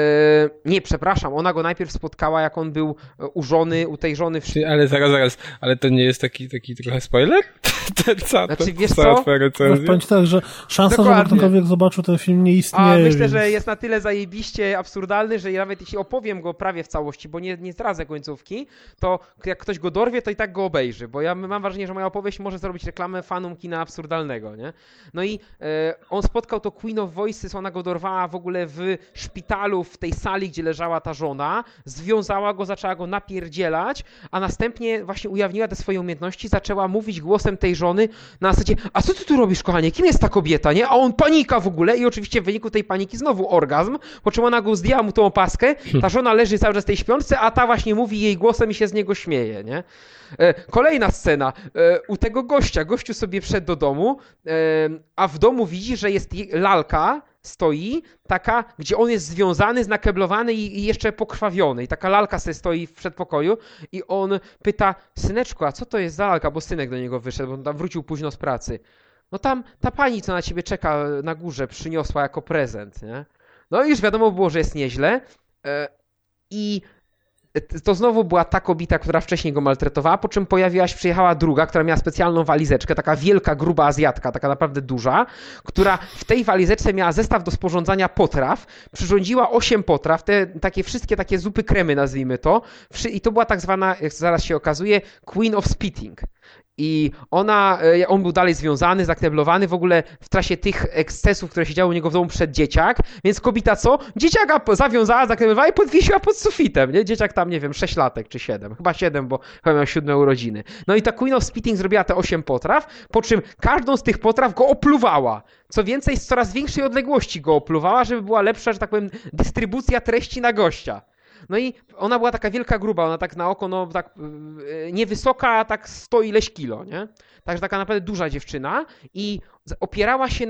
ona go najpierw spotkała, jak on był u żony, u tej żony Ale zaraz, ale to nie jest taki trochę spoiler? Znaczy, wiesz co? Powiem ci tak, że szansa, że ktokolwiek zobaczył ten film, nie istnieje. A myślę, że jest na tyle zajebiście absurdalny, że nawet jeśli opowiem go prawie w całości, bo nie zdradzę końcówki, to jak ktoś go dorwie, to i tak go obejrzy, bo ja mam wrażenie, że moja opowieść może zrobić reklamę fanom kina absurdalnego, nie? No i on spotkał to Queen of Voices, ona go dorwała w ogóle w szpitalu, w tej sali, gdzie leżała ta żona, związała go, zaczęła go napierdzielać, a następnie właśnie ujawniła te swoje umiejętności, zaczęła mówić głosem tej żony na zasadzie, a co ty tu robisz, kochanie, kim jest ta kobieta, nie? A on panika w ogóle i oczywiście w wyniku tej paniki znowu orgazm, po czym ona go zdjęła mu tą opaskę, ta żona leży cały czas w tej śpiączce, a ta właśnie mówi jej głosem i się z niego śmieje, nie? Kolejna scena, u tego gościu sobie wszedł do domu, a w domu widzi, że jest lalka, stoi taka, gdzie on jest związany, znakeblowany i jeszcze pokrwawiony. I taka lalka sobie stoi w przedpokoju i on pyta, syneczku, a co to jest za lalka? Bo synek do niego wyszedł, bo on tam wrócił późno z pracy. No tam ta pani, co na ciebie czeka na górze, przyniosła jako prezent, nie? No i już wiadomo było, że jest nieźle. I to znowu była ta kobieta, która wcześniej go maltretowała, po czym przyjechała druga, która miała specjalną walizeczkę, taka wielka, gruba Azjatka, taka naprawdę duża, która w tej walizeczce miała zestaw do sporządzania potraw, przyrządziła 8 potraw, wszystkie takie zupy kremy, nazwijmy to, i to była tak zwana, jak zaraz się okazuje, Queen of Spitting. I on był dalej związany, zakneblowany w ogóle w trasie tych ekscesów, które się działy u niego w domu przed dzieciak, więc kobieta co? Dzieciaka zawiązała, zakneblowała i podwiesiła pod sufitem, nie? Dzieciak tam, nie wiem, 6 latek czy 7, chyba 7, bo chyba miał 7 urodziny. No i ta Queen of Spitting zrobiła te 8 potraw, po czym każdą z tych potraw go opluwała. Co więcej, z coraz większej odległości go opluwała, żeby była lepsza, że tak powiem, dystrybucja treści na gościa. No i ona była taka wielka, gruba, ona tak na oko, no tak niewysoka, a tak 100 ileś kilo, nie? Także taka naprawdę duża dziewczyna i opierała się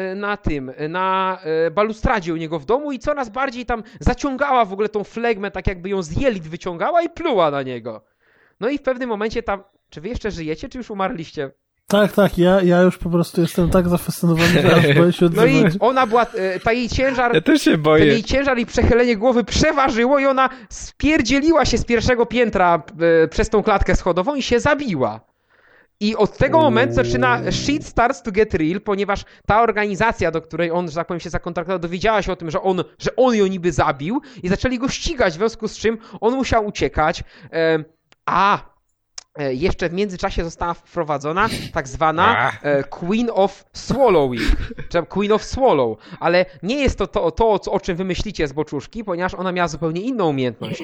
na balustradzie u niego w domu i coraz bardziej tam zaciągała w ogóle tą flegmę, tak jakby ją z jelit wyciągała i pluła na niego. No i w pewnym momencie czy wy jeszcze żyjecie, czy już umarliście? Tak, ja już po prostu jestem tak zafascynowany, że aż boję się odzywać. No i ona była, ta jej ciężar... Ja też się boję. Ten jej ciężar i przechylenie głowy przeważyło i ona spierdzieliła się z pierwszego piętra przez tą klatkę schodową i się zabiła. I od tego momentu zaczyna shit starts to get real, ponieważ ta organizacja, do której on, że tak powiem, się zakontraktował, dowiedziała się o tym, że on ją niby zabił i zaczęli go ścigać, w związku z czym on musiał uciekać. Jeszcze w międzyczasie została wprowadzona tak zwana Queen of Swallowing, czy Queen of Swallow, ale nie jest to, o czym wy myślicie z boczuszki, ponieważ ona miała zupełnie inną umiejętność.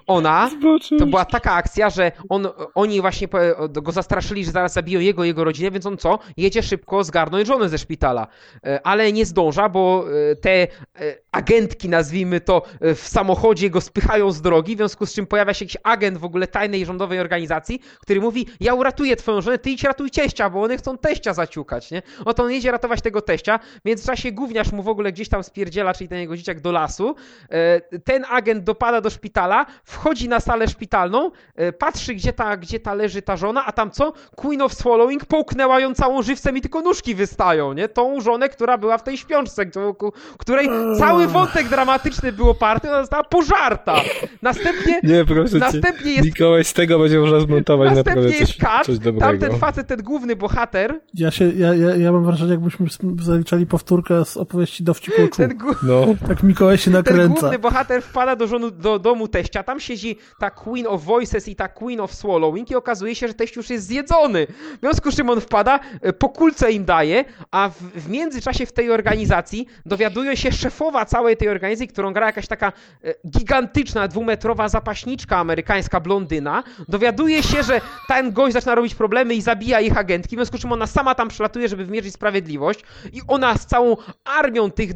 To była taka akcja, że oni właśnie go zastraszyli, że zaraz zabiją jego rodzinę, więc on jedzie szybko zgarnąć żonę ze szpitala, ale nie zdąża, bo te agentki, nazwijmy to, w samochodzie go spychają z drogi, w związku z czym pojawia się jakiś agent w ogóle tajnej rządowej organizacji, który mówi, ja uratuję twoją żonę, ty idź ratuj teścia, bo one chcą teścia zaciukać, nie? Oto on jedzie ratować tego teścia, więc w czasie gówniarz mu w ogóle gdzieś tam spierdziela, czyli ten jego dzieciak, do lasu. Ten agent dopada do szpitala, wchodzi na salę szpitalną, patrzy, gdzie ta leży ta żona, a tam Queen of Swallowing połknęła ją całą żywcem i tylko nóżki wystają, nie? Tą żonę, która była w tej śpiączce, której cały wątek dramatyczny był oparty, ona została pożarta. Następnie jest... Mikołaj, z tego będzie można zmontować naprawdę coś dobrego. Tamten facet, ten główny bohater... Ja mam wrażenie, jakbyśmy zaliczali powtórkę z opowieści Dowcip Oczu. Tak Mikołaj się nakręca. Ten główny bohater wpada do domu teścia, tam siedzi ta Queen of Voices i ta Queen of Swallowing i okazuje się, że teść już jest zjedzony. W związku z czym on wpada, po kulce im daje, a w międzyczasie w tej organizacji dowiaduje się szefowa całej tej organizacji, którą gra jakaś taka gigantyczna, 2-metrowa zapaśniczka amerykańska blondyna. Dowiaduje się, że ten gość zaczyna robić problemy i zabija ich agentki, w związku z czym ona sama tam przelatuje, żeby wymierzyć sprawiedliwość i ona z całą armią tych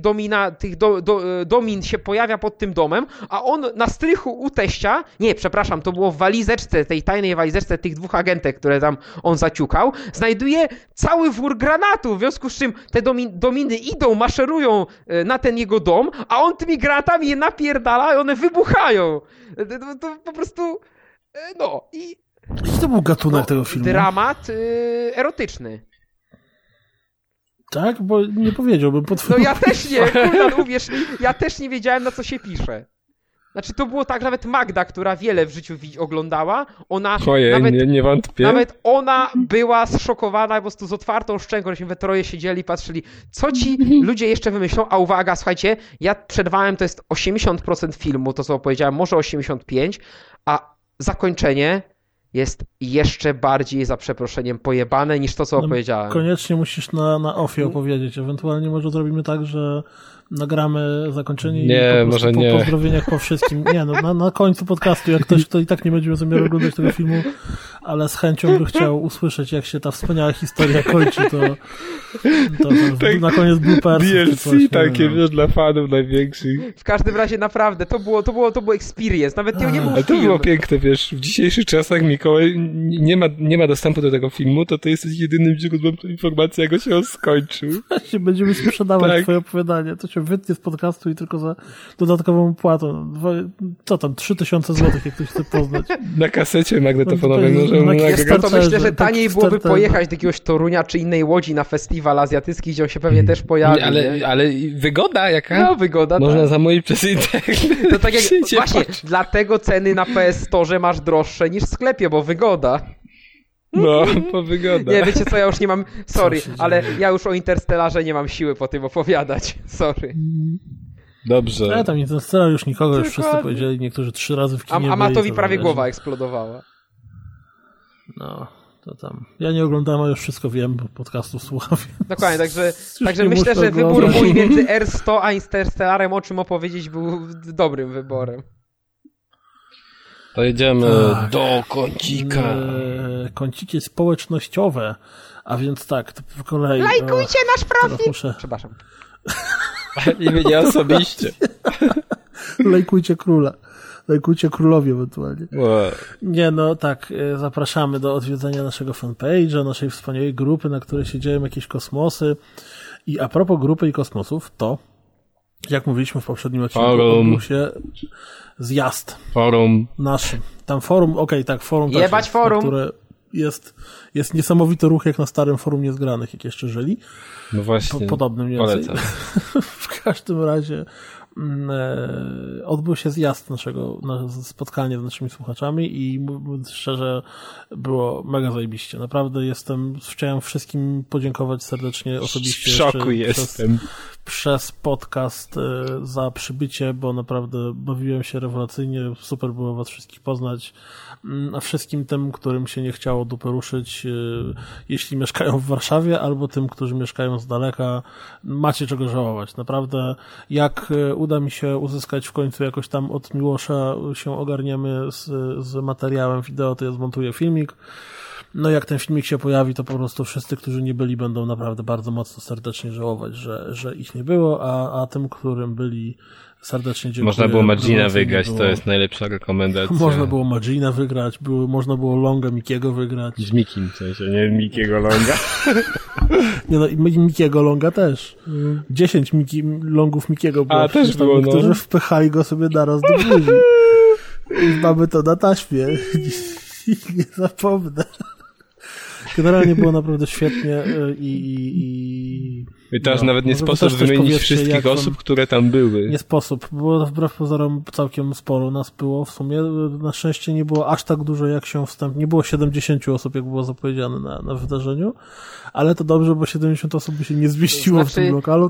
domin się pojawia pod tym domem, a on na strychu u teścia, to było w walizeczce, tej tajnej walizeczce tych 2 agentek, które tam on zaciukał, znajduje cały wór granatów, w związku z czym te dominy idą, maszerują na ten jego dom, a on tymi granatami je napierdala i one wybuchają. To po prostu... Jaki to był gatunek tego filmu? Dramat erotyczny. Tak? Bo nie powiedziałbym po twoim... ja też nie, uwierz mi, ja też nie wiedziałem, na co się pisze. Znaczy to było tak, nawet Magda, która wiele w życiu oglądała, ona... nie wątpię. Nawet ona była zszokowana, po prostu z otwartą szczęką, żeśmy we troje siedzieli, patrzyli, co ci ludzie jeszcze wymyślą, a uwaga, słuchajcie, ja przerwałem, to jest 80% filmu, to co opowiedziałem, może 85%, a zakończenie jest jeszcze bardziej, za przeproszeniem, pojebane niż to, co opowiedziałem. Koniecznie musisz na offie opowiedzieć. Ewentualnie może zrobimy tak, że nagramy zakończenie i po pozdrowieniach po wszystkim. Na końcu podcastu, jak ktoś, kto i tak nie będzie miał zamiaru oglądać tego filmu, ale z chęcią by chciał usłyszeć, jak się ta wspaniała historia kończy, to tak, na koniec bloopersy. DLC takie, dla fanów największych. W każdym razie naprawdę, to było experience. Nawet nie był ale to było piękne, w dzisiejszych czasach, Mikołaj, nie ma dostępu do tego filmu, to jesteś jedynym źródłem informacji, jak się on skończył. Właśnie będziemy sprzedawać twoje opowiadanie. To się wytnie z podcastu i tylko za dodatkową płatą. Co tam, 3000 zł, jak ktoś chce poznać. Na kasecie magnetofonowej to myślę, że taniej byłoby pojechać do jakiegoś Torunia czy innej Łodzi na festiwal azjatycki, gdzie on się pewnie też pojawi. Ale wygoda jaka? Wygoda. Można zamówić przez internet. To tak jak, właśnie, dlatego ceny na PS Store masz droższe niż w sklepie, bo wygoda. Bo wygoda. Nie, wiecie co, ja już nie mam... Sorry, ale ja już o Interstellarze nie mam siły po tym opowiadać. Sorry. Dobrze. Ja tam Interstellar już nikogo, już wszyscy powiedzieli, niektórzy 3 razy w kinie A Matowi prawie głowa eksplodowała. To tam. Ja nie oglądam, a już wszystko wiem, bo podcastów słucham. Dokładnie, także myślę, że wybór mój między R100 a Interstellarem, o czym opowiedzieć, był dobrym wyborem. To jedziemy do kącika. Kąciki społecznościowe, a więc tak, to po kolei. Lajkujcie nasz profil! Przepraszam. I mnie osobiście. Lajkujcie króla. Lajkujcie królowi ewentualnie. Zapraszamy do odwiedzenia naszego fanpage'a, naszej wspaniałej grupy, na której się dzieją jakieś kosmosy. I a propos grupy i kosmosów, to jak mówiliśmy w poprzednim odcinku, odbył się zjazd. Forum. Naszym. Tam forum, forum. Jebać forum. Które Jest niesamowity ruch jak na starym forum Niezgranych, jak jeszcze żyli. No właśnie, podobnym mniej więcej. W każdym razie odbył się zjazd spotkanie z naszymi słuchaczami i mówiąc szczerze, było mega zajebiście. Naprawdę chciałem wszystkim podziękować serdecznie osobiście. W szoku jestem. Przez podcast za przybycie, bo naprawdę bawiłem się rewelacyjnie, super było was wszystkich poznać, a wszystkim tym, którym się nie chciało dupy ruszyć, jeśli mieszkają w Warszawie, albo tym, którzy mieszkają z daleka, macie czego żałować. Naprawdę, jak uda mi się uzyskać w końcu jakoś tam od Miłosza się ogarniemy z materiałem wideo, to ja zmontuję filmik. No jak ten filmik się pojawi, to po prostu wszyscy, którzy nie byli, będą naprawdę bardzo mocno serdecznie żałować, że ich nie było, a tym, którym byli, serdecznie dziękuję. Można było Magina wygrać, to jest najlepsza rekomendacja. Można było Magina wygrać, można było Longa Mikiego wygrać. Z Mikim w sensie, nie Mikiego Longa. Nie no, i Mikiego Longa też. 10 Longów Mikiego było. Też było, no. Którzy wpychali go sobie naraz do buzi. I mamy to na taśmie. Nie zapomnę. Generalnie było naprawdę świetnie i teraz nawet nie sposób wymienić wszystkich osób, które tam były. Nie sposób. Było wbrew pozorom całkiem sporo nas było w sumie. Na szczęście nie było aż tak dużo, jak się nie było 70 osób, jak było zapowiedziane na wydarzeniu, ale to dobrze, bo 70 osób by się nie zmieściło w tym lokalu.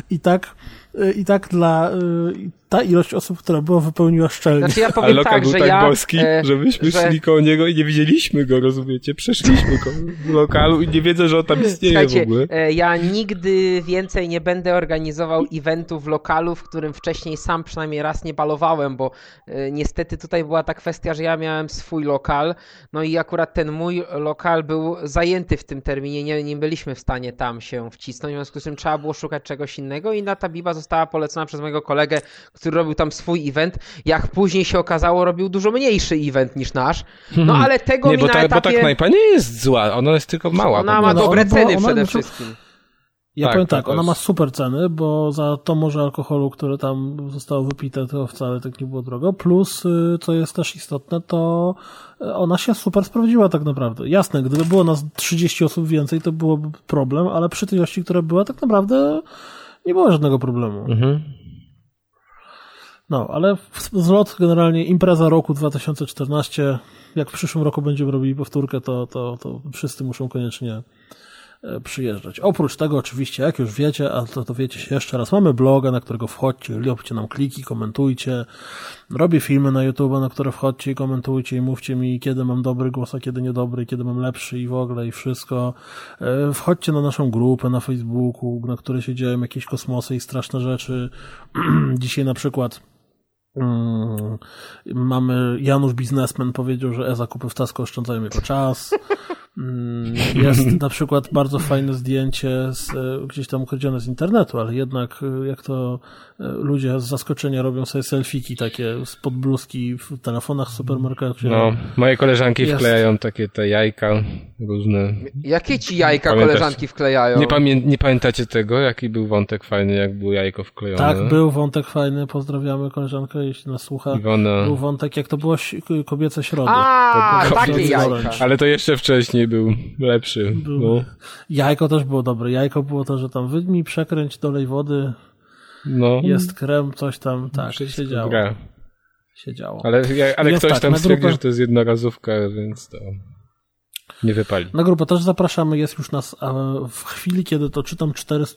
Ta ilość osób, która była, wypełniła szczelnie. Znaczy ja powiem lokal tak, był że tak boski, że myśmy szli koło niego i nie widzieliśmy go, rozumiecie? Przeszliśmy w lokalu i nie wiedzą, że on tam istnieje w ogóle. Ja nigdy więcej nie będę organizował eventu w lokalu, w którym wcześniej sam przynajmniej raz nie balowałem, bo niestety tutaj była ta kwestia, że ja miałem swój lokal, no i akurat ten mój lokal był zajęty w tym terminie, nie byliśmy w stanie tam się wcisnąć, w związku z tym trzeba było szukać czegoś innego i ta biba została polecona przez mojego kolegę, który robił tam swój event. Jak później się okazało, robił dużo mniejszy event niż nasz. No ale tego bo ta knajpa nie jest zła, ona jest tylko mała. Ona ma dobre ceny przede wszystkim. Ja powiem tak, ona ma super ceny, bo za to morze alkoholu, które tam zostało wypite, to wcale tak nie było drogo. Plus, co jest też istotne, to ona się super sprawdziła tak naprawdę. Jasne, gdyby było nas 30 osób więcej, to byłoby problem, ale przy tej ilości, która była, tak naprawdę nie było żadnego problemu. No, ale zlot generalnie, impreza roku 2014, jak w przyszłym roku będziemy robili powtórkę, to wszyscy muszą koniecznie przyjeżdżać. Oprócz tego oczywiście, jak już wiecie, a to wiecie się jeszcze raz, mamy bloga, na którego wchodźcie, róbcie nam kliki, komentujcie. Robię filmy na YouTube, na które wchodźcie i komentujcie i mówcie mi, kiedy mam dobry głos, a kiedy niedobry, kiedy mam lepszy i w ogóle i wszystko. Wchodźcie na naszą grupę na Facebooku, na której się dzieją jakieś kosmosy i straszne rzeczy. Dzisiaj na przykład mamy Janusz Biznesmen powiedział, że zakupy w Tesco oszczędzają jego czas. Jest na przykład bardzo fajne zdjęcie gdzieś tam ukradzione z internetu, ale jednak jak to ludzie z zaskoczenia robią sobie selfiki takie spod bluzki w telefonach w supermarkecie. No, moje koleżanki wklejają takie te jajka różne. Jakie ci jajka koleżanki wklejają? Nie pamiętacie tego? Jaki był wątek fajny, jak było jajko wklejone? Tak, był wątek fajny, pozdrawiamy koleżankę, jeśli nas słucha. Iwona. Był wątek, jak to było kobiece środy. Takie jajka. Ale to jeszcze wcześniej był lepszy. No. Jajko też było dobre. Jajko było to, że tam wyjmij, przekręć, dolej wody, jest krem, coś tam, tak, się działo. Ale ktoś tam stwierdził, że to jest jednorazówka, więc to nie wypali. Na grupę też zapraszamy, jest już nas w chwili, kiedy to czytam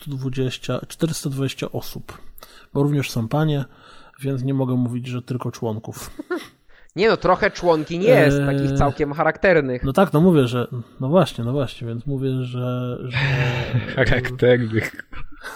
420 osób, bo również są panie, więc nie mogę mówić, że tylko członków. Nie no, trochę członkiń jest, takich całkiem charakternych. No tak, no mówię, że... No właśnie, więc mówię, że... Charakternych.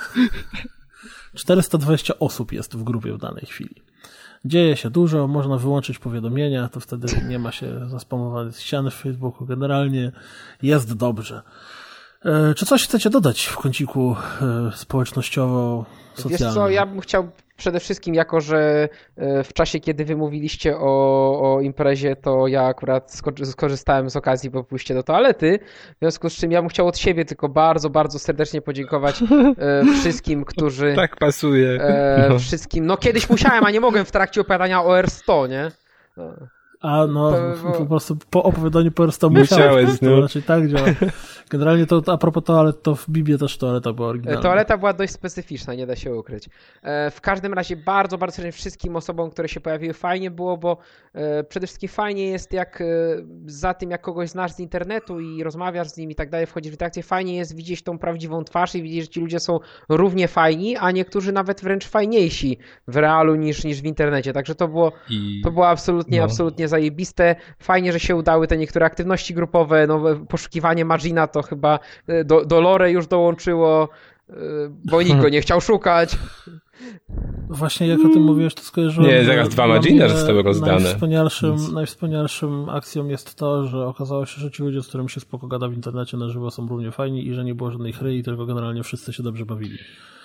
420 osób jest w grupie w danej chwili. Dzieje się dużo, można wyłączyć powiadomienia, to wtedy nie ma się zaspamowanych ściany w Facebooku. Generalnie jest dobrze. Czy coś chcecie dodać w kąciku społecznościowo-socjalnym? Wiesz co, ja bym chciał przede wszystkim, jako że w czasie, kiedy wy mówiliście o imprezie, to ja akurat skorzystałem z okazji po pójście do toalety, w związku z czym ja bym chciał od siebie tylko bardzo, bardzo serdecznie podziękować wszystkim, którzy... Tak pasuje. Wszystkim, no kiedyś musiałem, a nie mogłem w trakcie opowiadania o R100, nie? A no, po prostu po opowiadaniu Persta musiałeś, to raczej tak działa. Generalnie to a propos toalet, to w Bibie też toaleta była oryginalna. Toaleta była dość specyficzna, nie da się ukryć. W każdym razie bardzo, bardzo serdecznie wszystkim osobom, które się pojawiły, fajnie było, bo przede wszystkim fajnie jest jak za tym, jak kogoś znasz z internetu i rozmawiasz z nim i tak dalej, wchodzisz w interakcję, fajnie jest widzieć tą prawdziwą twarz i widzieć, że ci ludzie są równie fajni, a niektórzy nawet wręcz fajniejsi w realu niż w internecie. Także to było absolutnie zajebiste. Fajnie, że się udały te niektóre aktywności grupowe, poszukiwanie Margina to chyba do Lore już dołączyło, bo nikt go nie chciał szukać. Właśnie jak o tym mówiłeś, to skojarzyłem... Nie, zaraz 2 Margina zostały rozdane. Najwspanialszym akcją jest to, że okazało się, że ci ludzie, z którymi się spoko gada w internecie na żywo, są równie fajni i że nie było żadnej chryi, tylko generalnie wszyscy się dobrze bawili.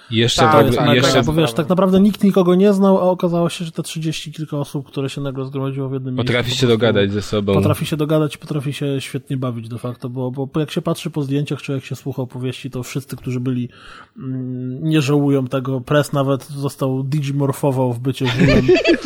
Bo wiesz, tak naprawdę nikt nikogo nie znał, a okazało się, że te 30 kilka osób, które się nagle zgromadziło w jednym miejscu... Potrafi się dogadać ze sobą. Potrafi się dogadać i potrafi się świetnie bawić de facto, bo jak się patrzy po zdjęciach, czy jak się słucha opowieści, to wszyscy, którzy byli, nie żałują tego. Press nawet został digimorfował w bycie żulem.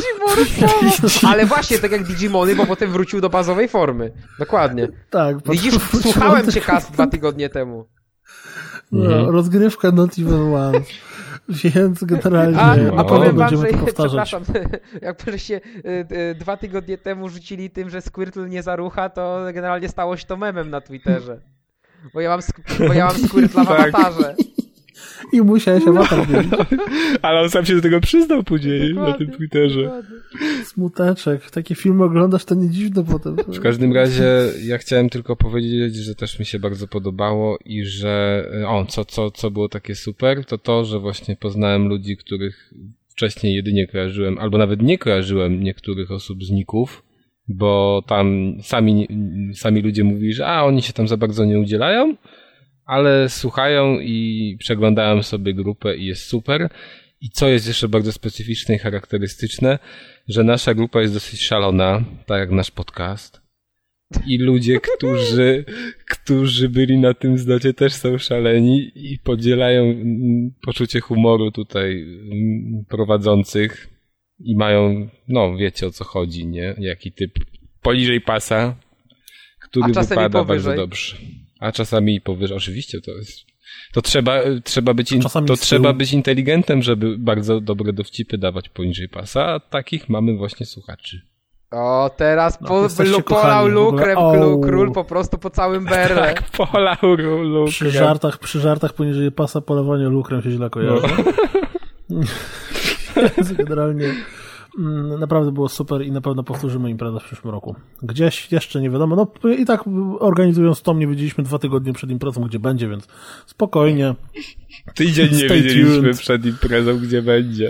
Ale właśnie, tak jak Digimony, bo potem wrócił do bazowej formy. Dokładnie. Tak. Widzisz, słuchałem cię Cast 2 tygodnie temu. No, rozgrywka not even once. Więc generalnie a powiem wam, że powtarzać. Przepraszam, jak się 2 tygodnie temu rzucili tym, że Squirtle nie zarucha, to generalnie stało się to memem na Twitterze. Bo ja mam Squirtla w awatarze. I musiałeś awatar mieć. Ale on sam się do tego przyznał później na tym Twitterze. Dokładnie. Smuteczek. Takie filmy oglądasz, to nie dziwne potem. W każdym razie ja chciałem tylko powiedzieć, że też mi się bardzo podobało i że co było takie super, to, że właśnie poznałem ludzi, których wcześniej jedynie kojarzyłem, albo nawet nie kojarzyłem niektórych osób z ników, bo tam sami ludzie mówili, że oni się tam za bardzo nie udzielają, ale słuchają i przeglądają sobie grupę i jest super. I co jest jeszcze bardzo specyficzne i charakterystyczne, że nasza grupa jest dosyć szalona, tak jak nasz podcast. I ludzie, którzy byli na tym zlocie, też są szaleni i podzielają poczucie humoru tutaj prowadzących i mają, wiecie o co chodzi, nie? Jaki typ poniżej pasa, który wypada bardzo dobrze. A czasami powyżej, oczywiście trzeba być inteligentem, żeby bardzo dobre dowcipy dawać poniżej pasa, a takich mamy właśnie słuchaczy. O, teraz polał lukrem król po prostu po całym berle. Tak, polał lukrem. Przy żartach poniżej pasa polowanie lukrem się źle kojarzy. Generalnie naprawdę było super i na pewno powtórzymy imprezę w przyszłym roku. Gdzieś jeszcze nie wiadomo. I tak organizując to, nie wiedzieliśmy 2 tygodnie przed imprezą, gdzie będzie, więc spokojnie. Tydzień nie wiedzieliśmy przed imprezą, gdzie będzie.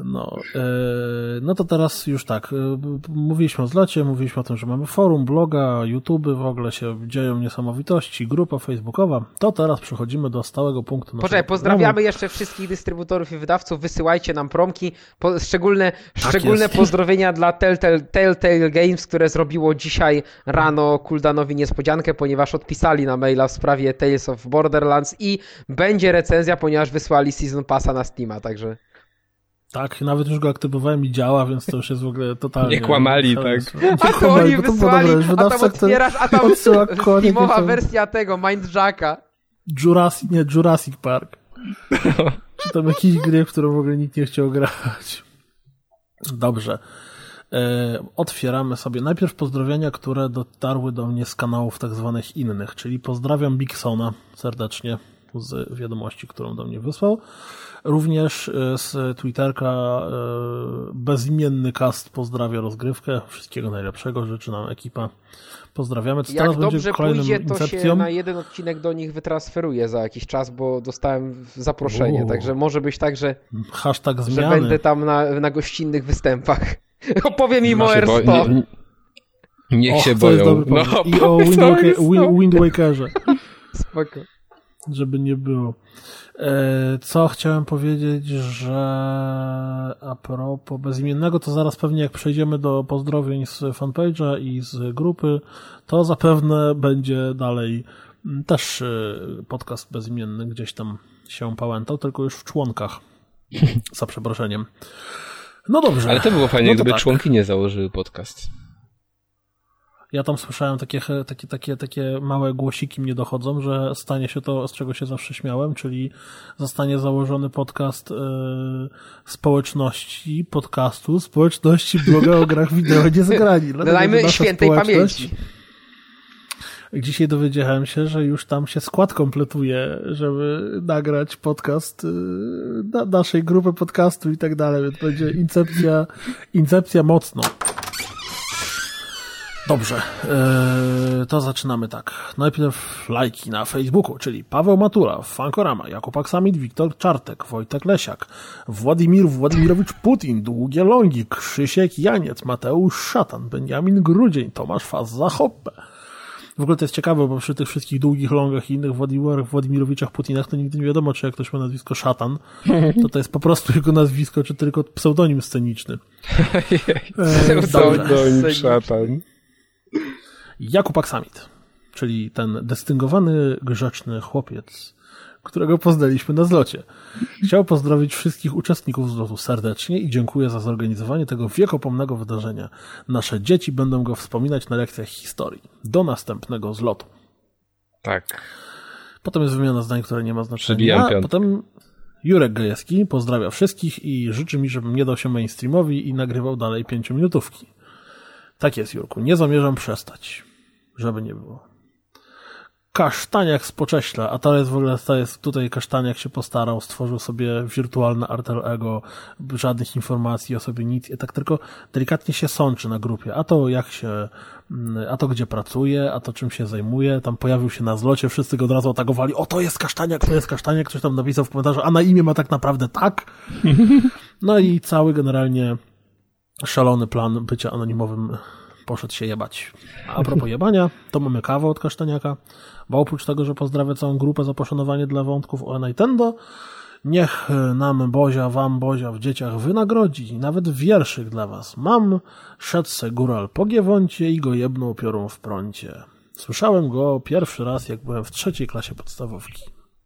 No to teraz już tak, mówiliśmy o zlocie, mówiliśmy o tym, że mamy forum, bloga, YouTube, w ogóle się dzieją niesamowitości, grupa facebookowa, to teraz przechodzimy do stałego punktu. Poczekaj, pozdrawiamy jeszcze wszystkich dystrybutorów i wydawców, wysyłajcie nam promki, szczególne pozdrowienia dla Telltale Games, które zrobiło dzisiaj rano Kuldanowi niespodziankę, ponieważ odpisali na maila w sprawie Tales of Borderlands i będzie recenzja, ponieważ wysłali Season Passa na Steama, także... Tak, nawet już go aktywowałem i działa, więc to już jest w ogóle totalnie... Nie kłamali, tak. A to oni wysłali, a tam otwierasz, a tam Steamowa wersja tego, Mindjacka. Jurassic Park. Czy tam jakieś gry, w które w ogóle nikt nie chciał grać. Dobrze. Otwieramy sobie najpierw pozdrowienia, które dotarły do mnie z kanałów tak zwanych innych, czyli pozdrawiam Bigsona serdecznie z wiadomości, którą do mnie wysłał. Również z Twitterka bezimienny cast pozdrawia rozgrywkę. Wszystkiego najlepszego, życzy nam ekipa. Pozdrawiamy. Jak teraz dobrze pójdzie, to się na jeden odcinek do nich wytransferuje za jakiś czas, bo dostałem zaproszenie, także może być tak, że będę tam na gościnnych występach. Opowiem im o R100. Niech się boją. I o Wind Wakerze. Spoko. Żeby nie było. Co chciałem powiedzieć, że a propos bezimiennego, to zaraz pewnie jak przejdziemy do pozdrowień z fanpage'a i z grupy, to zapewne będzie dalej też podcast bezimienny gdzieś tam się pałętał, tylko już w członkach. Za przeproszeniem. No dobrze. Ale to było fajnie, gdyby członki nie założyły podcast. Ja tam słyszałem takie małe głosiki mnie dochodzą, że stanie się to, z czego się zawsze śmiałem, czyli zostanie założony podcast społeczności bloga o grach wideo niezagrani. Dodajmy świętej pamięci. Dzisiaj dowiedziałem się, że już tam się skład kompletuje, żeby nagrać podcast naszej grupy podcastu i tak dalej, więc będzie incepcja mocno. Dobrze, to zaczynamy tak. Najpierw lajki na Facebooku, czyli Paweł Matula, Fankorama, Jakub Aksamit, Wiktor Czartek, Wojtek Lesiak, Władimirowicz Putin, Długie Lągi, Krzysiek Janiec, Mateusz Szatan, Benjamin Grudzień, Tomasz Fazza-Hoppe. W ogóle to jest ciekawe, bo przy tych wszystkich długich longach i innych Władimirowiczach, Putinach, to nigdy nie wiadomo, czy jak ktoś ma nazwisko Szatan, to jest po prostu jego nazwisko, czy tylko pseudonim sceniczny. Pseudonim Szatan. Jakub Aksamit, czyli ten dystyngowany, grzeczny chłopiec, którego poznaliśmy na zlocie. Chciał pozdrowić wszystkich uczestników zlotu serdecznie i dziękuję za zorganizowanie tego wiekopomnego wydarzenia. Nasze dzieci będą go wspominać na lekcjach historii. Do następnego zlotu. Tak. Potem jest wymiana zdań, które nie ma znaczenia. A potem Jurek Gajewski pozdrawia wszystkich i życzy mi, żebym nie dał się mainstreamowi i nagrywał dalej 5-minutówki. Tak jest, Jurku. Nie zamierzam przestać. Żeby nie było. Kasztaniak z Pocześla, a to jest w ogóle, tutaj Kasztaniak się postarał, stworzył sobie wirtualne alter ego, żadnych informacji o sobie, nic, tak tylko delikatnie się sączy na grupie, a to gdzie pracuje, a to czym się zajmuje, tam pojawił się na zlocie, wszyscy go od razu otagowali, o to jest Kasztaniak, ktoś tam napisał w komentarzu, a na imię ma tak naprawdę tak. No i cały generalnie szalony plan bycia anonimowym poszedł się jebać. A propos jebania, to mamy kawę od Kasztaniaka, bo oprócz tego, że pozdrawia całą grupę za poszanowanie dla wątków o Nintendo, niech nam wam Bozia w dzieciach wynagrodzi, nawet wierszyk dla was. Mam, szedł se góral po Giewoncie i go jebnął piorun w prącie. Słyszałem go pierwszy raz, jak byłem w 3. klasie podstawówki.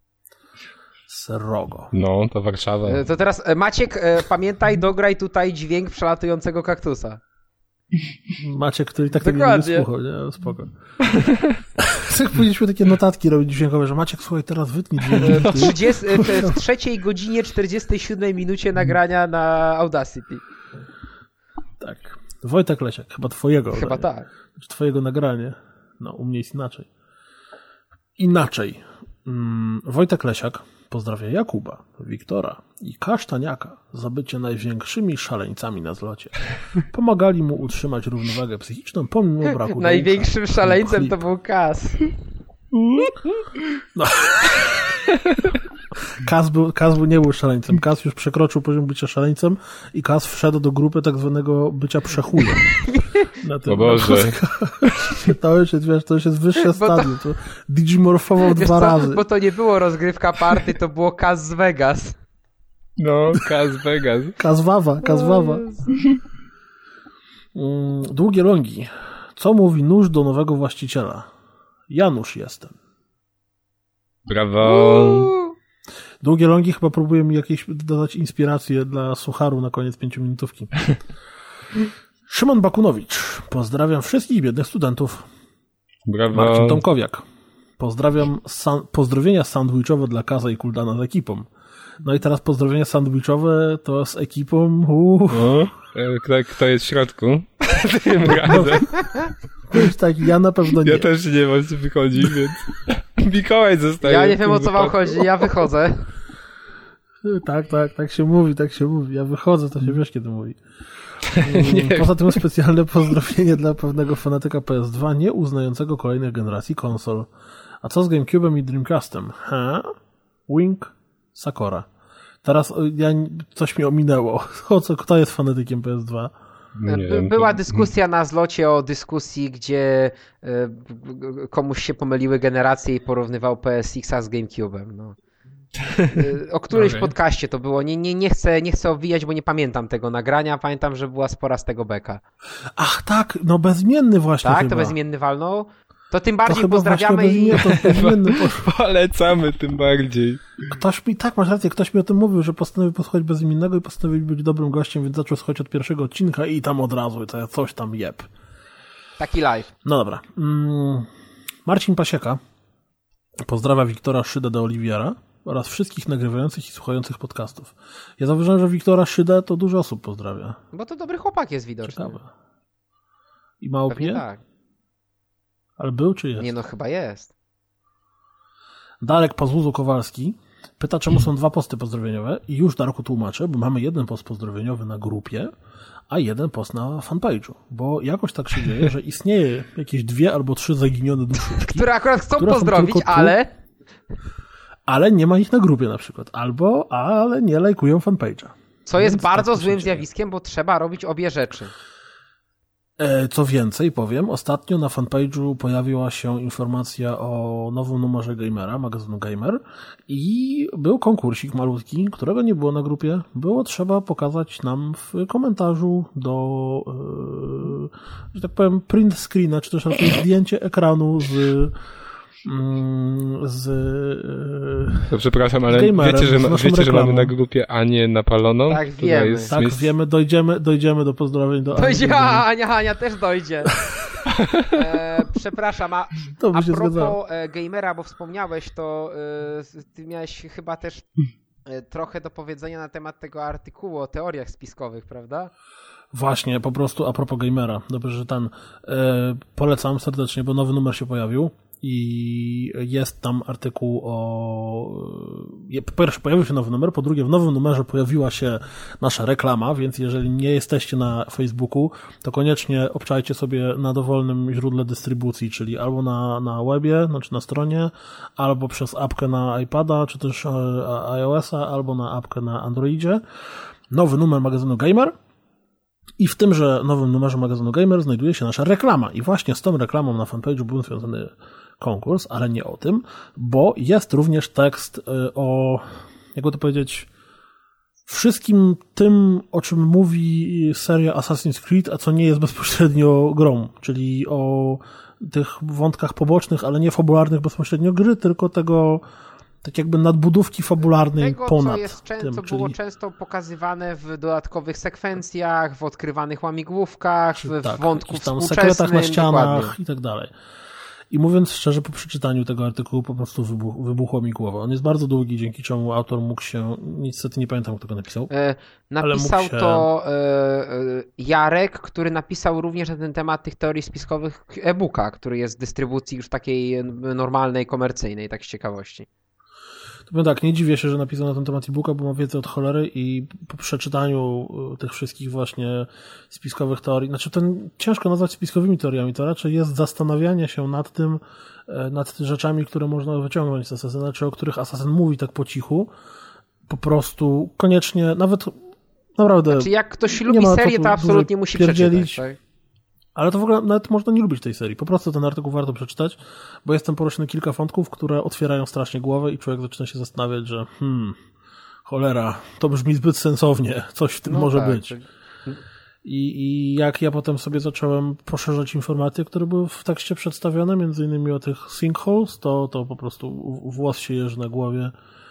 Srogo. No, to Warszawa. To teraz Maciek, pamiętaj, dograj tutaj dźwięk przelatującego kaktusa. Maciek, który tak tego nie słuchał, nie? Spoko. Tak powinniśmy takie notatki robić dźwiękowe, że Maciek, słuchaj, teraz wytnij dźwięk. W 3 godzinie 47 minucie nagrania na Audacity. Tak. Wojtek Lesiak, chyba twojego. Chyba tak. Znaczy twojego nagranie. No, u mnie jest inaczej. Wojtek Lesiak pozdrawia Jakuba, Wiktora i Kasztaniaka za bycie największymi szaleńcami na zlocie. Pomagali mu utrzymać równowagę psychiczną pomimo braku Największym szaleńcem to był Kaz. No. Kaz nie był szaleńcem. Kaz już przekroczył poziom bycia szaleńcem i Kaz wszedł do grupy tak zwanego bycia przechujem. O Boże. To już jest wyższe stadium. To digimorfował 2 razy. Bo to nie było rozgrywka party, to było Kaz z Vegas. No, Kaz Vegas. Kazwawa. Długie Lągi. Co mówi nóż do nowego właściciela? Janusz jestem. Brawo. Długie Lągi chyba próbuje mi jakieś dodać inspirację dla sucharu na koniec 5-minutówki. Szymon Bakunowicz. Pozdrawiam wszystkich biednych studentów. Brawo. Marcin Tomkowiak. Pozdrowienia sandwichowe dla Kaza i Kuldana z ekipą. No i teraz pozdrowienia sandwichowe to z ekipą. Kto jest w środku? Tym razem. Tak, ja na pewno nie. Ja też nie wiem, o co wychodzi, więc Mikołaj zostaje. Ja nie wiem, o co wam chodzi, ja wychodzę. Tak się mówi. Ja wychodzę, to się wiesz, kiedy mówi. Poza tym specjalne pozdrowienie dla pewnego fanatyka PS2 nie uznającego kolejnych generacji konsol. A co z GameCube'em i Dreamcastem? Wink Sakura. Teraz coś mi ominęło. Kto jest fanatykiem PS2? Była dyskusja na zlocie o dyskusji, gdzie komuś się pomyliły generacje i porównywał PSX-a z GameCube'em. No. O którymś podcaście to było. Nie chcę obwijać, bo nie pamiętam tego nagrania. Pamiętam, że była spora z tego beka. Ach tak, no bezimienny właśnie. Tak, chyba. To bezimienny walnął. To tym bardziej pozdrawiamy i... Polecamy tym bardziej. Masz rację, ktoś mi o tym mówił, że postanowił posłuchać bezimiennego i postanowił być dobrym gościem, więc zaczął słuchać od pierwszego odcinka i tam od razu coś tam jeb. Taki live. No dobra. Marcin Pasieka pozdrawia Wiktora Szydę de Oliviera oraz wszystkich nagrywających i słuchających podcastów. Ja zauważyłem, że Wiktora Szydę to dużo osób pozdrawia. Bo to dobry chłopak jest widoczny. Ciekawe. I mało pije? Tak. Ale był czy jest? Nie, no chyba jest. Darek Pazuzu-Kowalski pyta, czemu są 2 posty pozdrowieniowe i już Darku tłumaczę, bo mamy 1 post pozdrowieniowy na grupie, a 1 post na fanpage'u, bo jakoś tak się dzieje, że istnieje jakieś 2 albo 3 zaginione duszyczki, które akurat chcą pozdrowić, ale nie ma ich na grupie na przykład, ale nie lajkują fanpage'a. Co jest bardzo złym zjawiskiem, bo trzeba robić obie rzeczy. Co więcej powiem, ostatnio na fanpage'u pojawiła się informacja o nowym numerze Gamera, magazynu Gamer i był konkursik malutki, którego nie było na grupie. Było trzeba pokazać nam w komentarzu do, że tak powiem, print screena, czy też raczej zdjęcie ekranu to przepraszam, ale Gamerem, wiecie, że mamy na grupie Anię Napaloną? Tak, wiemy. Tak, wiemy, dojdziemy do pozdrowień do Ani. Ania też dojdzie. Przepraszam, a propos Gamera, bo wspomniałeś, to ty miałeś chyba też trochę do powiedzenia na temat tego artykułu o teoriach spiskowych, prawda? Właśnie, po prostu a propos Gamera. Dobrze, że polecam serdecznie, bo nowy numer się pojawił. I jest tam artykuł po pierwsze pojawił się nowy numer, po drugie w nowym numerze pojawiła się nasza reklama, więc jeżeli nie jesteście na Facebooku, to koniecznie obczajcie sobie na dowolnym źródle dystrybucji, czyli albo na webie, znaczy na stronie, albo przez apkę na iPada, czy też iOS-a, albo na apkę na Androidzie. Nowy numer magazynu Gamer. I w tymże nowym numerze magazynu Gamer znajduje się nasza reklama. I właśnie z tą reklamą na fanpage'u był związany konkurs, ale nie o tym, bo jest również tekst o, jakby to powiedzieć, wszystkim tym, o czym mówi seria Assassin's Creed, a co nie jest bezpośrednio grą, czyli o tych wątkach pobocznych, ale nie fabularnych bezpośrednio gry, tylko tego tak jakby nadbudówki fabularnej ponad tym. Co było często pokazywane w dodatkowych sekwencjach, w odkrywanych łamigłówkach, w wątku współczesnym. W sekretach na ścianach dokładnie. I tak dalej. I mówiąc szczerze, po przeczytaniu tego artykułu po prostu wybuchło mi głowa. On jest bardzo długi, dzięki czemu autor mógł się, niestety nie pamiętam, kto go napisał. Napisał to Jarek, który napisał również na ten temat tych teorii spiskowych e-booka, który jest w dystrybucji już takiej normalnej, komercyjnej, tak z ciekawości. No tak, nie dziwię się, że napisał na ten temat e-booka, bo ma wiedzę od cholery i po przeczytaniu tych wszystkich właśnie spiskowych teorii, znaczy ciężko nazwać spiskowymi teoriami, to raczej jest zastanawianie się nad tym, nad rzeczami, które można wyciągnąć z Asasyna, czy o których Asasyn mówi tak po cichu, po prostu koniecznie, nawet naprawdę... Znaczy jak ktoś lubi serię, to absolutnie musi przeczytać, tak? Ale to w ogóle nawet można nie lubić tej serii. Po prostu ten artykuł warto przeczytać, bo jest tam poruszone kilka wątków, które otwierają strasznie głowę i człowiek zaczyna się zastanawiać, że cholera, to brzmi zbyt sensownie, coś w tym może być. I jak ja potem sobie zacząłem poszerzać informacje, które były w tekście przedstawione, między innymi o tych sinkholes, to po prostu włos się jeży na głowie.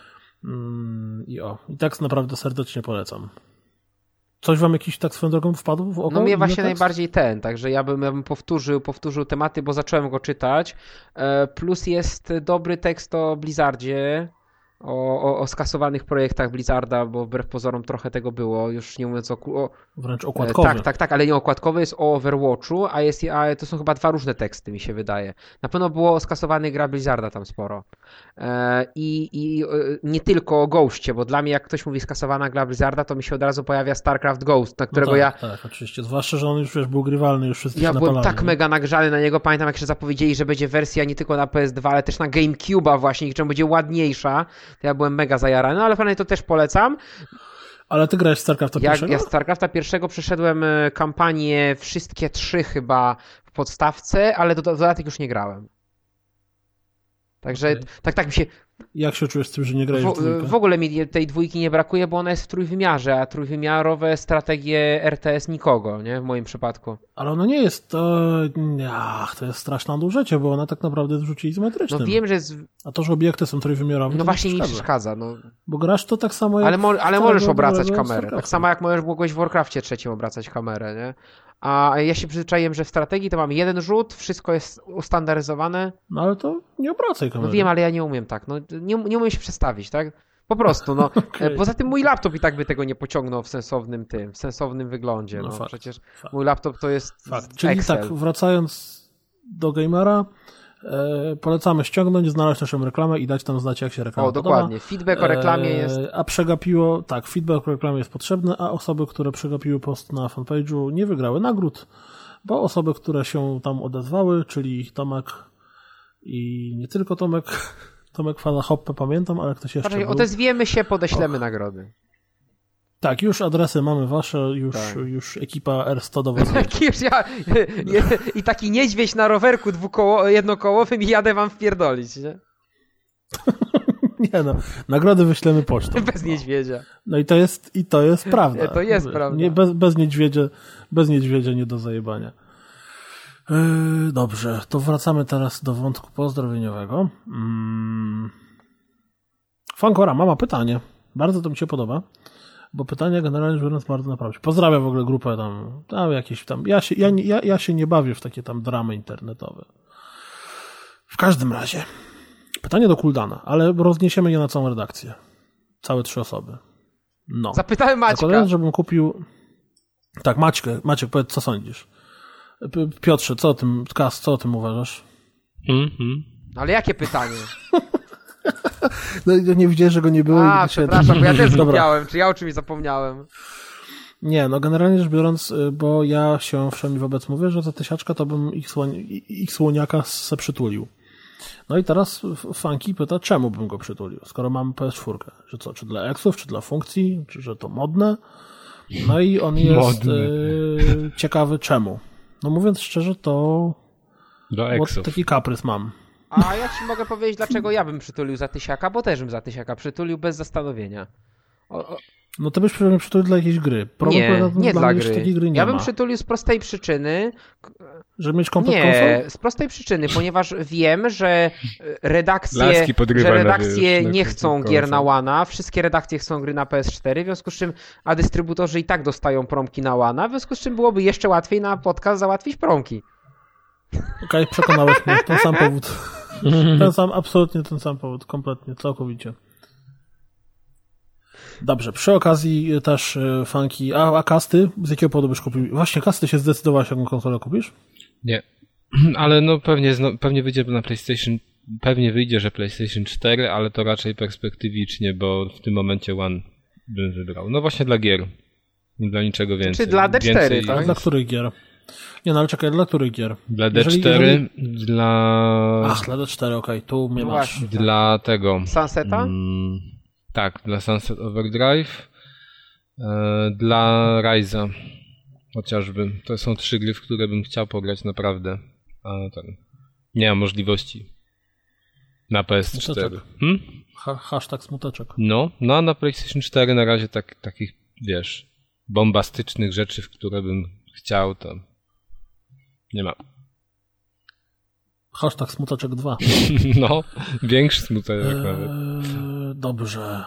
I tak naprawdę serdecznie polecam. Coś wam jakiś tak swoją drogą wpadł w oko? No mnie właśnie najbardziej także ja bym powtórzył tematy, bo zacząłem go czytać. Plus jest dobry tekst o Blizzardzie, o skasowanych projektach Blizzarda, bo wbrew pozorom trochę tego było, już nie mówiąc wręcz okładkowy. Tak, ale nie okładkowy, jest o Overwatchu, a to są chyba 2 różne teksty, mi się wydaje. Na pewno było o skasowanych grach Blizzarda tam sporo. I nie tylko o Ghostie, bo dla mnie jak ktoś mówi skasowana gra Blizzarda, to mi się od razu pojawia StarCraft Ghost, na którego Tak, oczywiście, zwłaszcza, że on już był grywalny, już wszyscy Ja byłem tak mega nagrzany na niego, pamiętam jak się zapowiedzieli, że będzie wersja nie tylko na PS2, ale też na GameCube'a właśnie, która będzie ładniejsza. To ja byłem mega zajarany, ale fajnie to też polecam. Ale ty grałeś w StarCrafta pierwszego? Ja StarCrafta pierwszego przeszedłem kampanię wszystkie 3 chyba w podstawce, ale dodatek już nie grałem. Także tak mi się... Jak się czujesz z tym, że nie grałeś w dwójkę? W ogóle mi tej dwójki nie brakuje, bo ona jest w trójwymiarze, a trójwymiarowe strategie RTS nikogo, nie? W moim przypadku. Ale ona nie jest... to jest straszne nadużycie, bo ona tak naprawdę jest w rzucie izometrycznym. No wiem, że... A to, że obiekty są trójwymiarowe, no właśnie mi przeszkadza. No. Bo grasz to tak samo jak... Ale możesz obracać kamerę. Tak samo jak możesz mogłeś w Warcrafcie 3 obracać kamerę, nie? A ja się przyzwyczaiłem, że w strategii to mam jeden rzut, wszystko jest ustandaryzowane. No ale to nie obracaj kamery. No wiem, ale ja nie umiem tak. No, nie umiem się przestawić, tak? Po prostu, no. Okay. Poza tym mój laptop i tak by tego nie pociągnął w sensownym wyglądzie. No, fakt, przecież fakt. Mój laptop to jest fakt. Czyli Excel. tak, wracając do gamera, polecamy ściągnąć, znaleźć naszą reklamę i dać tam znać, jak się reklama podoba. Dokładnie. Feedback o reklamie jest... A przegapiło, tak, feedback o reklamie jest potrzebny, a osoby, które przegapiły post na fanpage'u, nie wygrały nagród, bo osoby, które się tam odezwały, czyli Tomek i nie tylko Tomek Fala Hoppe, pamiętam, ale ktoś jeszcze był. Odezwiemy się, podeślemy nagrody. Tak, już adresy mamy wasze, już ekipa R100 do was. I taki niedźwiedź na rowerku jednokołowym i jadę wam wpierdolić, nie? Nie no, nagrody wyślemy pocztą. Bez niedźwiedzia. No i to jest prawda. To jest prawda. Nie, bez niedźwiedzia nie do zajebania. Dobrze, to wracamy teraz do wątku pozdrowieniowego. Fankora, mama pytanie. Bardzo to mi się podoba, bo pytania generalnie rzecz biorąc bardzo naprawdę. Pozdrawiam w ogóle grupę tam jakieś tam. Ja się nie bawię w takie tam dramy internetowe. W każdym razie. Pytanie do Kuldana, ale rozniesiemy je na całą redakcję. Całe 3 osoby. No. Zapytałem Maćka. Zakładając, żebym kupił... Tak, Maciek, powiedz, co sądzisz? Piotrze, co o tym uważasz? Ale jakie pytanie? No nie widziałeś, że go nie było. Przepraszam, bo ja też zapomniałem. Czy ja o czymś zapomniałem? Nie, no generalnie rzecz biorąc, bo ja się wszędzie wobec mówię, że za 1000 to bym ich słoniaka se przytulił. No i teraz Funky pyta, czemu bym go przytulił, skoro mam PS4. Że co, czy dla eksów, czy dla funkcji, czy że to modne? No i on jest ciekawy czemu. No mówiąc szczerze, to taki kaprys mam. A ja ci mogę powiedzieć, dlaczego ja bym przytulił za 1000, bo też bym za 1000 przytulił bez zastanowienia. No to byś przytulił dla jakiejś gry. Nie dla gry. Ja bym przytulił z prostej przyczyny. Żeby mieć komplet konsol? Nie, z prostej przyczyny, ponieważ wiem, że redakcje nie chcą gier na One, wszystkie redakcje chcą gry na PS4, w związku z czym, a dystrybutorzy i tak dostają promki na One, w związku z czym byłoby jeszcze łatwiej na podcast załatwić promki. Okej, przekonałeś mnie. Ten sam powód. Absolutnie ten sam powód. Kompletnie, całkowicie. Dobrze, przy okazji też Funky. A kasty? Z jakiego powodu byś kupił? Właśnie, kasty się zdecydowałeś, jaką konsolę kupisz? Nie. Ale no pewnie wyjdzie na PlayStation. Pewnie wyjdzie, że PlayStation 4, ale to raczej perspektywicznie, bo w tym momencie One bym wybrał. No właśnie dla gier. Dla niczego więcej. Czy dla D4, tak? A dla których gier? Nie, no ale czekaj, dla których gier? Dla D4, dla... dla D4, okej, tu mnie masz. Dla tego... Sunseta? Tak, dla Sunset Overdrive, dla Rise'a chociażby. To są 3 gry, w które bym chciał pograć naprawdę, a nie mam możliwości na PS4. Hashtag smuteczek. No a na PlayStation 4 na razie takich, wiesz, bombastycznych rzeczy, w które bym chciał, to nie ma. Hashtag smuteczek 2. No, większy smuteczek nawet. Dobrze.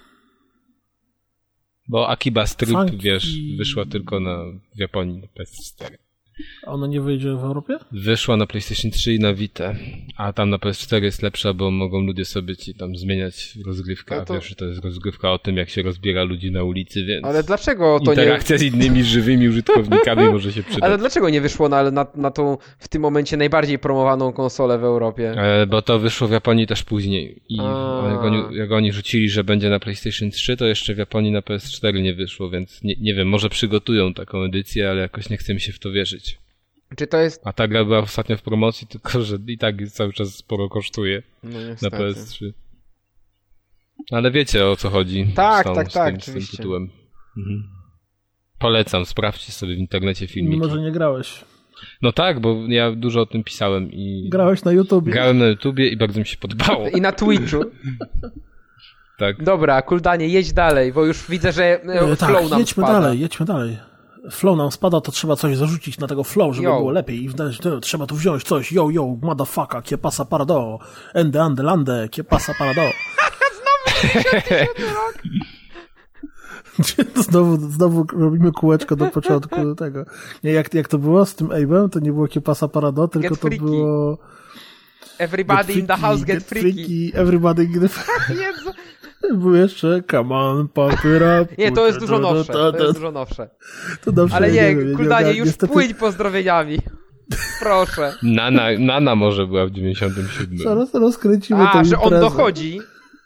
Bo Akiba Strip, wiesz, wyszła tylko w Japonii na PS4. A ona nie wyjdzie w Europie? Wyszła na PlayStation 3 i na Vita, a tam na PS4 jest lepsza, bo mogą ludzie sobie ci tam zmieniać rozgrywkę, a wiesz, że to jest rozgrywka o tym, jak się rozbiera ludzi na ulicy, więc... Ale dlaczego to interakcja z innymi żywymi użytkownikami może się przydać. Ale dlaczego nie wyszło na tą w tym momencie najbardziej promowaną konsolę w Europie? Bo to wyszło w Japonii też później i jak oni rzucili, że będzie na PlayStation 3, to jeszcze w Japonii na PS4 nie wyszło, więc nie wiem, może przygotują taką edycję, ale jakoś nie chce mi się w to wierzyć. Czy to jest... A ta gra była ostatnio w promocji, tylko że i tak cały czas sporo kosztuje na PS3. Ale wiecie, o co chodzi z tym tytułem. Polecam, sprawdźcie sobie w internecie filmiki. Mimo, że nie grałeś. No tak, bo ja dużo o tym pisałem i... Grałeś na YouTubie. Grałem na YouTubie i bardzo mi się podobało. I na Twitchu. Tak. Dobra, Kuldanie, jedź dalej, bo już widzę, że flow nam spada. Jedźmy dalej. Flow nam spada, to trzeba coś zarzucić na tego flow, żeby było lepiej. I trzeba tu wziąć coś. Yo, motherfucker, que pasa parado. Ande, que pasa parado. Znowu 97 rok. Znowu robimy kółeczko do początku tego. Nie, jak to było z tym Abe'em, to nie było Kiepasa Parado, tylko get to freaky. było... Everybody in the house get freaky. Everybody in the... Jezu. Był jeszcze come on, pop it up. Nie, to jest dużo nowsze. To dobrze, ale nie, Kuldanie, już niestety... płyń pozdrowieniami. Proszę. Nana może była w 97. Zaraz rozkręcimy tę że imprezę. on dochodzi.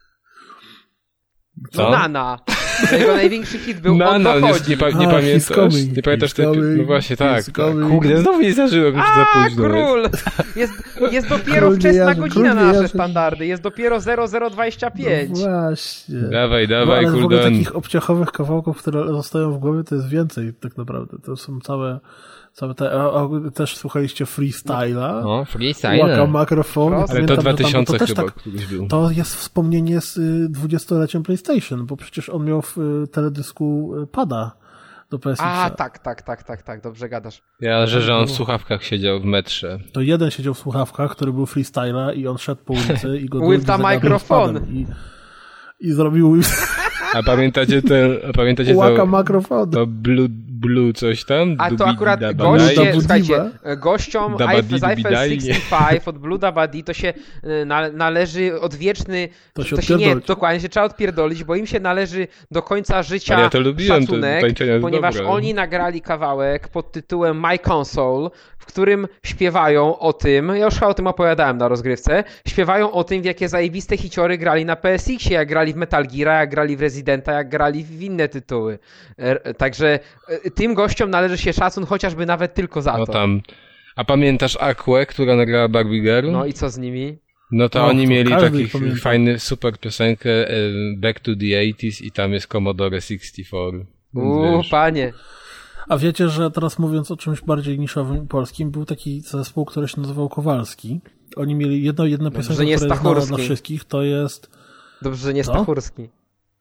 Co? No Nana. Jego największy hit był Nana, On dochodzi. Nie pamiętasz? Nie pamiętasz tej... No właśnie, tak. Kurde, znowu nie zażyłem już za późno. Król! Jest dopiero wczesna godzina na nasze standardy. Jest dopiero 0025. No właśnie. Dawaj, ale w ogóle Kuldan. takich obciachowych kawałków, które zostają w głowie, to jest więcej tak naprawdę. To są całe te... Też słuchaliście Freestyla. No, Freestyle. Waka Microphone. Ale to 2000 to chyba tak, któryś był. To jest wspomnienie z 20-leciem PlayStation, bo przecież on miał w teledysku pada do PSX. Tak, dobrze gadasz. Ja że on w słuchawkach siedział w metrze. To jeden siedział w słuchawkach, który był Freestyla i on szedł po ulicy i go With the microphone. I zrobił... A pamiętacie Waka Microphone. To Blue coś tam? A to akurat goście, słuchajcie, gościom z Eiffel 65 od Blue Dabadi to się należy odwieczny... To się nie, dokładnie, się trzeba odpierdolić, bo im się należy do końca życia ja to lubiłem, szacunek, ponieważ oni nagrali kawałek pod tytułem My Console, w którym śpiewają o tym, ja już o tym opowiadałem na rozgrywce, śpiewają o tym, w jakie zajebiste hiciory grali na PSX-ie, jak grali w Metal Geara, jak grali w Residenta, jak grali w inne tytuły. Także tym gościom należy się szacun, chociażby nawet tylko za to. No tam. A pamiętasz Aquę, która nagrała Barbie Girl? No i co z nimi? No to oni mieli taki fajny, super piosenkę Back to the 80s i tam jest Commodore 64. Panie. A wiecie, że teraz mówiąc o czymś bardziej niszowym polskim, był taki zespół, który się nazywał Kowalski. Oni mieli jedną piosenkę, która jest znana dla wszystkich, to jest... Dobrze, że nie Stachurski.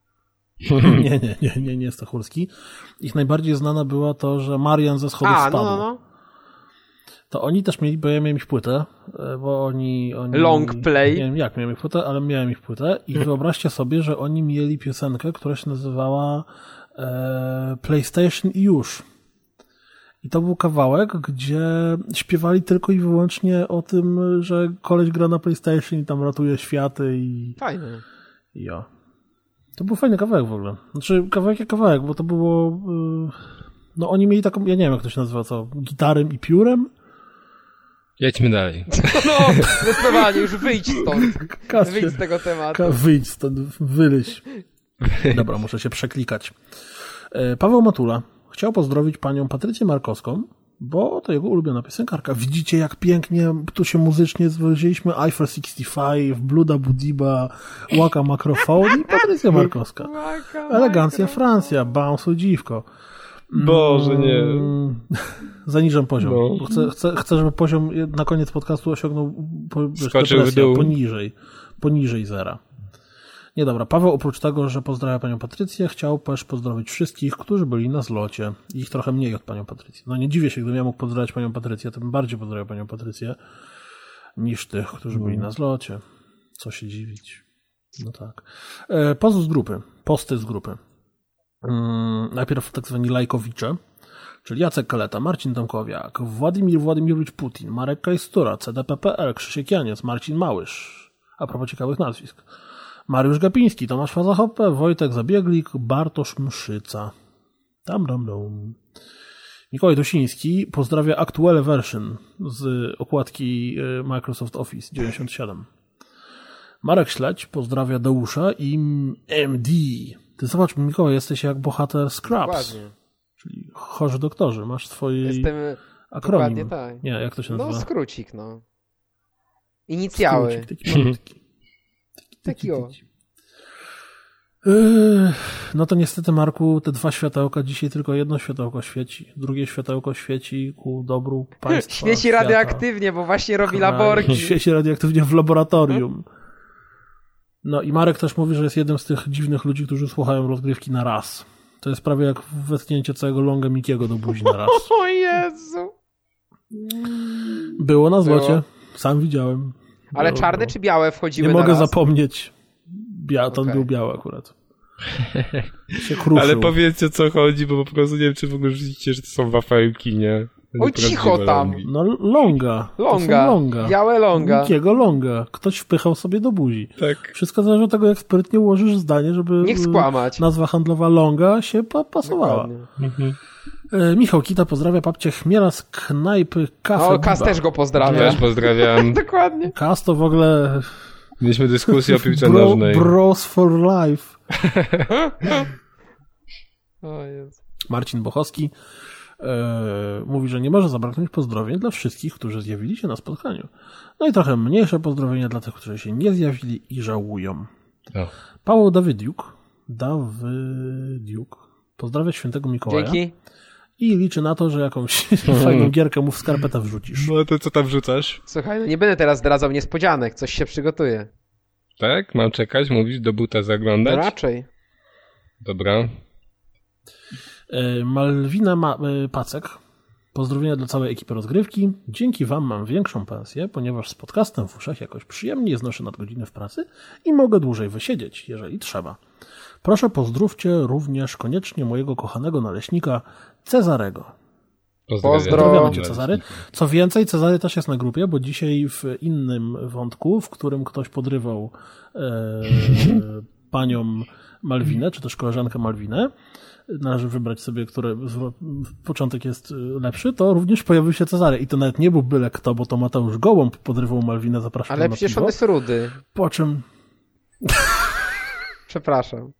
Nie Stachurski. Ich najbardziej znana była to, że Marian ze schodów spadł. No. To oni też mieli, bo ja miałem ich płytę, bo oni Long Play. Nie wiem jak miałem ich płytę, ale miałem ich płytę i wyobraźcie sobie, że oni mieli piosenkę, która się nazywała PlayStation i już. I to był kawałek, gdzie śpiewali tylko i wyłącznie o tym, że koleś gra na PlayStation i tam ratuje światy i... Fajne. Ja. To był fajny kawałek w ogóle. Znaczy kawałek jak kawałek, bo to było... No oni mieli taką, ja nie wiem jak to się nazywa, co? Gitarem i piórem? Jedźmy dalej. No, zdecydowanie, już wyjdź stąd. Wyjdź z tego tematu. Wyjdź stąd, wyleź. Dobra, muszę się przeklikać. Paweł Matula chciał pozdrowić panią Patrycję Markowską, bo to jego ulubiona piosenkarka. Widzicie, jak pięknie tu się muzycznie zwróciliśmy. Eiffel 65, Bluda Budiba, Waka Microphone i Patrycja Markowska. Elegancja Francja, bounce dziwko. Boże, nie. Zaniżam poziom. No. Chcę, żeby poziom na koniec podcastu osiągnął skoczył w dół. Poniżej zera. Nie, dobra. Paweł oprócz tego, że pozdrawia panią Patrycję, chciał też pozdrowić wszystkich, którzy byli na zlocie. Ich trochę mniej od panią Patrycję. No nie dziwię się, gdybym ja mógł pozdrawiać panią Patrycję, to bym bardziej pozdrawiał panią Patrycję niż tych, którzy byli na zlocie. Co się dziwić. No tak. Posty z grupy. Najpierw tak zwani lajkowicze, czyli Jacek Kaleta, Marcin Tomkowiak, Władimir Władimirowicz Putin, Marek Kajstura, CDP.pl, Krzysiek Janiec, Marcin Małysz, a propos ciekawych nazwisk, Mariusz Gapiński, Tomasz Fazachoppe, Wojtek Zabieglik, Bartosz Mszyca. Dam. Mikołaj Dosiński pozdrawia Actual Version z okładki Microsoft Office 97. Marek Śledź pozdrawia Deusza i MD. Ty zobacz, Mikołaj, jesteś jak bohater Scrubs. Dokładnie. Czyli chorzy doktorzy. Masz swój akronim. Dokładnie tak. Nie, jak to się nazywa? No, skrócik, no. Inicjały. Skrócik, taki malutki. Taki o. No to niestety, Marku, te dwa światełka, dzisiaj tylko jedno światełko świeci. Drugie światełko świeci ku dobru państwa. Świeci radioaktywnie, bo właśnie robi laborki. Świeci radioaktywnie w laboratorium. No i Marek też mówi, że jest jednym z tych dziwnych ludzi, którzy słuchają rozgrywki na raz. To jest prawie jak wetknięcie całego longa Mikiego do buzi na raz. O Jezu! Było na zlocie. Sam widziałem. Ale czarne czy białe wchodziły na raz? Nie mogę zapomnieć. To był biały akurat. się kruszył. Ale powiedzcie, o co chodzi, bo po prostu nie wiem, czy w ogóle widzicie, że to są wafelki, nie? O, cicho tam! Longi. No longa. Białe longa. Mikiego longa. Ktoś wpychał sobie do buzi. Tak. Wszystko zależy od tego, jak sprytnie ułożysz zdanie, żeby niech skłamać. Nazwa handlowa longa się pasowała. Michał Kita pozdrawia babcię Chmiela z knajpy Cafe O, Kas też go pozdrawia. Też pozdrawiam. Dokładnie. Kas to w ogóle... Mieliśmy dyskusję o piłce nożnej. Bros for life. O Jezu. Marcin Bochowski mówi, że nie może zabraknąć pozdrowień dla wszystkich, którzy zjawili się na spotkaniu. No i trochę mniejsze pozdrowienia dla tych, którzy się nie zjawili i żałują. Paweł Dawydiuk pozdrawia świętego Mikołaja. Dzięki. I liczy na to, że jakąś fajną gierkę mu w skarpetę wrzucisz. No to co tam wrzucasz? Słuchaj, no nie będę teraz zdradzał niespodzianek, coś się przygotuje. Tak? Mam czekać? Mówisz, do buta zaglądać? No raczej. Dobra. Malwina Pacek. Pozdrowienia dla całej ekipy rozgrywki. Dzięki wam mam większą pensję, ponieważ z podcastem w uszach jakoś przyjemnie znoszę nadgodziny w pracy i mogę dłużej wysiedzieć, jeżeli trzeba. Proszę pozdrówcie również koniecznie mojego kochanego naleśnika Cezarego. Pozdrawiamy cię, Cezary. Co więcej, Cezary też jest na grupie, bo dzisiaj w innym wątku, w którym ktoś podrywał panią Malwinę, czy też koleżankę Malwinę, należy wybrać sobie, który początek jest lepszy, to również pojawił się Cezary. I to nawet nie był byle kto, bo to Mateusz Gołąb podrywał Malwinę, zapraszam na piwo. Ale przecież on jest rudy. Po czym... Przepraszam.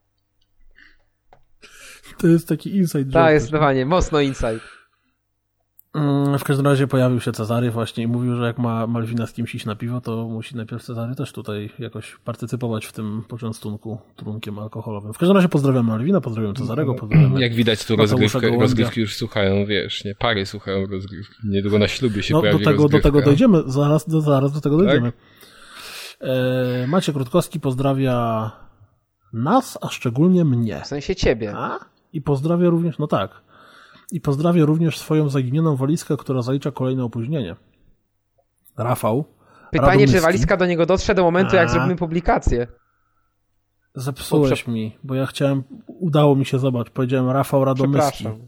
To jest taki insight. Tak, jest zdecydowanie, mocno insight. W każdym razie pojawił się Cezary właśnie i mówił, że jak ma Malwina z kimś iść na piwo, to musi najpierw Cezary też tutaj jakoś partycypować w tym poczęstunku trunkiem alkoholowym. W każdym razie pozdrawiam Malwina, pozdrawiam Cezarego, pozdrawiam. Jak widać, tu rozgrywki już słuchają, wiesz, nie, pary słuchają rozgrywki. Niedługo na ślubie się pojawi rozgrywka. Do tego dojdziemy, zaraz do tego dojdziemy. Tak? Maciek Rutkowski pozdrawia nas, a szczególnie mnie. W sensie ciebie. I pozdrawia również, no tak. I pozdrawia również swoją zaginioną walizkę, która zalicza kolejne opóźnienie. Rafał. Pytanie, Radomyski. czy walizka do niego dotrze do momentu, jak zrobimy publikację. Zepsułeś mi, bo ja chciałem, udało mi się zobaczyć. Powiedziałem Rafał Radomyski. Przepraszam.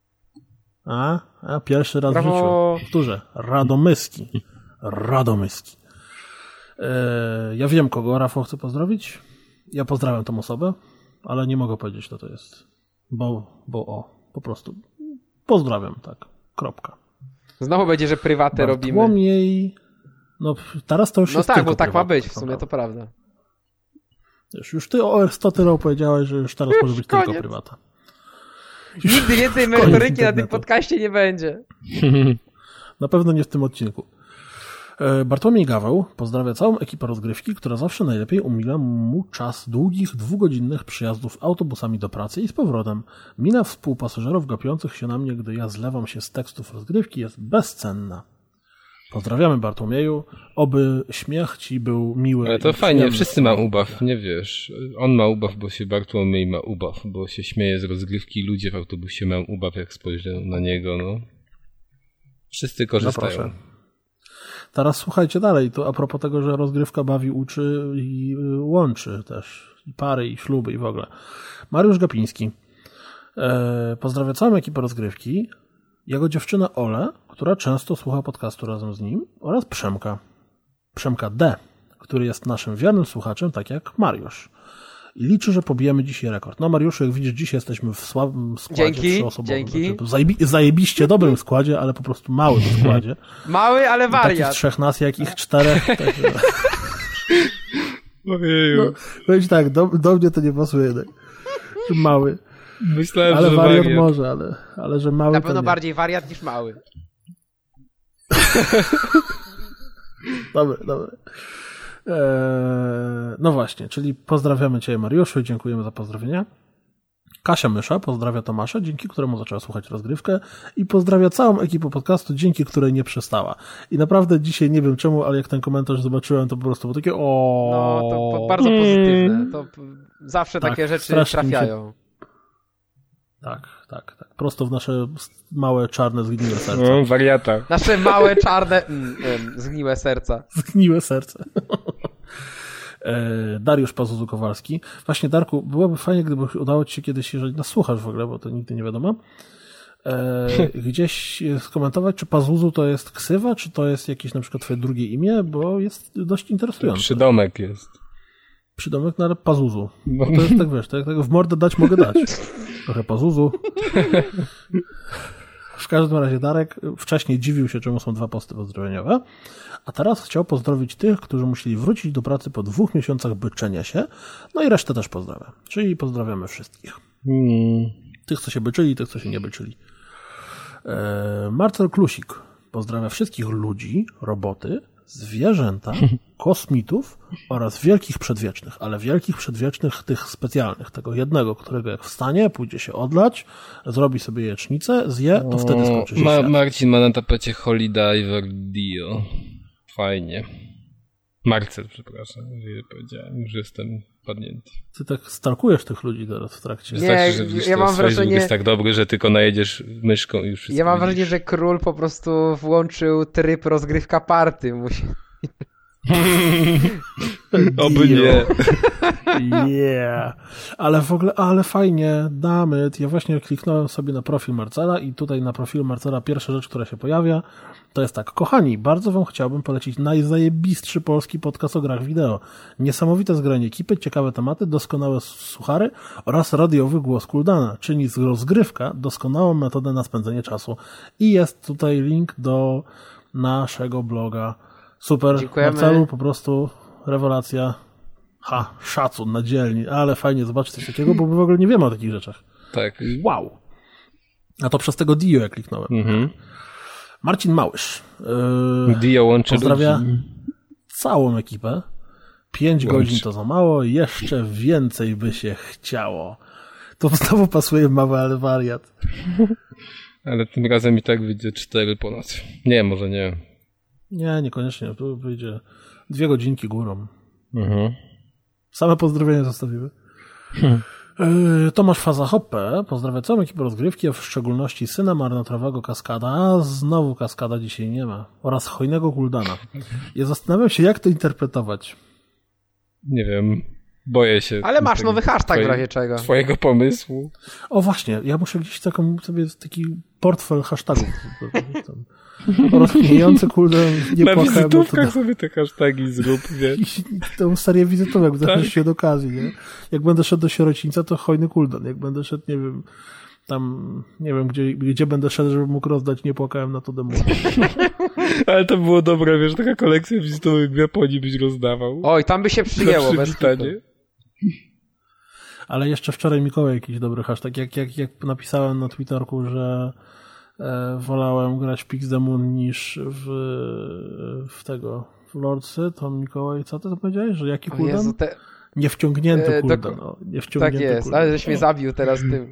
A pierwszy raz Brawo. w życiu. Powtórzę. Radomyski. Radomyski. Ja wiem, kogo Rafał chce pozdrowić. Ja pozdrawiam tą osobę, ale nie mogę powiedzieć, kto to jest. Po prostu. Pozdrawiam, tak. Kropka. Znowu będzie, że prywatę robimy. Bartłomiej... No teraz to już jest tak, tylko bo tak ma prywatne, być, w sumie to prawda. Już ty o Aristoteles powiedziałeś, że już teraz może być koniec. tylko prywata. Nigdy więcej merytoryki na tym podcaście nie będzie. Na pewno nie w tym odcinku. Bartłomiej Gaweł pozdrawia całą ekipę rozgrywki, która zawsze najlepiej umila mu czas długich, 2-godzinnych przyjazdów autobusami do pracy i z powrotem. Mina współpasażerów gapiących się na mnie, gdy ja zlewam się z tekstów rozgrywki, jest bezcenna. Pozdrawiamy, Bartłomieju. Oby śmiech ci był miły. Ale to fajnie, wszyscy ma ubaw, nie wiesz. On ma ubaw, bo się Bartłomiej ma ubaw, bo się śmieje z rozgrywki. Ludzie w autobusie mają ubaw, jak spojrzą na niego, no. Wszyscy korzystają. No teraz słuchajcie dalej, to a propos tego, że rozgrywka bawi, uczy i łączy też i pary, i śluby, i w ogóle. Mariusz Gapiński pozdrawia całą ekipę rozgrywki, jego dziewczynę Olę, która często słucha podcastu razem z nim, oraz Przemka D., który jest naszym wiernym słuchaczem, tak jak Mariusz. I liczy, że pobijemy dzisiaj rekord. No Mariuszu, jak widzisz, dzisiaj jesteśmy w słabym składzie trzyosobowym. Dzięki. Znaczy, zajebiście dobrym składzie, ale po prostu małym składzie. Mały, ale wariat. Takich 3 nas, jak ich 4. Ojeju. No, powiem tak, do mnie to nie pasuje. Tak. Mały. Myślałem, ale że wariat może, ale że mały. Na pewno bardziej wariat niż mały. Dobra. No właśnie, czyli pozdrawiamy Cię, Mariuszu, i dziękujemy za pozdrowienia. Kasia Mysza pozdrawia Tomasza, dzięki któremu zaczęła słuchać rozgrywkę, i pozdrawia całą ekipę podcastu, dzięki której nie przestała. I naprawdę dzisiaj nie wiem czemu, ale jak ten komentarz zobaczyłem, to po prostu było takie No, to bardzo pozytywne. To zawsze tak, takie rzeczy trafiają. Tak. Prosto w nasze małe, czarne, zgniłe serca. No, wariata. Nasze małe, czarne, zgniłe serca. Zgniłe serce. Dariusz Pazuzu-Kowalski. Właśnie, Darku, byłoby fajnie, gdyby udało ci się kiedyś, jeżeli nas słuchasz w ogóle, bo to nigdy nie wiadomo, gdzieś skomentować, czy Pazuzu to jest ksywa, czy to jest jakieś na przykład twoje drugie imię, bo jest dość interesujące. Przydomek jest. Przydomek, no ale Pazuzu. Bo to jest tak, wiesz, tak w mordę dać mogę dać. Trochę Pazuzu. W każdym razie Darek wcześniej dziwił się, czemu są 2 posty pozdrowieniowe, a teraz chciał pozdrowić tych, którzy musieli wrócić do pracy po 2 miesiącach byczenia się, no i resztę też pozdrawiam. Czyli pozdrawiamy wszystkich. Tych, co się byczyli, tych, co się nie byczyli. Marcel Klusik pozdrawia wszystkich ludzi, roboty, zwierzęta, kosmitów oraz wielkich przedwiecznych, ale wielkich przedwiecznych tych specjalnych, tego jednego, którego jak wstanie, pójdzie się odlać, zrobi sobie jajecznicę, zje, to wtedy skończy się świat. Marcin ma na tapecie Holy Diver Dio. Fajnie. Marcel, przepraszam, że powiedziałem, że jestem padnięty. Ty tak stalkujesz tych ludzi teraz w trakcie. Wystarczy, że widzisz, ja mam wrażenie, Facebook jest tak dobry, że tylko najedziesz myszką i już wszystko ja mam widzisz. wrażenie, że król po prostu włączył tryb rozgrywka party. Oby nie. Yeah. Ale w ogóle, ale fajnie, damit. Ja właśnie kliknąłem sobie na profil Marcela i tutaj na profilu Marcela pierwsza rzecz, która się pojawia, to jest tak. Kochani, bardzo wam chciałbym polecić najzajebistszy polski podcast o grach wideo. Niesamowite zgranie ekipy, ciekawe tematy, doskonałe suchary oraz radiowy głos Kuldana. Czyni z rozgrywka doskonałą metodę na spędzenie czasu. I jest tutaj link do naszego bloga. Super, dziękujemy. Marcelu, po prostu rewelacja. Szacun na dzielni, ale fajnie zobaczyć coś takiego, bo my w ogóle nie wiemy o takich rzeczach. Tak. Wow. A to przez tego Dio ja kliknąłem. Marcin Małysz. Dio łączy pozdrawia ludzi. Całą ekipę. 5 godzin to za mało, jeszcze więcej by się chciało. To znowu pasuje mały, ale wariat. Ale tym razem i tak wyjdzie 4 po nocy. Nie, może nie. Nie, niekoniecznie. Tu wyjdzie 2 godzinki górą. Same pozdrowienia zostawimy. Tomasz Faza-Hoppe pozdrawia całą ekipę rozgrywki, a w szczególności syna marnotrawego Kaskada, a znowu Kaskada dzisiaj nie ma, oraz hojnego Kuldana. Ja zastanawiam się, jak to interpretować. Nie wiem, boję się. Ale masz nowy hashtag w razie czego. Twojego pomysłu. O właśnie, ja muszę gdzieś sobie taki portfel hashtagów. Rozkminiający Kuldan, nie na płakałem. Na wizytówkach sobie te hashtagi zrób, wiesz. I tą serię wizytówek, tak? Się do okazji, nie? Jak będę szedł do Sierocińca, to hojny Kuldan. Jak będę szedł, nie wiem, tam, nie wiem, gdzie będę szedł, żeby mógł rozdać, nie płakałem na to demo. Ale to było dobre, wiesz, taka kolekcja wizytówek w Japonii byś rozdawał. Oj, tam by się przyjęło, bez Ale jeszcze wczoraj Mikołaj jakiś dobry hashtag. Jak napisałem na Twitterku, że wolałem grać w Pix the Moon niż w Lordsy, to Mikołaj, co ty to powiedziałeś? Że jaki Kuldan? Niewciągnięty Kuldan. Niewciągnięty tak jest, Kuldan. ale żeś mnie zabił teraz tym.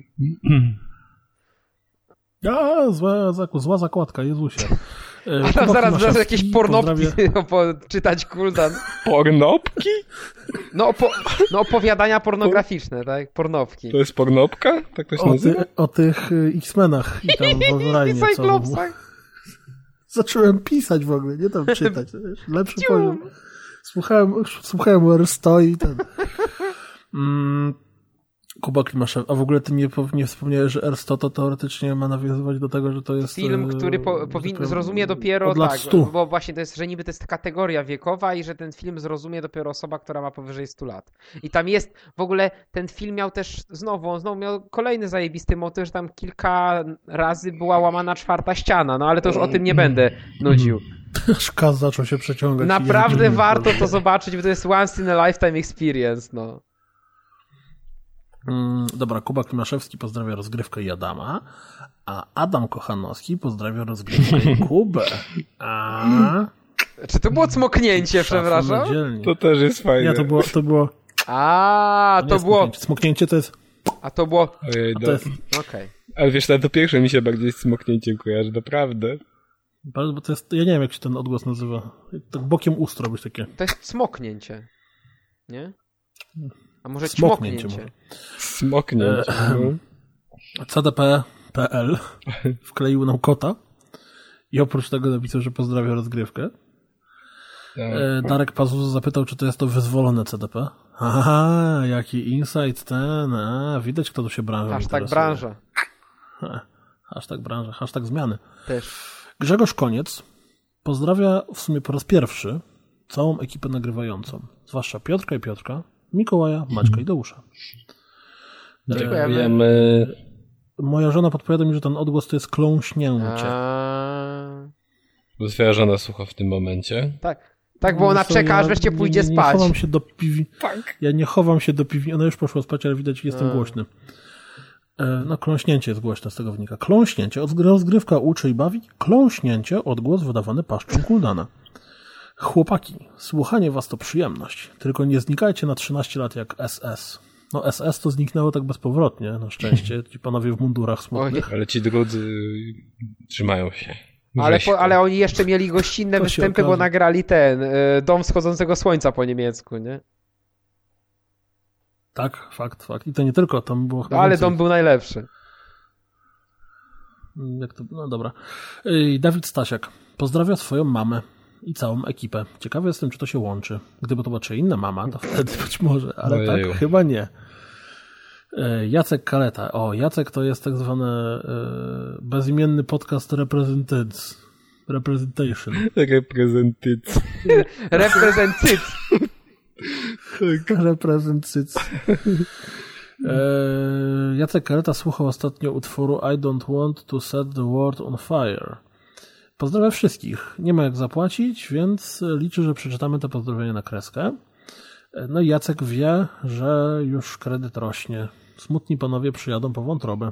Zła zakładka, Jezusie. A tam zaraz jakieś pornopki czytać Kuldan. Pornopki? No opowiadania pornograficzne, tak? Pornowki. To jest pornopka? Tak to się nazywa? O tych X-Menach i tam Wolverine. I Cyclopsach. Zacząłem pisać w ogóle, nie tam czytać. Lepszy poziom. Słuchałem R100 i ten... Kuba Klimaszew. A w ogóle ty nie wspomniałeś, że R100 to teoretycznie ma nawiązywać do tego, że to jest... Film, który zrozumie dopiero, tak, 100. bo właśnie to jest, że niby to jest kategoria wiekowa i że ten film zrozumie dopiero osoba, która ma powyżej 100 lat. I tam jest, w ogóle ten film miał też, znowu miał kolejny zajebisty motyw, że tam kilka razy była łamana 4. ściana, no ale to już o tym nie będę nudził. Szkaz zaczął się przeciągać. Naprawdę warto to zobaczyć, bo to jest once in a lifetime experience, no. Dobra, Kuba Klimaszewski pozdrawia rozgrywkę i Adama, a Adam Kochanowski pozdrawia rozgrywkę i Kubę. Czy to było cmoknięcie, przepraszam? To też jest fajne. Nie, to było... to było... Smoknięcie to jest... A to było... To jest... Okej. Ale wiesz, to pierwsze mi się bardziej z smoknięciem kojarzy, naprawdę. Bo to jest... Ja nie wiem, jak się ten odgłos nazywa. Tak bokiem ust robisz takie... To jest smoknięcie. Nie? A może Smoknięcie. Smoknięcie. CDP.pl wkleił nam kota i oprócz tego napisał, że pozdrawia rozgrywkę. Darek Pazuzu zapytał, czy to jest to wyzwolone CDP. Aha, jaki insight ten. Widać, kto tu się branżą Hashtag branża. Hashtag branża, hashtag zmiany. Też. Grzegorz Koniec pozdrawia w sumie po raz pierwszy całą ekipę nagrywającą. Zwłaszcza Piotrka i Piotrka, Mikołaja, Maćka i Deusza. Dziękujemy. Moja żona podpowiada mi, że ten odgłos to jest kląśnięcie. Bo twoja żona słucha w tym momencie. Tak, bo ona czeka, aż wreszcie pójdzie spać. Nie chowam się do Ja nie chowam się do piwni. Ona już poszła spać, ale widać, że jestem głośny. No, kląśnięcie jest głośne, z tego wynika. Kląśnięcie. Rozgrywka uczy i bawi. Kląśnięcie. Odgłos wydawany paszczą Kuldana. Chłopaki, słuchanie was to przyjemność. Tylko nie znikajcie na 13 lat jak SS. No, SS to zniknęło tak bezpowrotnie, na szczęście. Ci panowie w mundurach smutnych. Ale ci drudzy trzymają się. Ale oni jeszcze mieli gościnne występy, bo nagrali Dom wschodzącego słońca po niemiecku, nie? Tak, fakt. I to nie tylko, tam było chyba ale więcej. Dom był najlepszy. No dobra. Dawid Stasiak pozdrawia swoją mamę i całą ekipę. Ciekawy jestem, czy to się łączy. Gdyby to była czy inna mama, to wtedy być może, ale tak chyba nie. Jacek Kaleta. Jacek to jest tak zwany bezimienny podcast Representation. Jacek Kaleta słuchał ostatnio utworu I don't want to set the world on fire. Pozdrawiam wszystkich. Nie ma jak zapłacić, więc liczę, że przeczytamy to pozdrowienie na kreskę. No i Jacek wie, że już kredyt rośnie. Smutni panowie przyjadą po wątrobę.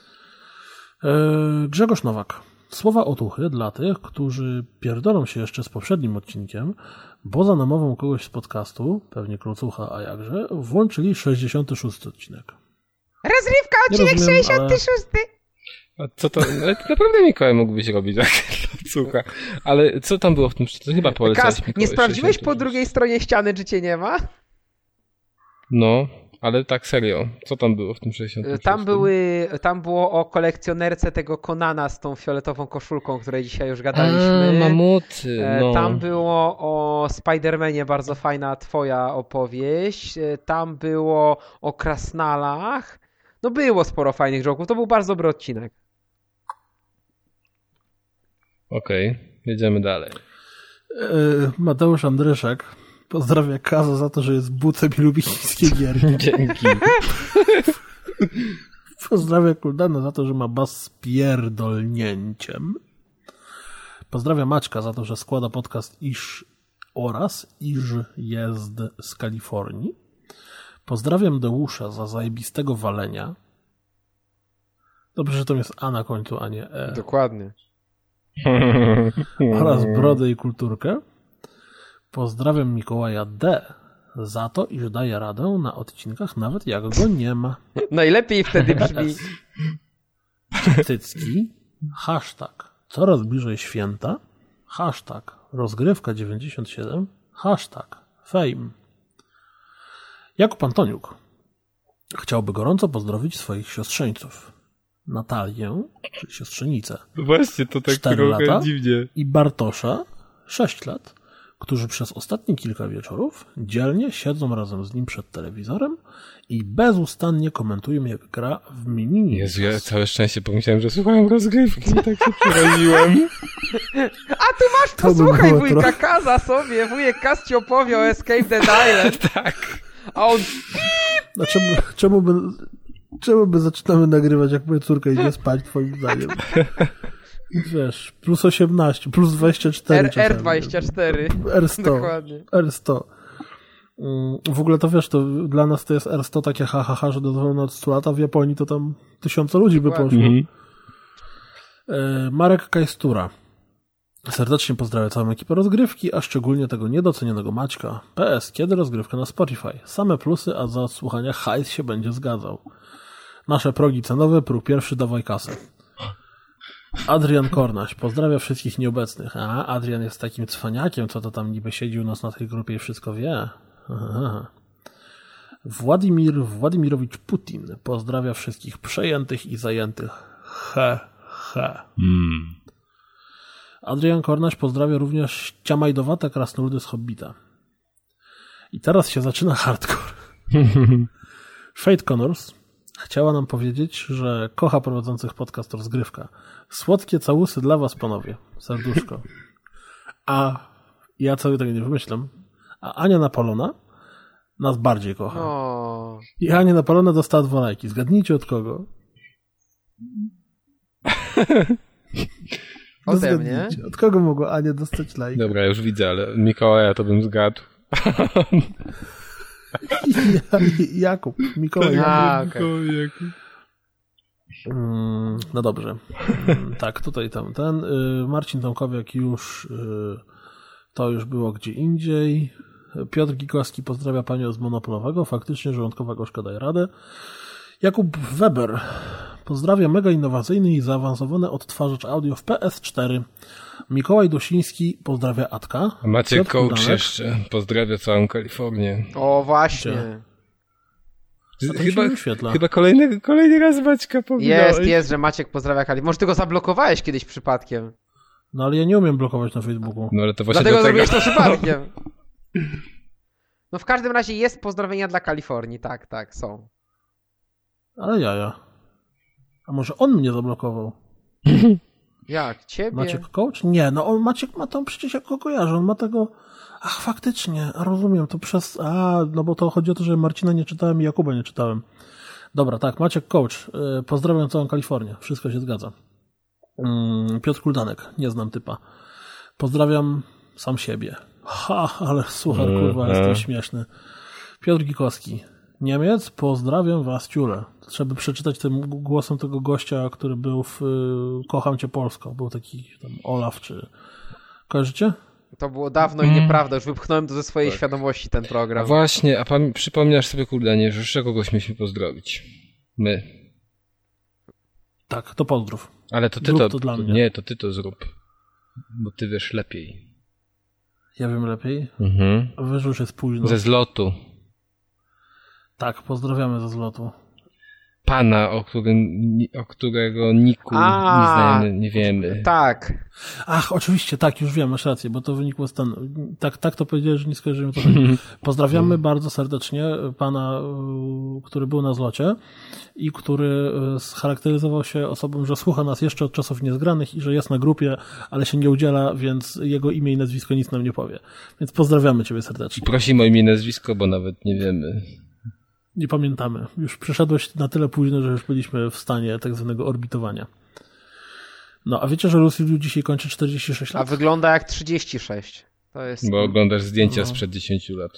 Grzegorz Nowak. Słowa otuchy dla tych, którzy pierdolą się jeszcze z poprzednim odcinkiem, bo za namową kogoś z podcastu, pewnie Krucucha, a jakże, włączyli 66 odcinek. Rozrywka, odcinek 66! A co to? Naprawdę Mikołaj mógłbyś robić tak? Słucha. Ale co tam było w tym? To chyba polecałeś Mikołaj. Nie sprawdziłeś po drugiej stronie ściany, czy cię nie ma? No, ale tak serio. Co tam było w tym 66? Tam było o kolekcjonerce tego Conana z tą fioletową koszulką, o której dzisiaj już gadaliśmy. Mamuty. No. Tam było o Spider-Manie, bardzo fajna twoja opowieść. Tam było o krasnalach. No było sporo fajnych żołków. To był bardzo dobry odcinek. Okej, jedziemy dalej. Mateusz Andryszek pozdrawia Kaza za to, że jest bucem i lubi chińskie gierki. Dzięki. Pozdrawia Kuldana za to, że ma bas z pierdolnięciem. Pozdrawia Maćka za to, że składa podcast Iż jest z Kalifornii. Pozdrawiam Deusza za zajebistego walenia. Dobrze, że to jest A na końcu, a nie E. Dokładnie. Oraz Brodę i Kulturkę. Pozdrawiam Mikołaja D. za to, iż daje radę na odcinkach, nawet jak go nie ma. Najlepiej wtedy brzmi. Cycki. Hashtag coraz bliżej święta. Hashtag rozgrywka 97. Hashtag fame. Jakub Antoniuk chciałby gorąco pozdrowić swoich siostrzeńców. Natalię, czyli siostrzenicę, Właśnie, to tak 4 lata dziwnie. i Bartosza, 6 lat, którzy przez ostatnie kilka wieczorów dzielnie siedzą razem z nim przed telewizorem i bezustannie komentują, jak gra w mini. Jezu, ja całe szczęście pomyślałem, że słuchałem rozgrywki i tak się przeraziłem. A tu masz, posłuchaj wujka Kaza sobie, wujek Kaz ci opowie o Escape the Island. Tak. A on... A czemu by zaczynamy nagrywać, jak moja córka idzie spać, twoim zdaniem? Wiesz, plus 18, plus 24 R24. R100. Dokładnie. R100. W ogóle to wiesz, to dla nas to jest R100 takie ha, że dozwolono od 100 lat, a w Japonii to tam 1000 ludzi by poszło. Marek Kajstura. Serdecznie pozdrawiam całą ekipę rozgrywki, a szczególnie tego niedocenionego Maćka. PS, kiedy rozgrywka na Spotify? Same plusy, a za odsłuchania hajs się będzie zgadzał. Nasze progi cenowe, próg pierwszy, dawaj kasę. Adrian Kornaś, pozdrawia wszystkich nieobecnych. A, Adrian jest takim cwaniakiem, co to tam niby siedzi u nas na tej grupie i wszystko wie. Władimirowicz Putin pozdrawia wszystkich przejętych i zajętych. Adrian Kornaś pozdrawia również ciamajdowate krasnoludy z Hobbita. I teraz się zaczyna hardcore. Fate Connors chciała nam powiedzieć, że kocha prowadzących podcast Rozgrywka. Słodkie całusy dla was, panowie. Serduszko. A ja cały tego nie wymyślam. A Ania Napolona nas bardziej kocha. I Ania Napolona dostała 2 lajki. Zgadnijcie od kogo? Ode mnie? Od kogo mogła Ania dostać lajka? Dobra, już widzę, ale Mikołaja to bym zgadł. Jakub. Mikołaj Jakub. No dobrze. Tak, tutaj ten. Marcin Tomkowiak to już było gdzie indziej. Piotr Gikowski pozdrawia panią z Monopolowego. Faktycznie żołądkowa gorzka daje radę. Jakub Weber pozdrawia mega innowacyjny i zaawansowany odtwarzacz audio w PS4. Mikołaj Dosiński pozdrawia Atka. A Maciek Kołcz jeszcze pozdrawia całą Kalifornię. O, właśnie. Chyba kolejny raz Maćka powiedziałeś. Jest, że Maciek pozdrawia Kalifornię. Może ty go zablokowałeś kiedyś przypadkiem. No ale ja nie umiem blokować na Facebooku. No ale to właśnie dlatego zrobiłeś to przypadkiem. No w każdym razie jest pozdrowienia dla Kalifornii. Tak, są. Ale jaja. A może on mnie zablokował? Jak? Ciebie? Maciek Coach? Nie, no Maciek ma tam, przecież jak go kojarzę, on ma tego... Ach, faktycznie, rozumiem, to przez... no bo to chodzi o to, że Marcina nie czytałem i Jakuba nie czytałem. Dobra, tak, Maciek Coach, pozdrawiam całą Kalifornię, wszystko się zgadza. Piotr Kuldanek, nie znam typa. Pozdrawiam sam siebie. Ale słuchaj, kurwa, jestem śmieszny. Piotr Gikowski, Niemiec, pozdrawiam was, ciule. Trzeba przeczytać tym głosem tego gościa, który był w Kocham Cię Polsko. Był taki tam Olaf, czy... Kojarzycie? To było dawno i nieprawda. Już wypchnąłem to ze swojej świadomości ten program. A właśnie, przypomniasz sobie, Kuldanie, że jeszcze kogoś mieliśmy pozdrowić. My. Tak, to pozdrów. Ale to ty to dla mnie. Nie, to ty to zrób. Bo ty wiesz lepiej. Ja wiem lepiej? A wiesz, że już jest późno. Ze zlotu. Tak, pozdrawiamy ze zlotu. Pana, o którego niku nie wiemy. Tak. Ach, oczywiście, tak, już wiem, masz rację, bo to wynikło z ten... Tak to powiedziałeś, że nie skojarzyłem to. Pozdrawiamy bardzo serdecznie pana, który był na zlocie i który scharakteryzował się osobą, że słucha nas jeszcze od czasów niezgranych i że jest na grupie, ale się nie udziela, więc jego imię i nazwisko nic nam nie powie. Więc pozdrawiamy ciebie serdecznie. I prosimy o imię i nazwisko, bo nawet nie wiemy. Nie pamiętamy. Już przeszedłeś na tyle późno, że już byliśmy w stanie tak zwanego orbitowania. No, a wiecie, że Lucy Liu dzisiaj kończy 46 lat? A wygląda jak 36. To jest... Bo oglądasz zdjęcia sprzed 10 lat.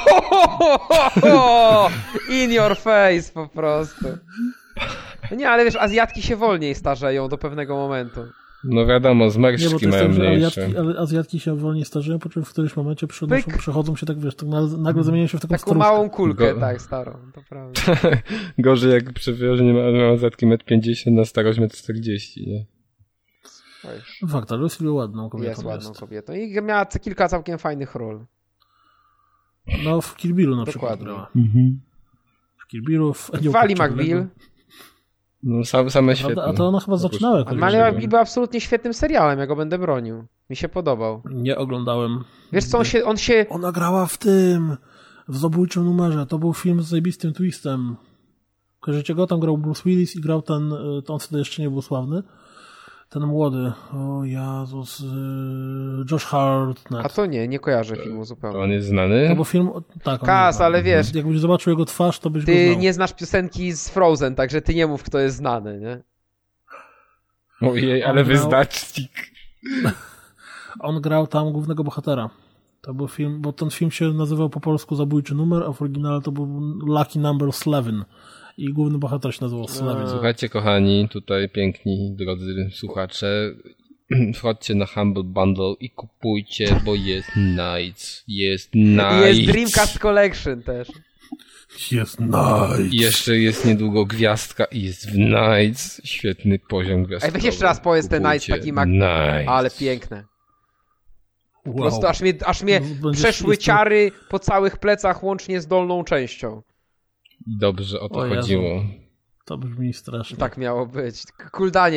In your face po prostu. No nie, ale wiesz, Azjatki się wolniej starzeją do pewnego momentu. No wiadomo, zmarszczki mają mniejsze. Ale Azjatki się wolniej starzeją, po czym w którymś momencie przechodzą się tak, wiesz, tak nagle zamieniają się w taką staruszkę. Małą kulkę, tak, starą, to prawda. Gorzej jak przeważnie ma Azjatki 1,50 m, na starość 1,40 m, nie? Fakt, ale Lucy ładną kobietą jest. Ładną kobietą i miała kilka całkiem fajnych ról. No, w Kill Billu na przykład grała. W Kill Billu, w Wally McBeal. No, same świetne. A to ona chyba zaczynała jakoś. Wally McBeal był absolutnie świetnym serialem, ja go będę bronił. Mi się podobał. Nie oglądałem. Wiesz co, Ona grała w Zabójczym numerze. To był film z zajebistym twistem. Kojarzycie go? Tam grał Bruce Willis i grał to on wtedy jeszcze nie był sławny. Ten młody. O Jezus. Josh Hartnett. A to nie kojarzę filmu zupełnie. On jest znany? To był film... Tak, Kas, ale wiesz... Jakbyś zobaczył jego twarz, to byś go Ty znał. nie znasz piosenki z Frozen, także ty nie mów, kto jest znany, nie? Ojej, ale wyznacznik. On grał tam głównego bohatera. To był film, bo ten film się nazywał po polsku Zabójczy numer, a w oryginale to był Lucky Number 11. I główny bohater się nazywał Slevin. Słuchajcie, kochani, tutaj piękni, drodzy słuchacze, wchodźcie na Humble Bundle i kupujcie, bo jest Nights. Jest Dreamcast Collection też. Jest Nights. I jeszcze jest niedługo gwiazdka i jest w Nights. Świetny poziom gwiazdkowy. Weź jeszcze raz powiedz ten Nights taki ale piękne. Po prostu aż mnie przeszły ciary po całych plecach łącznie z dolną częścią. Dobrze o to chodziło. To brzmi strasznie. Tak miało być. Kuldanie,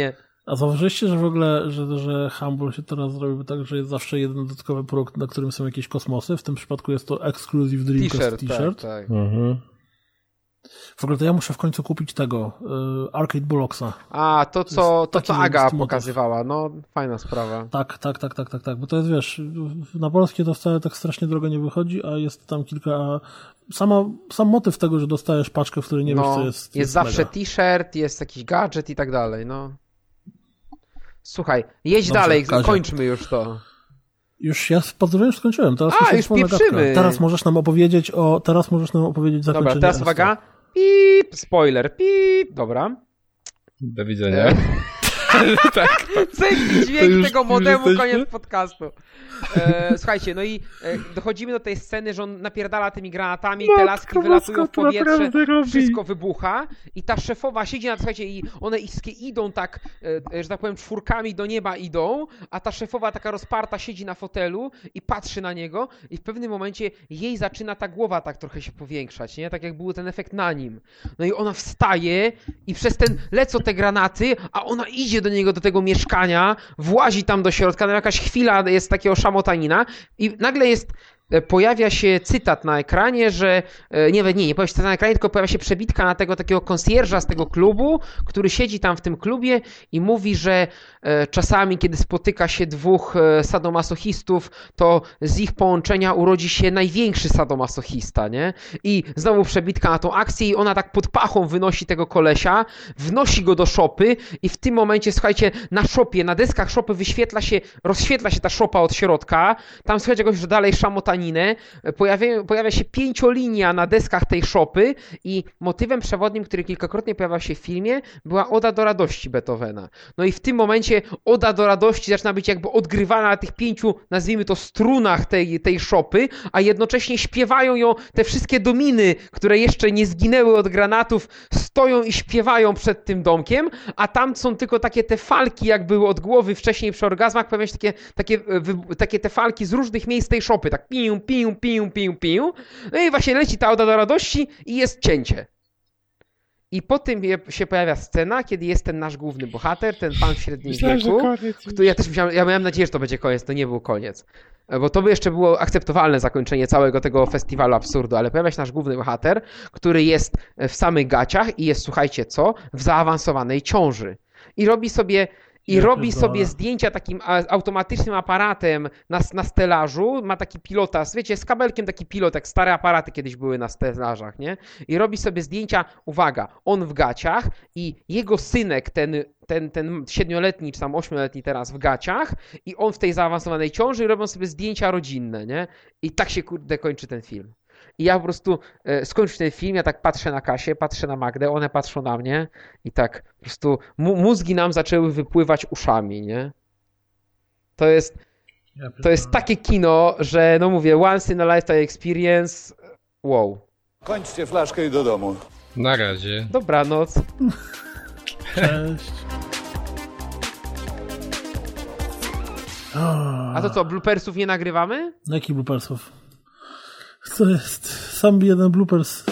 A zauważyliście, że w ogóle, że Humble się teraz zrobił tak, że jest zawsze jeden dodatkowy produkt, na którym są jakieś kosmosy. W tym przypadku jest to Exclusive Dreamcast T-shirt. Tak. W ogóle to ja muszę w końcu kupić tego Arcade Bullocksa. A, to co Aga pokazywała, no fajna sprawa. Tak, bo to jest, wiesz, na polskie to wcale tak strasznie drogo nie wychodzi, a jest tam kilka... Sam motyw tego, że dostajesz paczkę, w której nie wiesz, co jest. Jest zawsze mega. T-shirt, jest jakiś gadżet i tak dalej, no. Słuchaj, jedź dalej, kończmy już to. Już ja z pozdrowieniem skończyłem. Teraz już pieprzymy. Teraz możesz nam opowiedzieć zakończenie. Dobra, teraz uwaga. Pip, spoiler, pip. Dobra. Do widzenia. Tak. Cenki dźwięk tego modemu, koniec podcastu. Słuchajcie, no i dochodzimy do tej sceny, że on napierdala tymi granatami, te laski wylatują w powietrze, wszystko wybucha i ta szefowa siedzi na, słuchajcie, i one idą tak, że tak powiem, czwórkami do nieba idą, a ta szefowa taka rozparta siedzi na fotelu i patrzy na niego i w pewnym momencie jej zaczyna ta głowa tak trochę się powiększać, nie? Tak jak był ten efekt na nim. No i ona wstaje i przez ten lecą te granaty, a ona idzie do niego, do tego mieszkania, włazi tam do środka, no jakaś chwila jest takiego szamotanina i nagle pojawia się cytat na ekranie, że nie pojawia się cytat na ekranie, tylko pojawia się przebitka na tego takiego konsjerża z tego klubu, który siedzi tam w tym klubie i mówi, że czasami, kiedy spotyka się dwóch sadomasochistów, to z ich połączenia urodzi się największy sadomasochista, nie? I znowu przebitka na tą akcję i ona tak pod pachą wynosi tego kolesia, wnosi go do szopy i w tym momencie, słuchajcie, na szopie, na deskach szopy rozświetla się ta szopa od środka, tam słuchajcie jakoś dalej szamotaninę, pojawia się 5-linia na deskach tej szopy i motywem przewodnim, który kilkakrotnie pojawiał się w filmie, była Oda do radości Beethovena. No i w tym momencie Oda do radości zaczyna być jakby odgrywana na tych 5, nazwijmy to, strunach tej szopy, a jednocześnie śpiewają ją te wszystkie dominy, które jeszcze nie zginęły od granatów, stoją i śpiewają przed tym domkiem, a tam są tylko takie te falki, jak były od głowy wcześniej przy orgazmach, pojawiają się takie te falki z różnych miejsc tej szopy, tak piu. No i właśnie leci ta Oda do radości i jest cięcie. I po tym się pojawia scena, kiedy jest ten nasz główny bohater, ten pan w średnim wieku, który ja miałem nadzieję, że to będzie koniec, to nie był koniec. Bo to by jeszcze było akceptowalne zakończenie całego tego festiwalu absurdu, ale pojawia się nasz główny bohater, który jest w samych gaciach i jest, słuchajcie co, w zaawansowanej ciąży. I robi sobie zdjęcia takim automatycznym aparatem na stelażu, ma taki pilota, wiecie, z kabelkiem taki pilot, jak stare aparaty kiedyś były na stelażach, nie? I robi sobie zdjęcia, uwaga, on w gaciach i jego synek, ten 7-letni czy tam 8-letni teraz w gaciach i on w tej zaawansowanej ciąży i robią sobie zdjęcia rodzinne, nie? I tak się kończy ten film. I ja po prostu skończę ten film, ja tak patrzę na Kasię, patrzę na Magdę, one patrzą na mnie i tak po prostu mózgi nam zaczęły wypływać uszami, nie? To jest takie kino, że no mówię, once in a lifetime experience, wow. Kończcie flaszkę i do domu. Na razie. Dobranoc. Cześć. A to co, bloopersów nie nagrywamy? Jakich bloopersów? Co jest? Sam jeden bloopers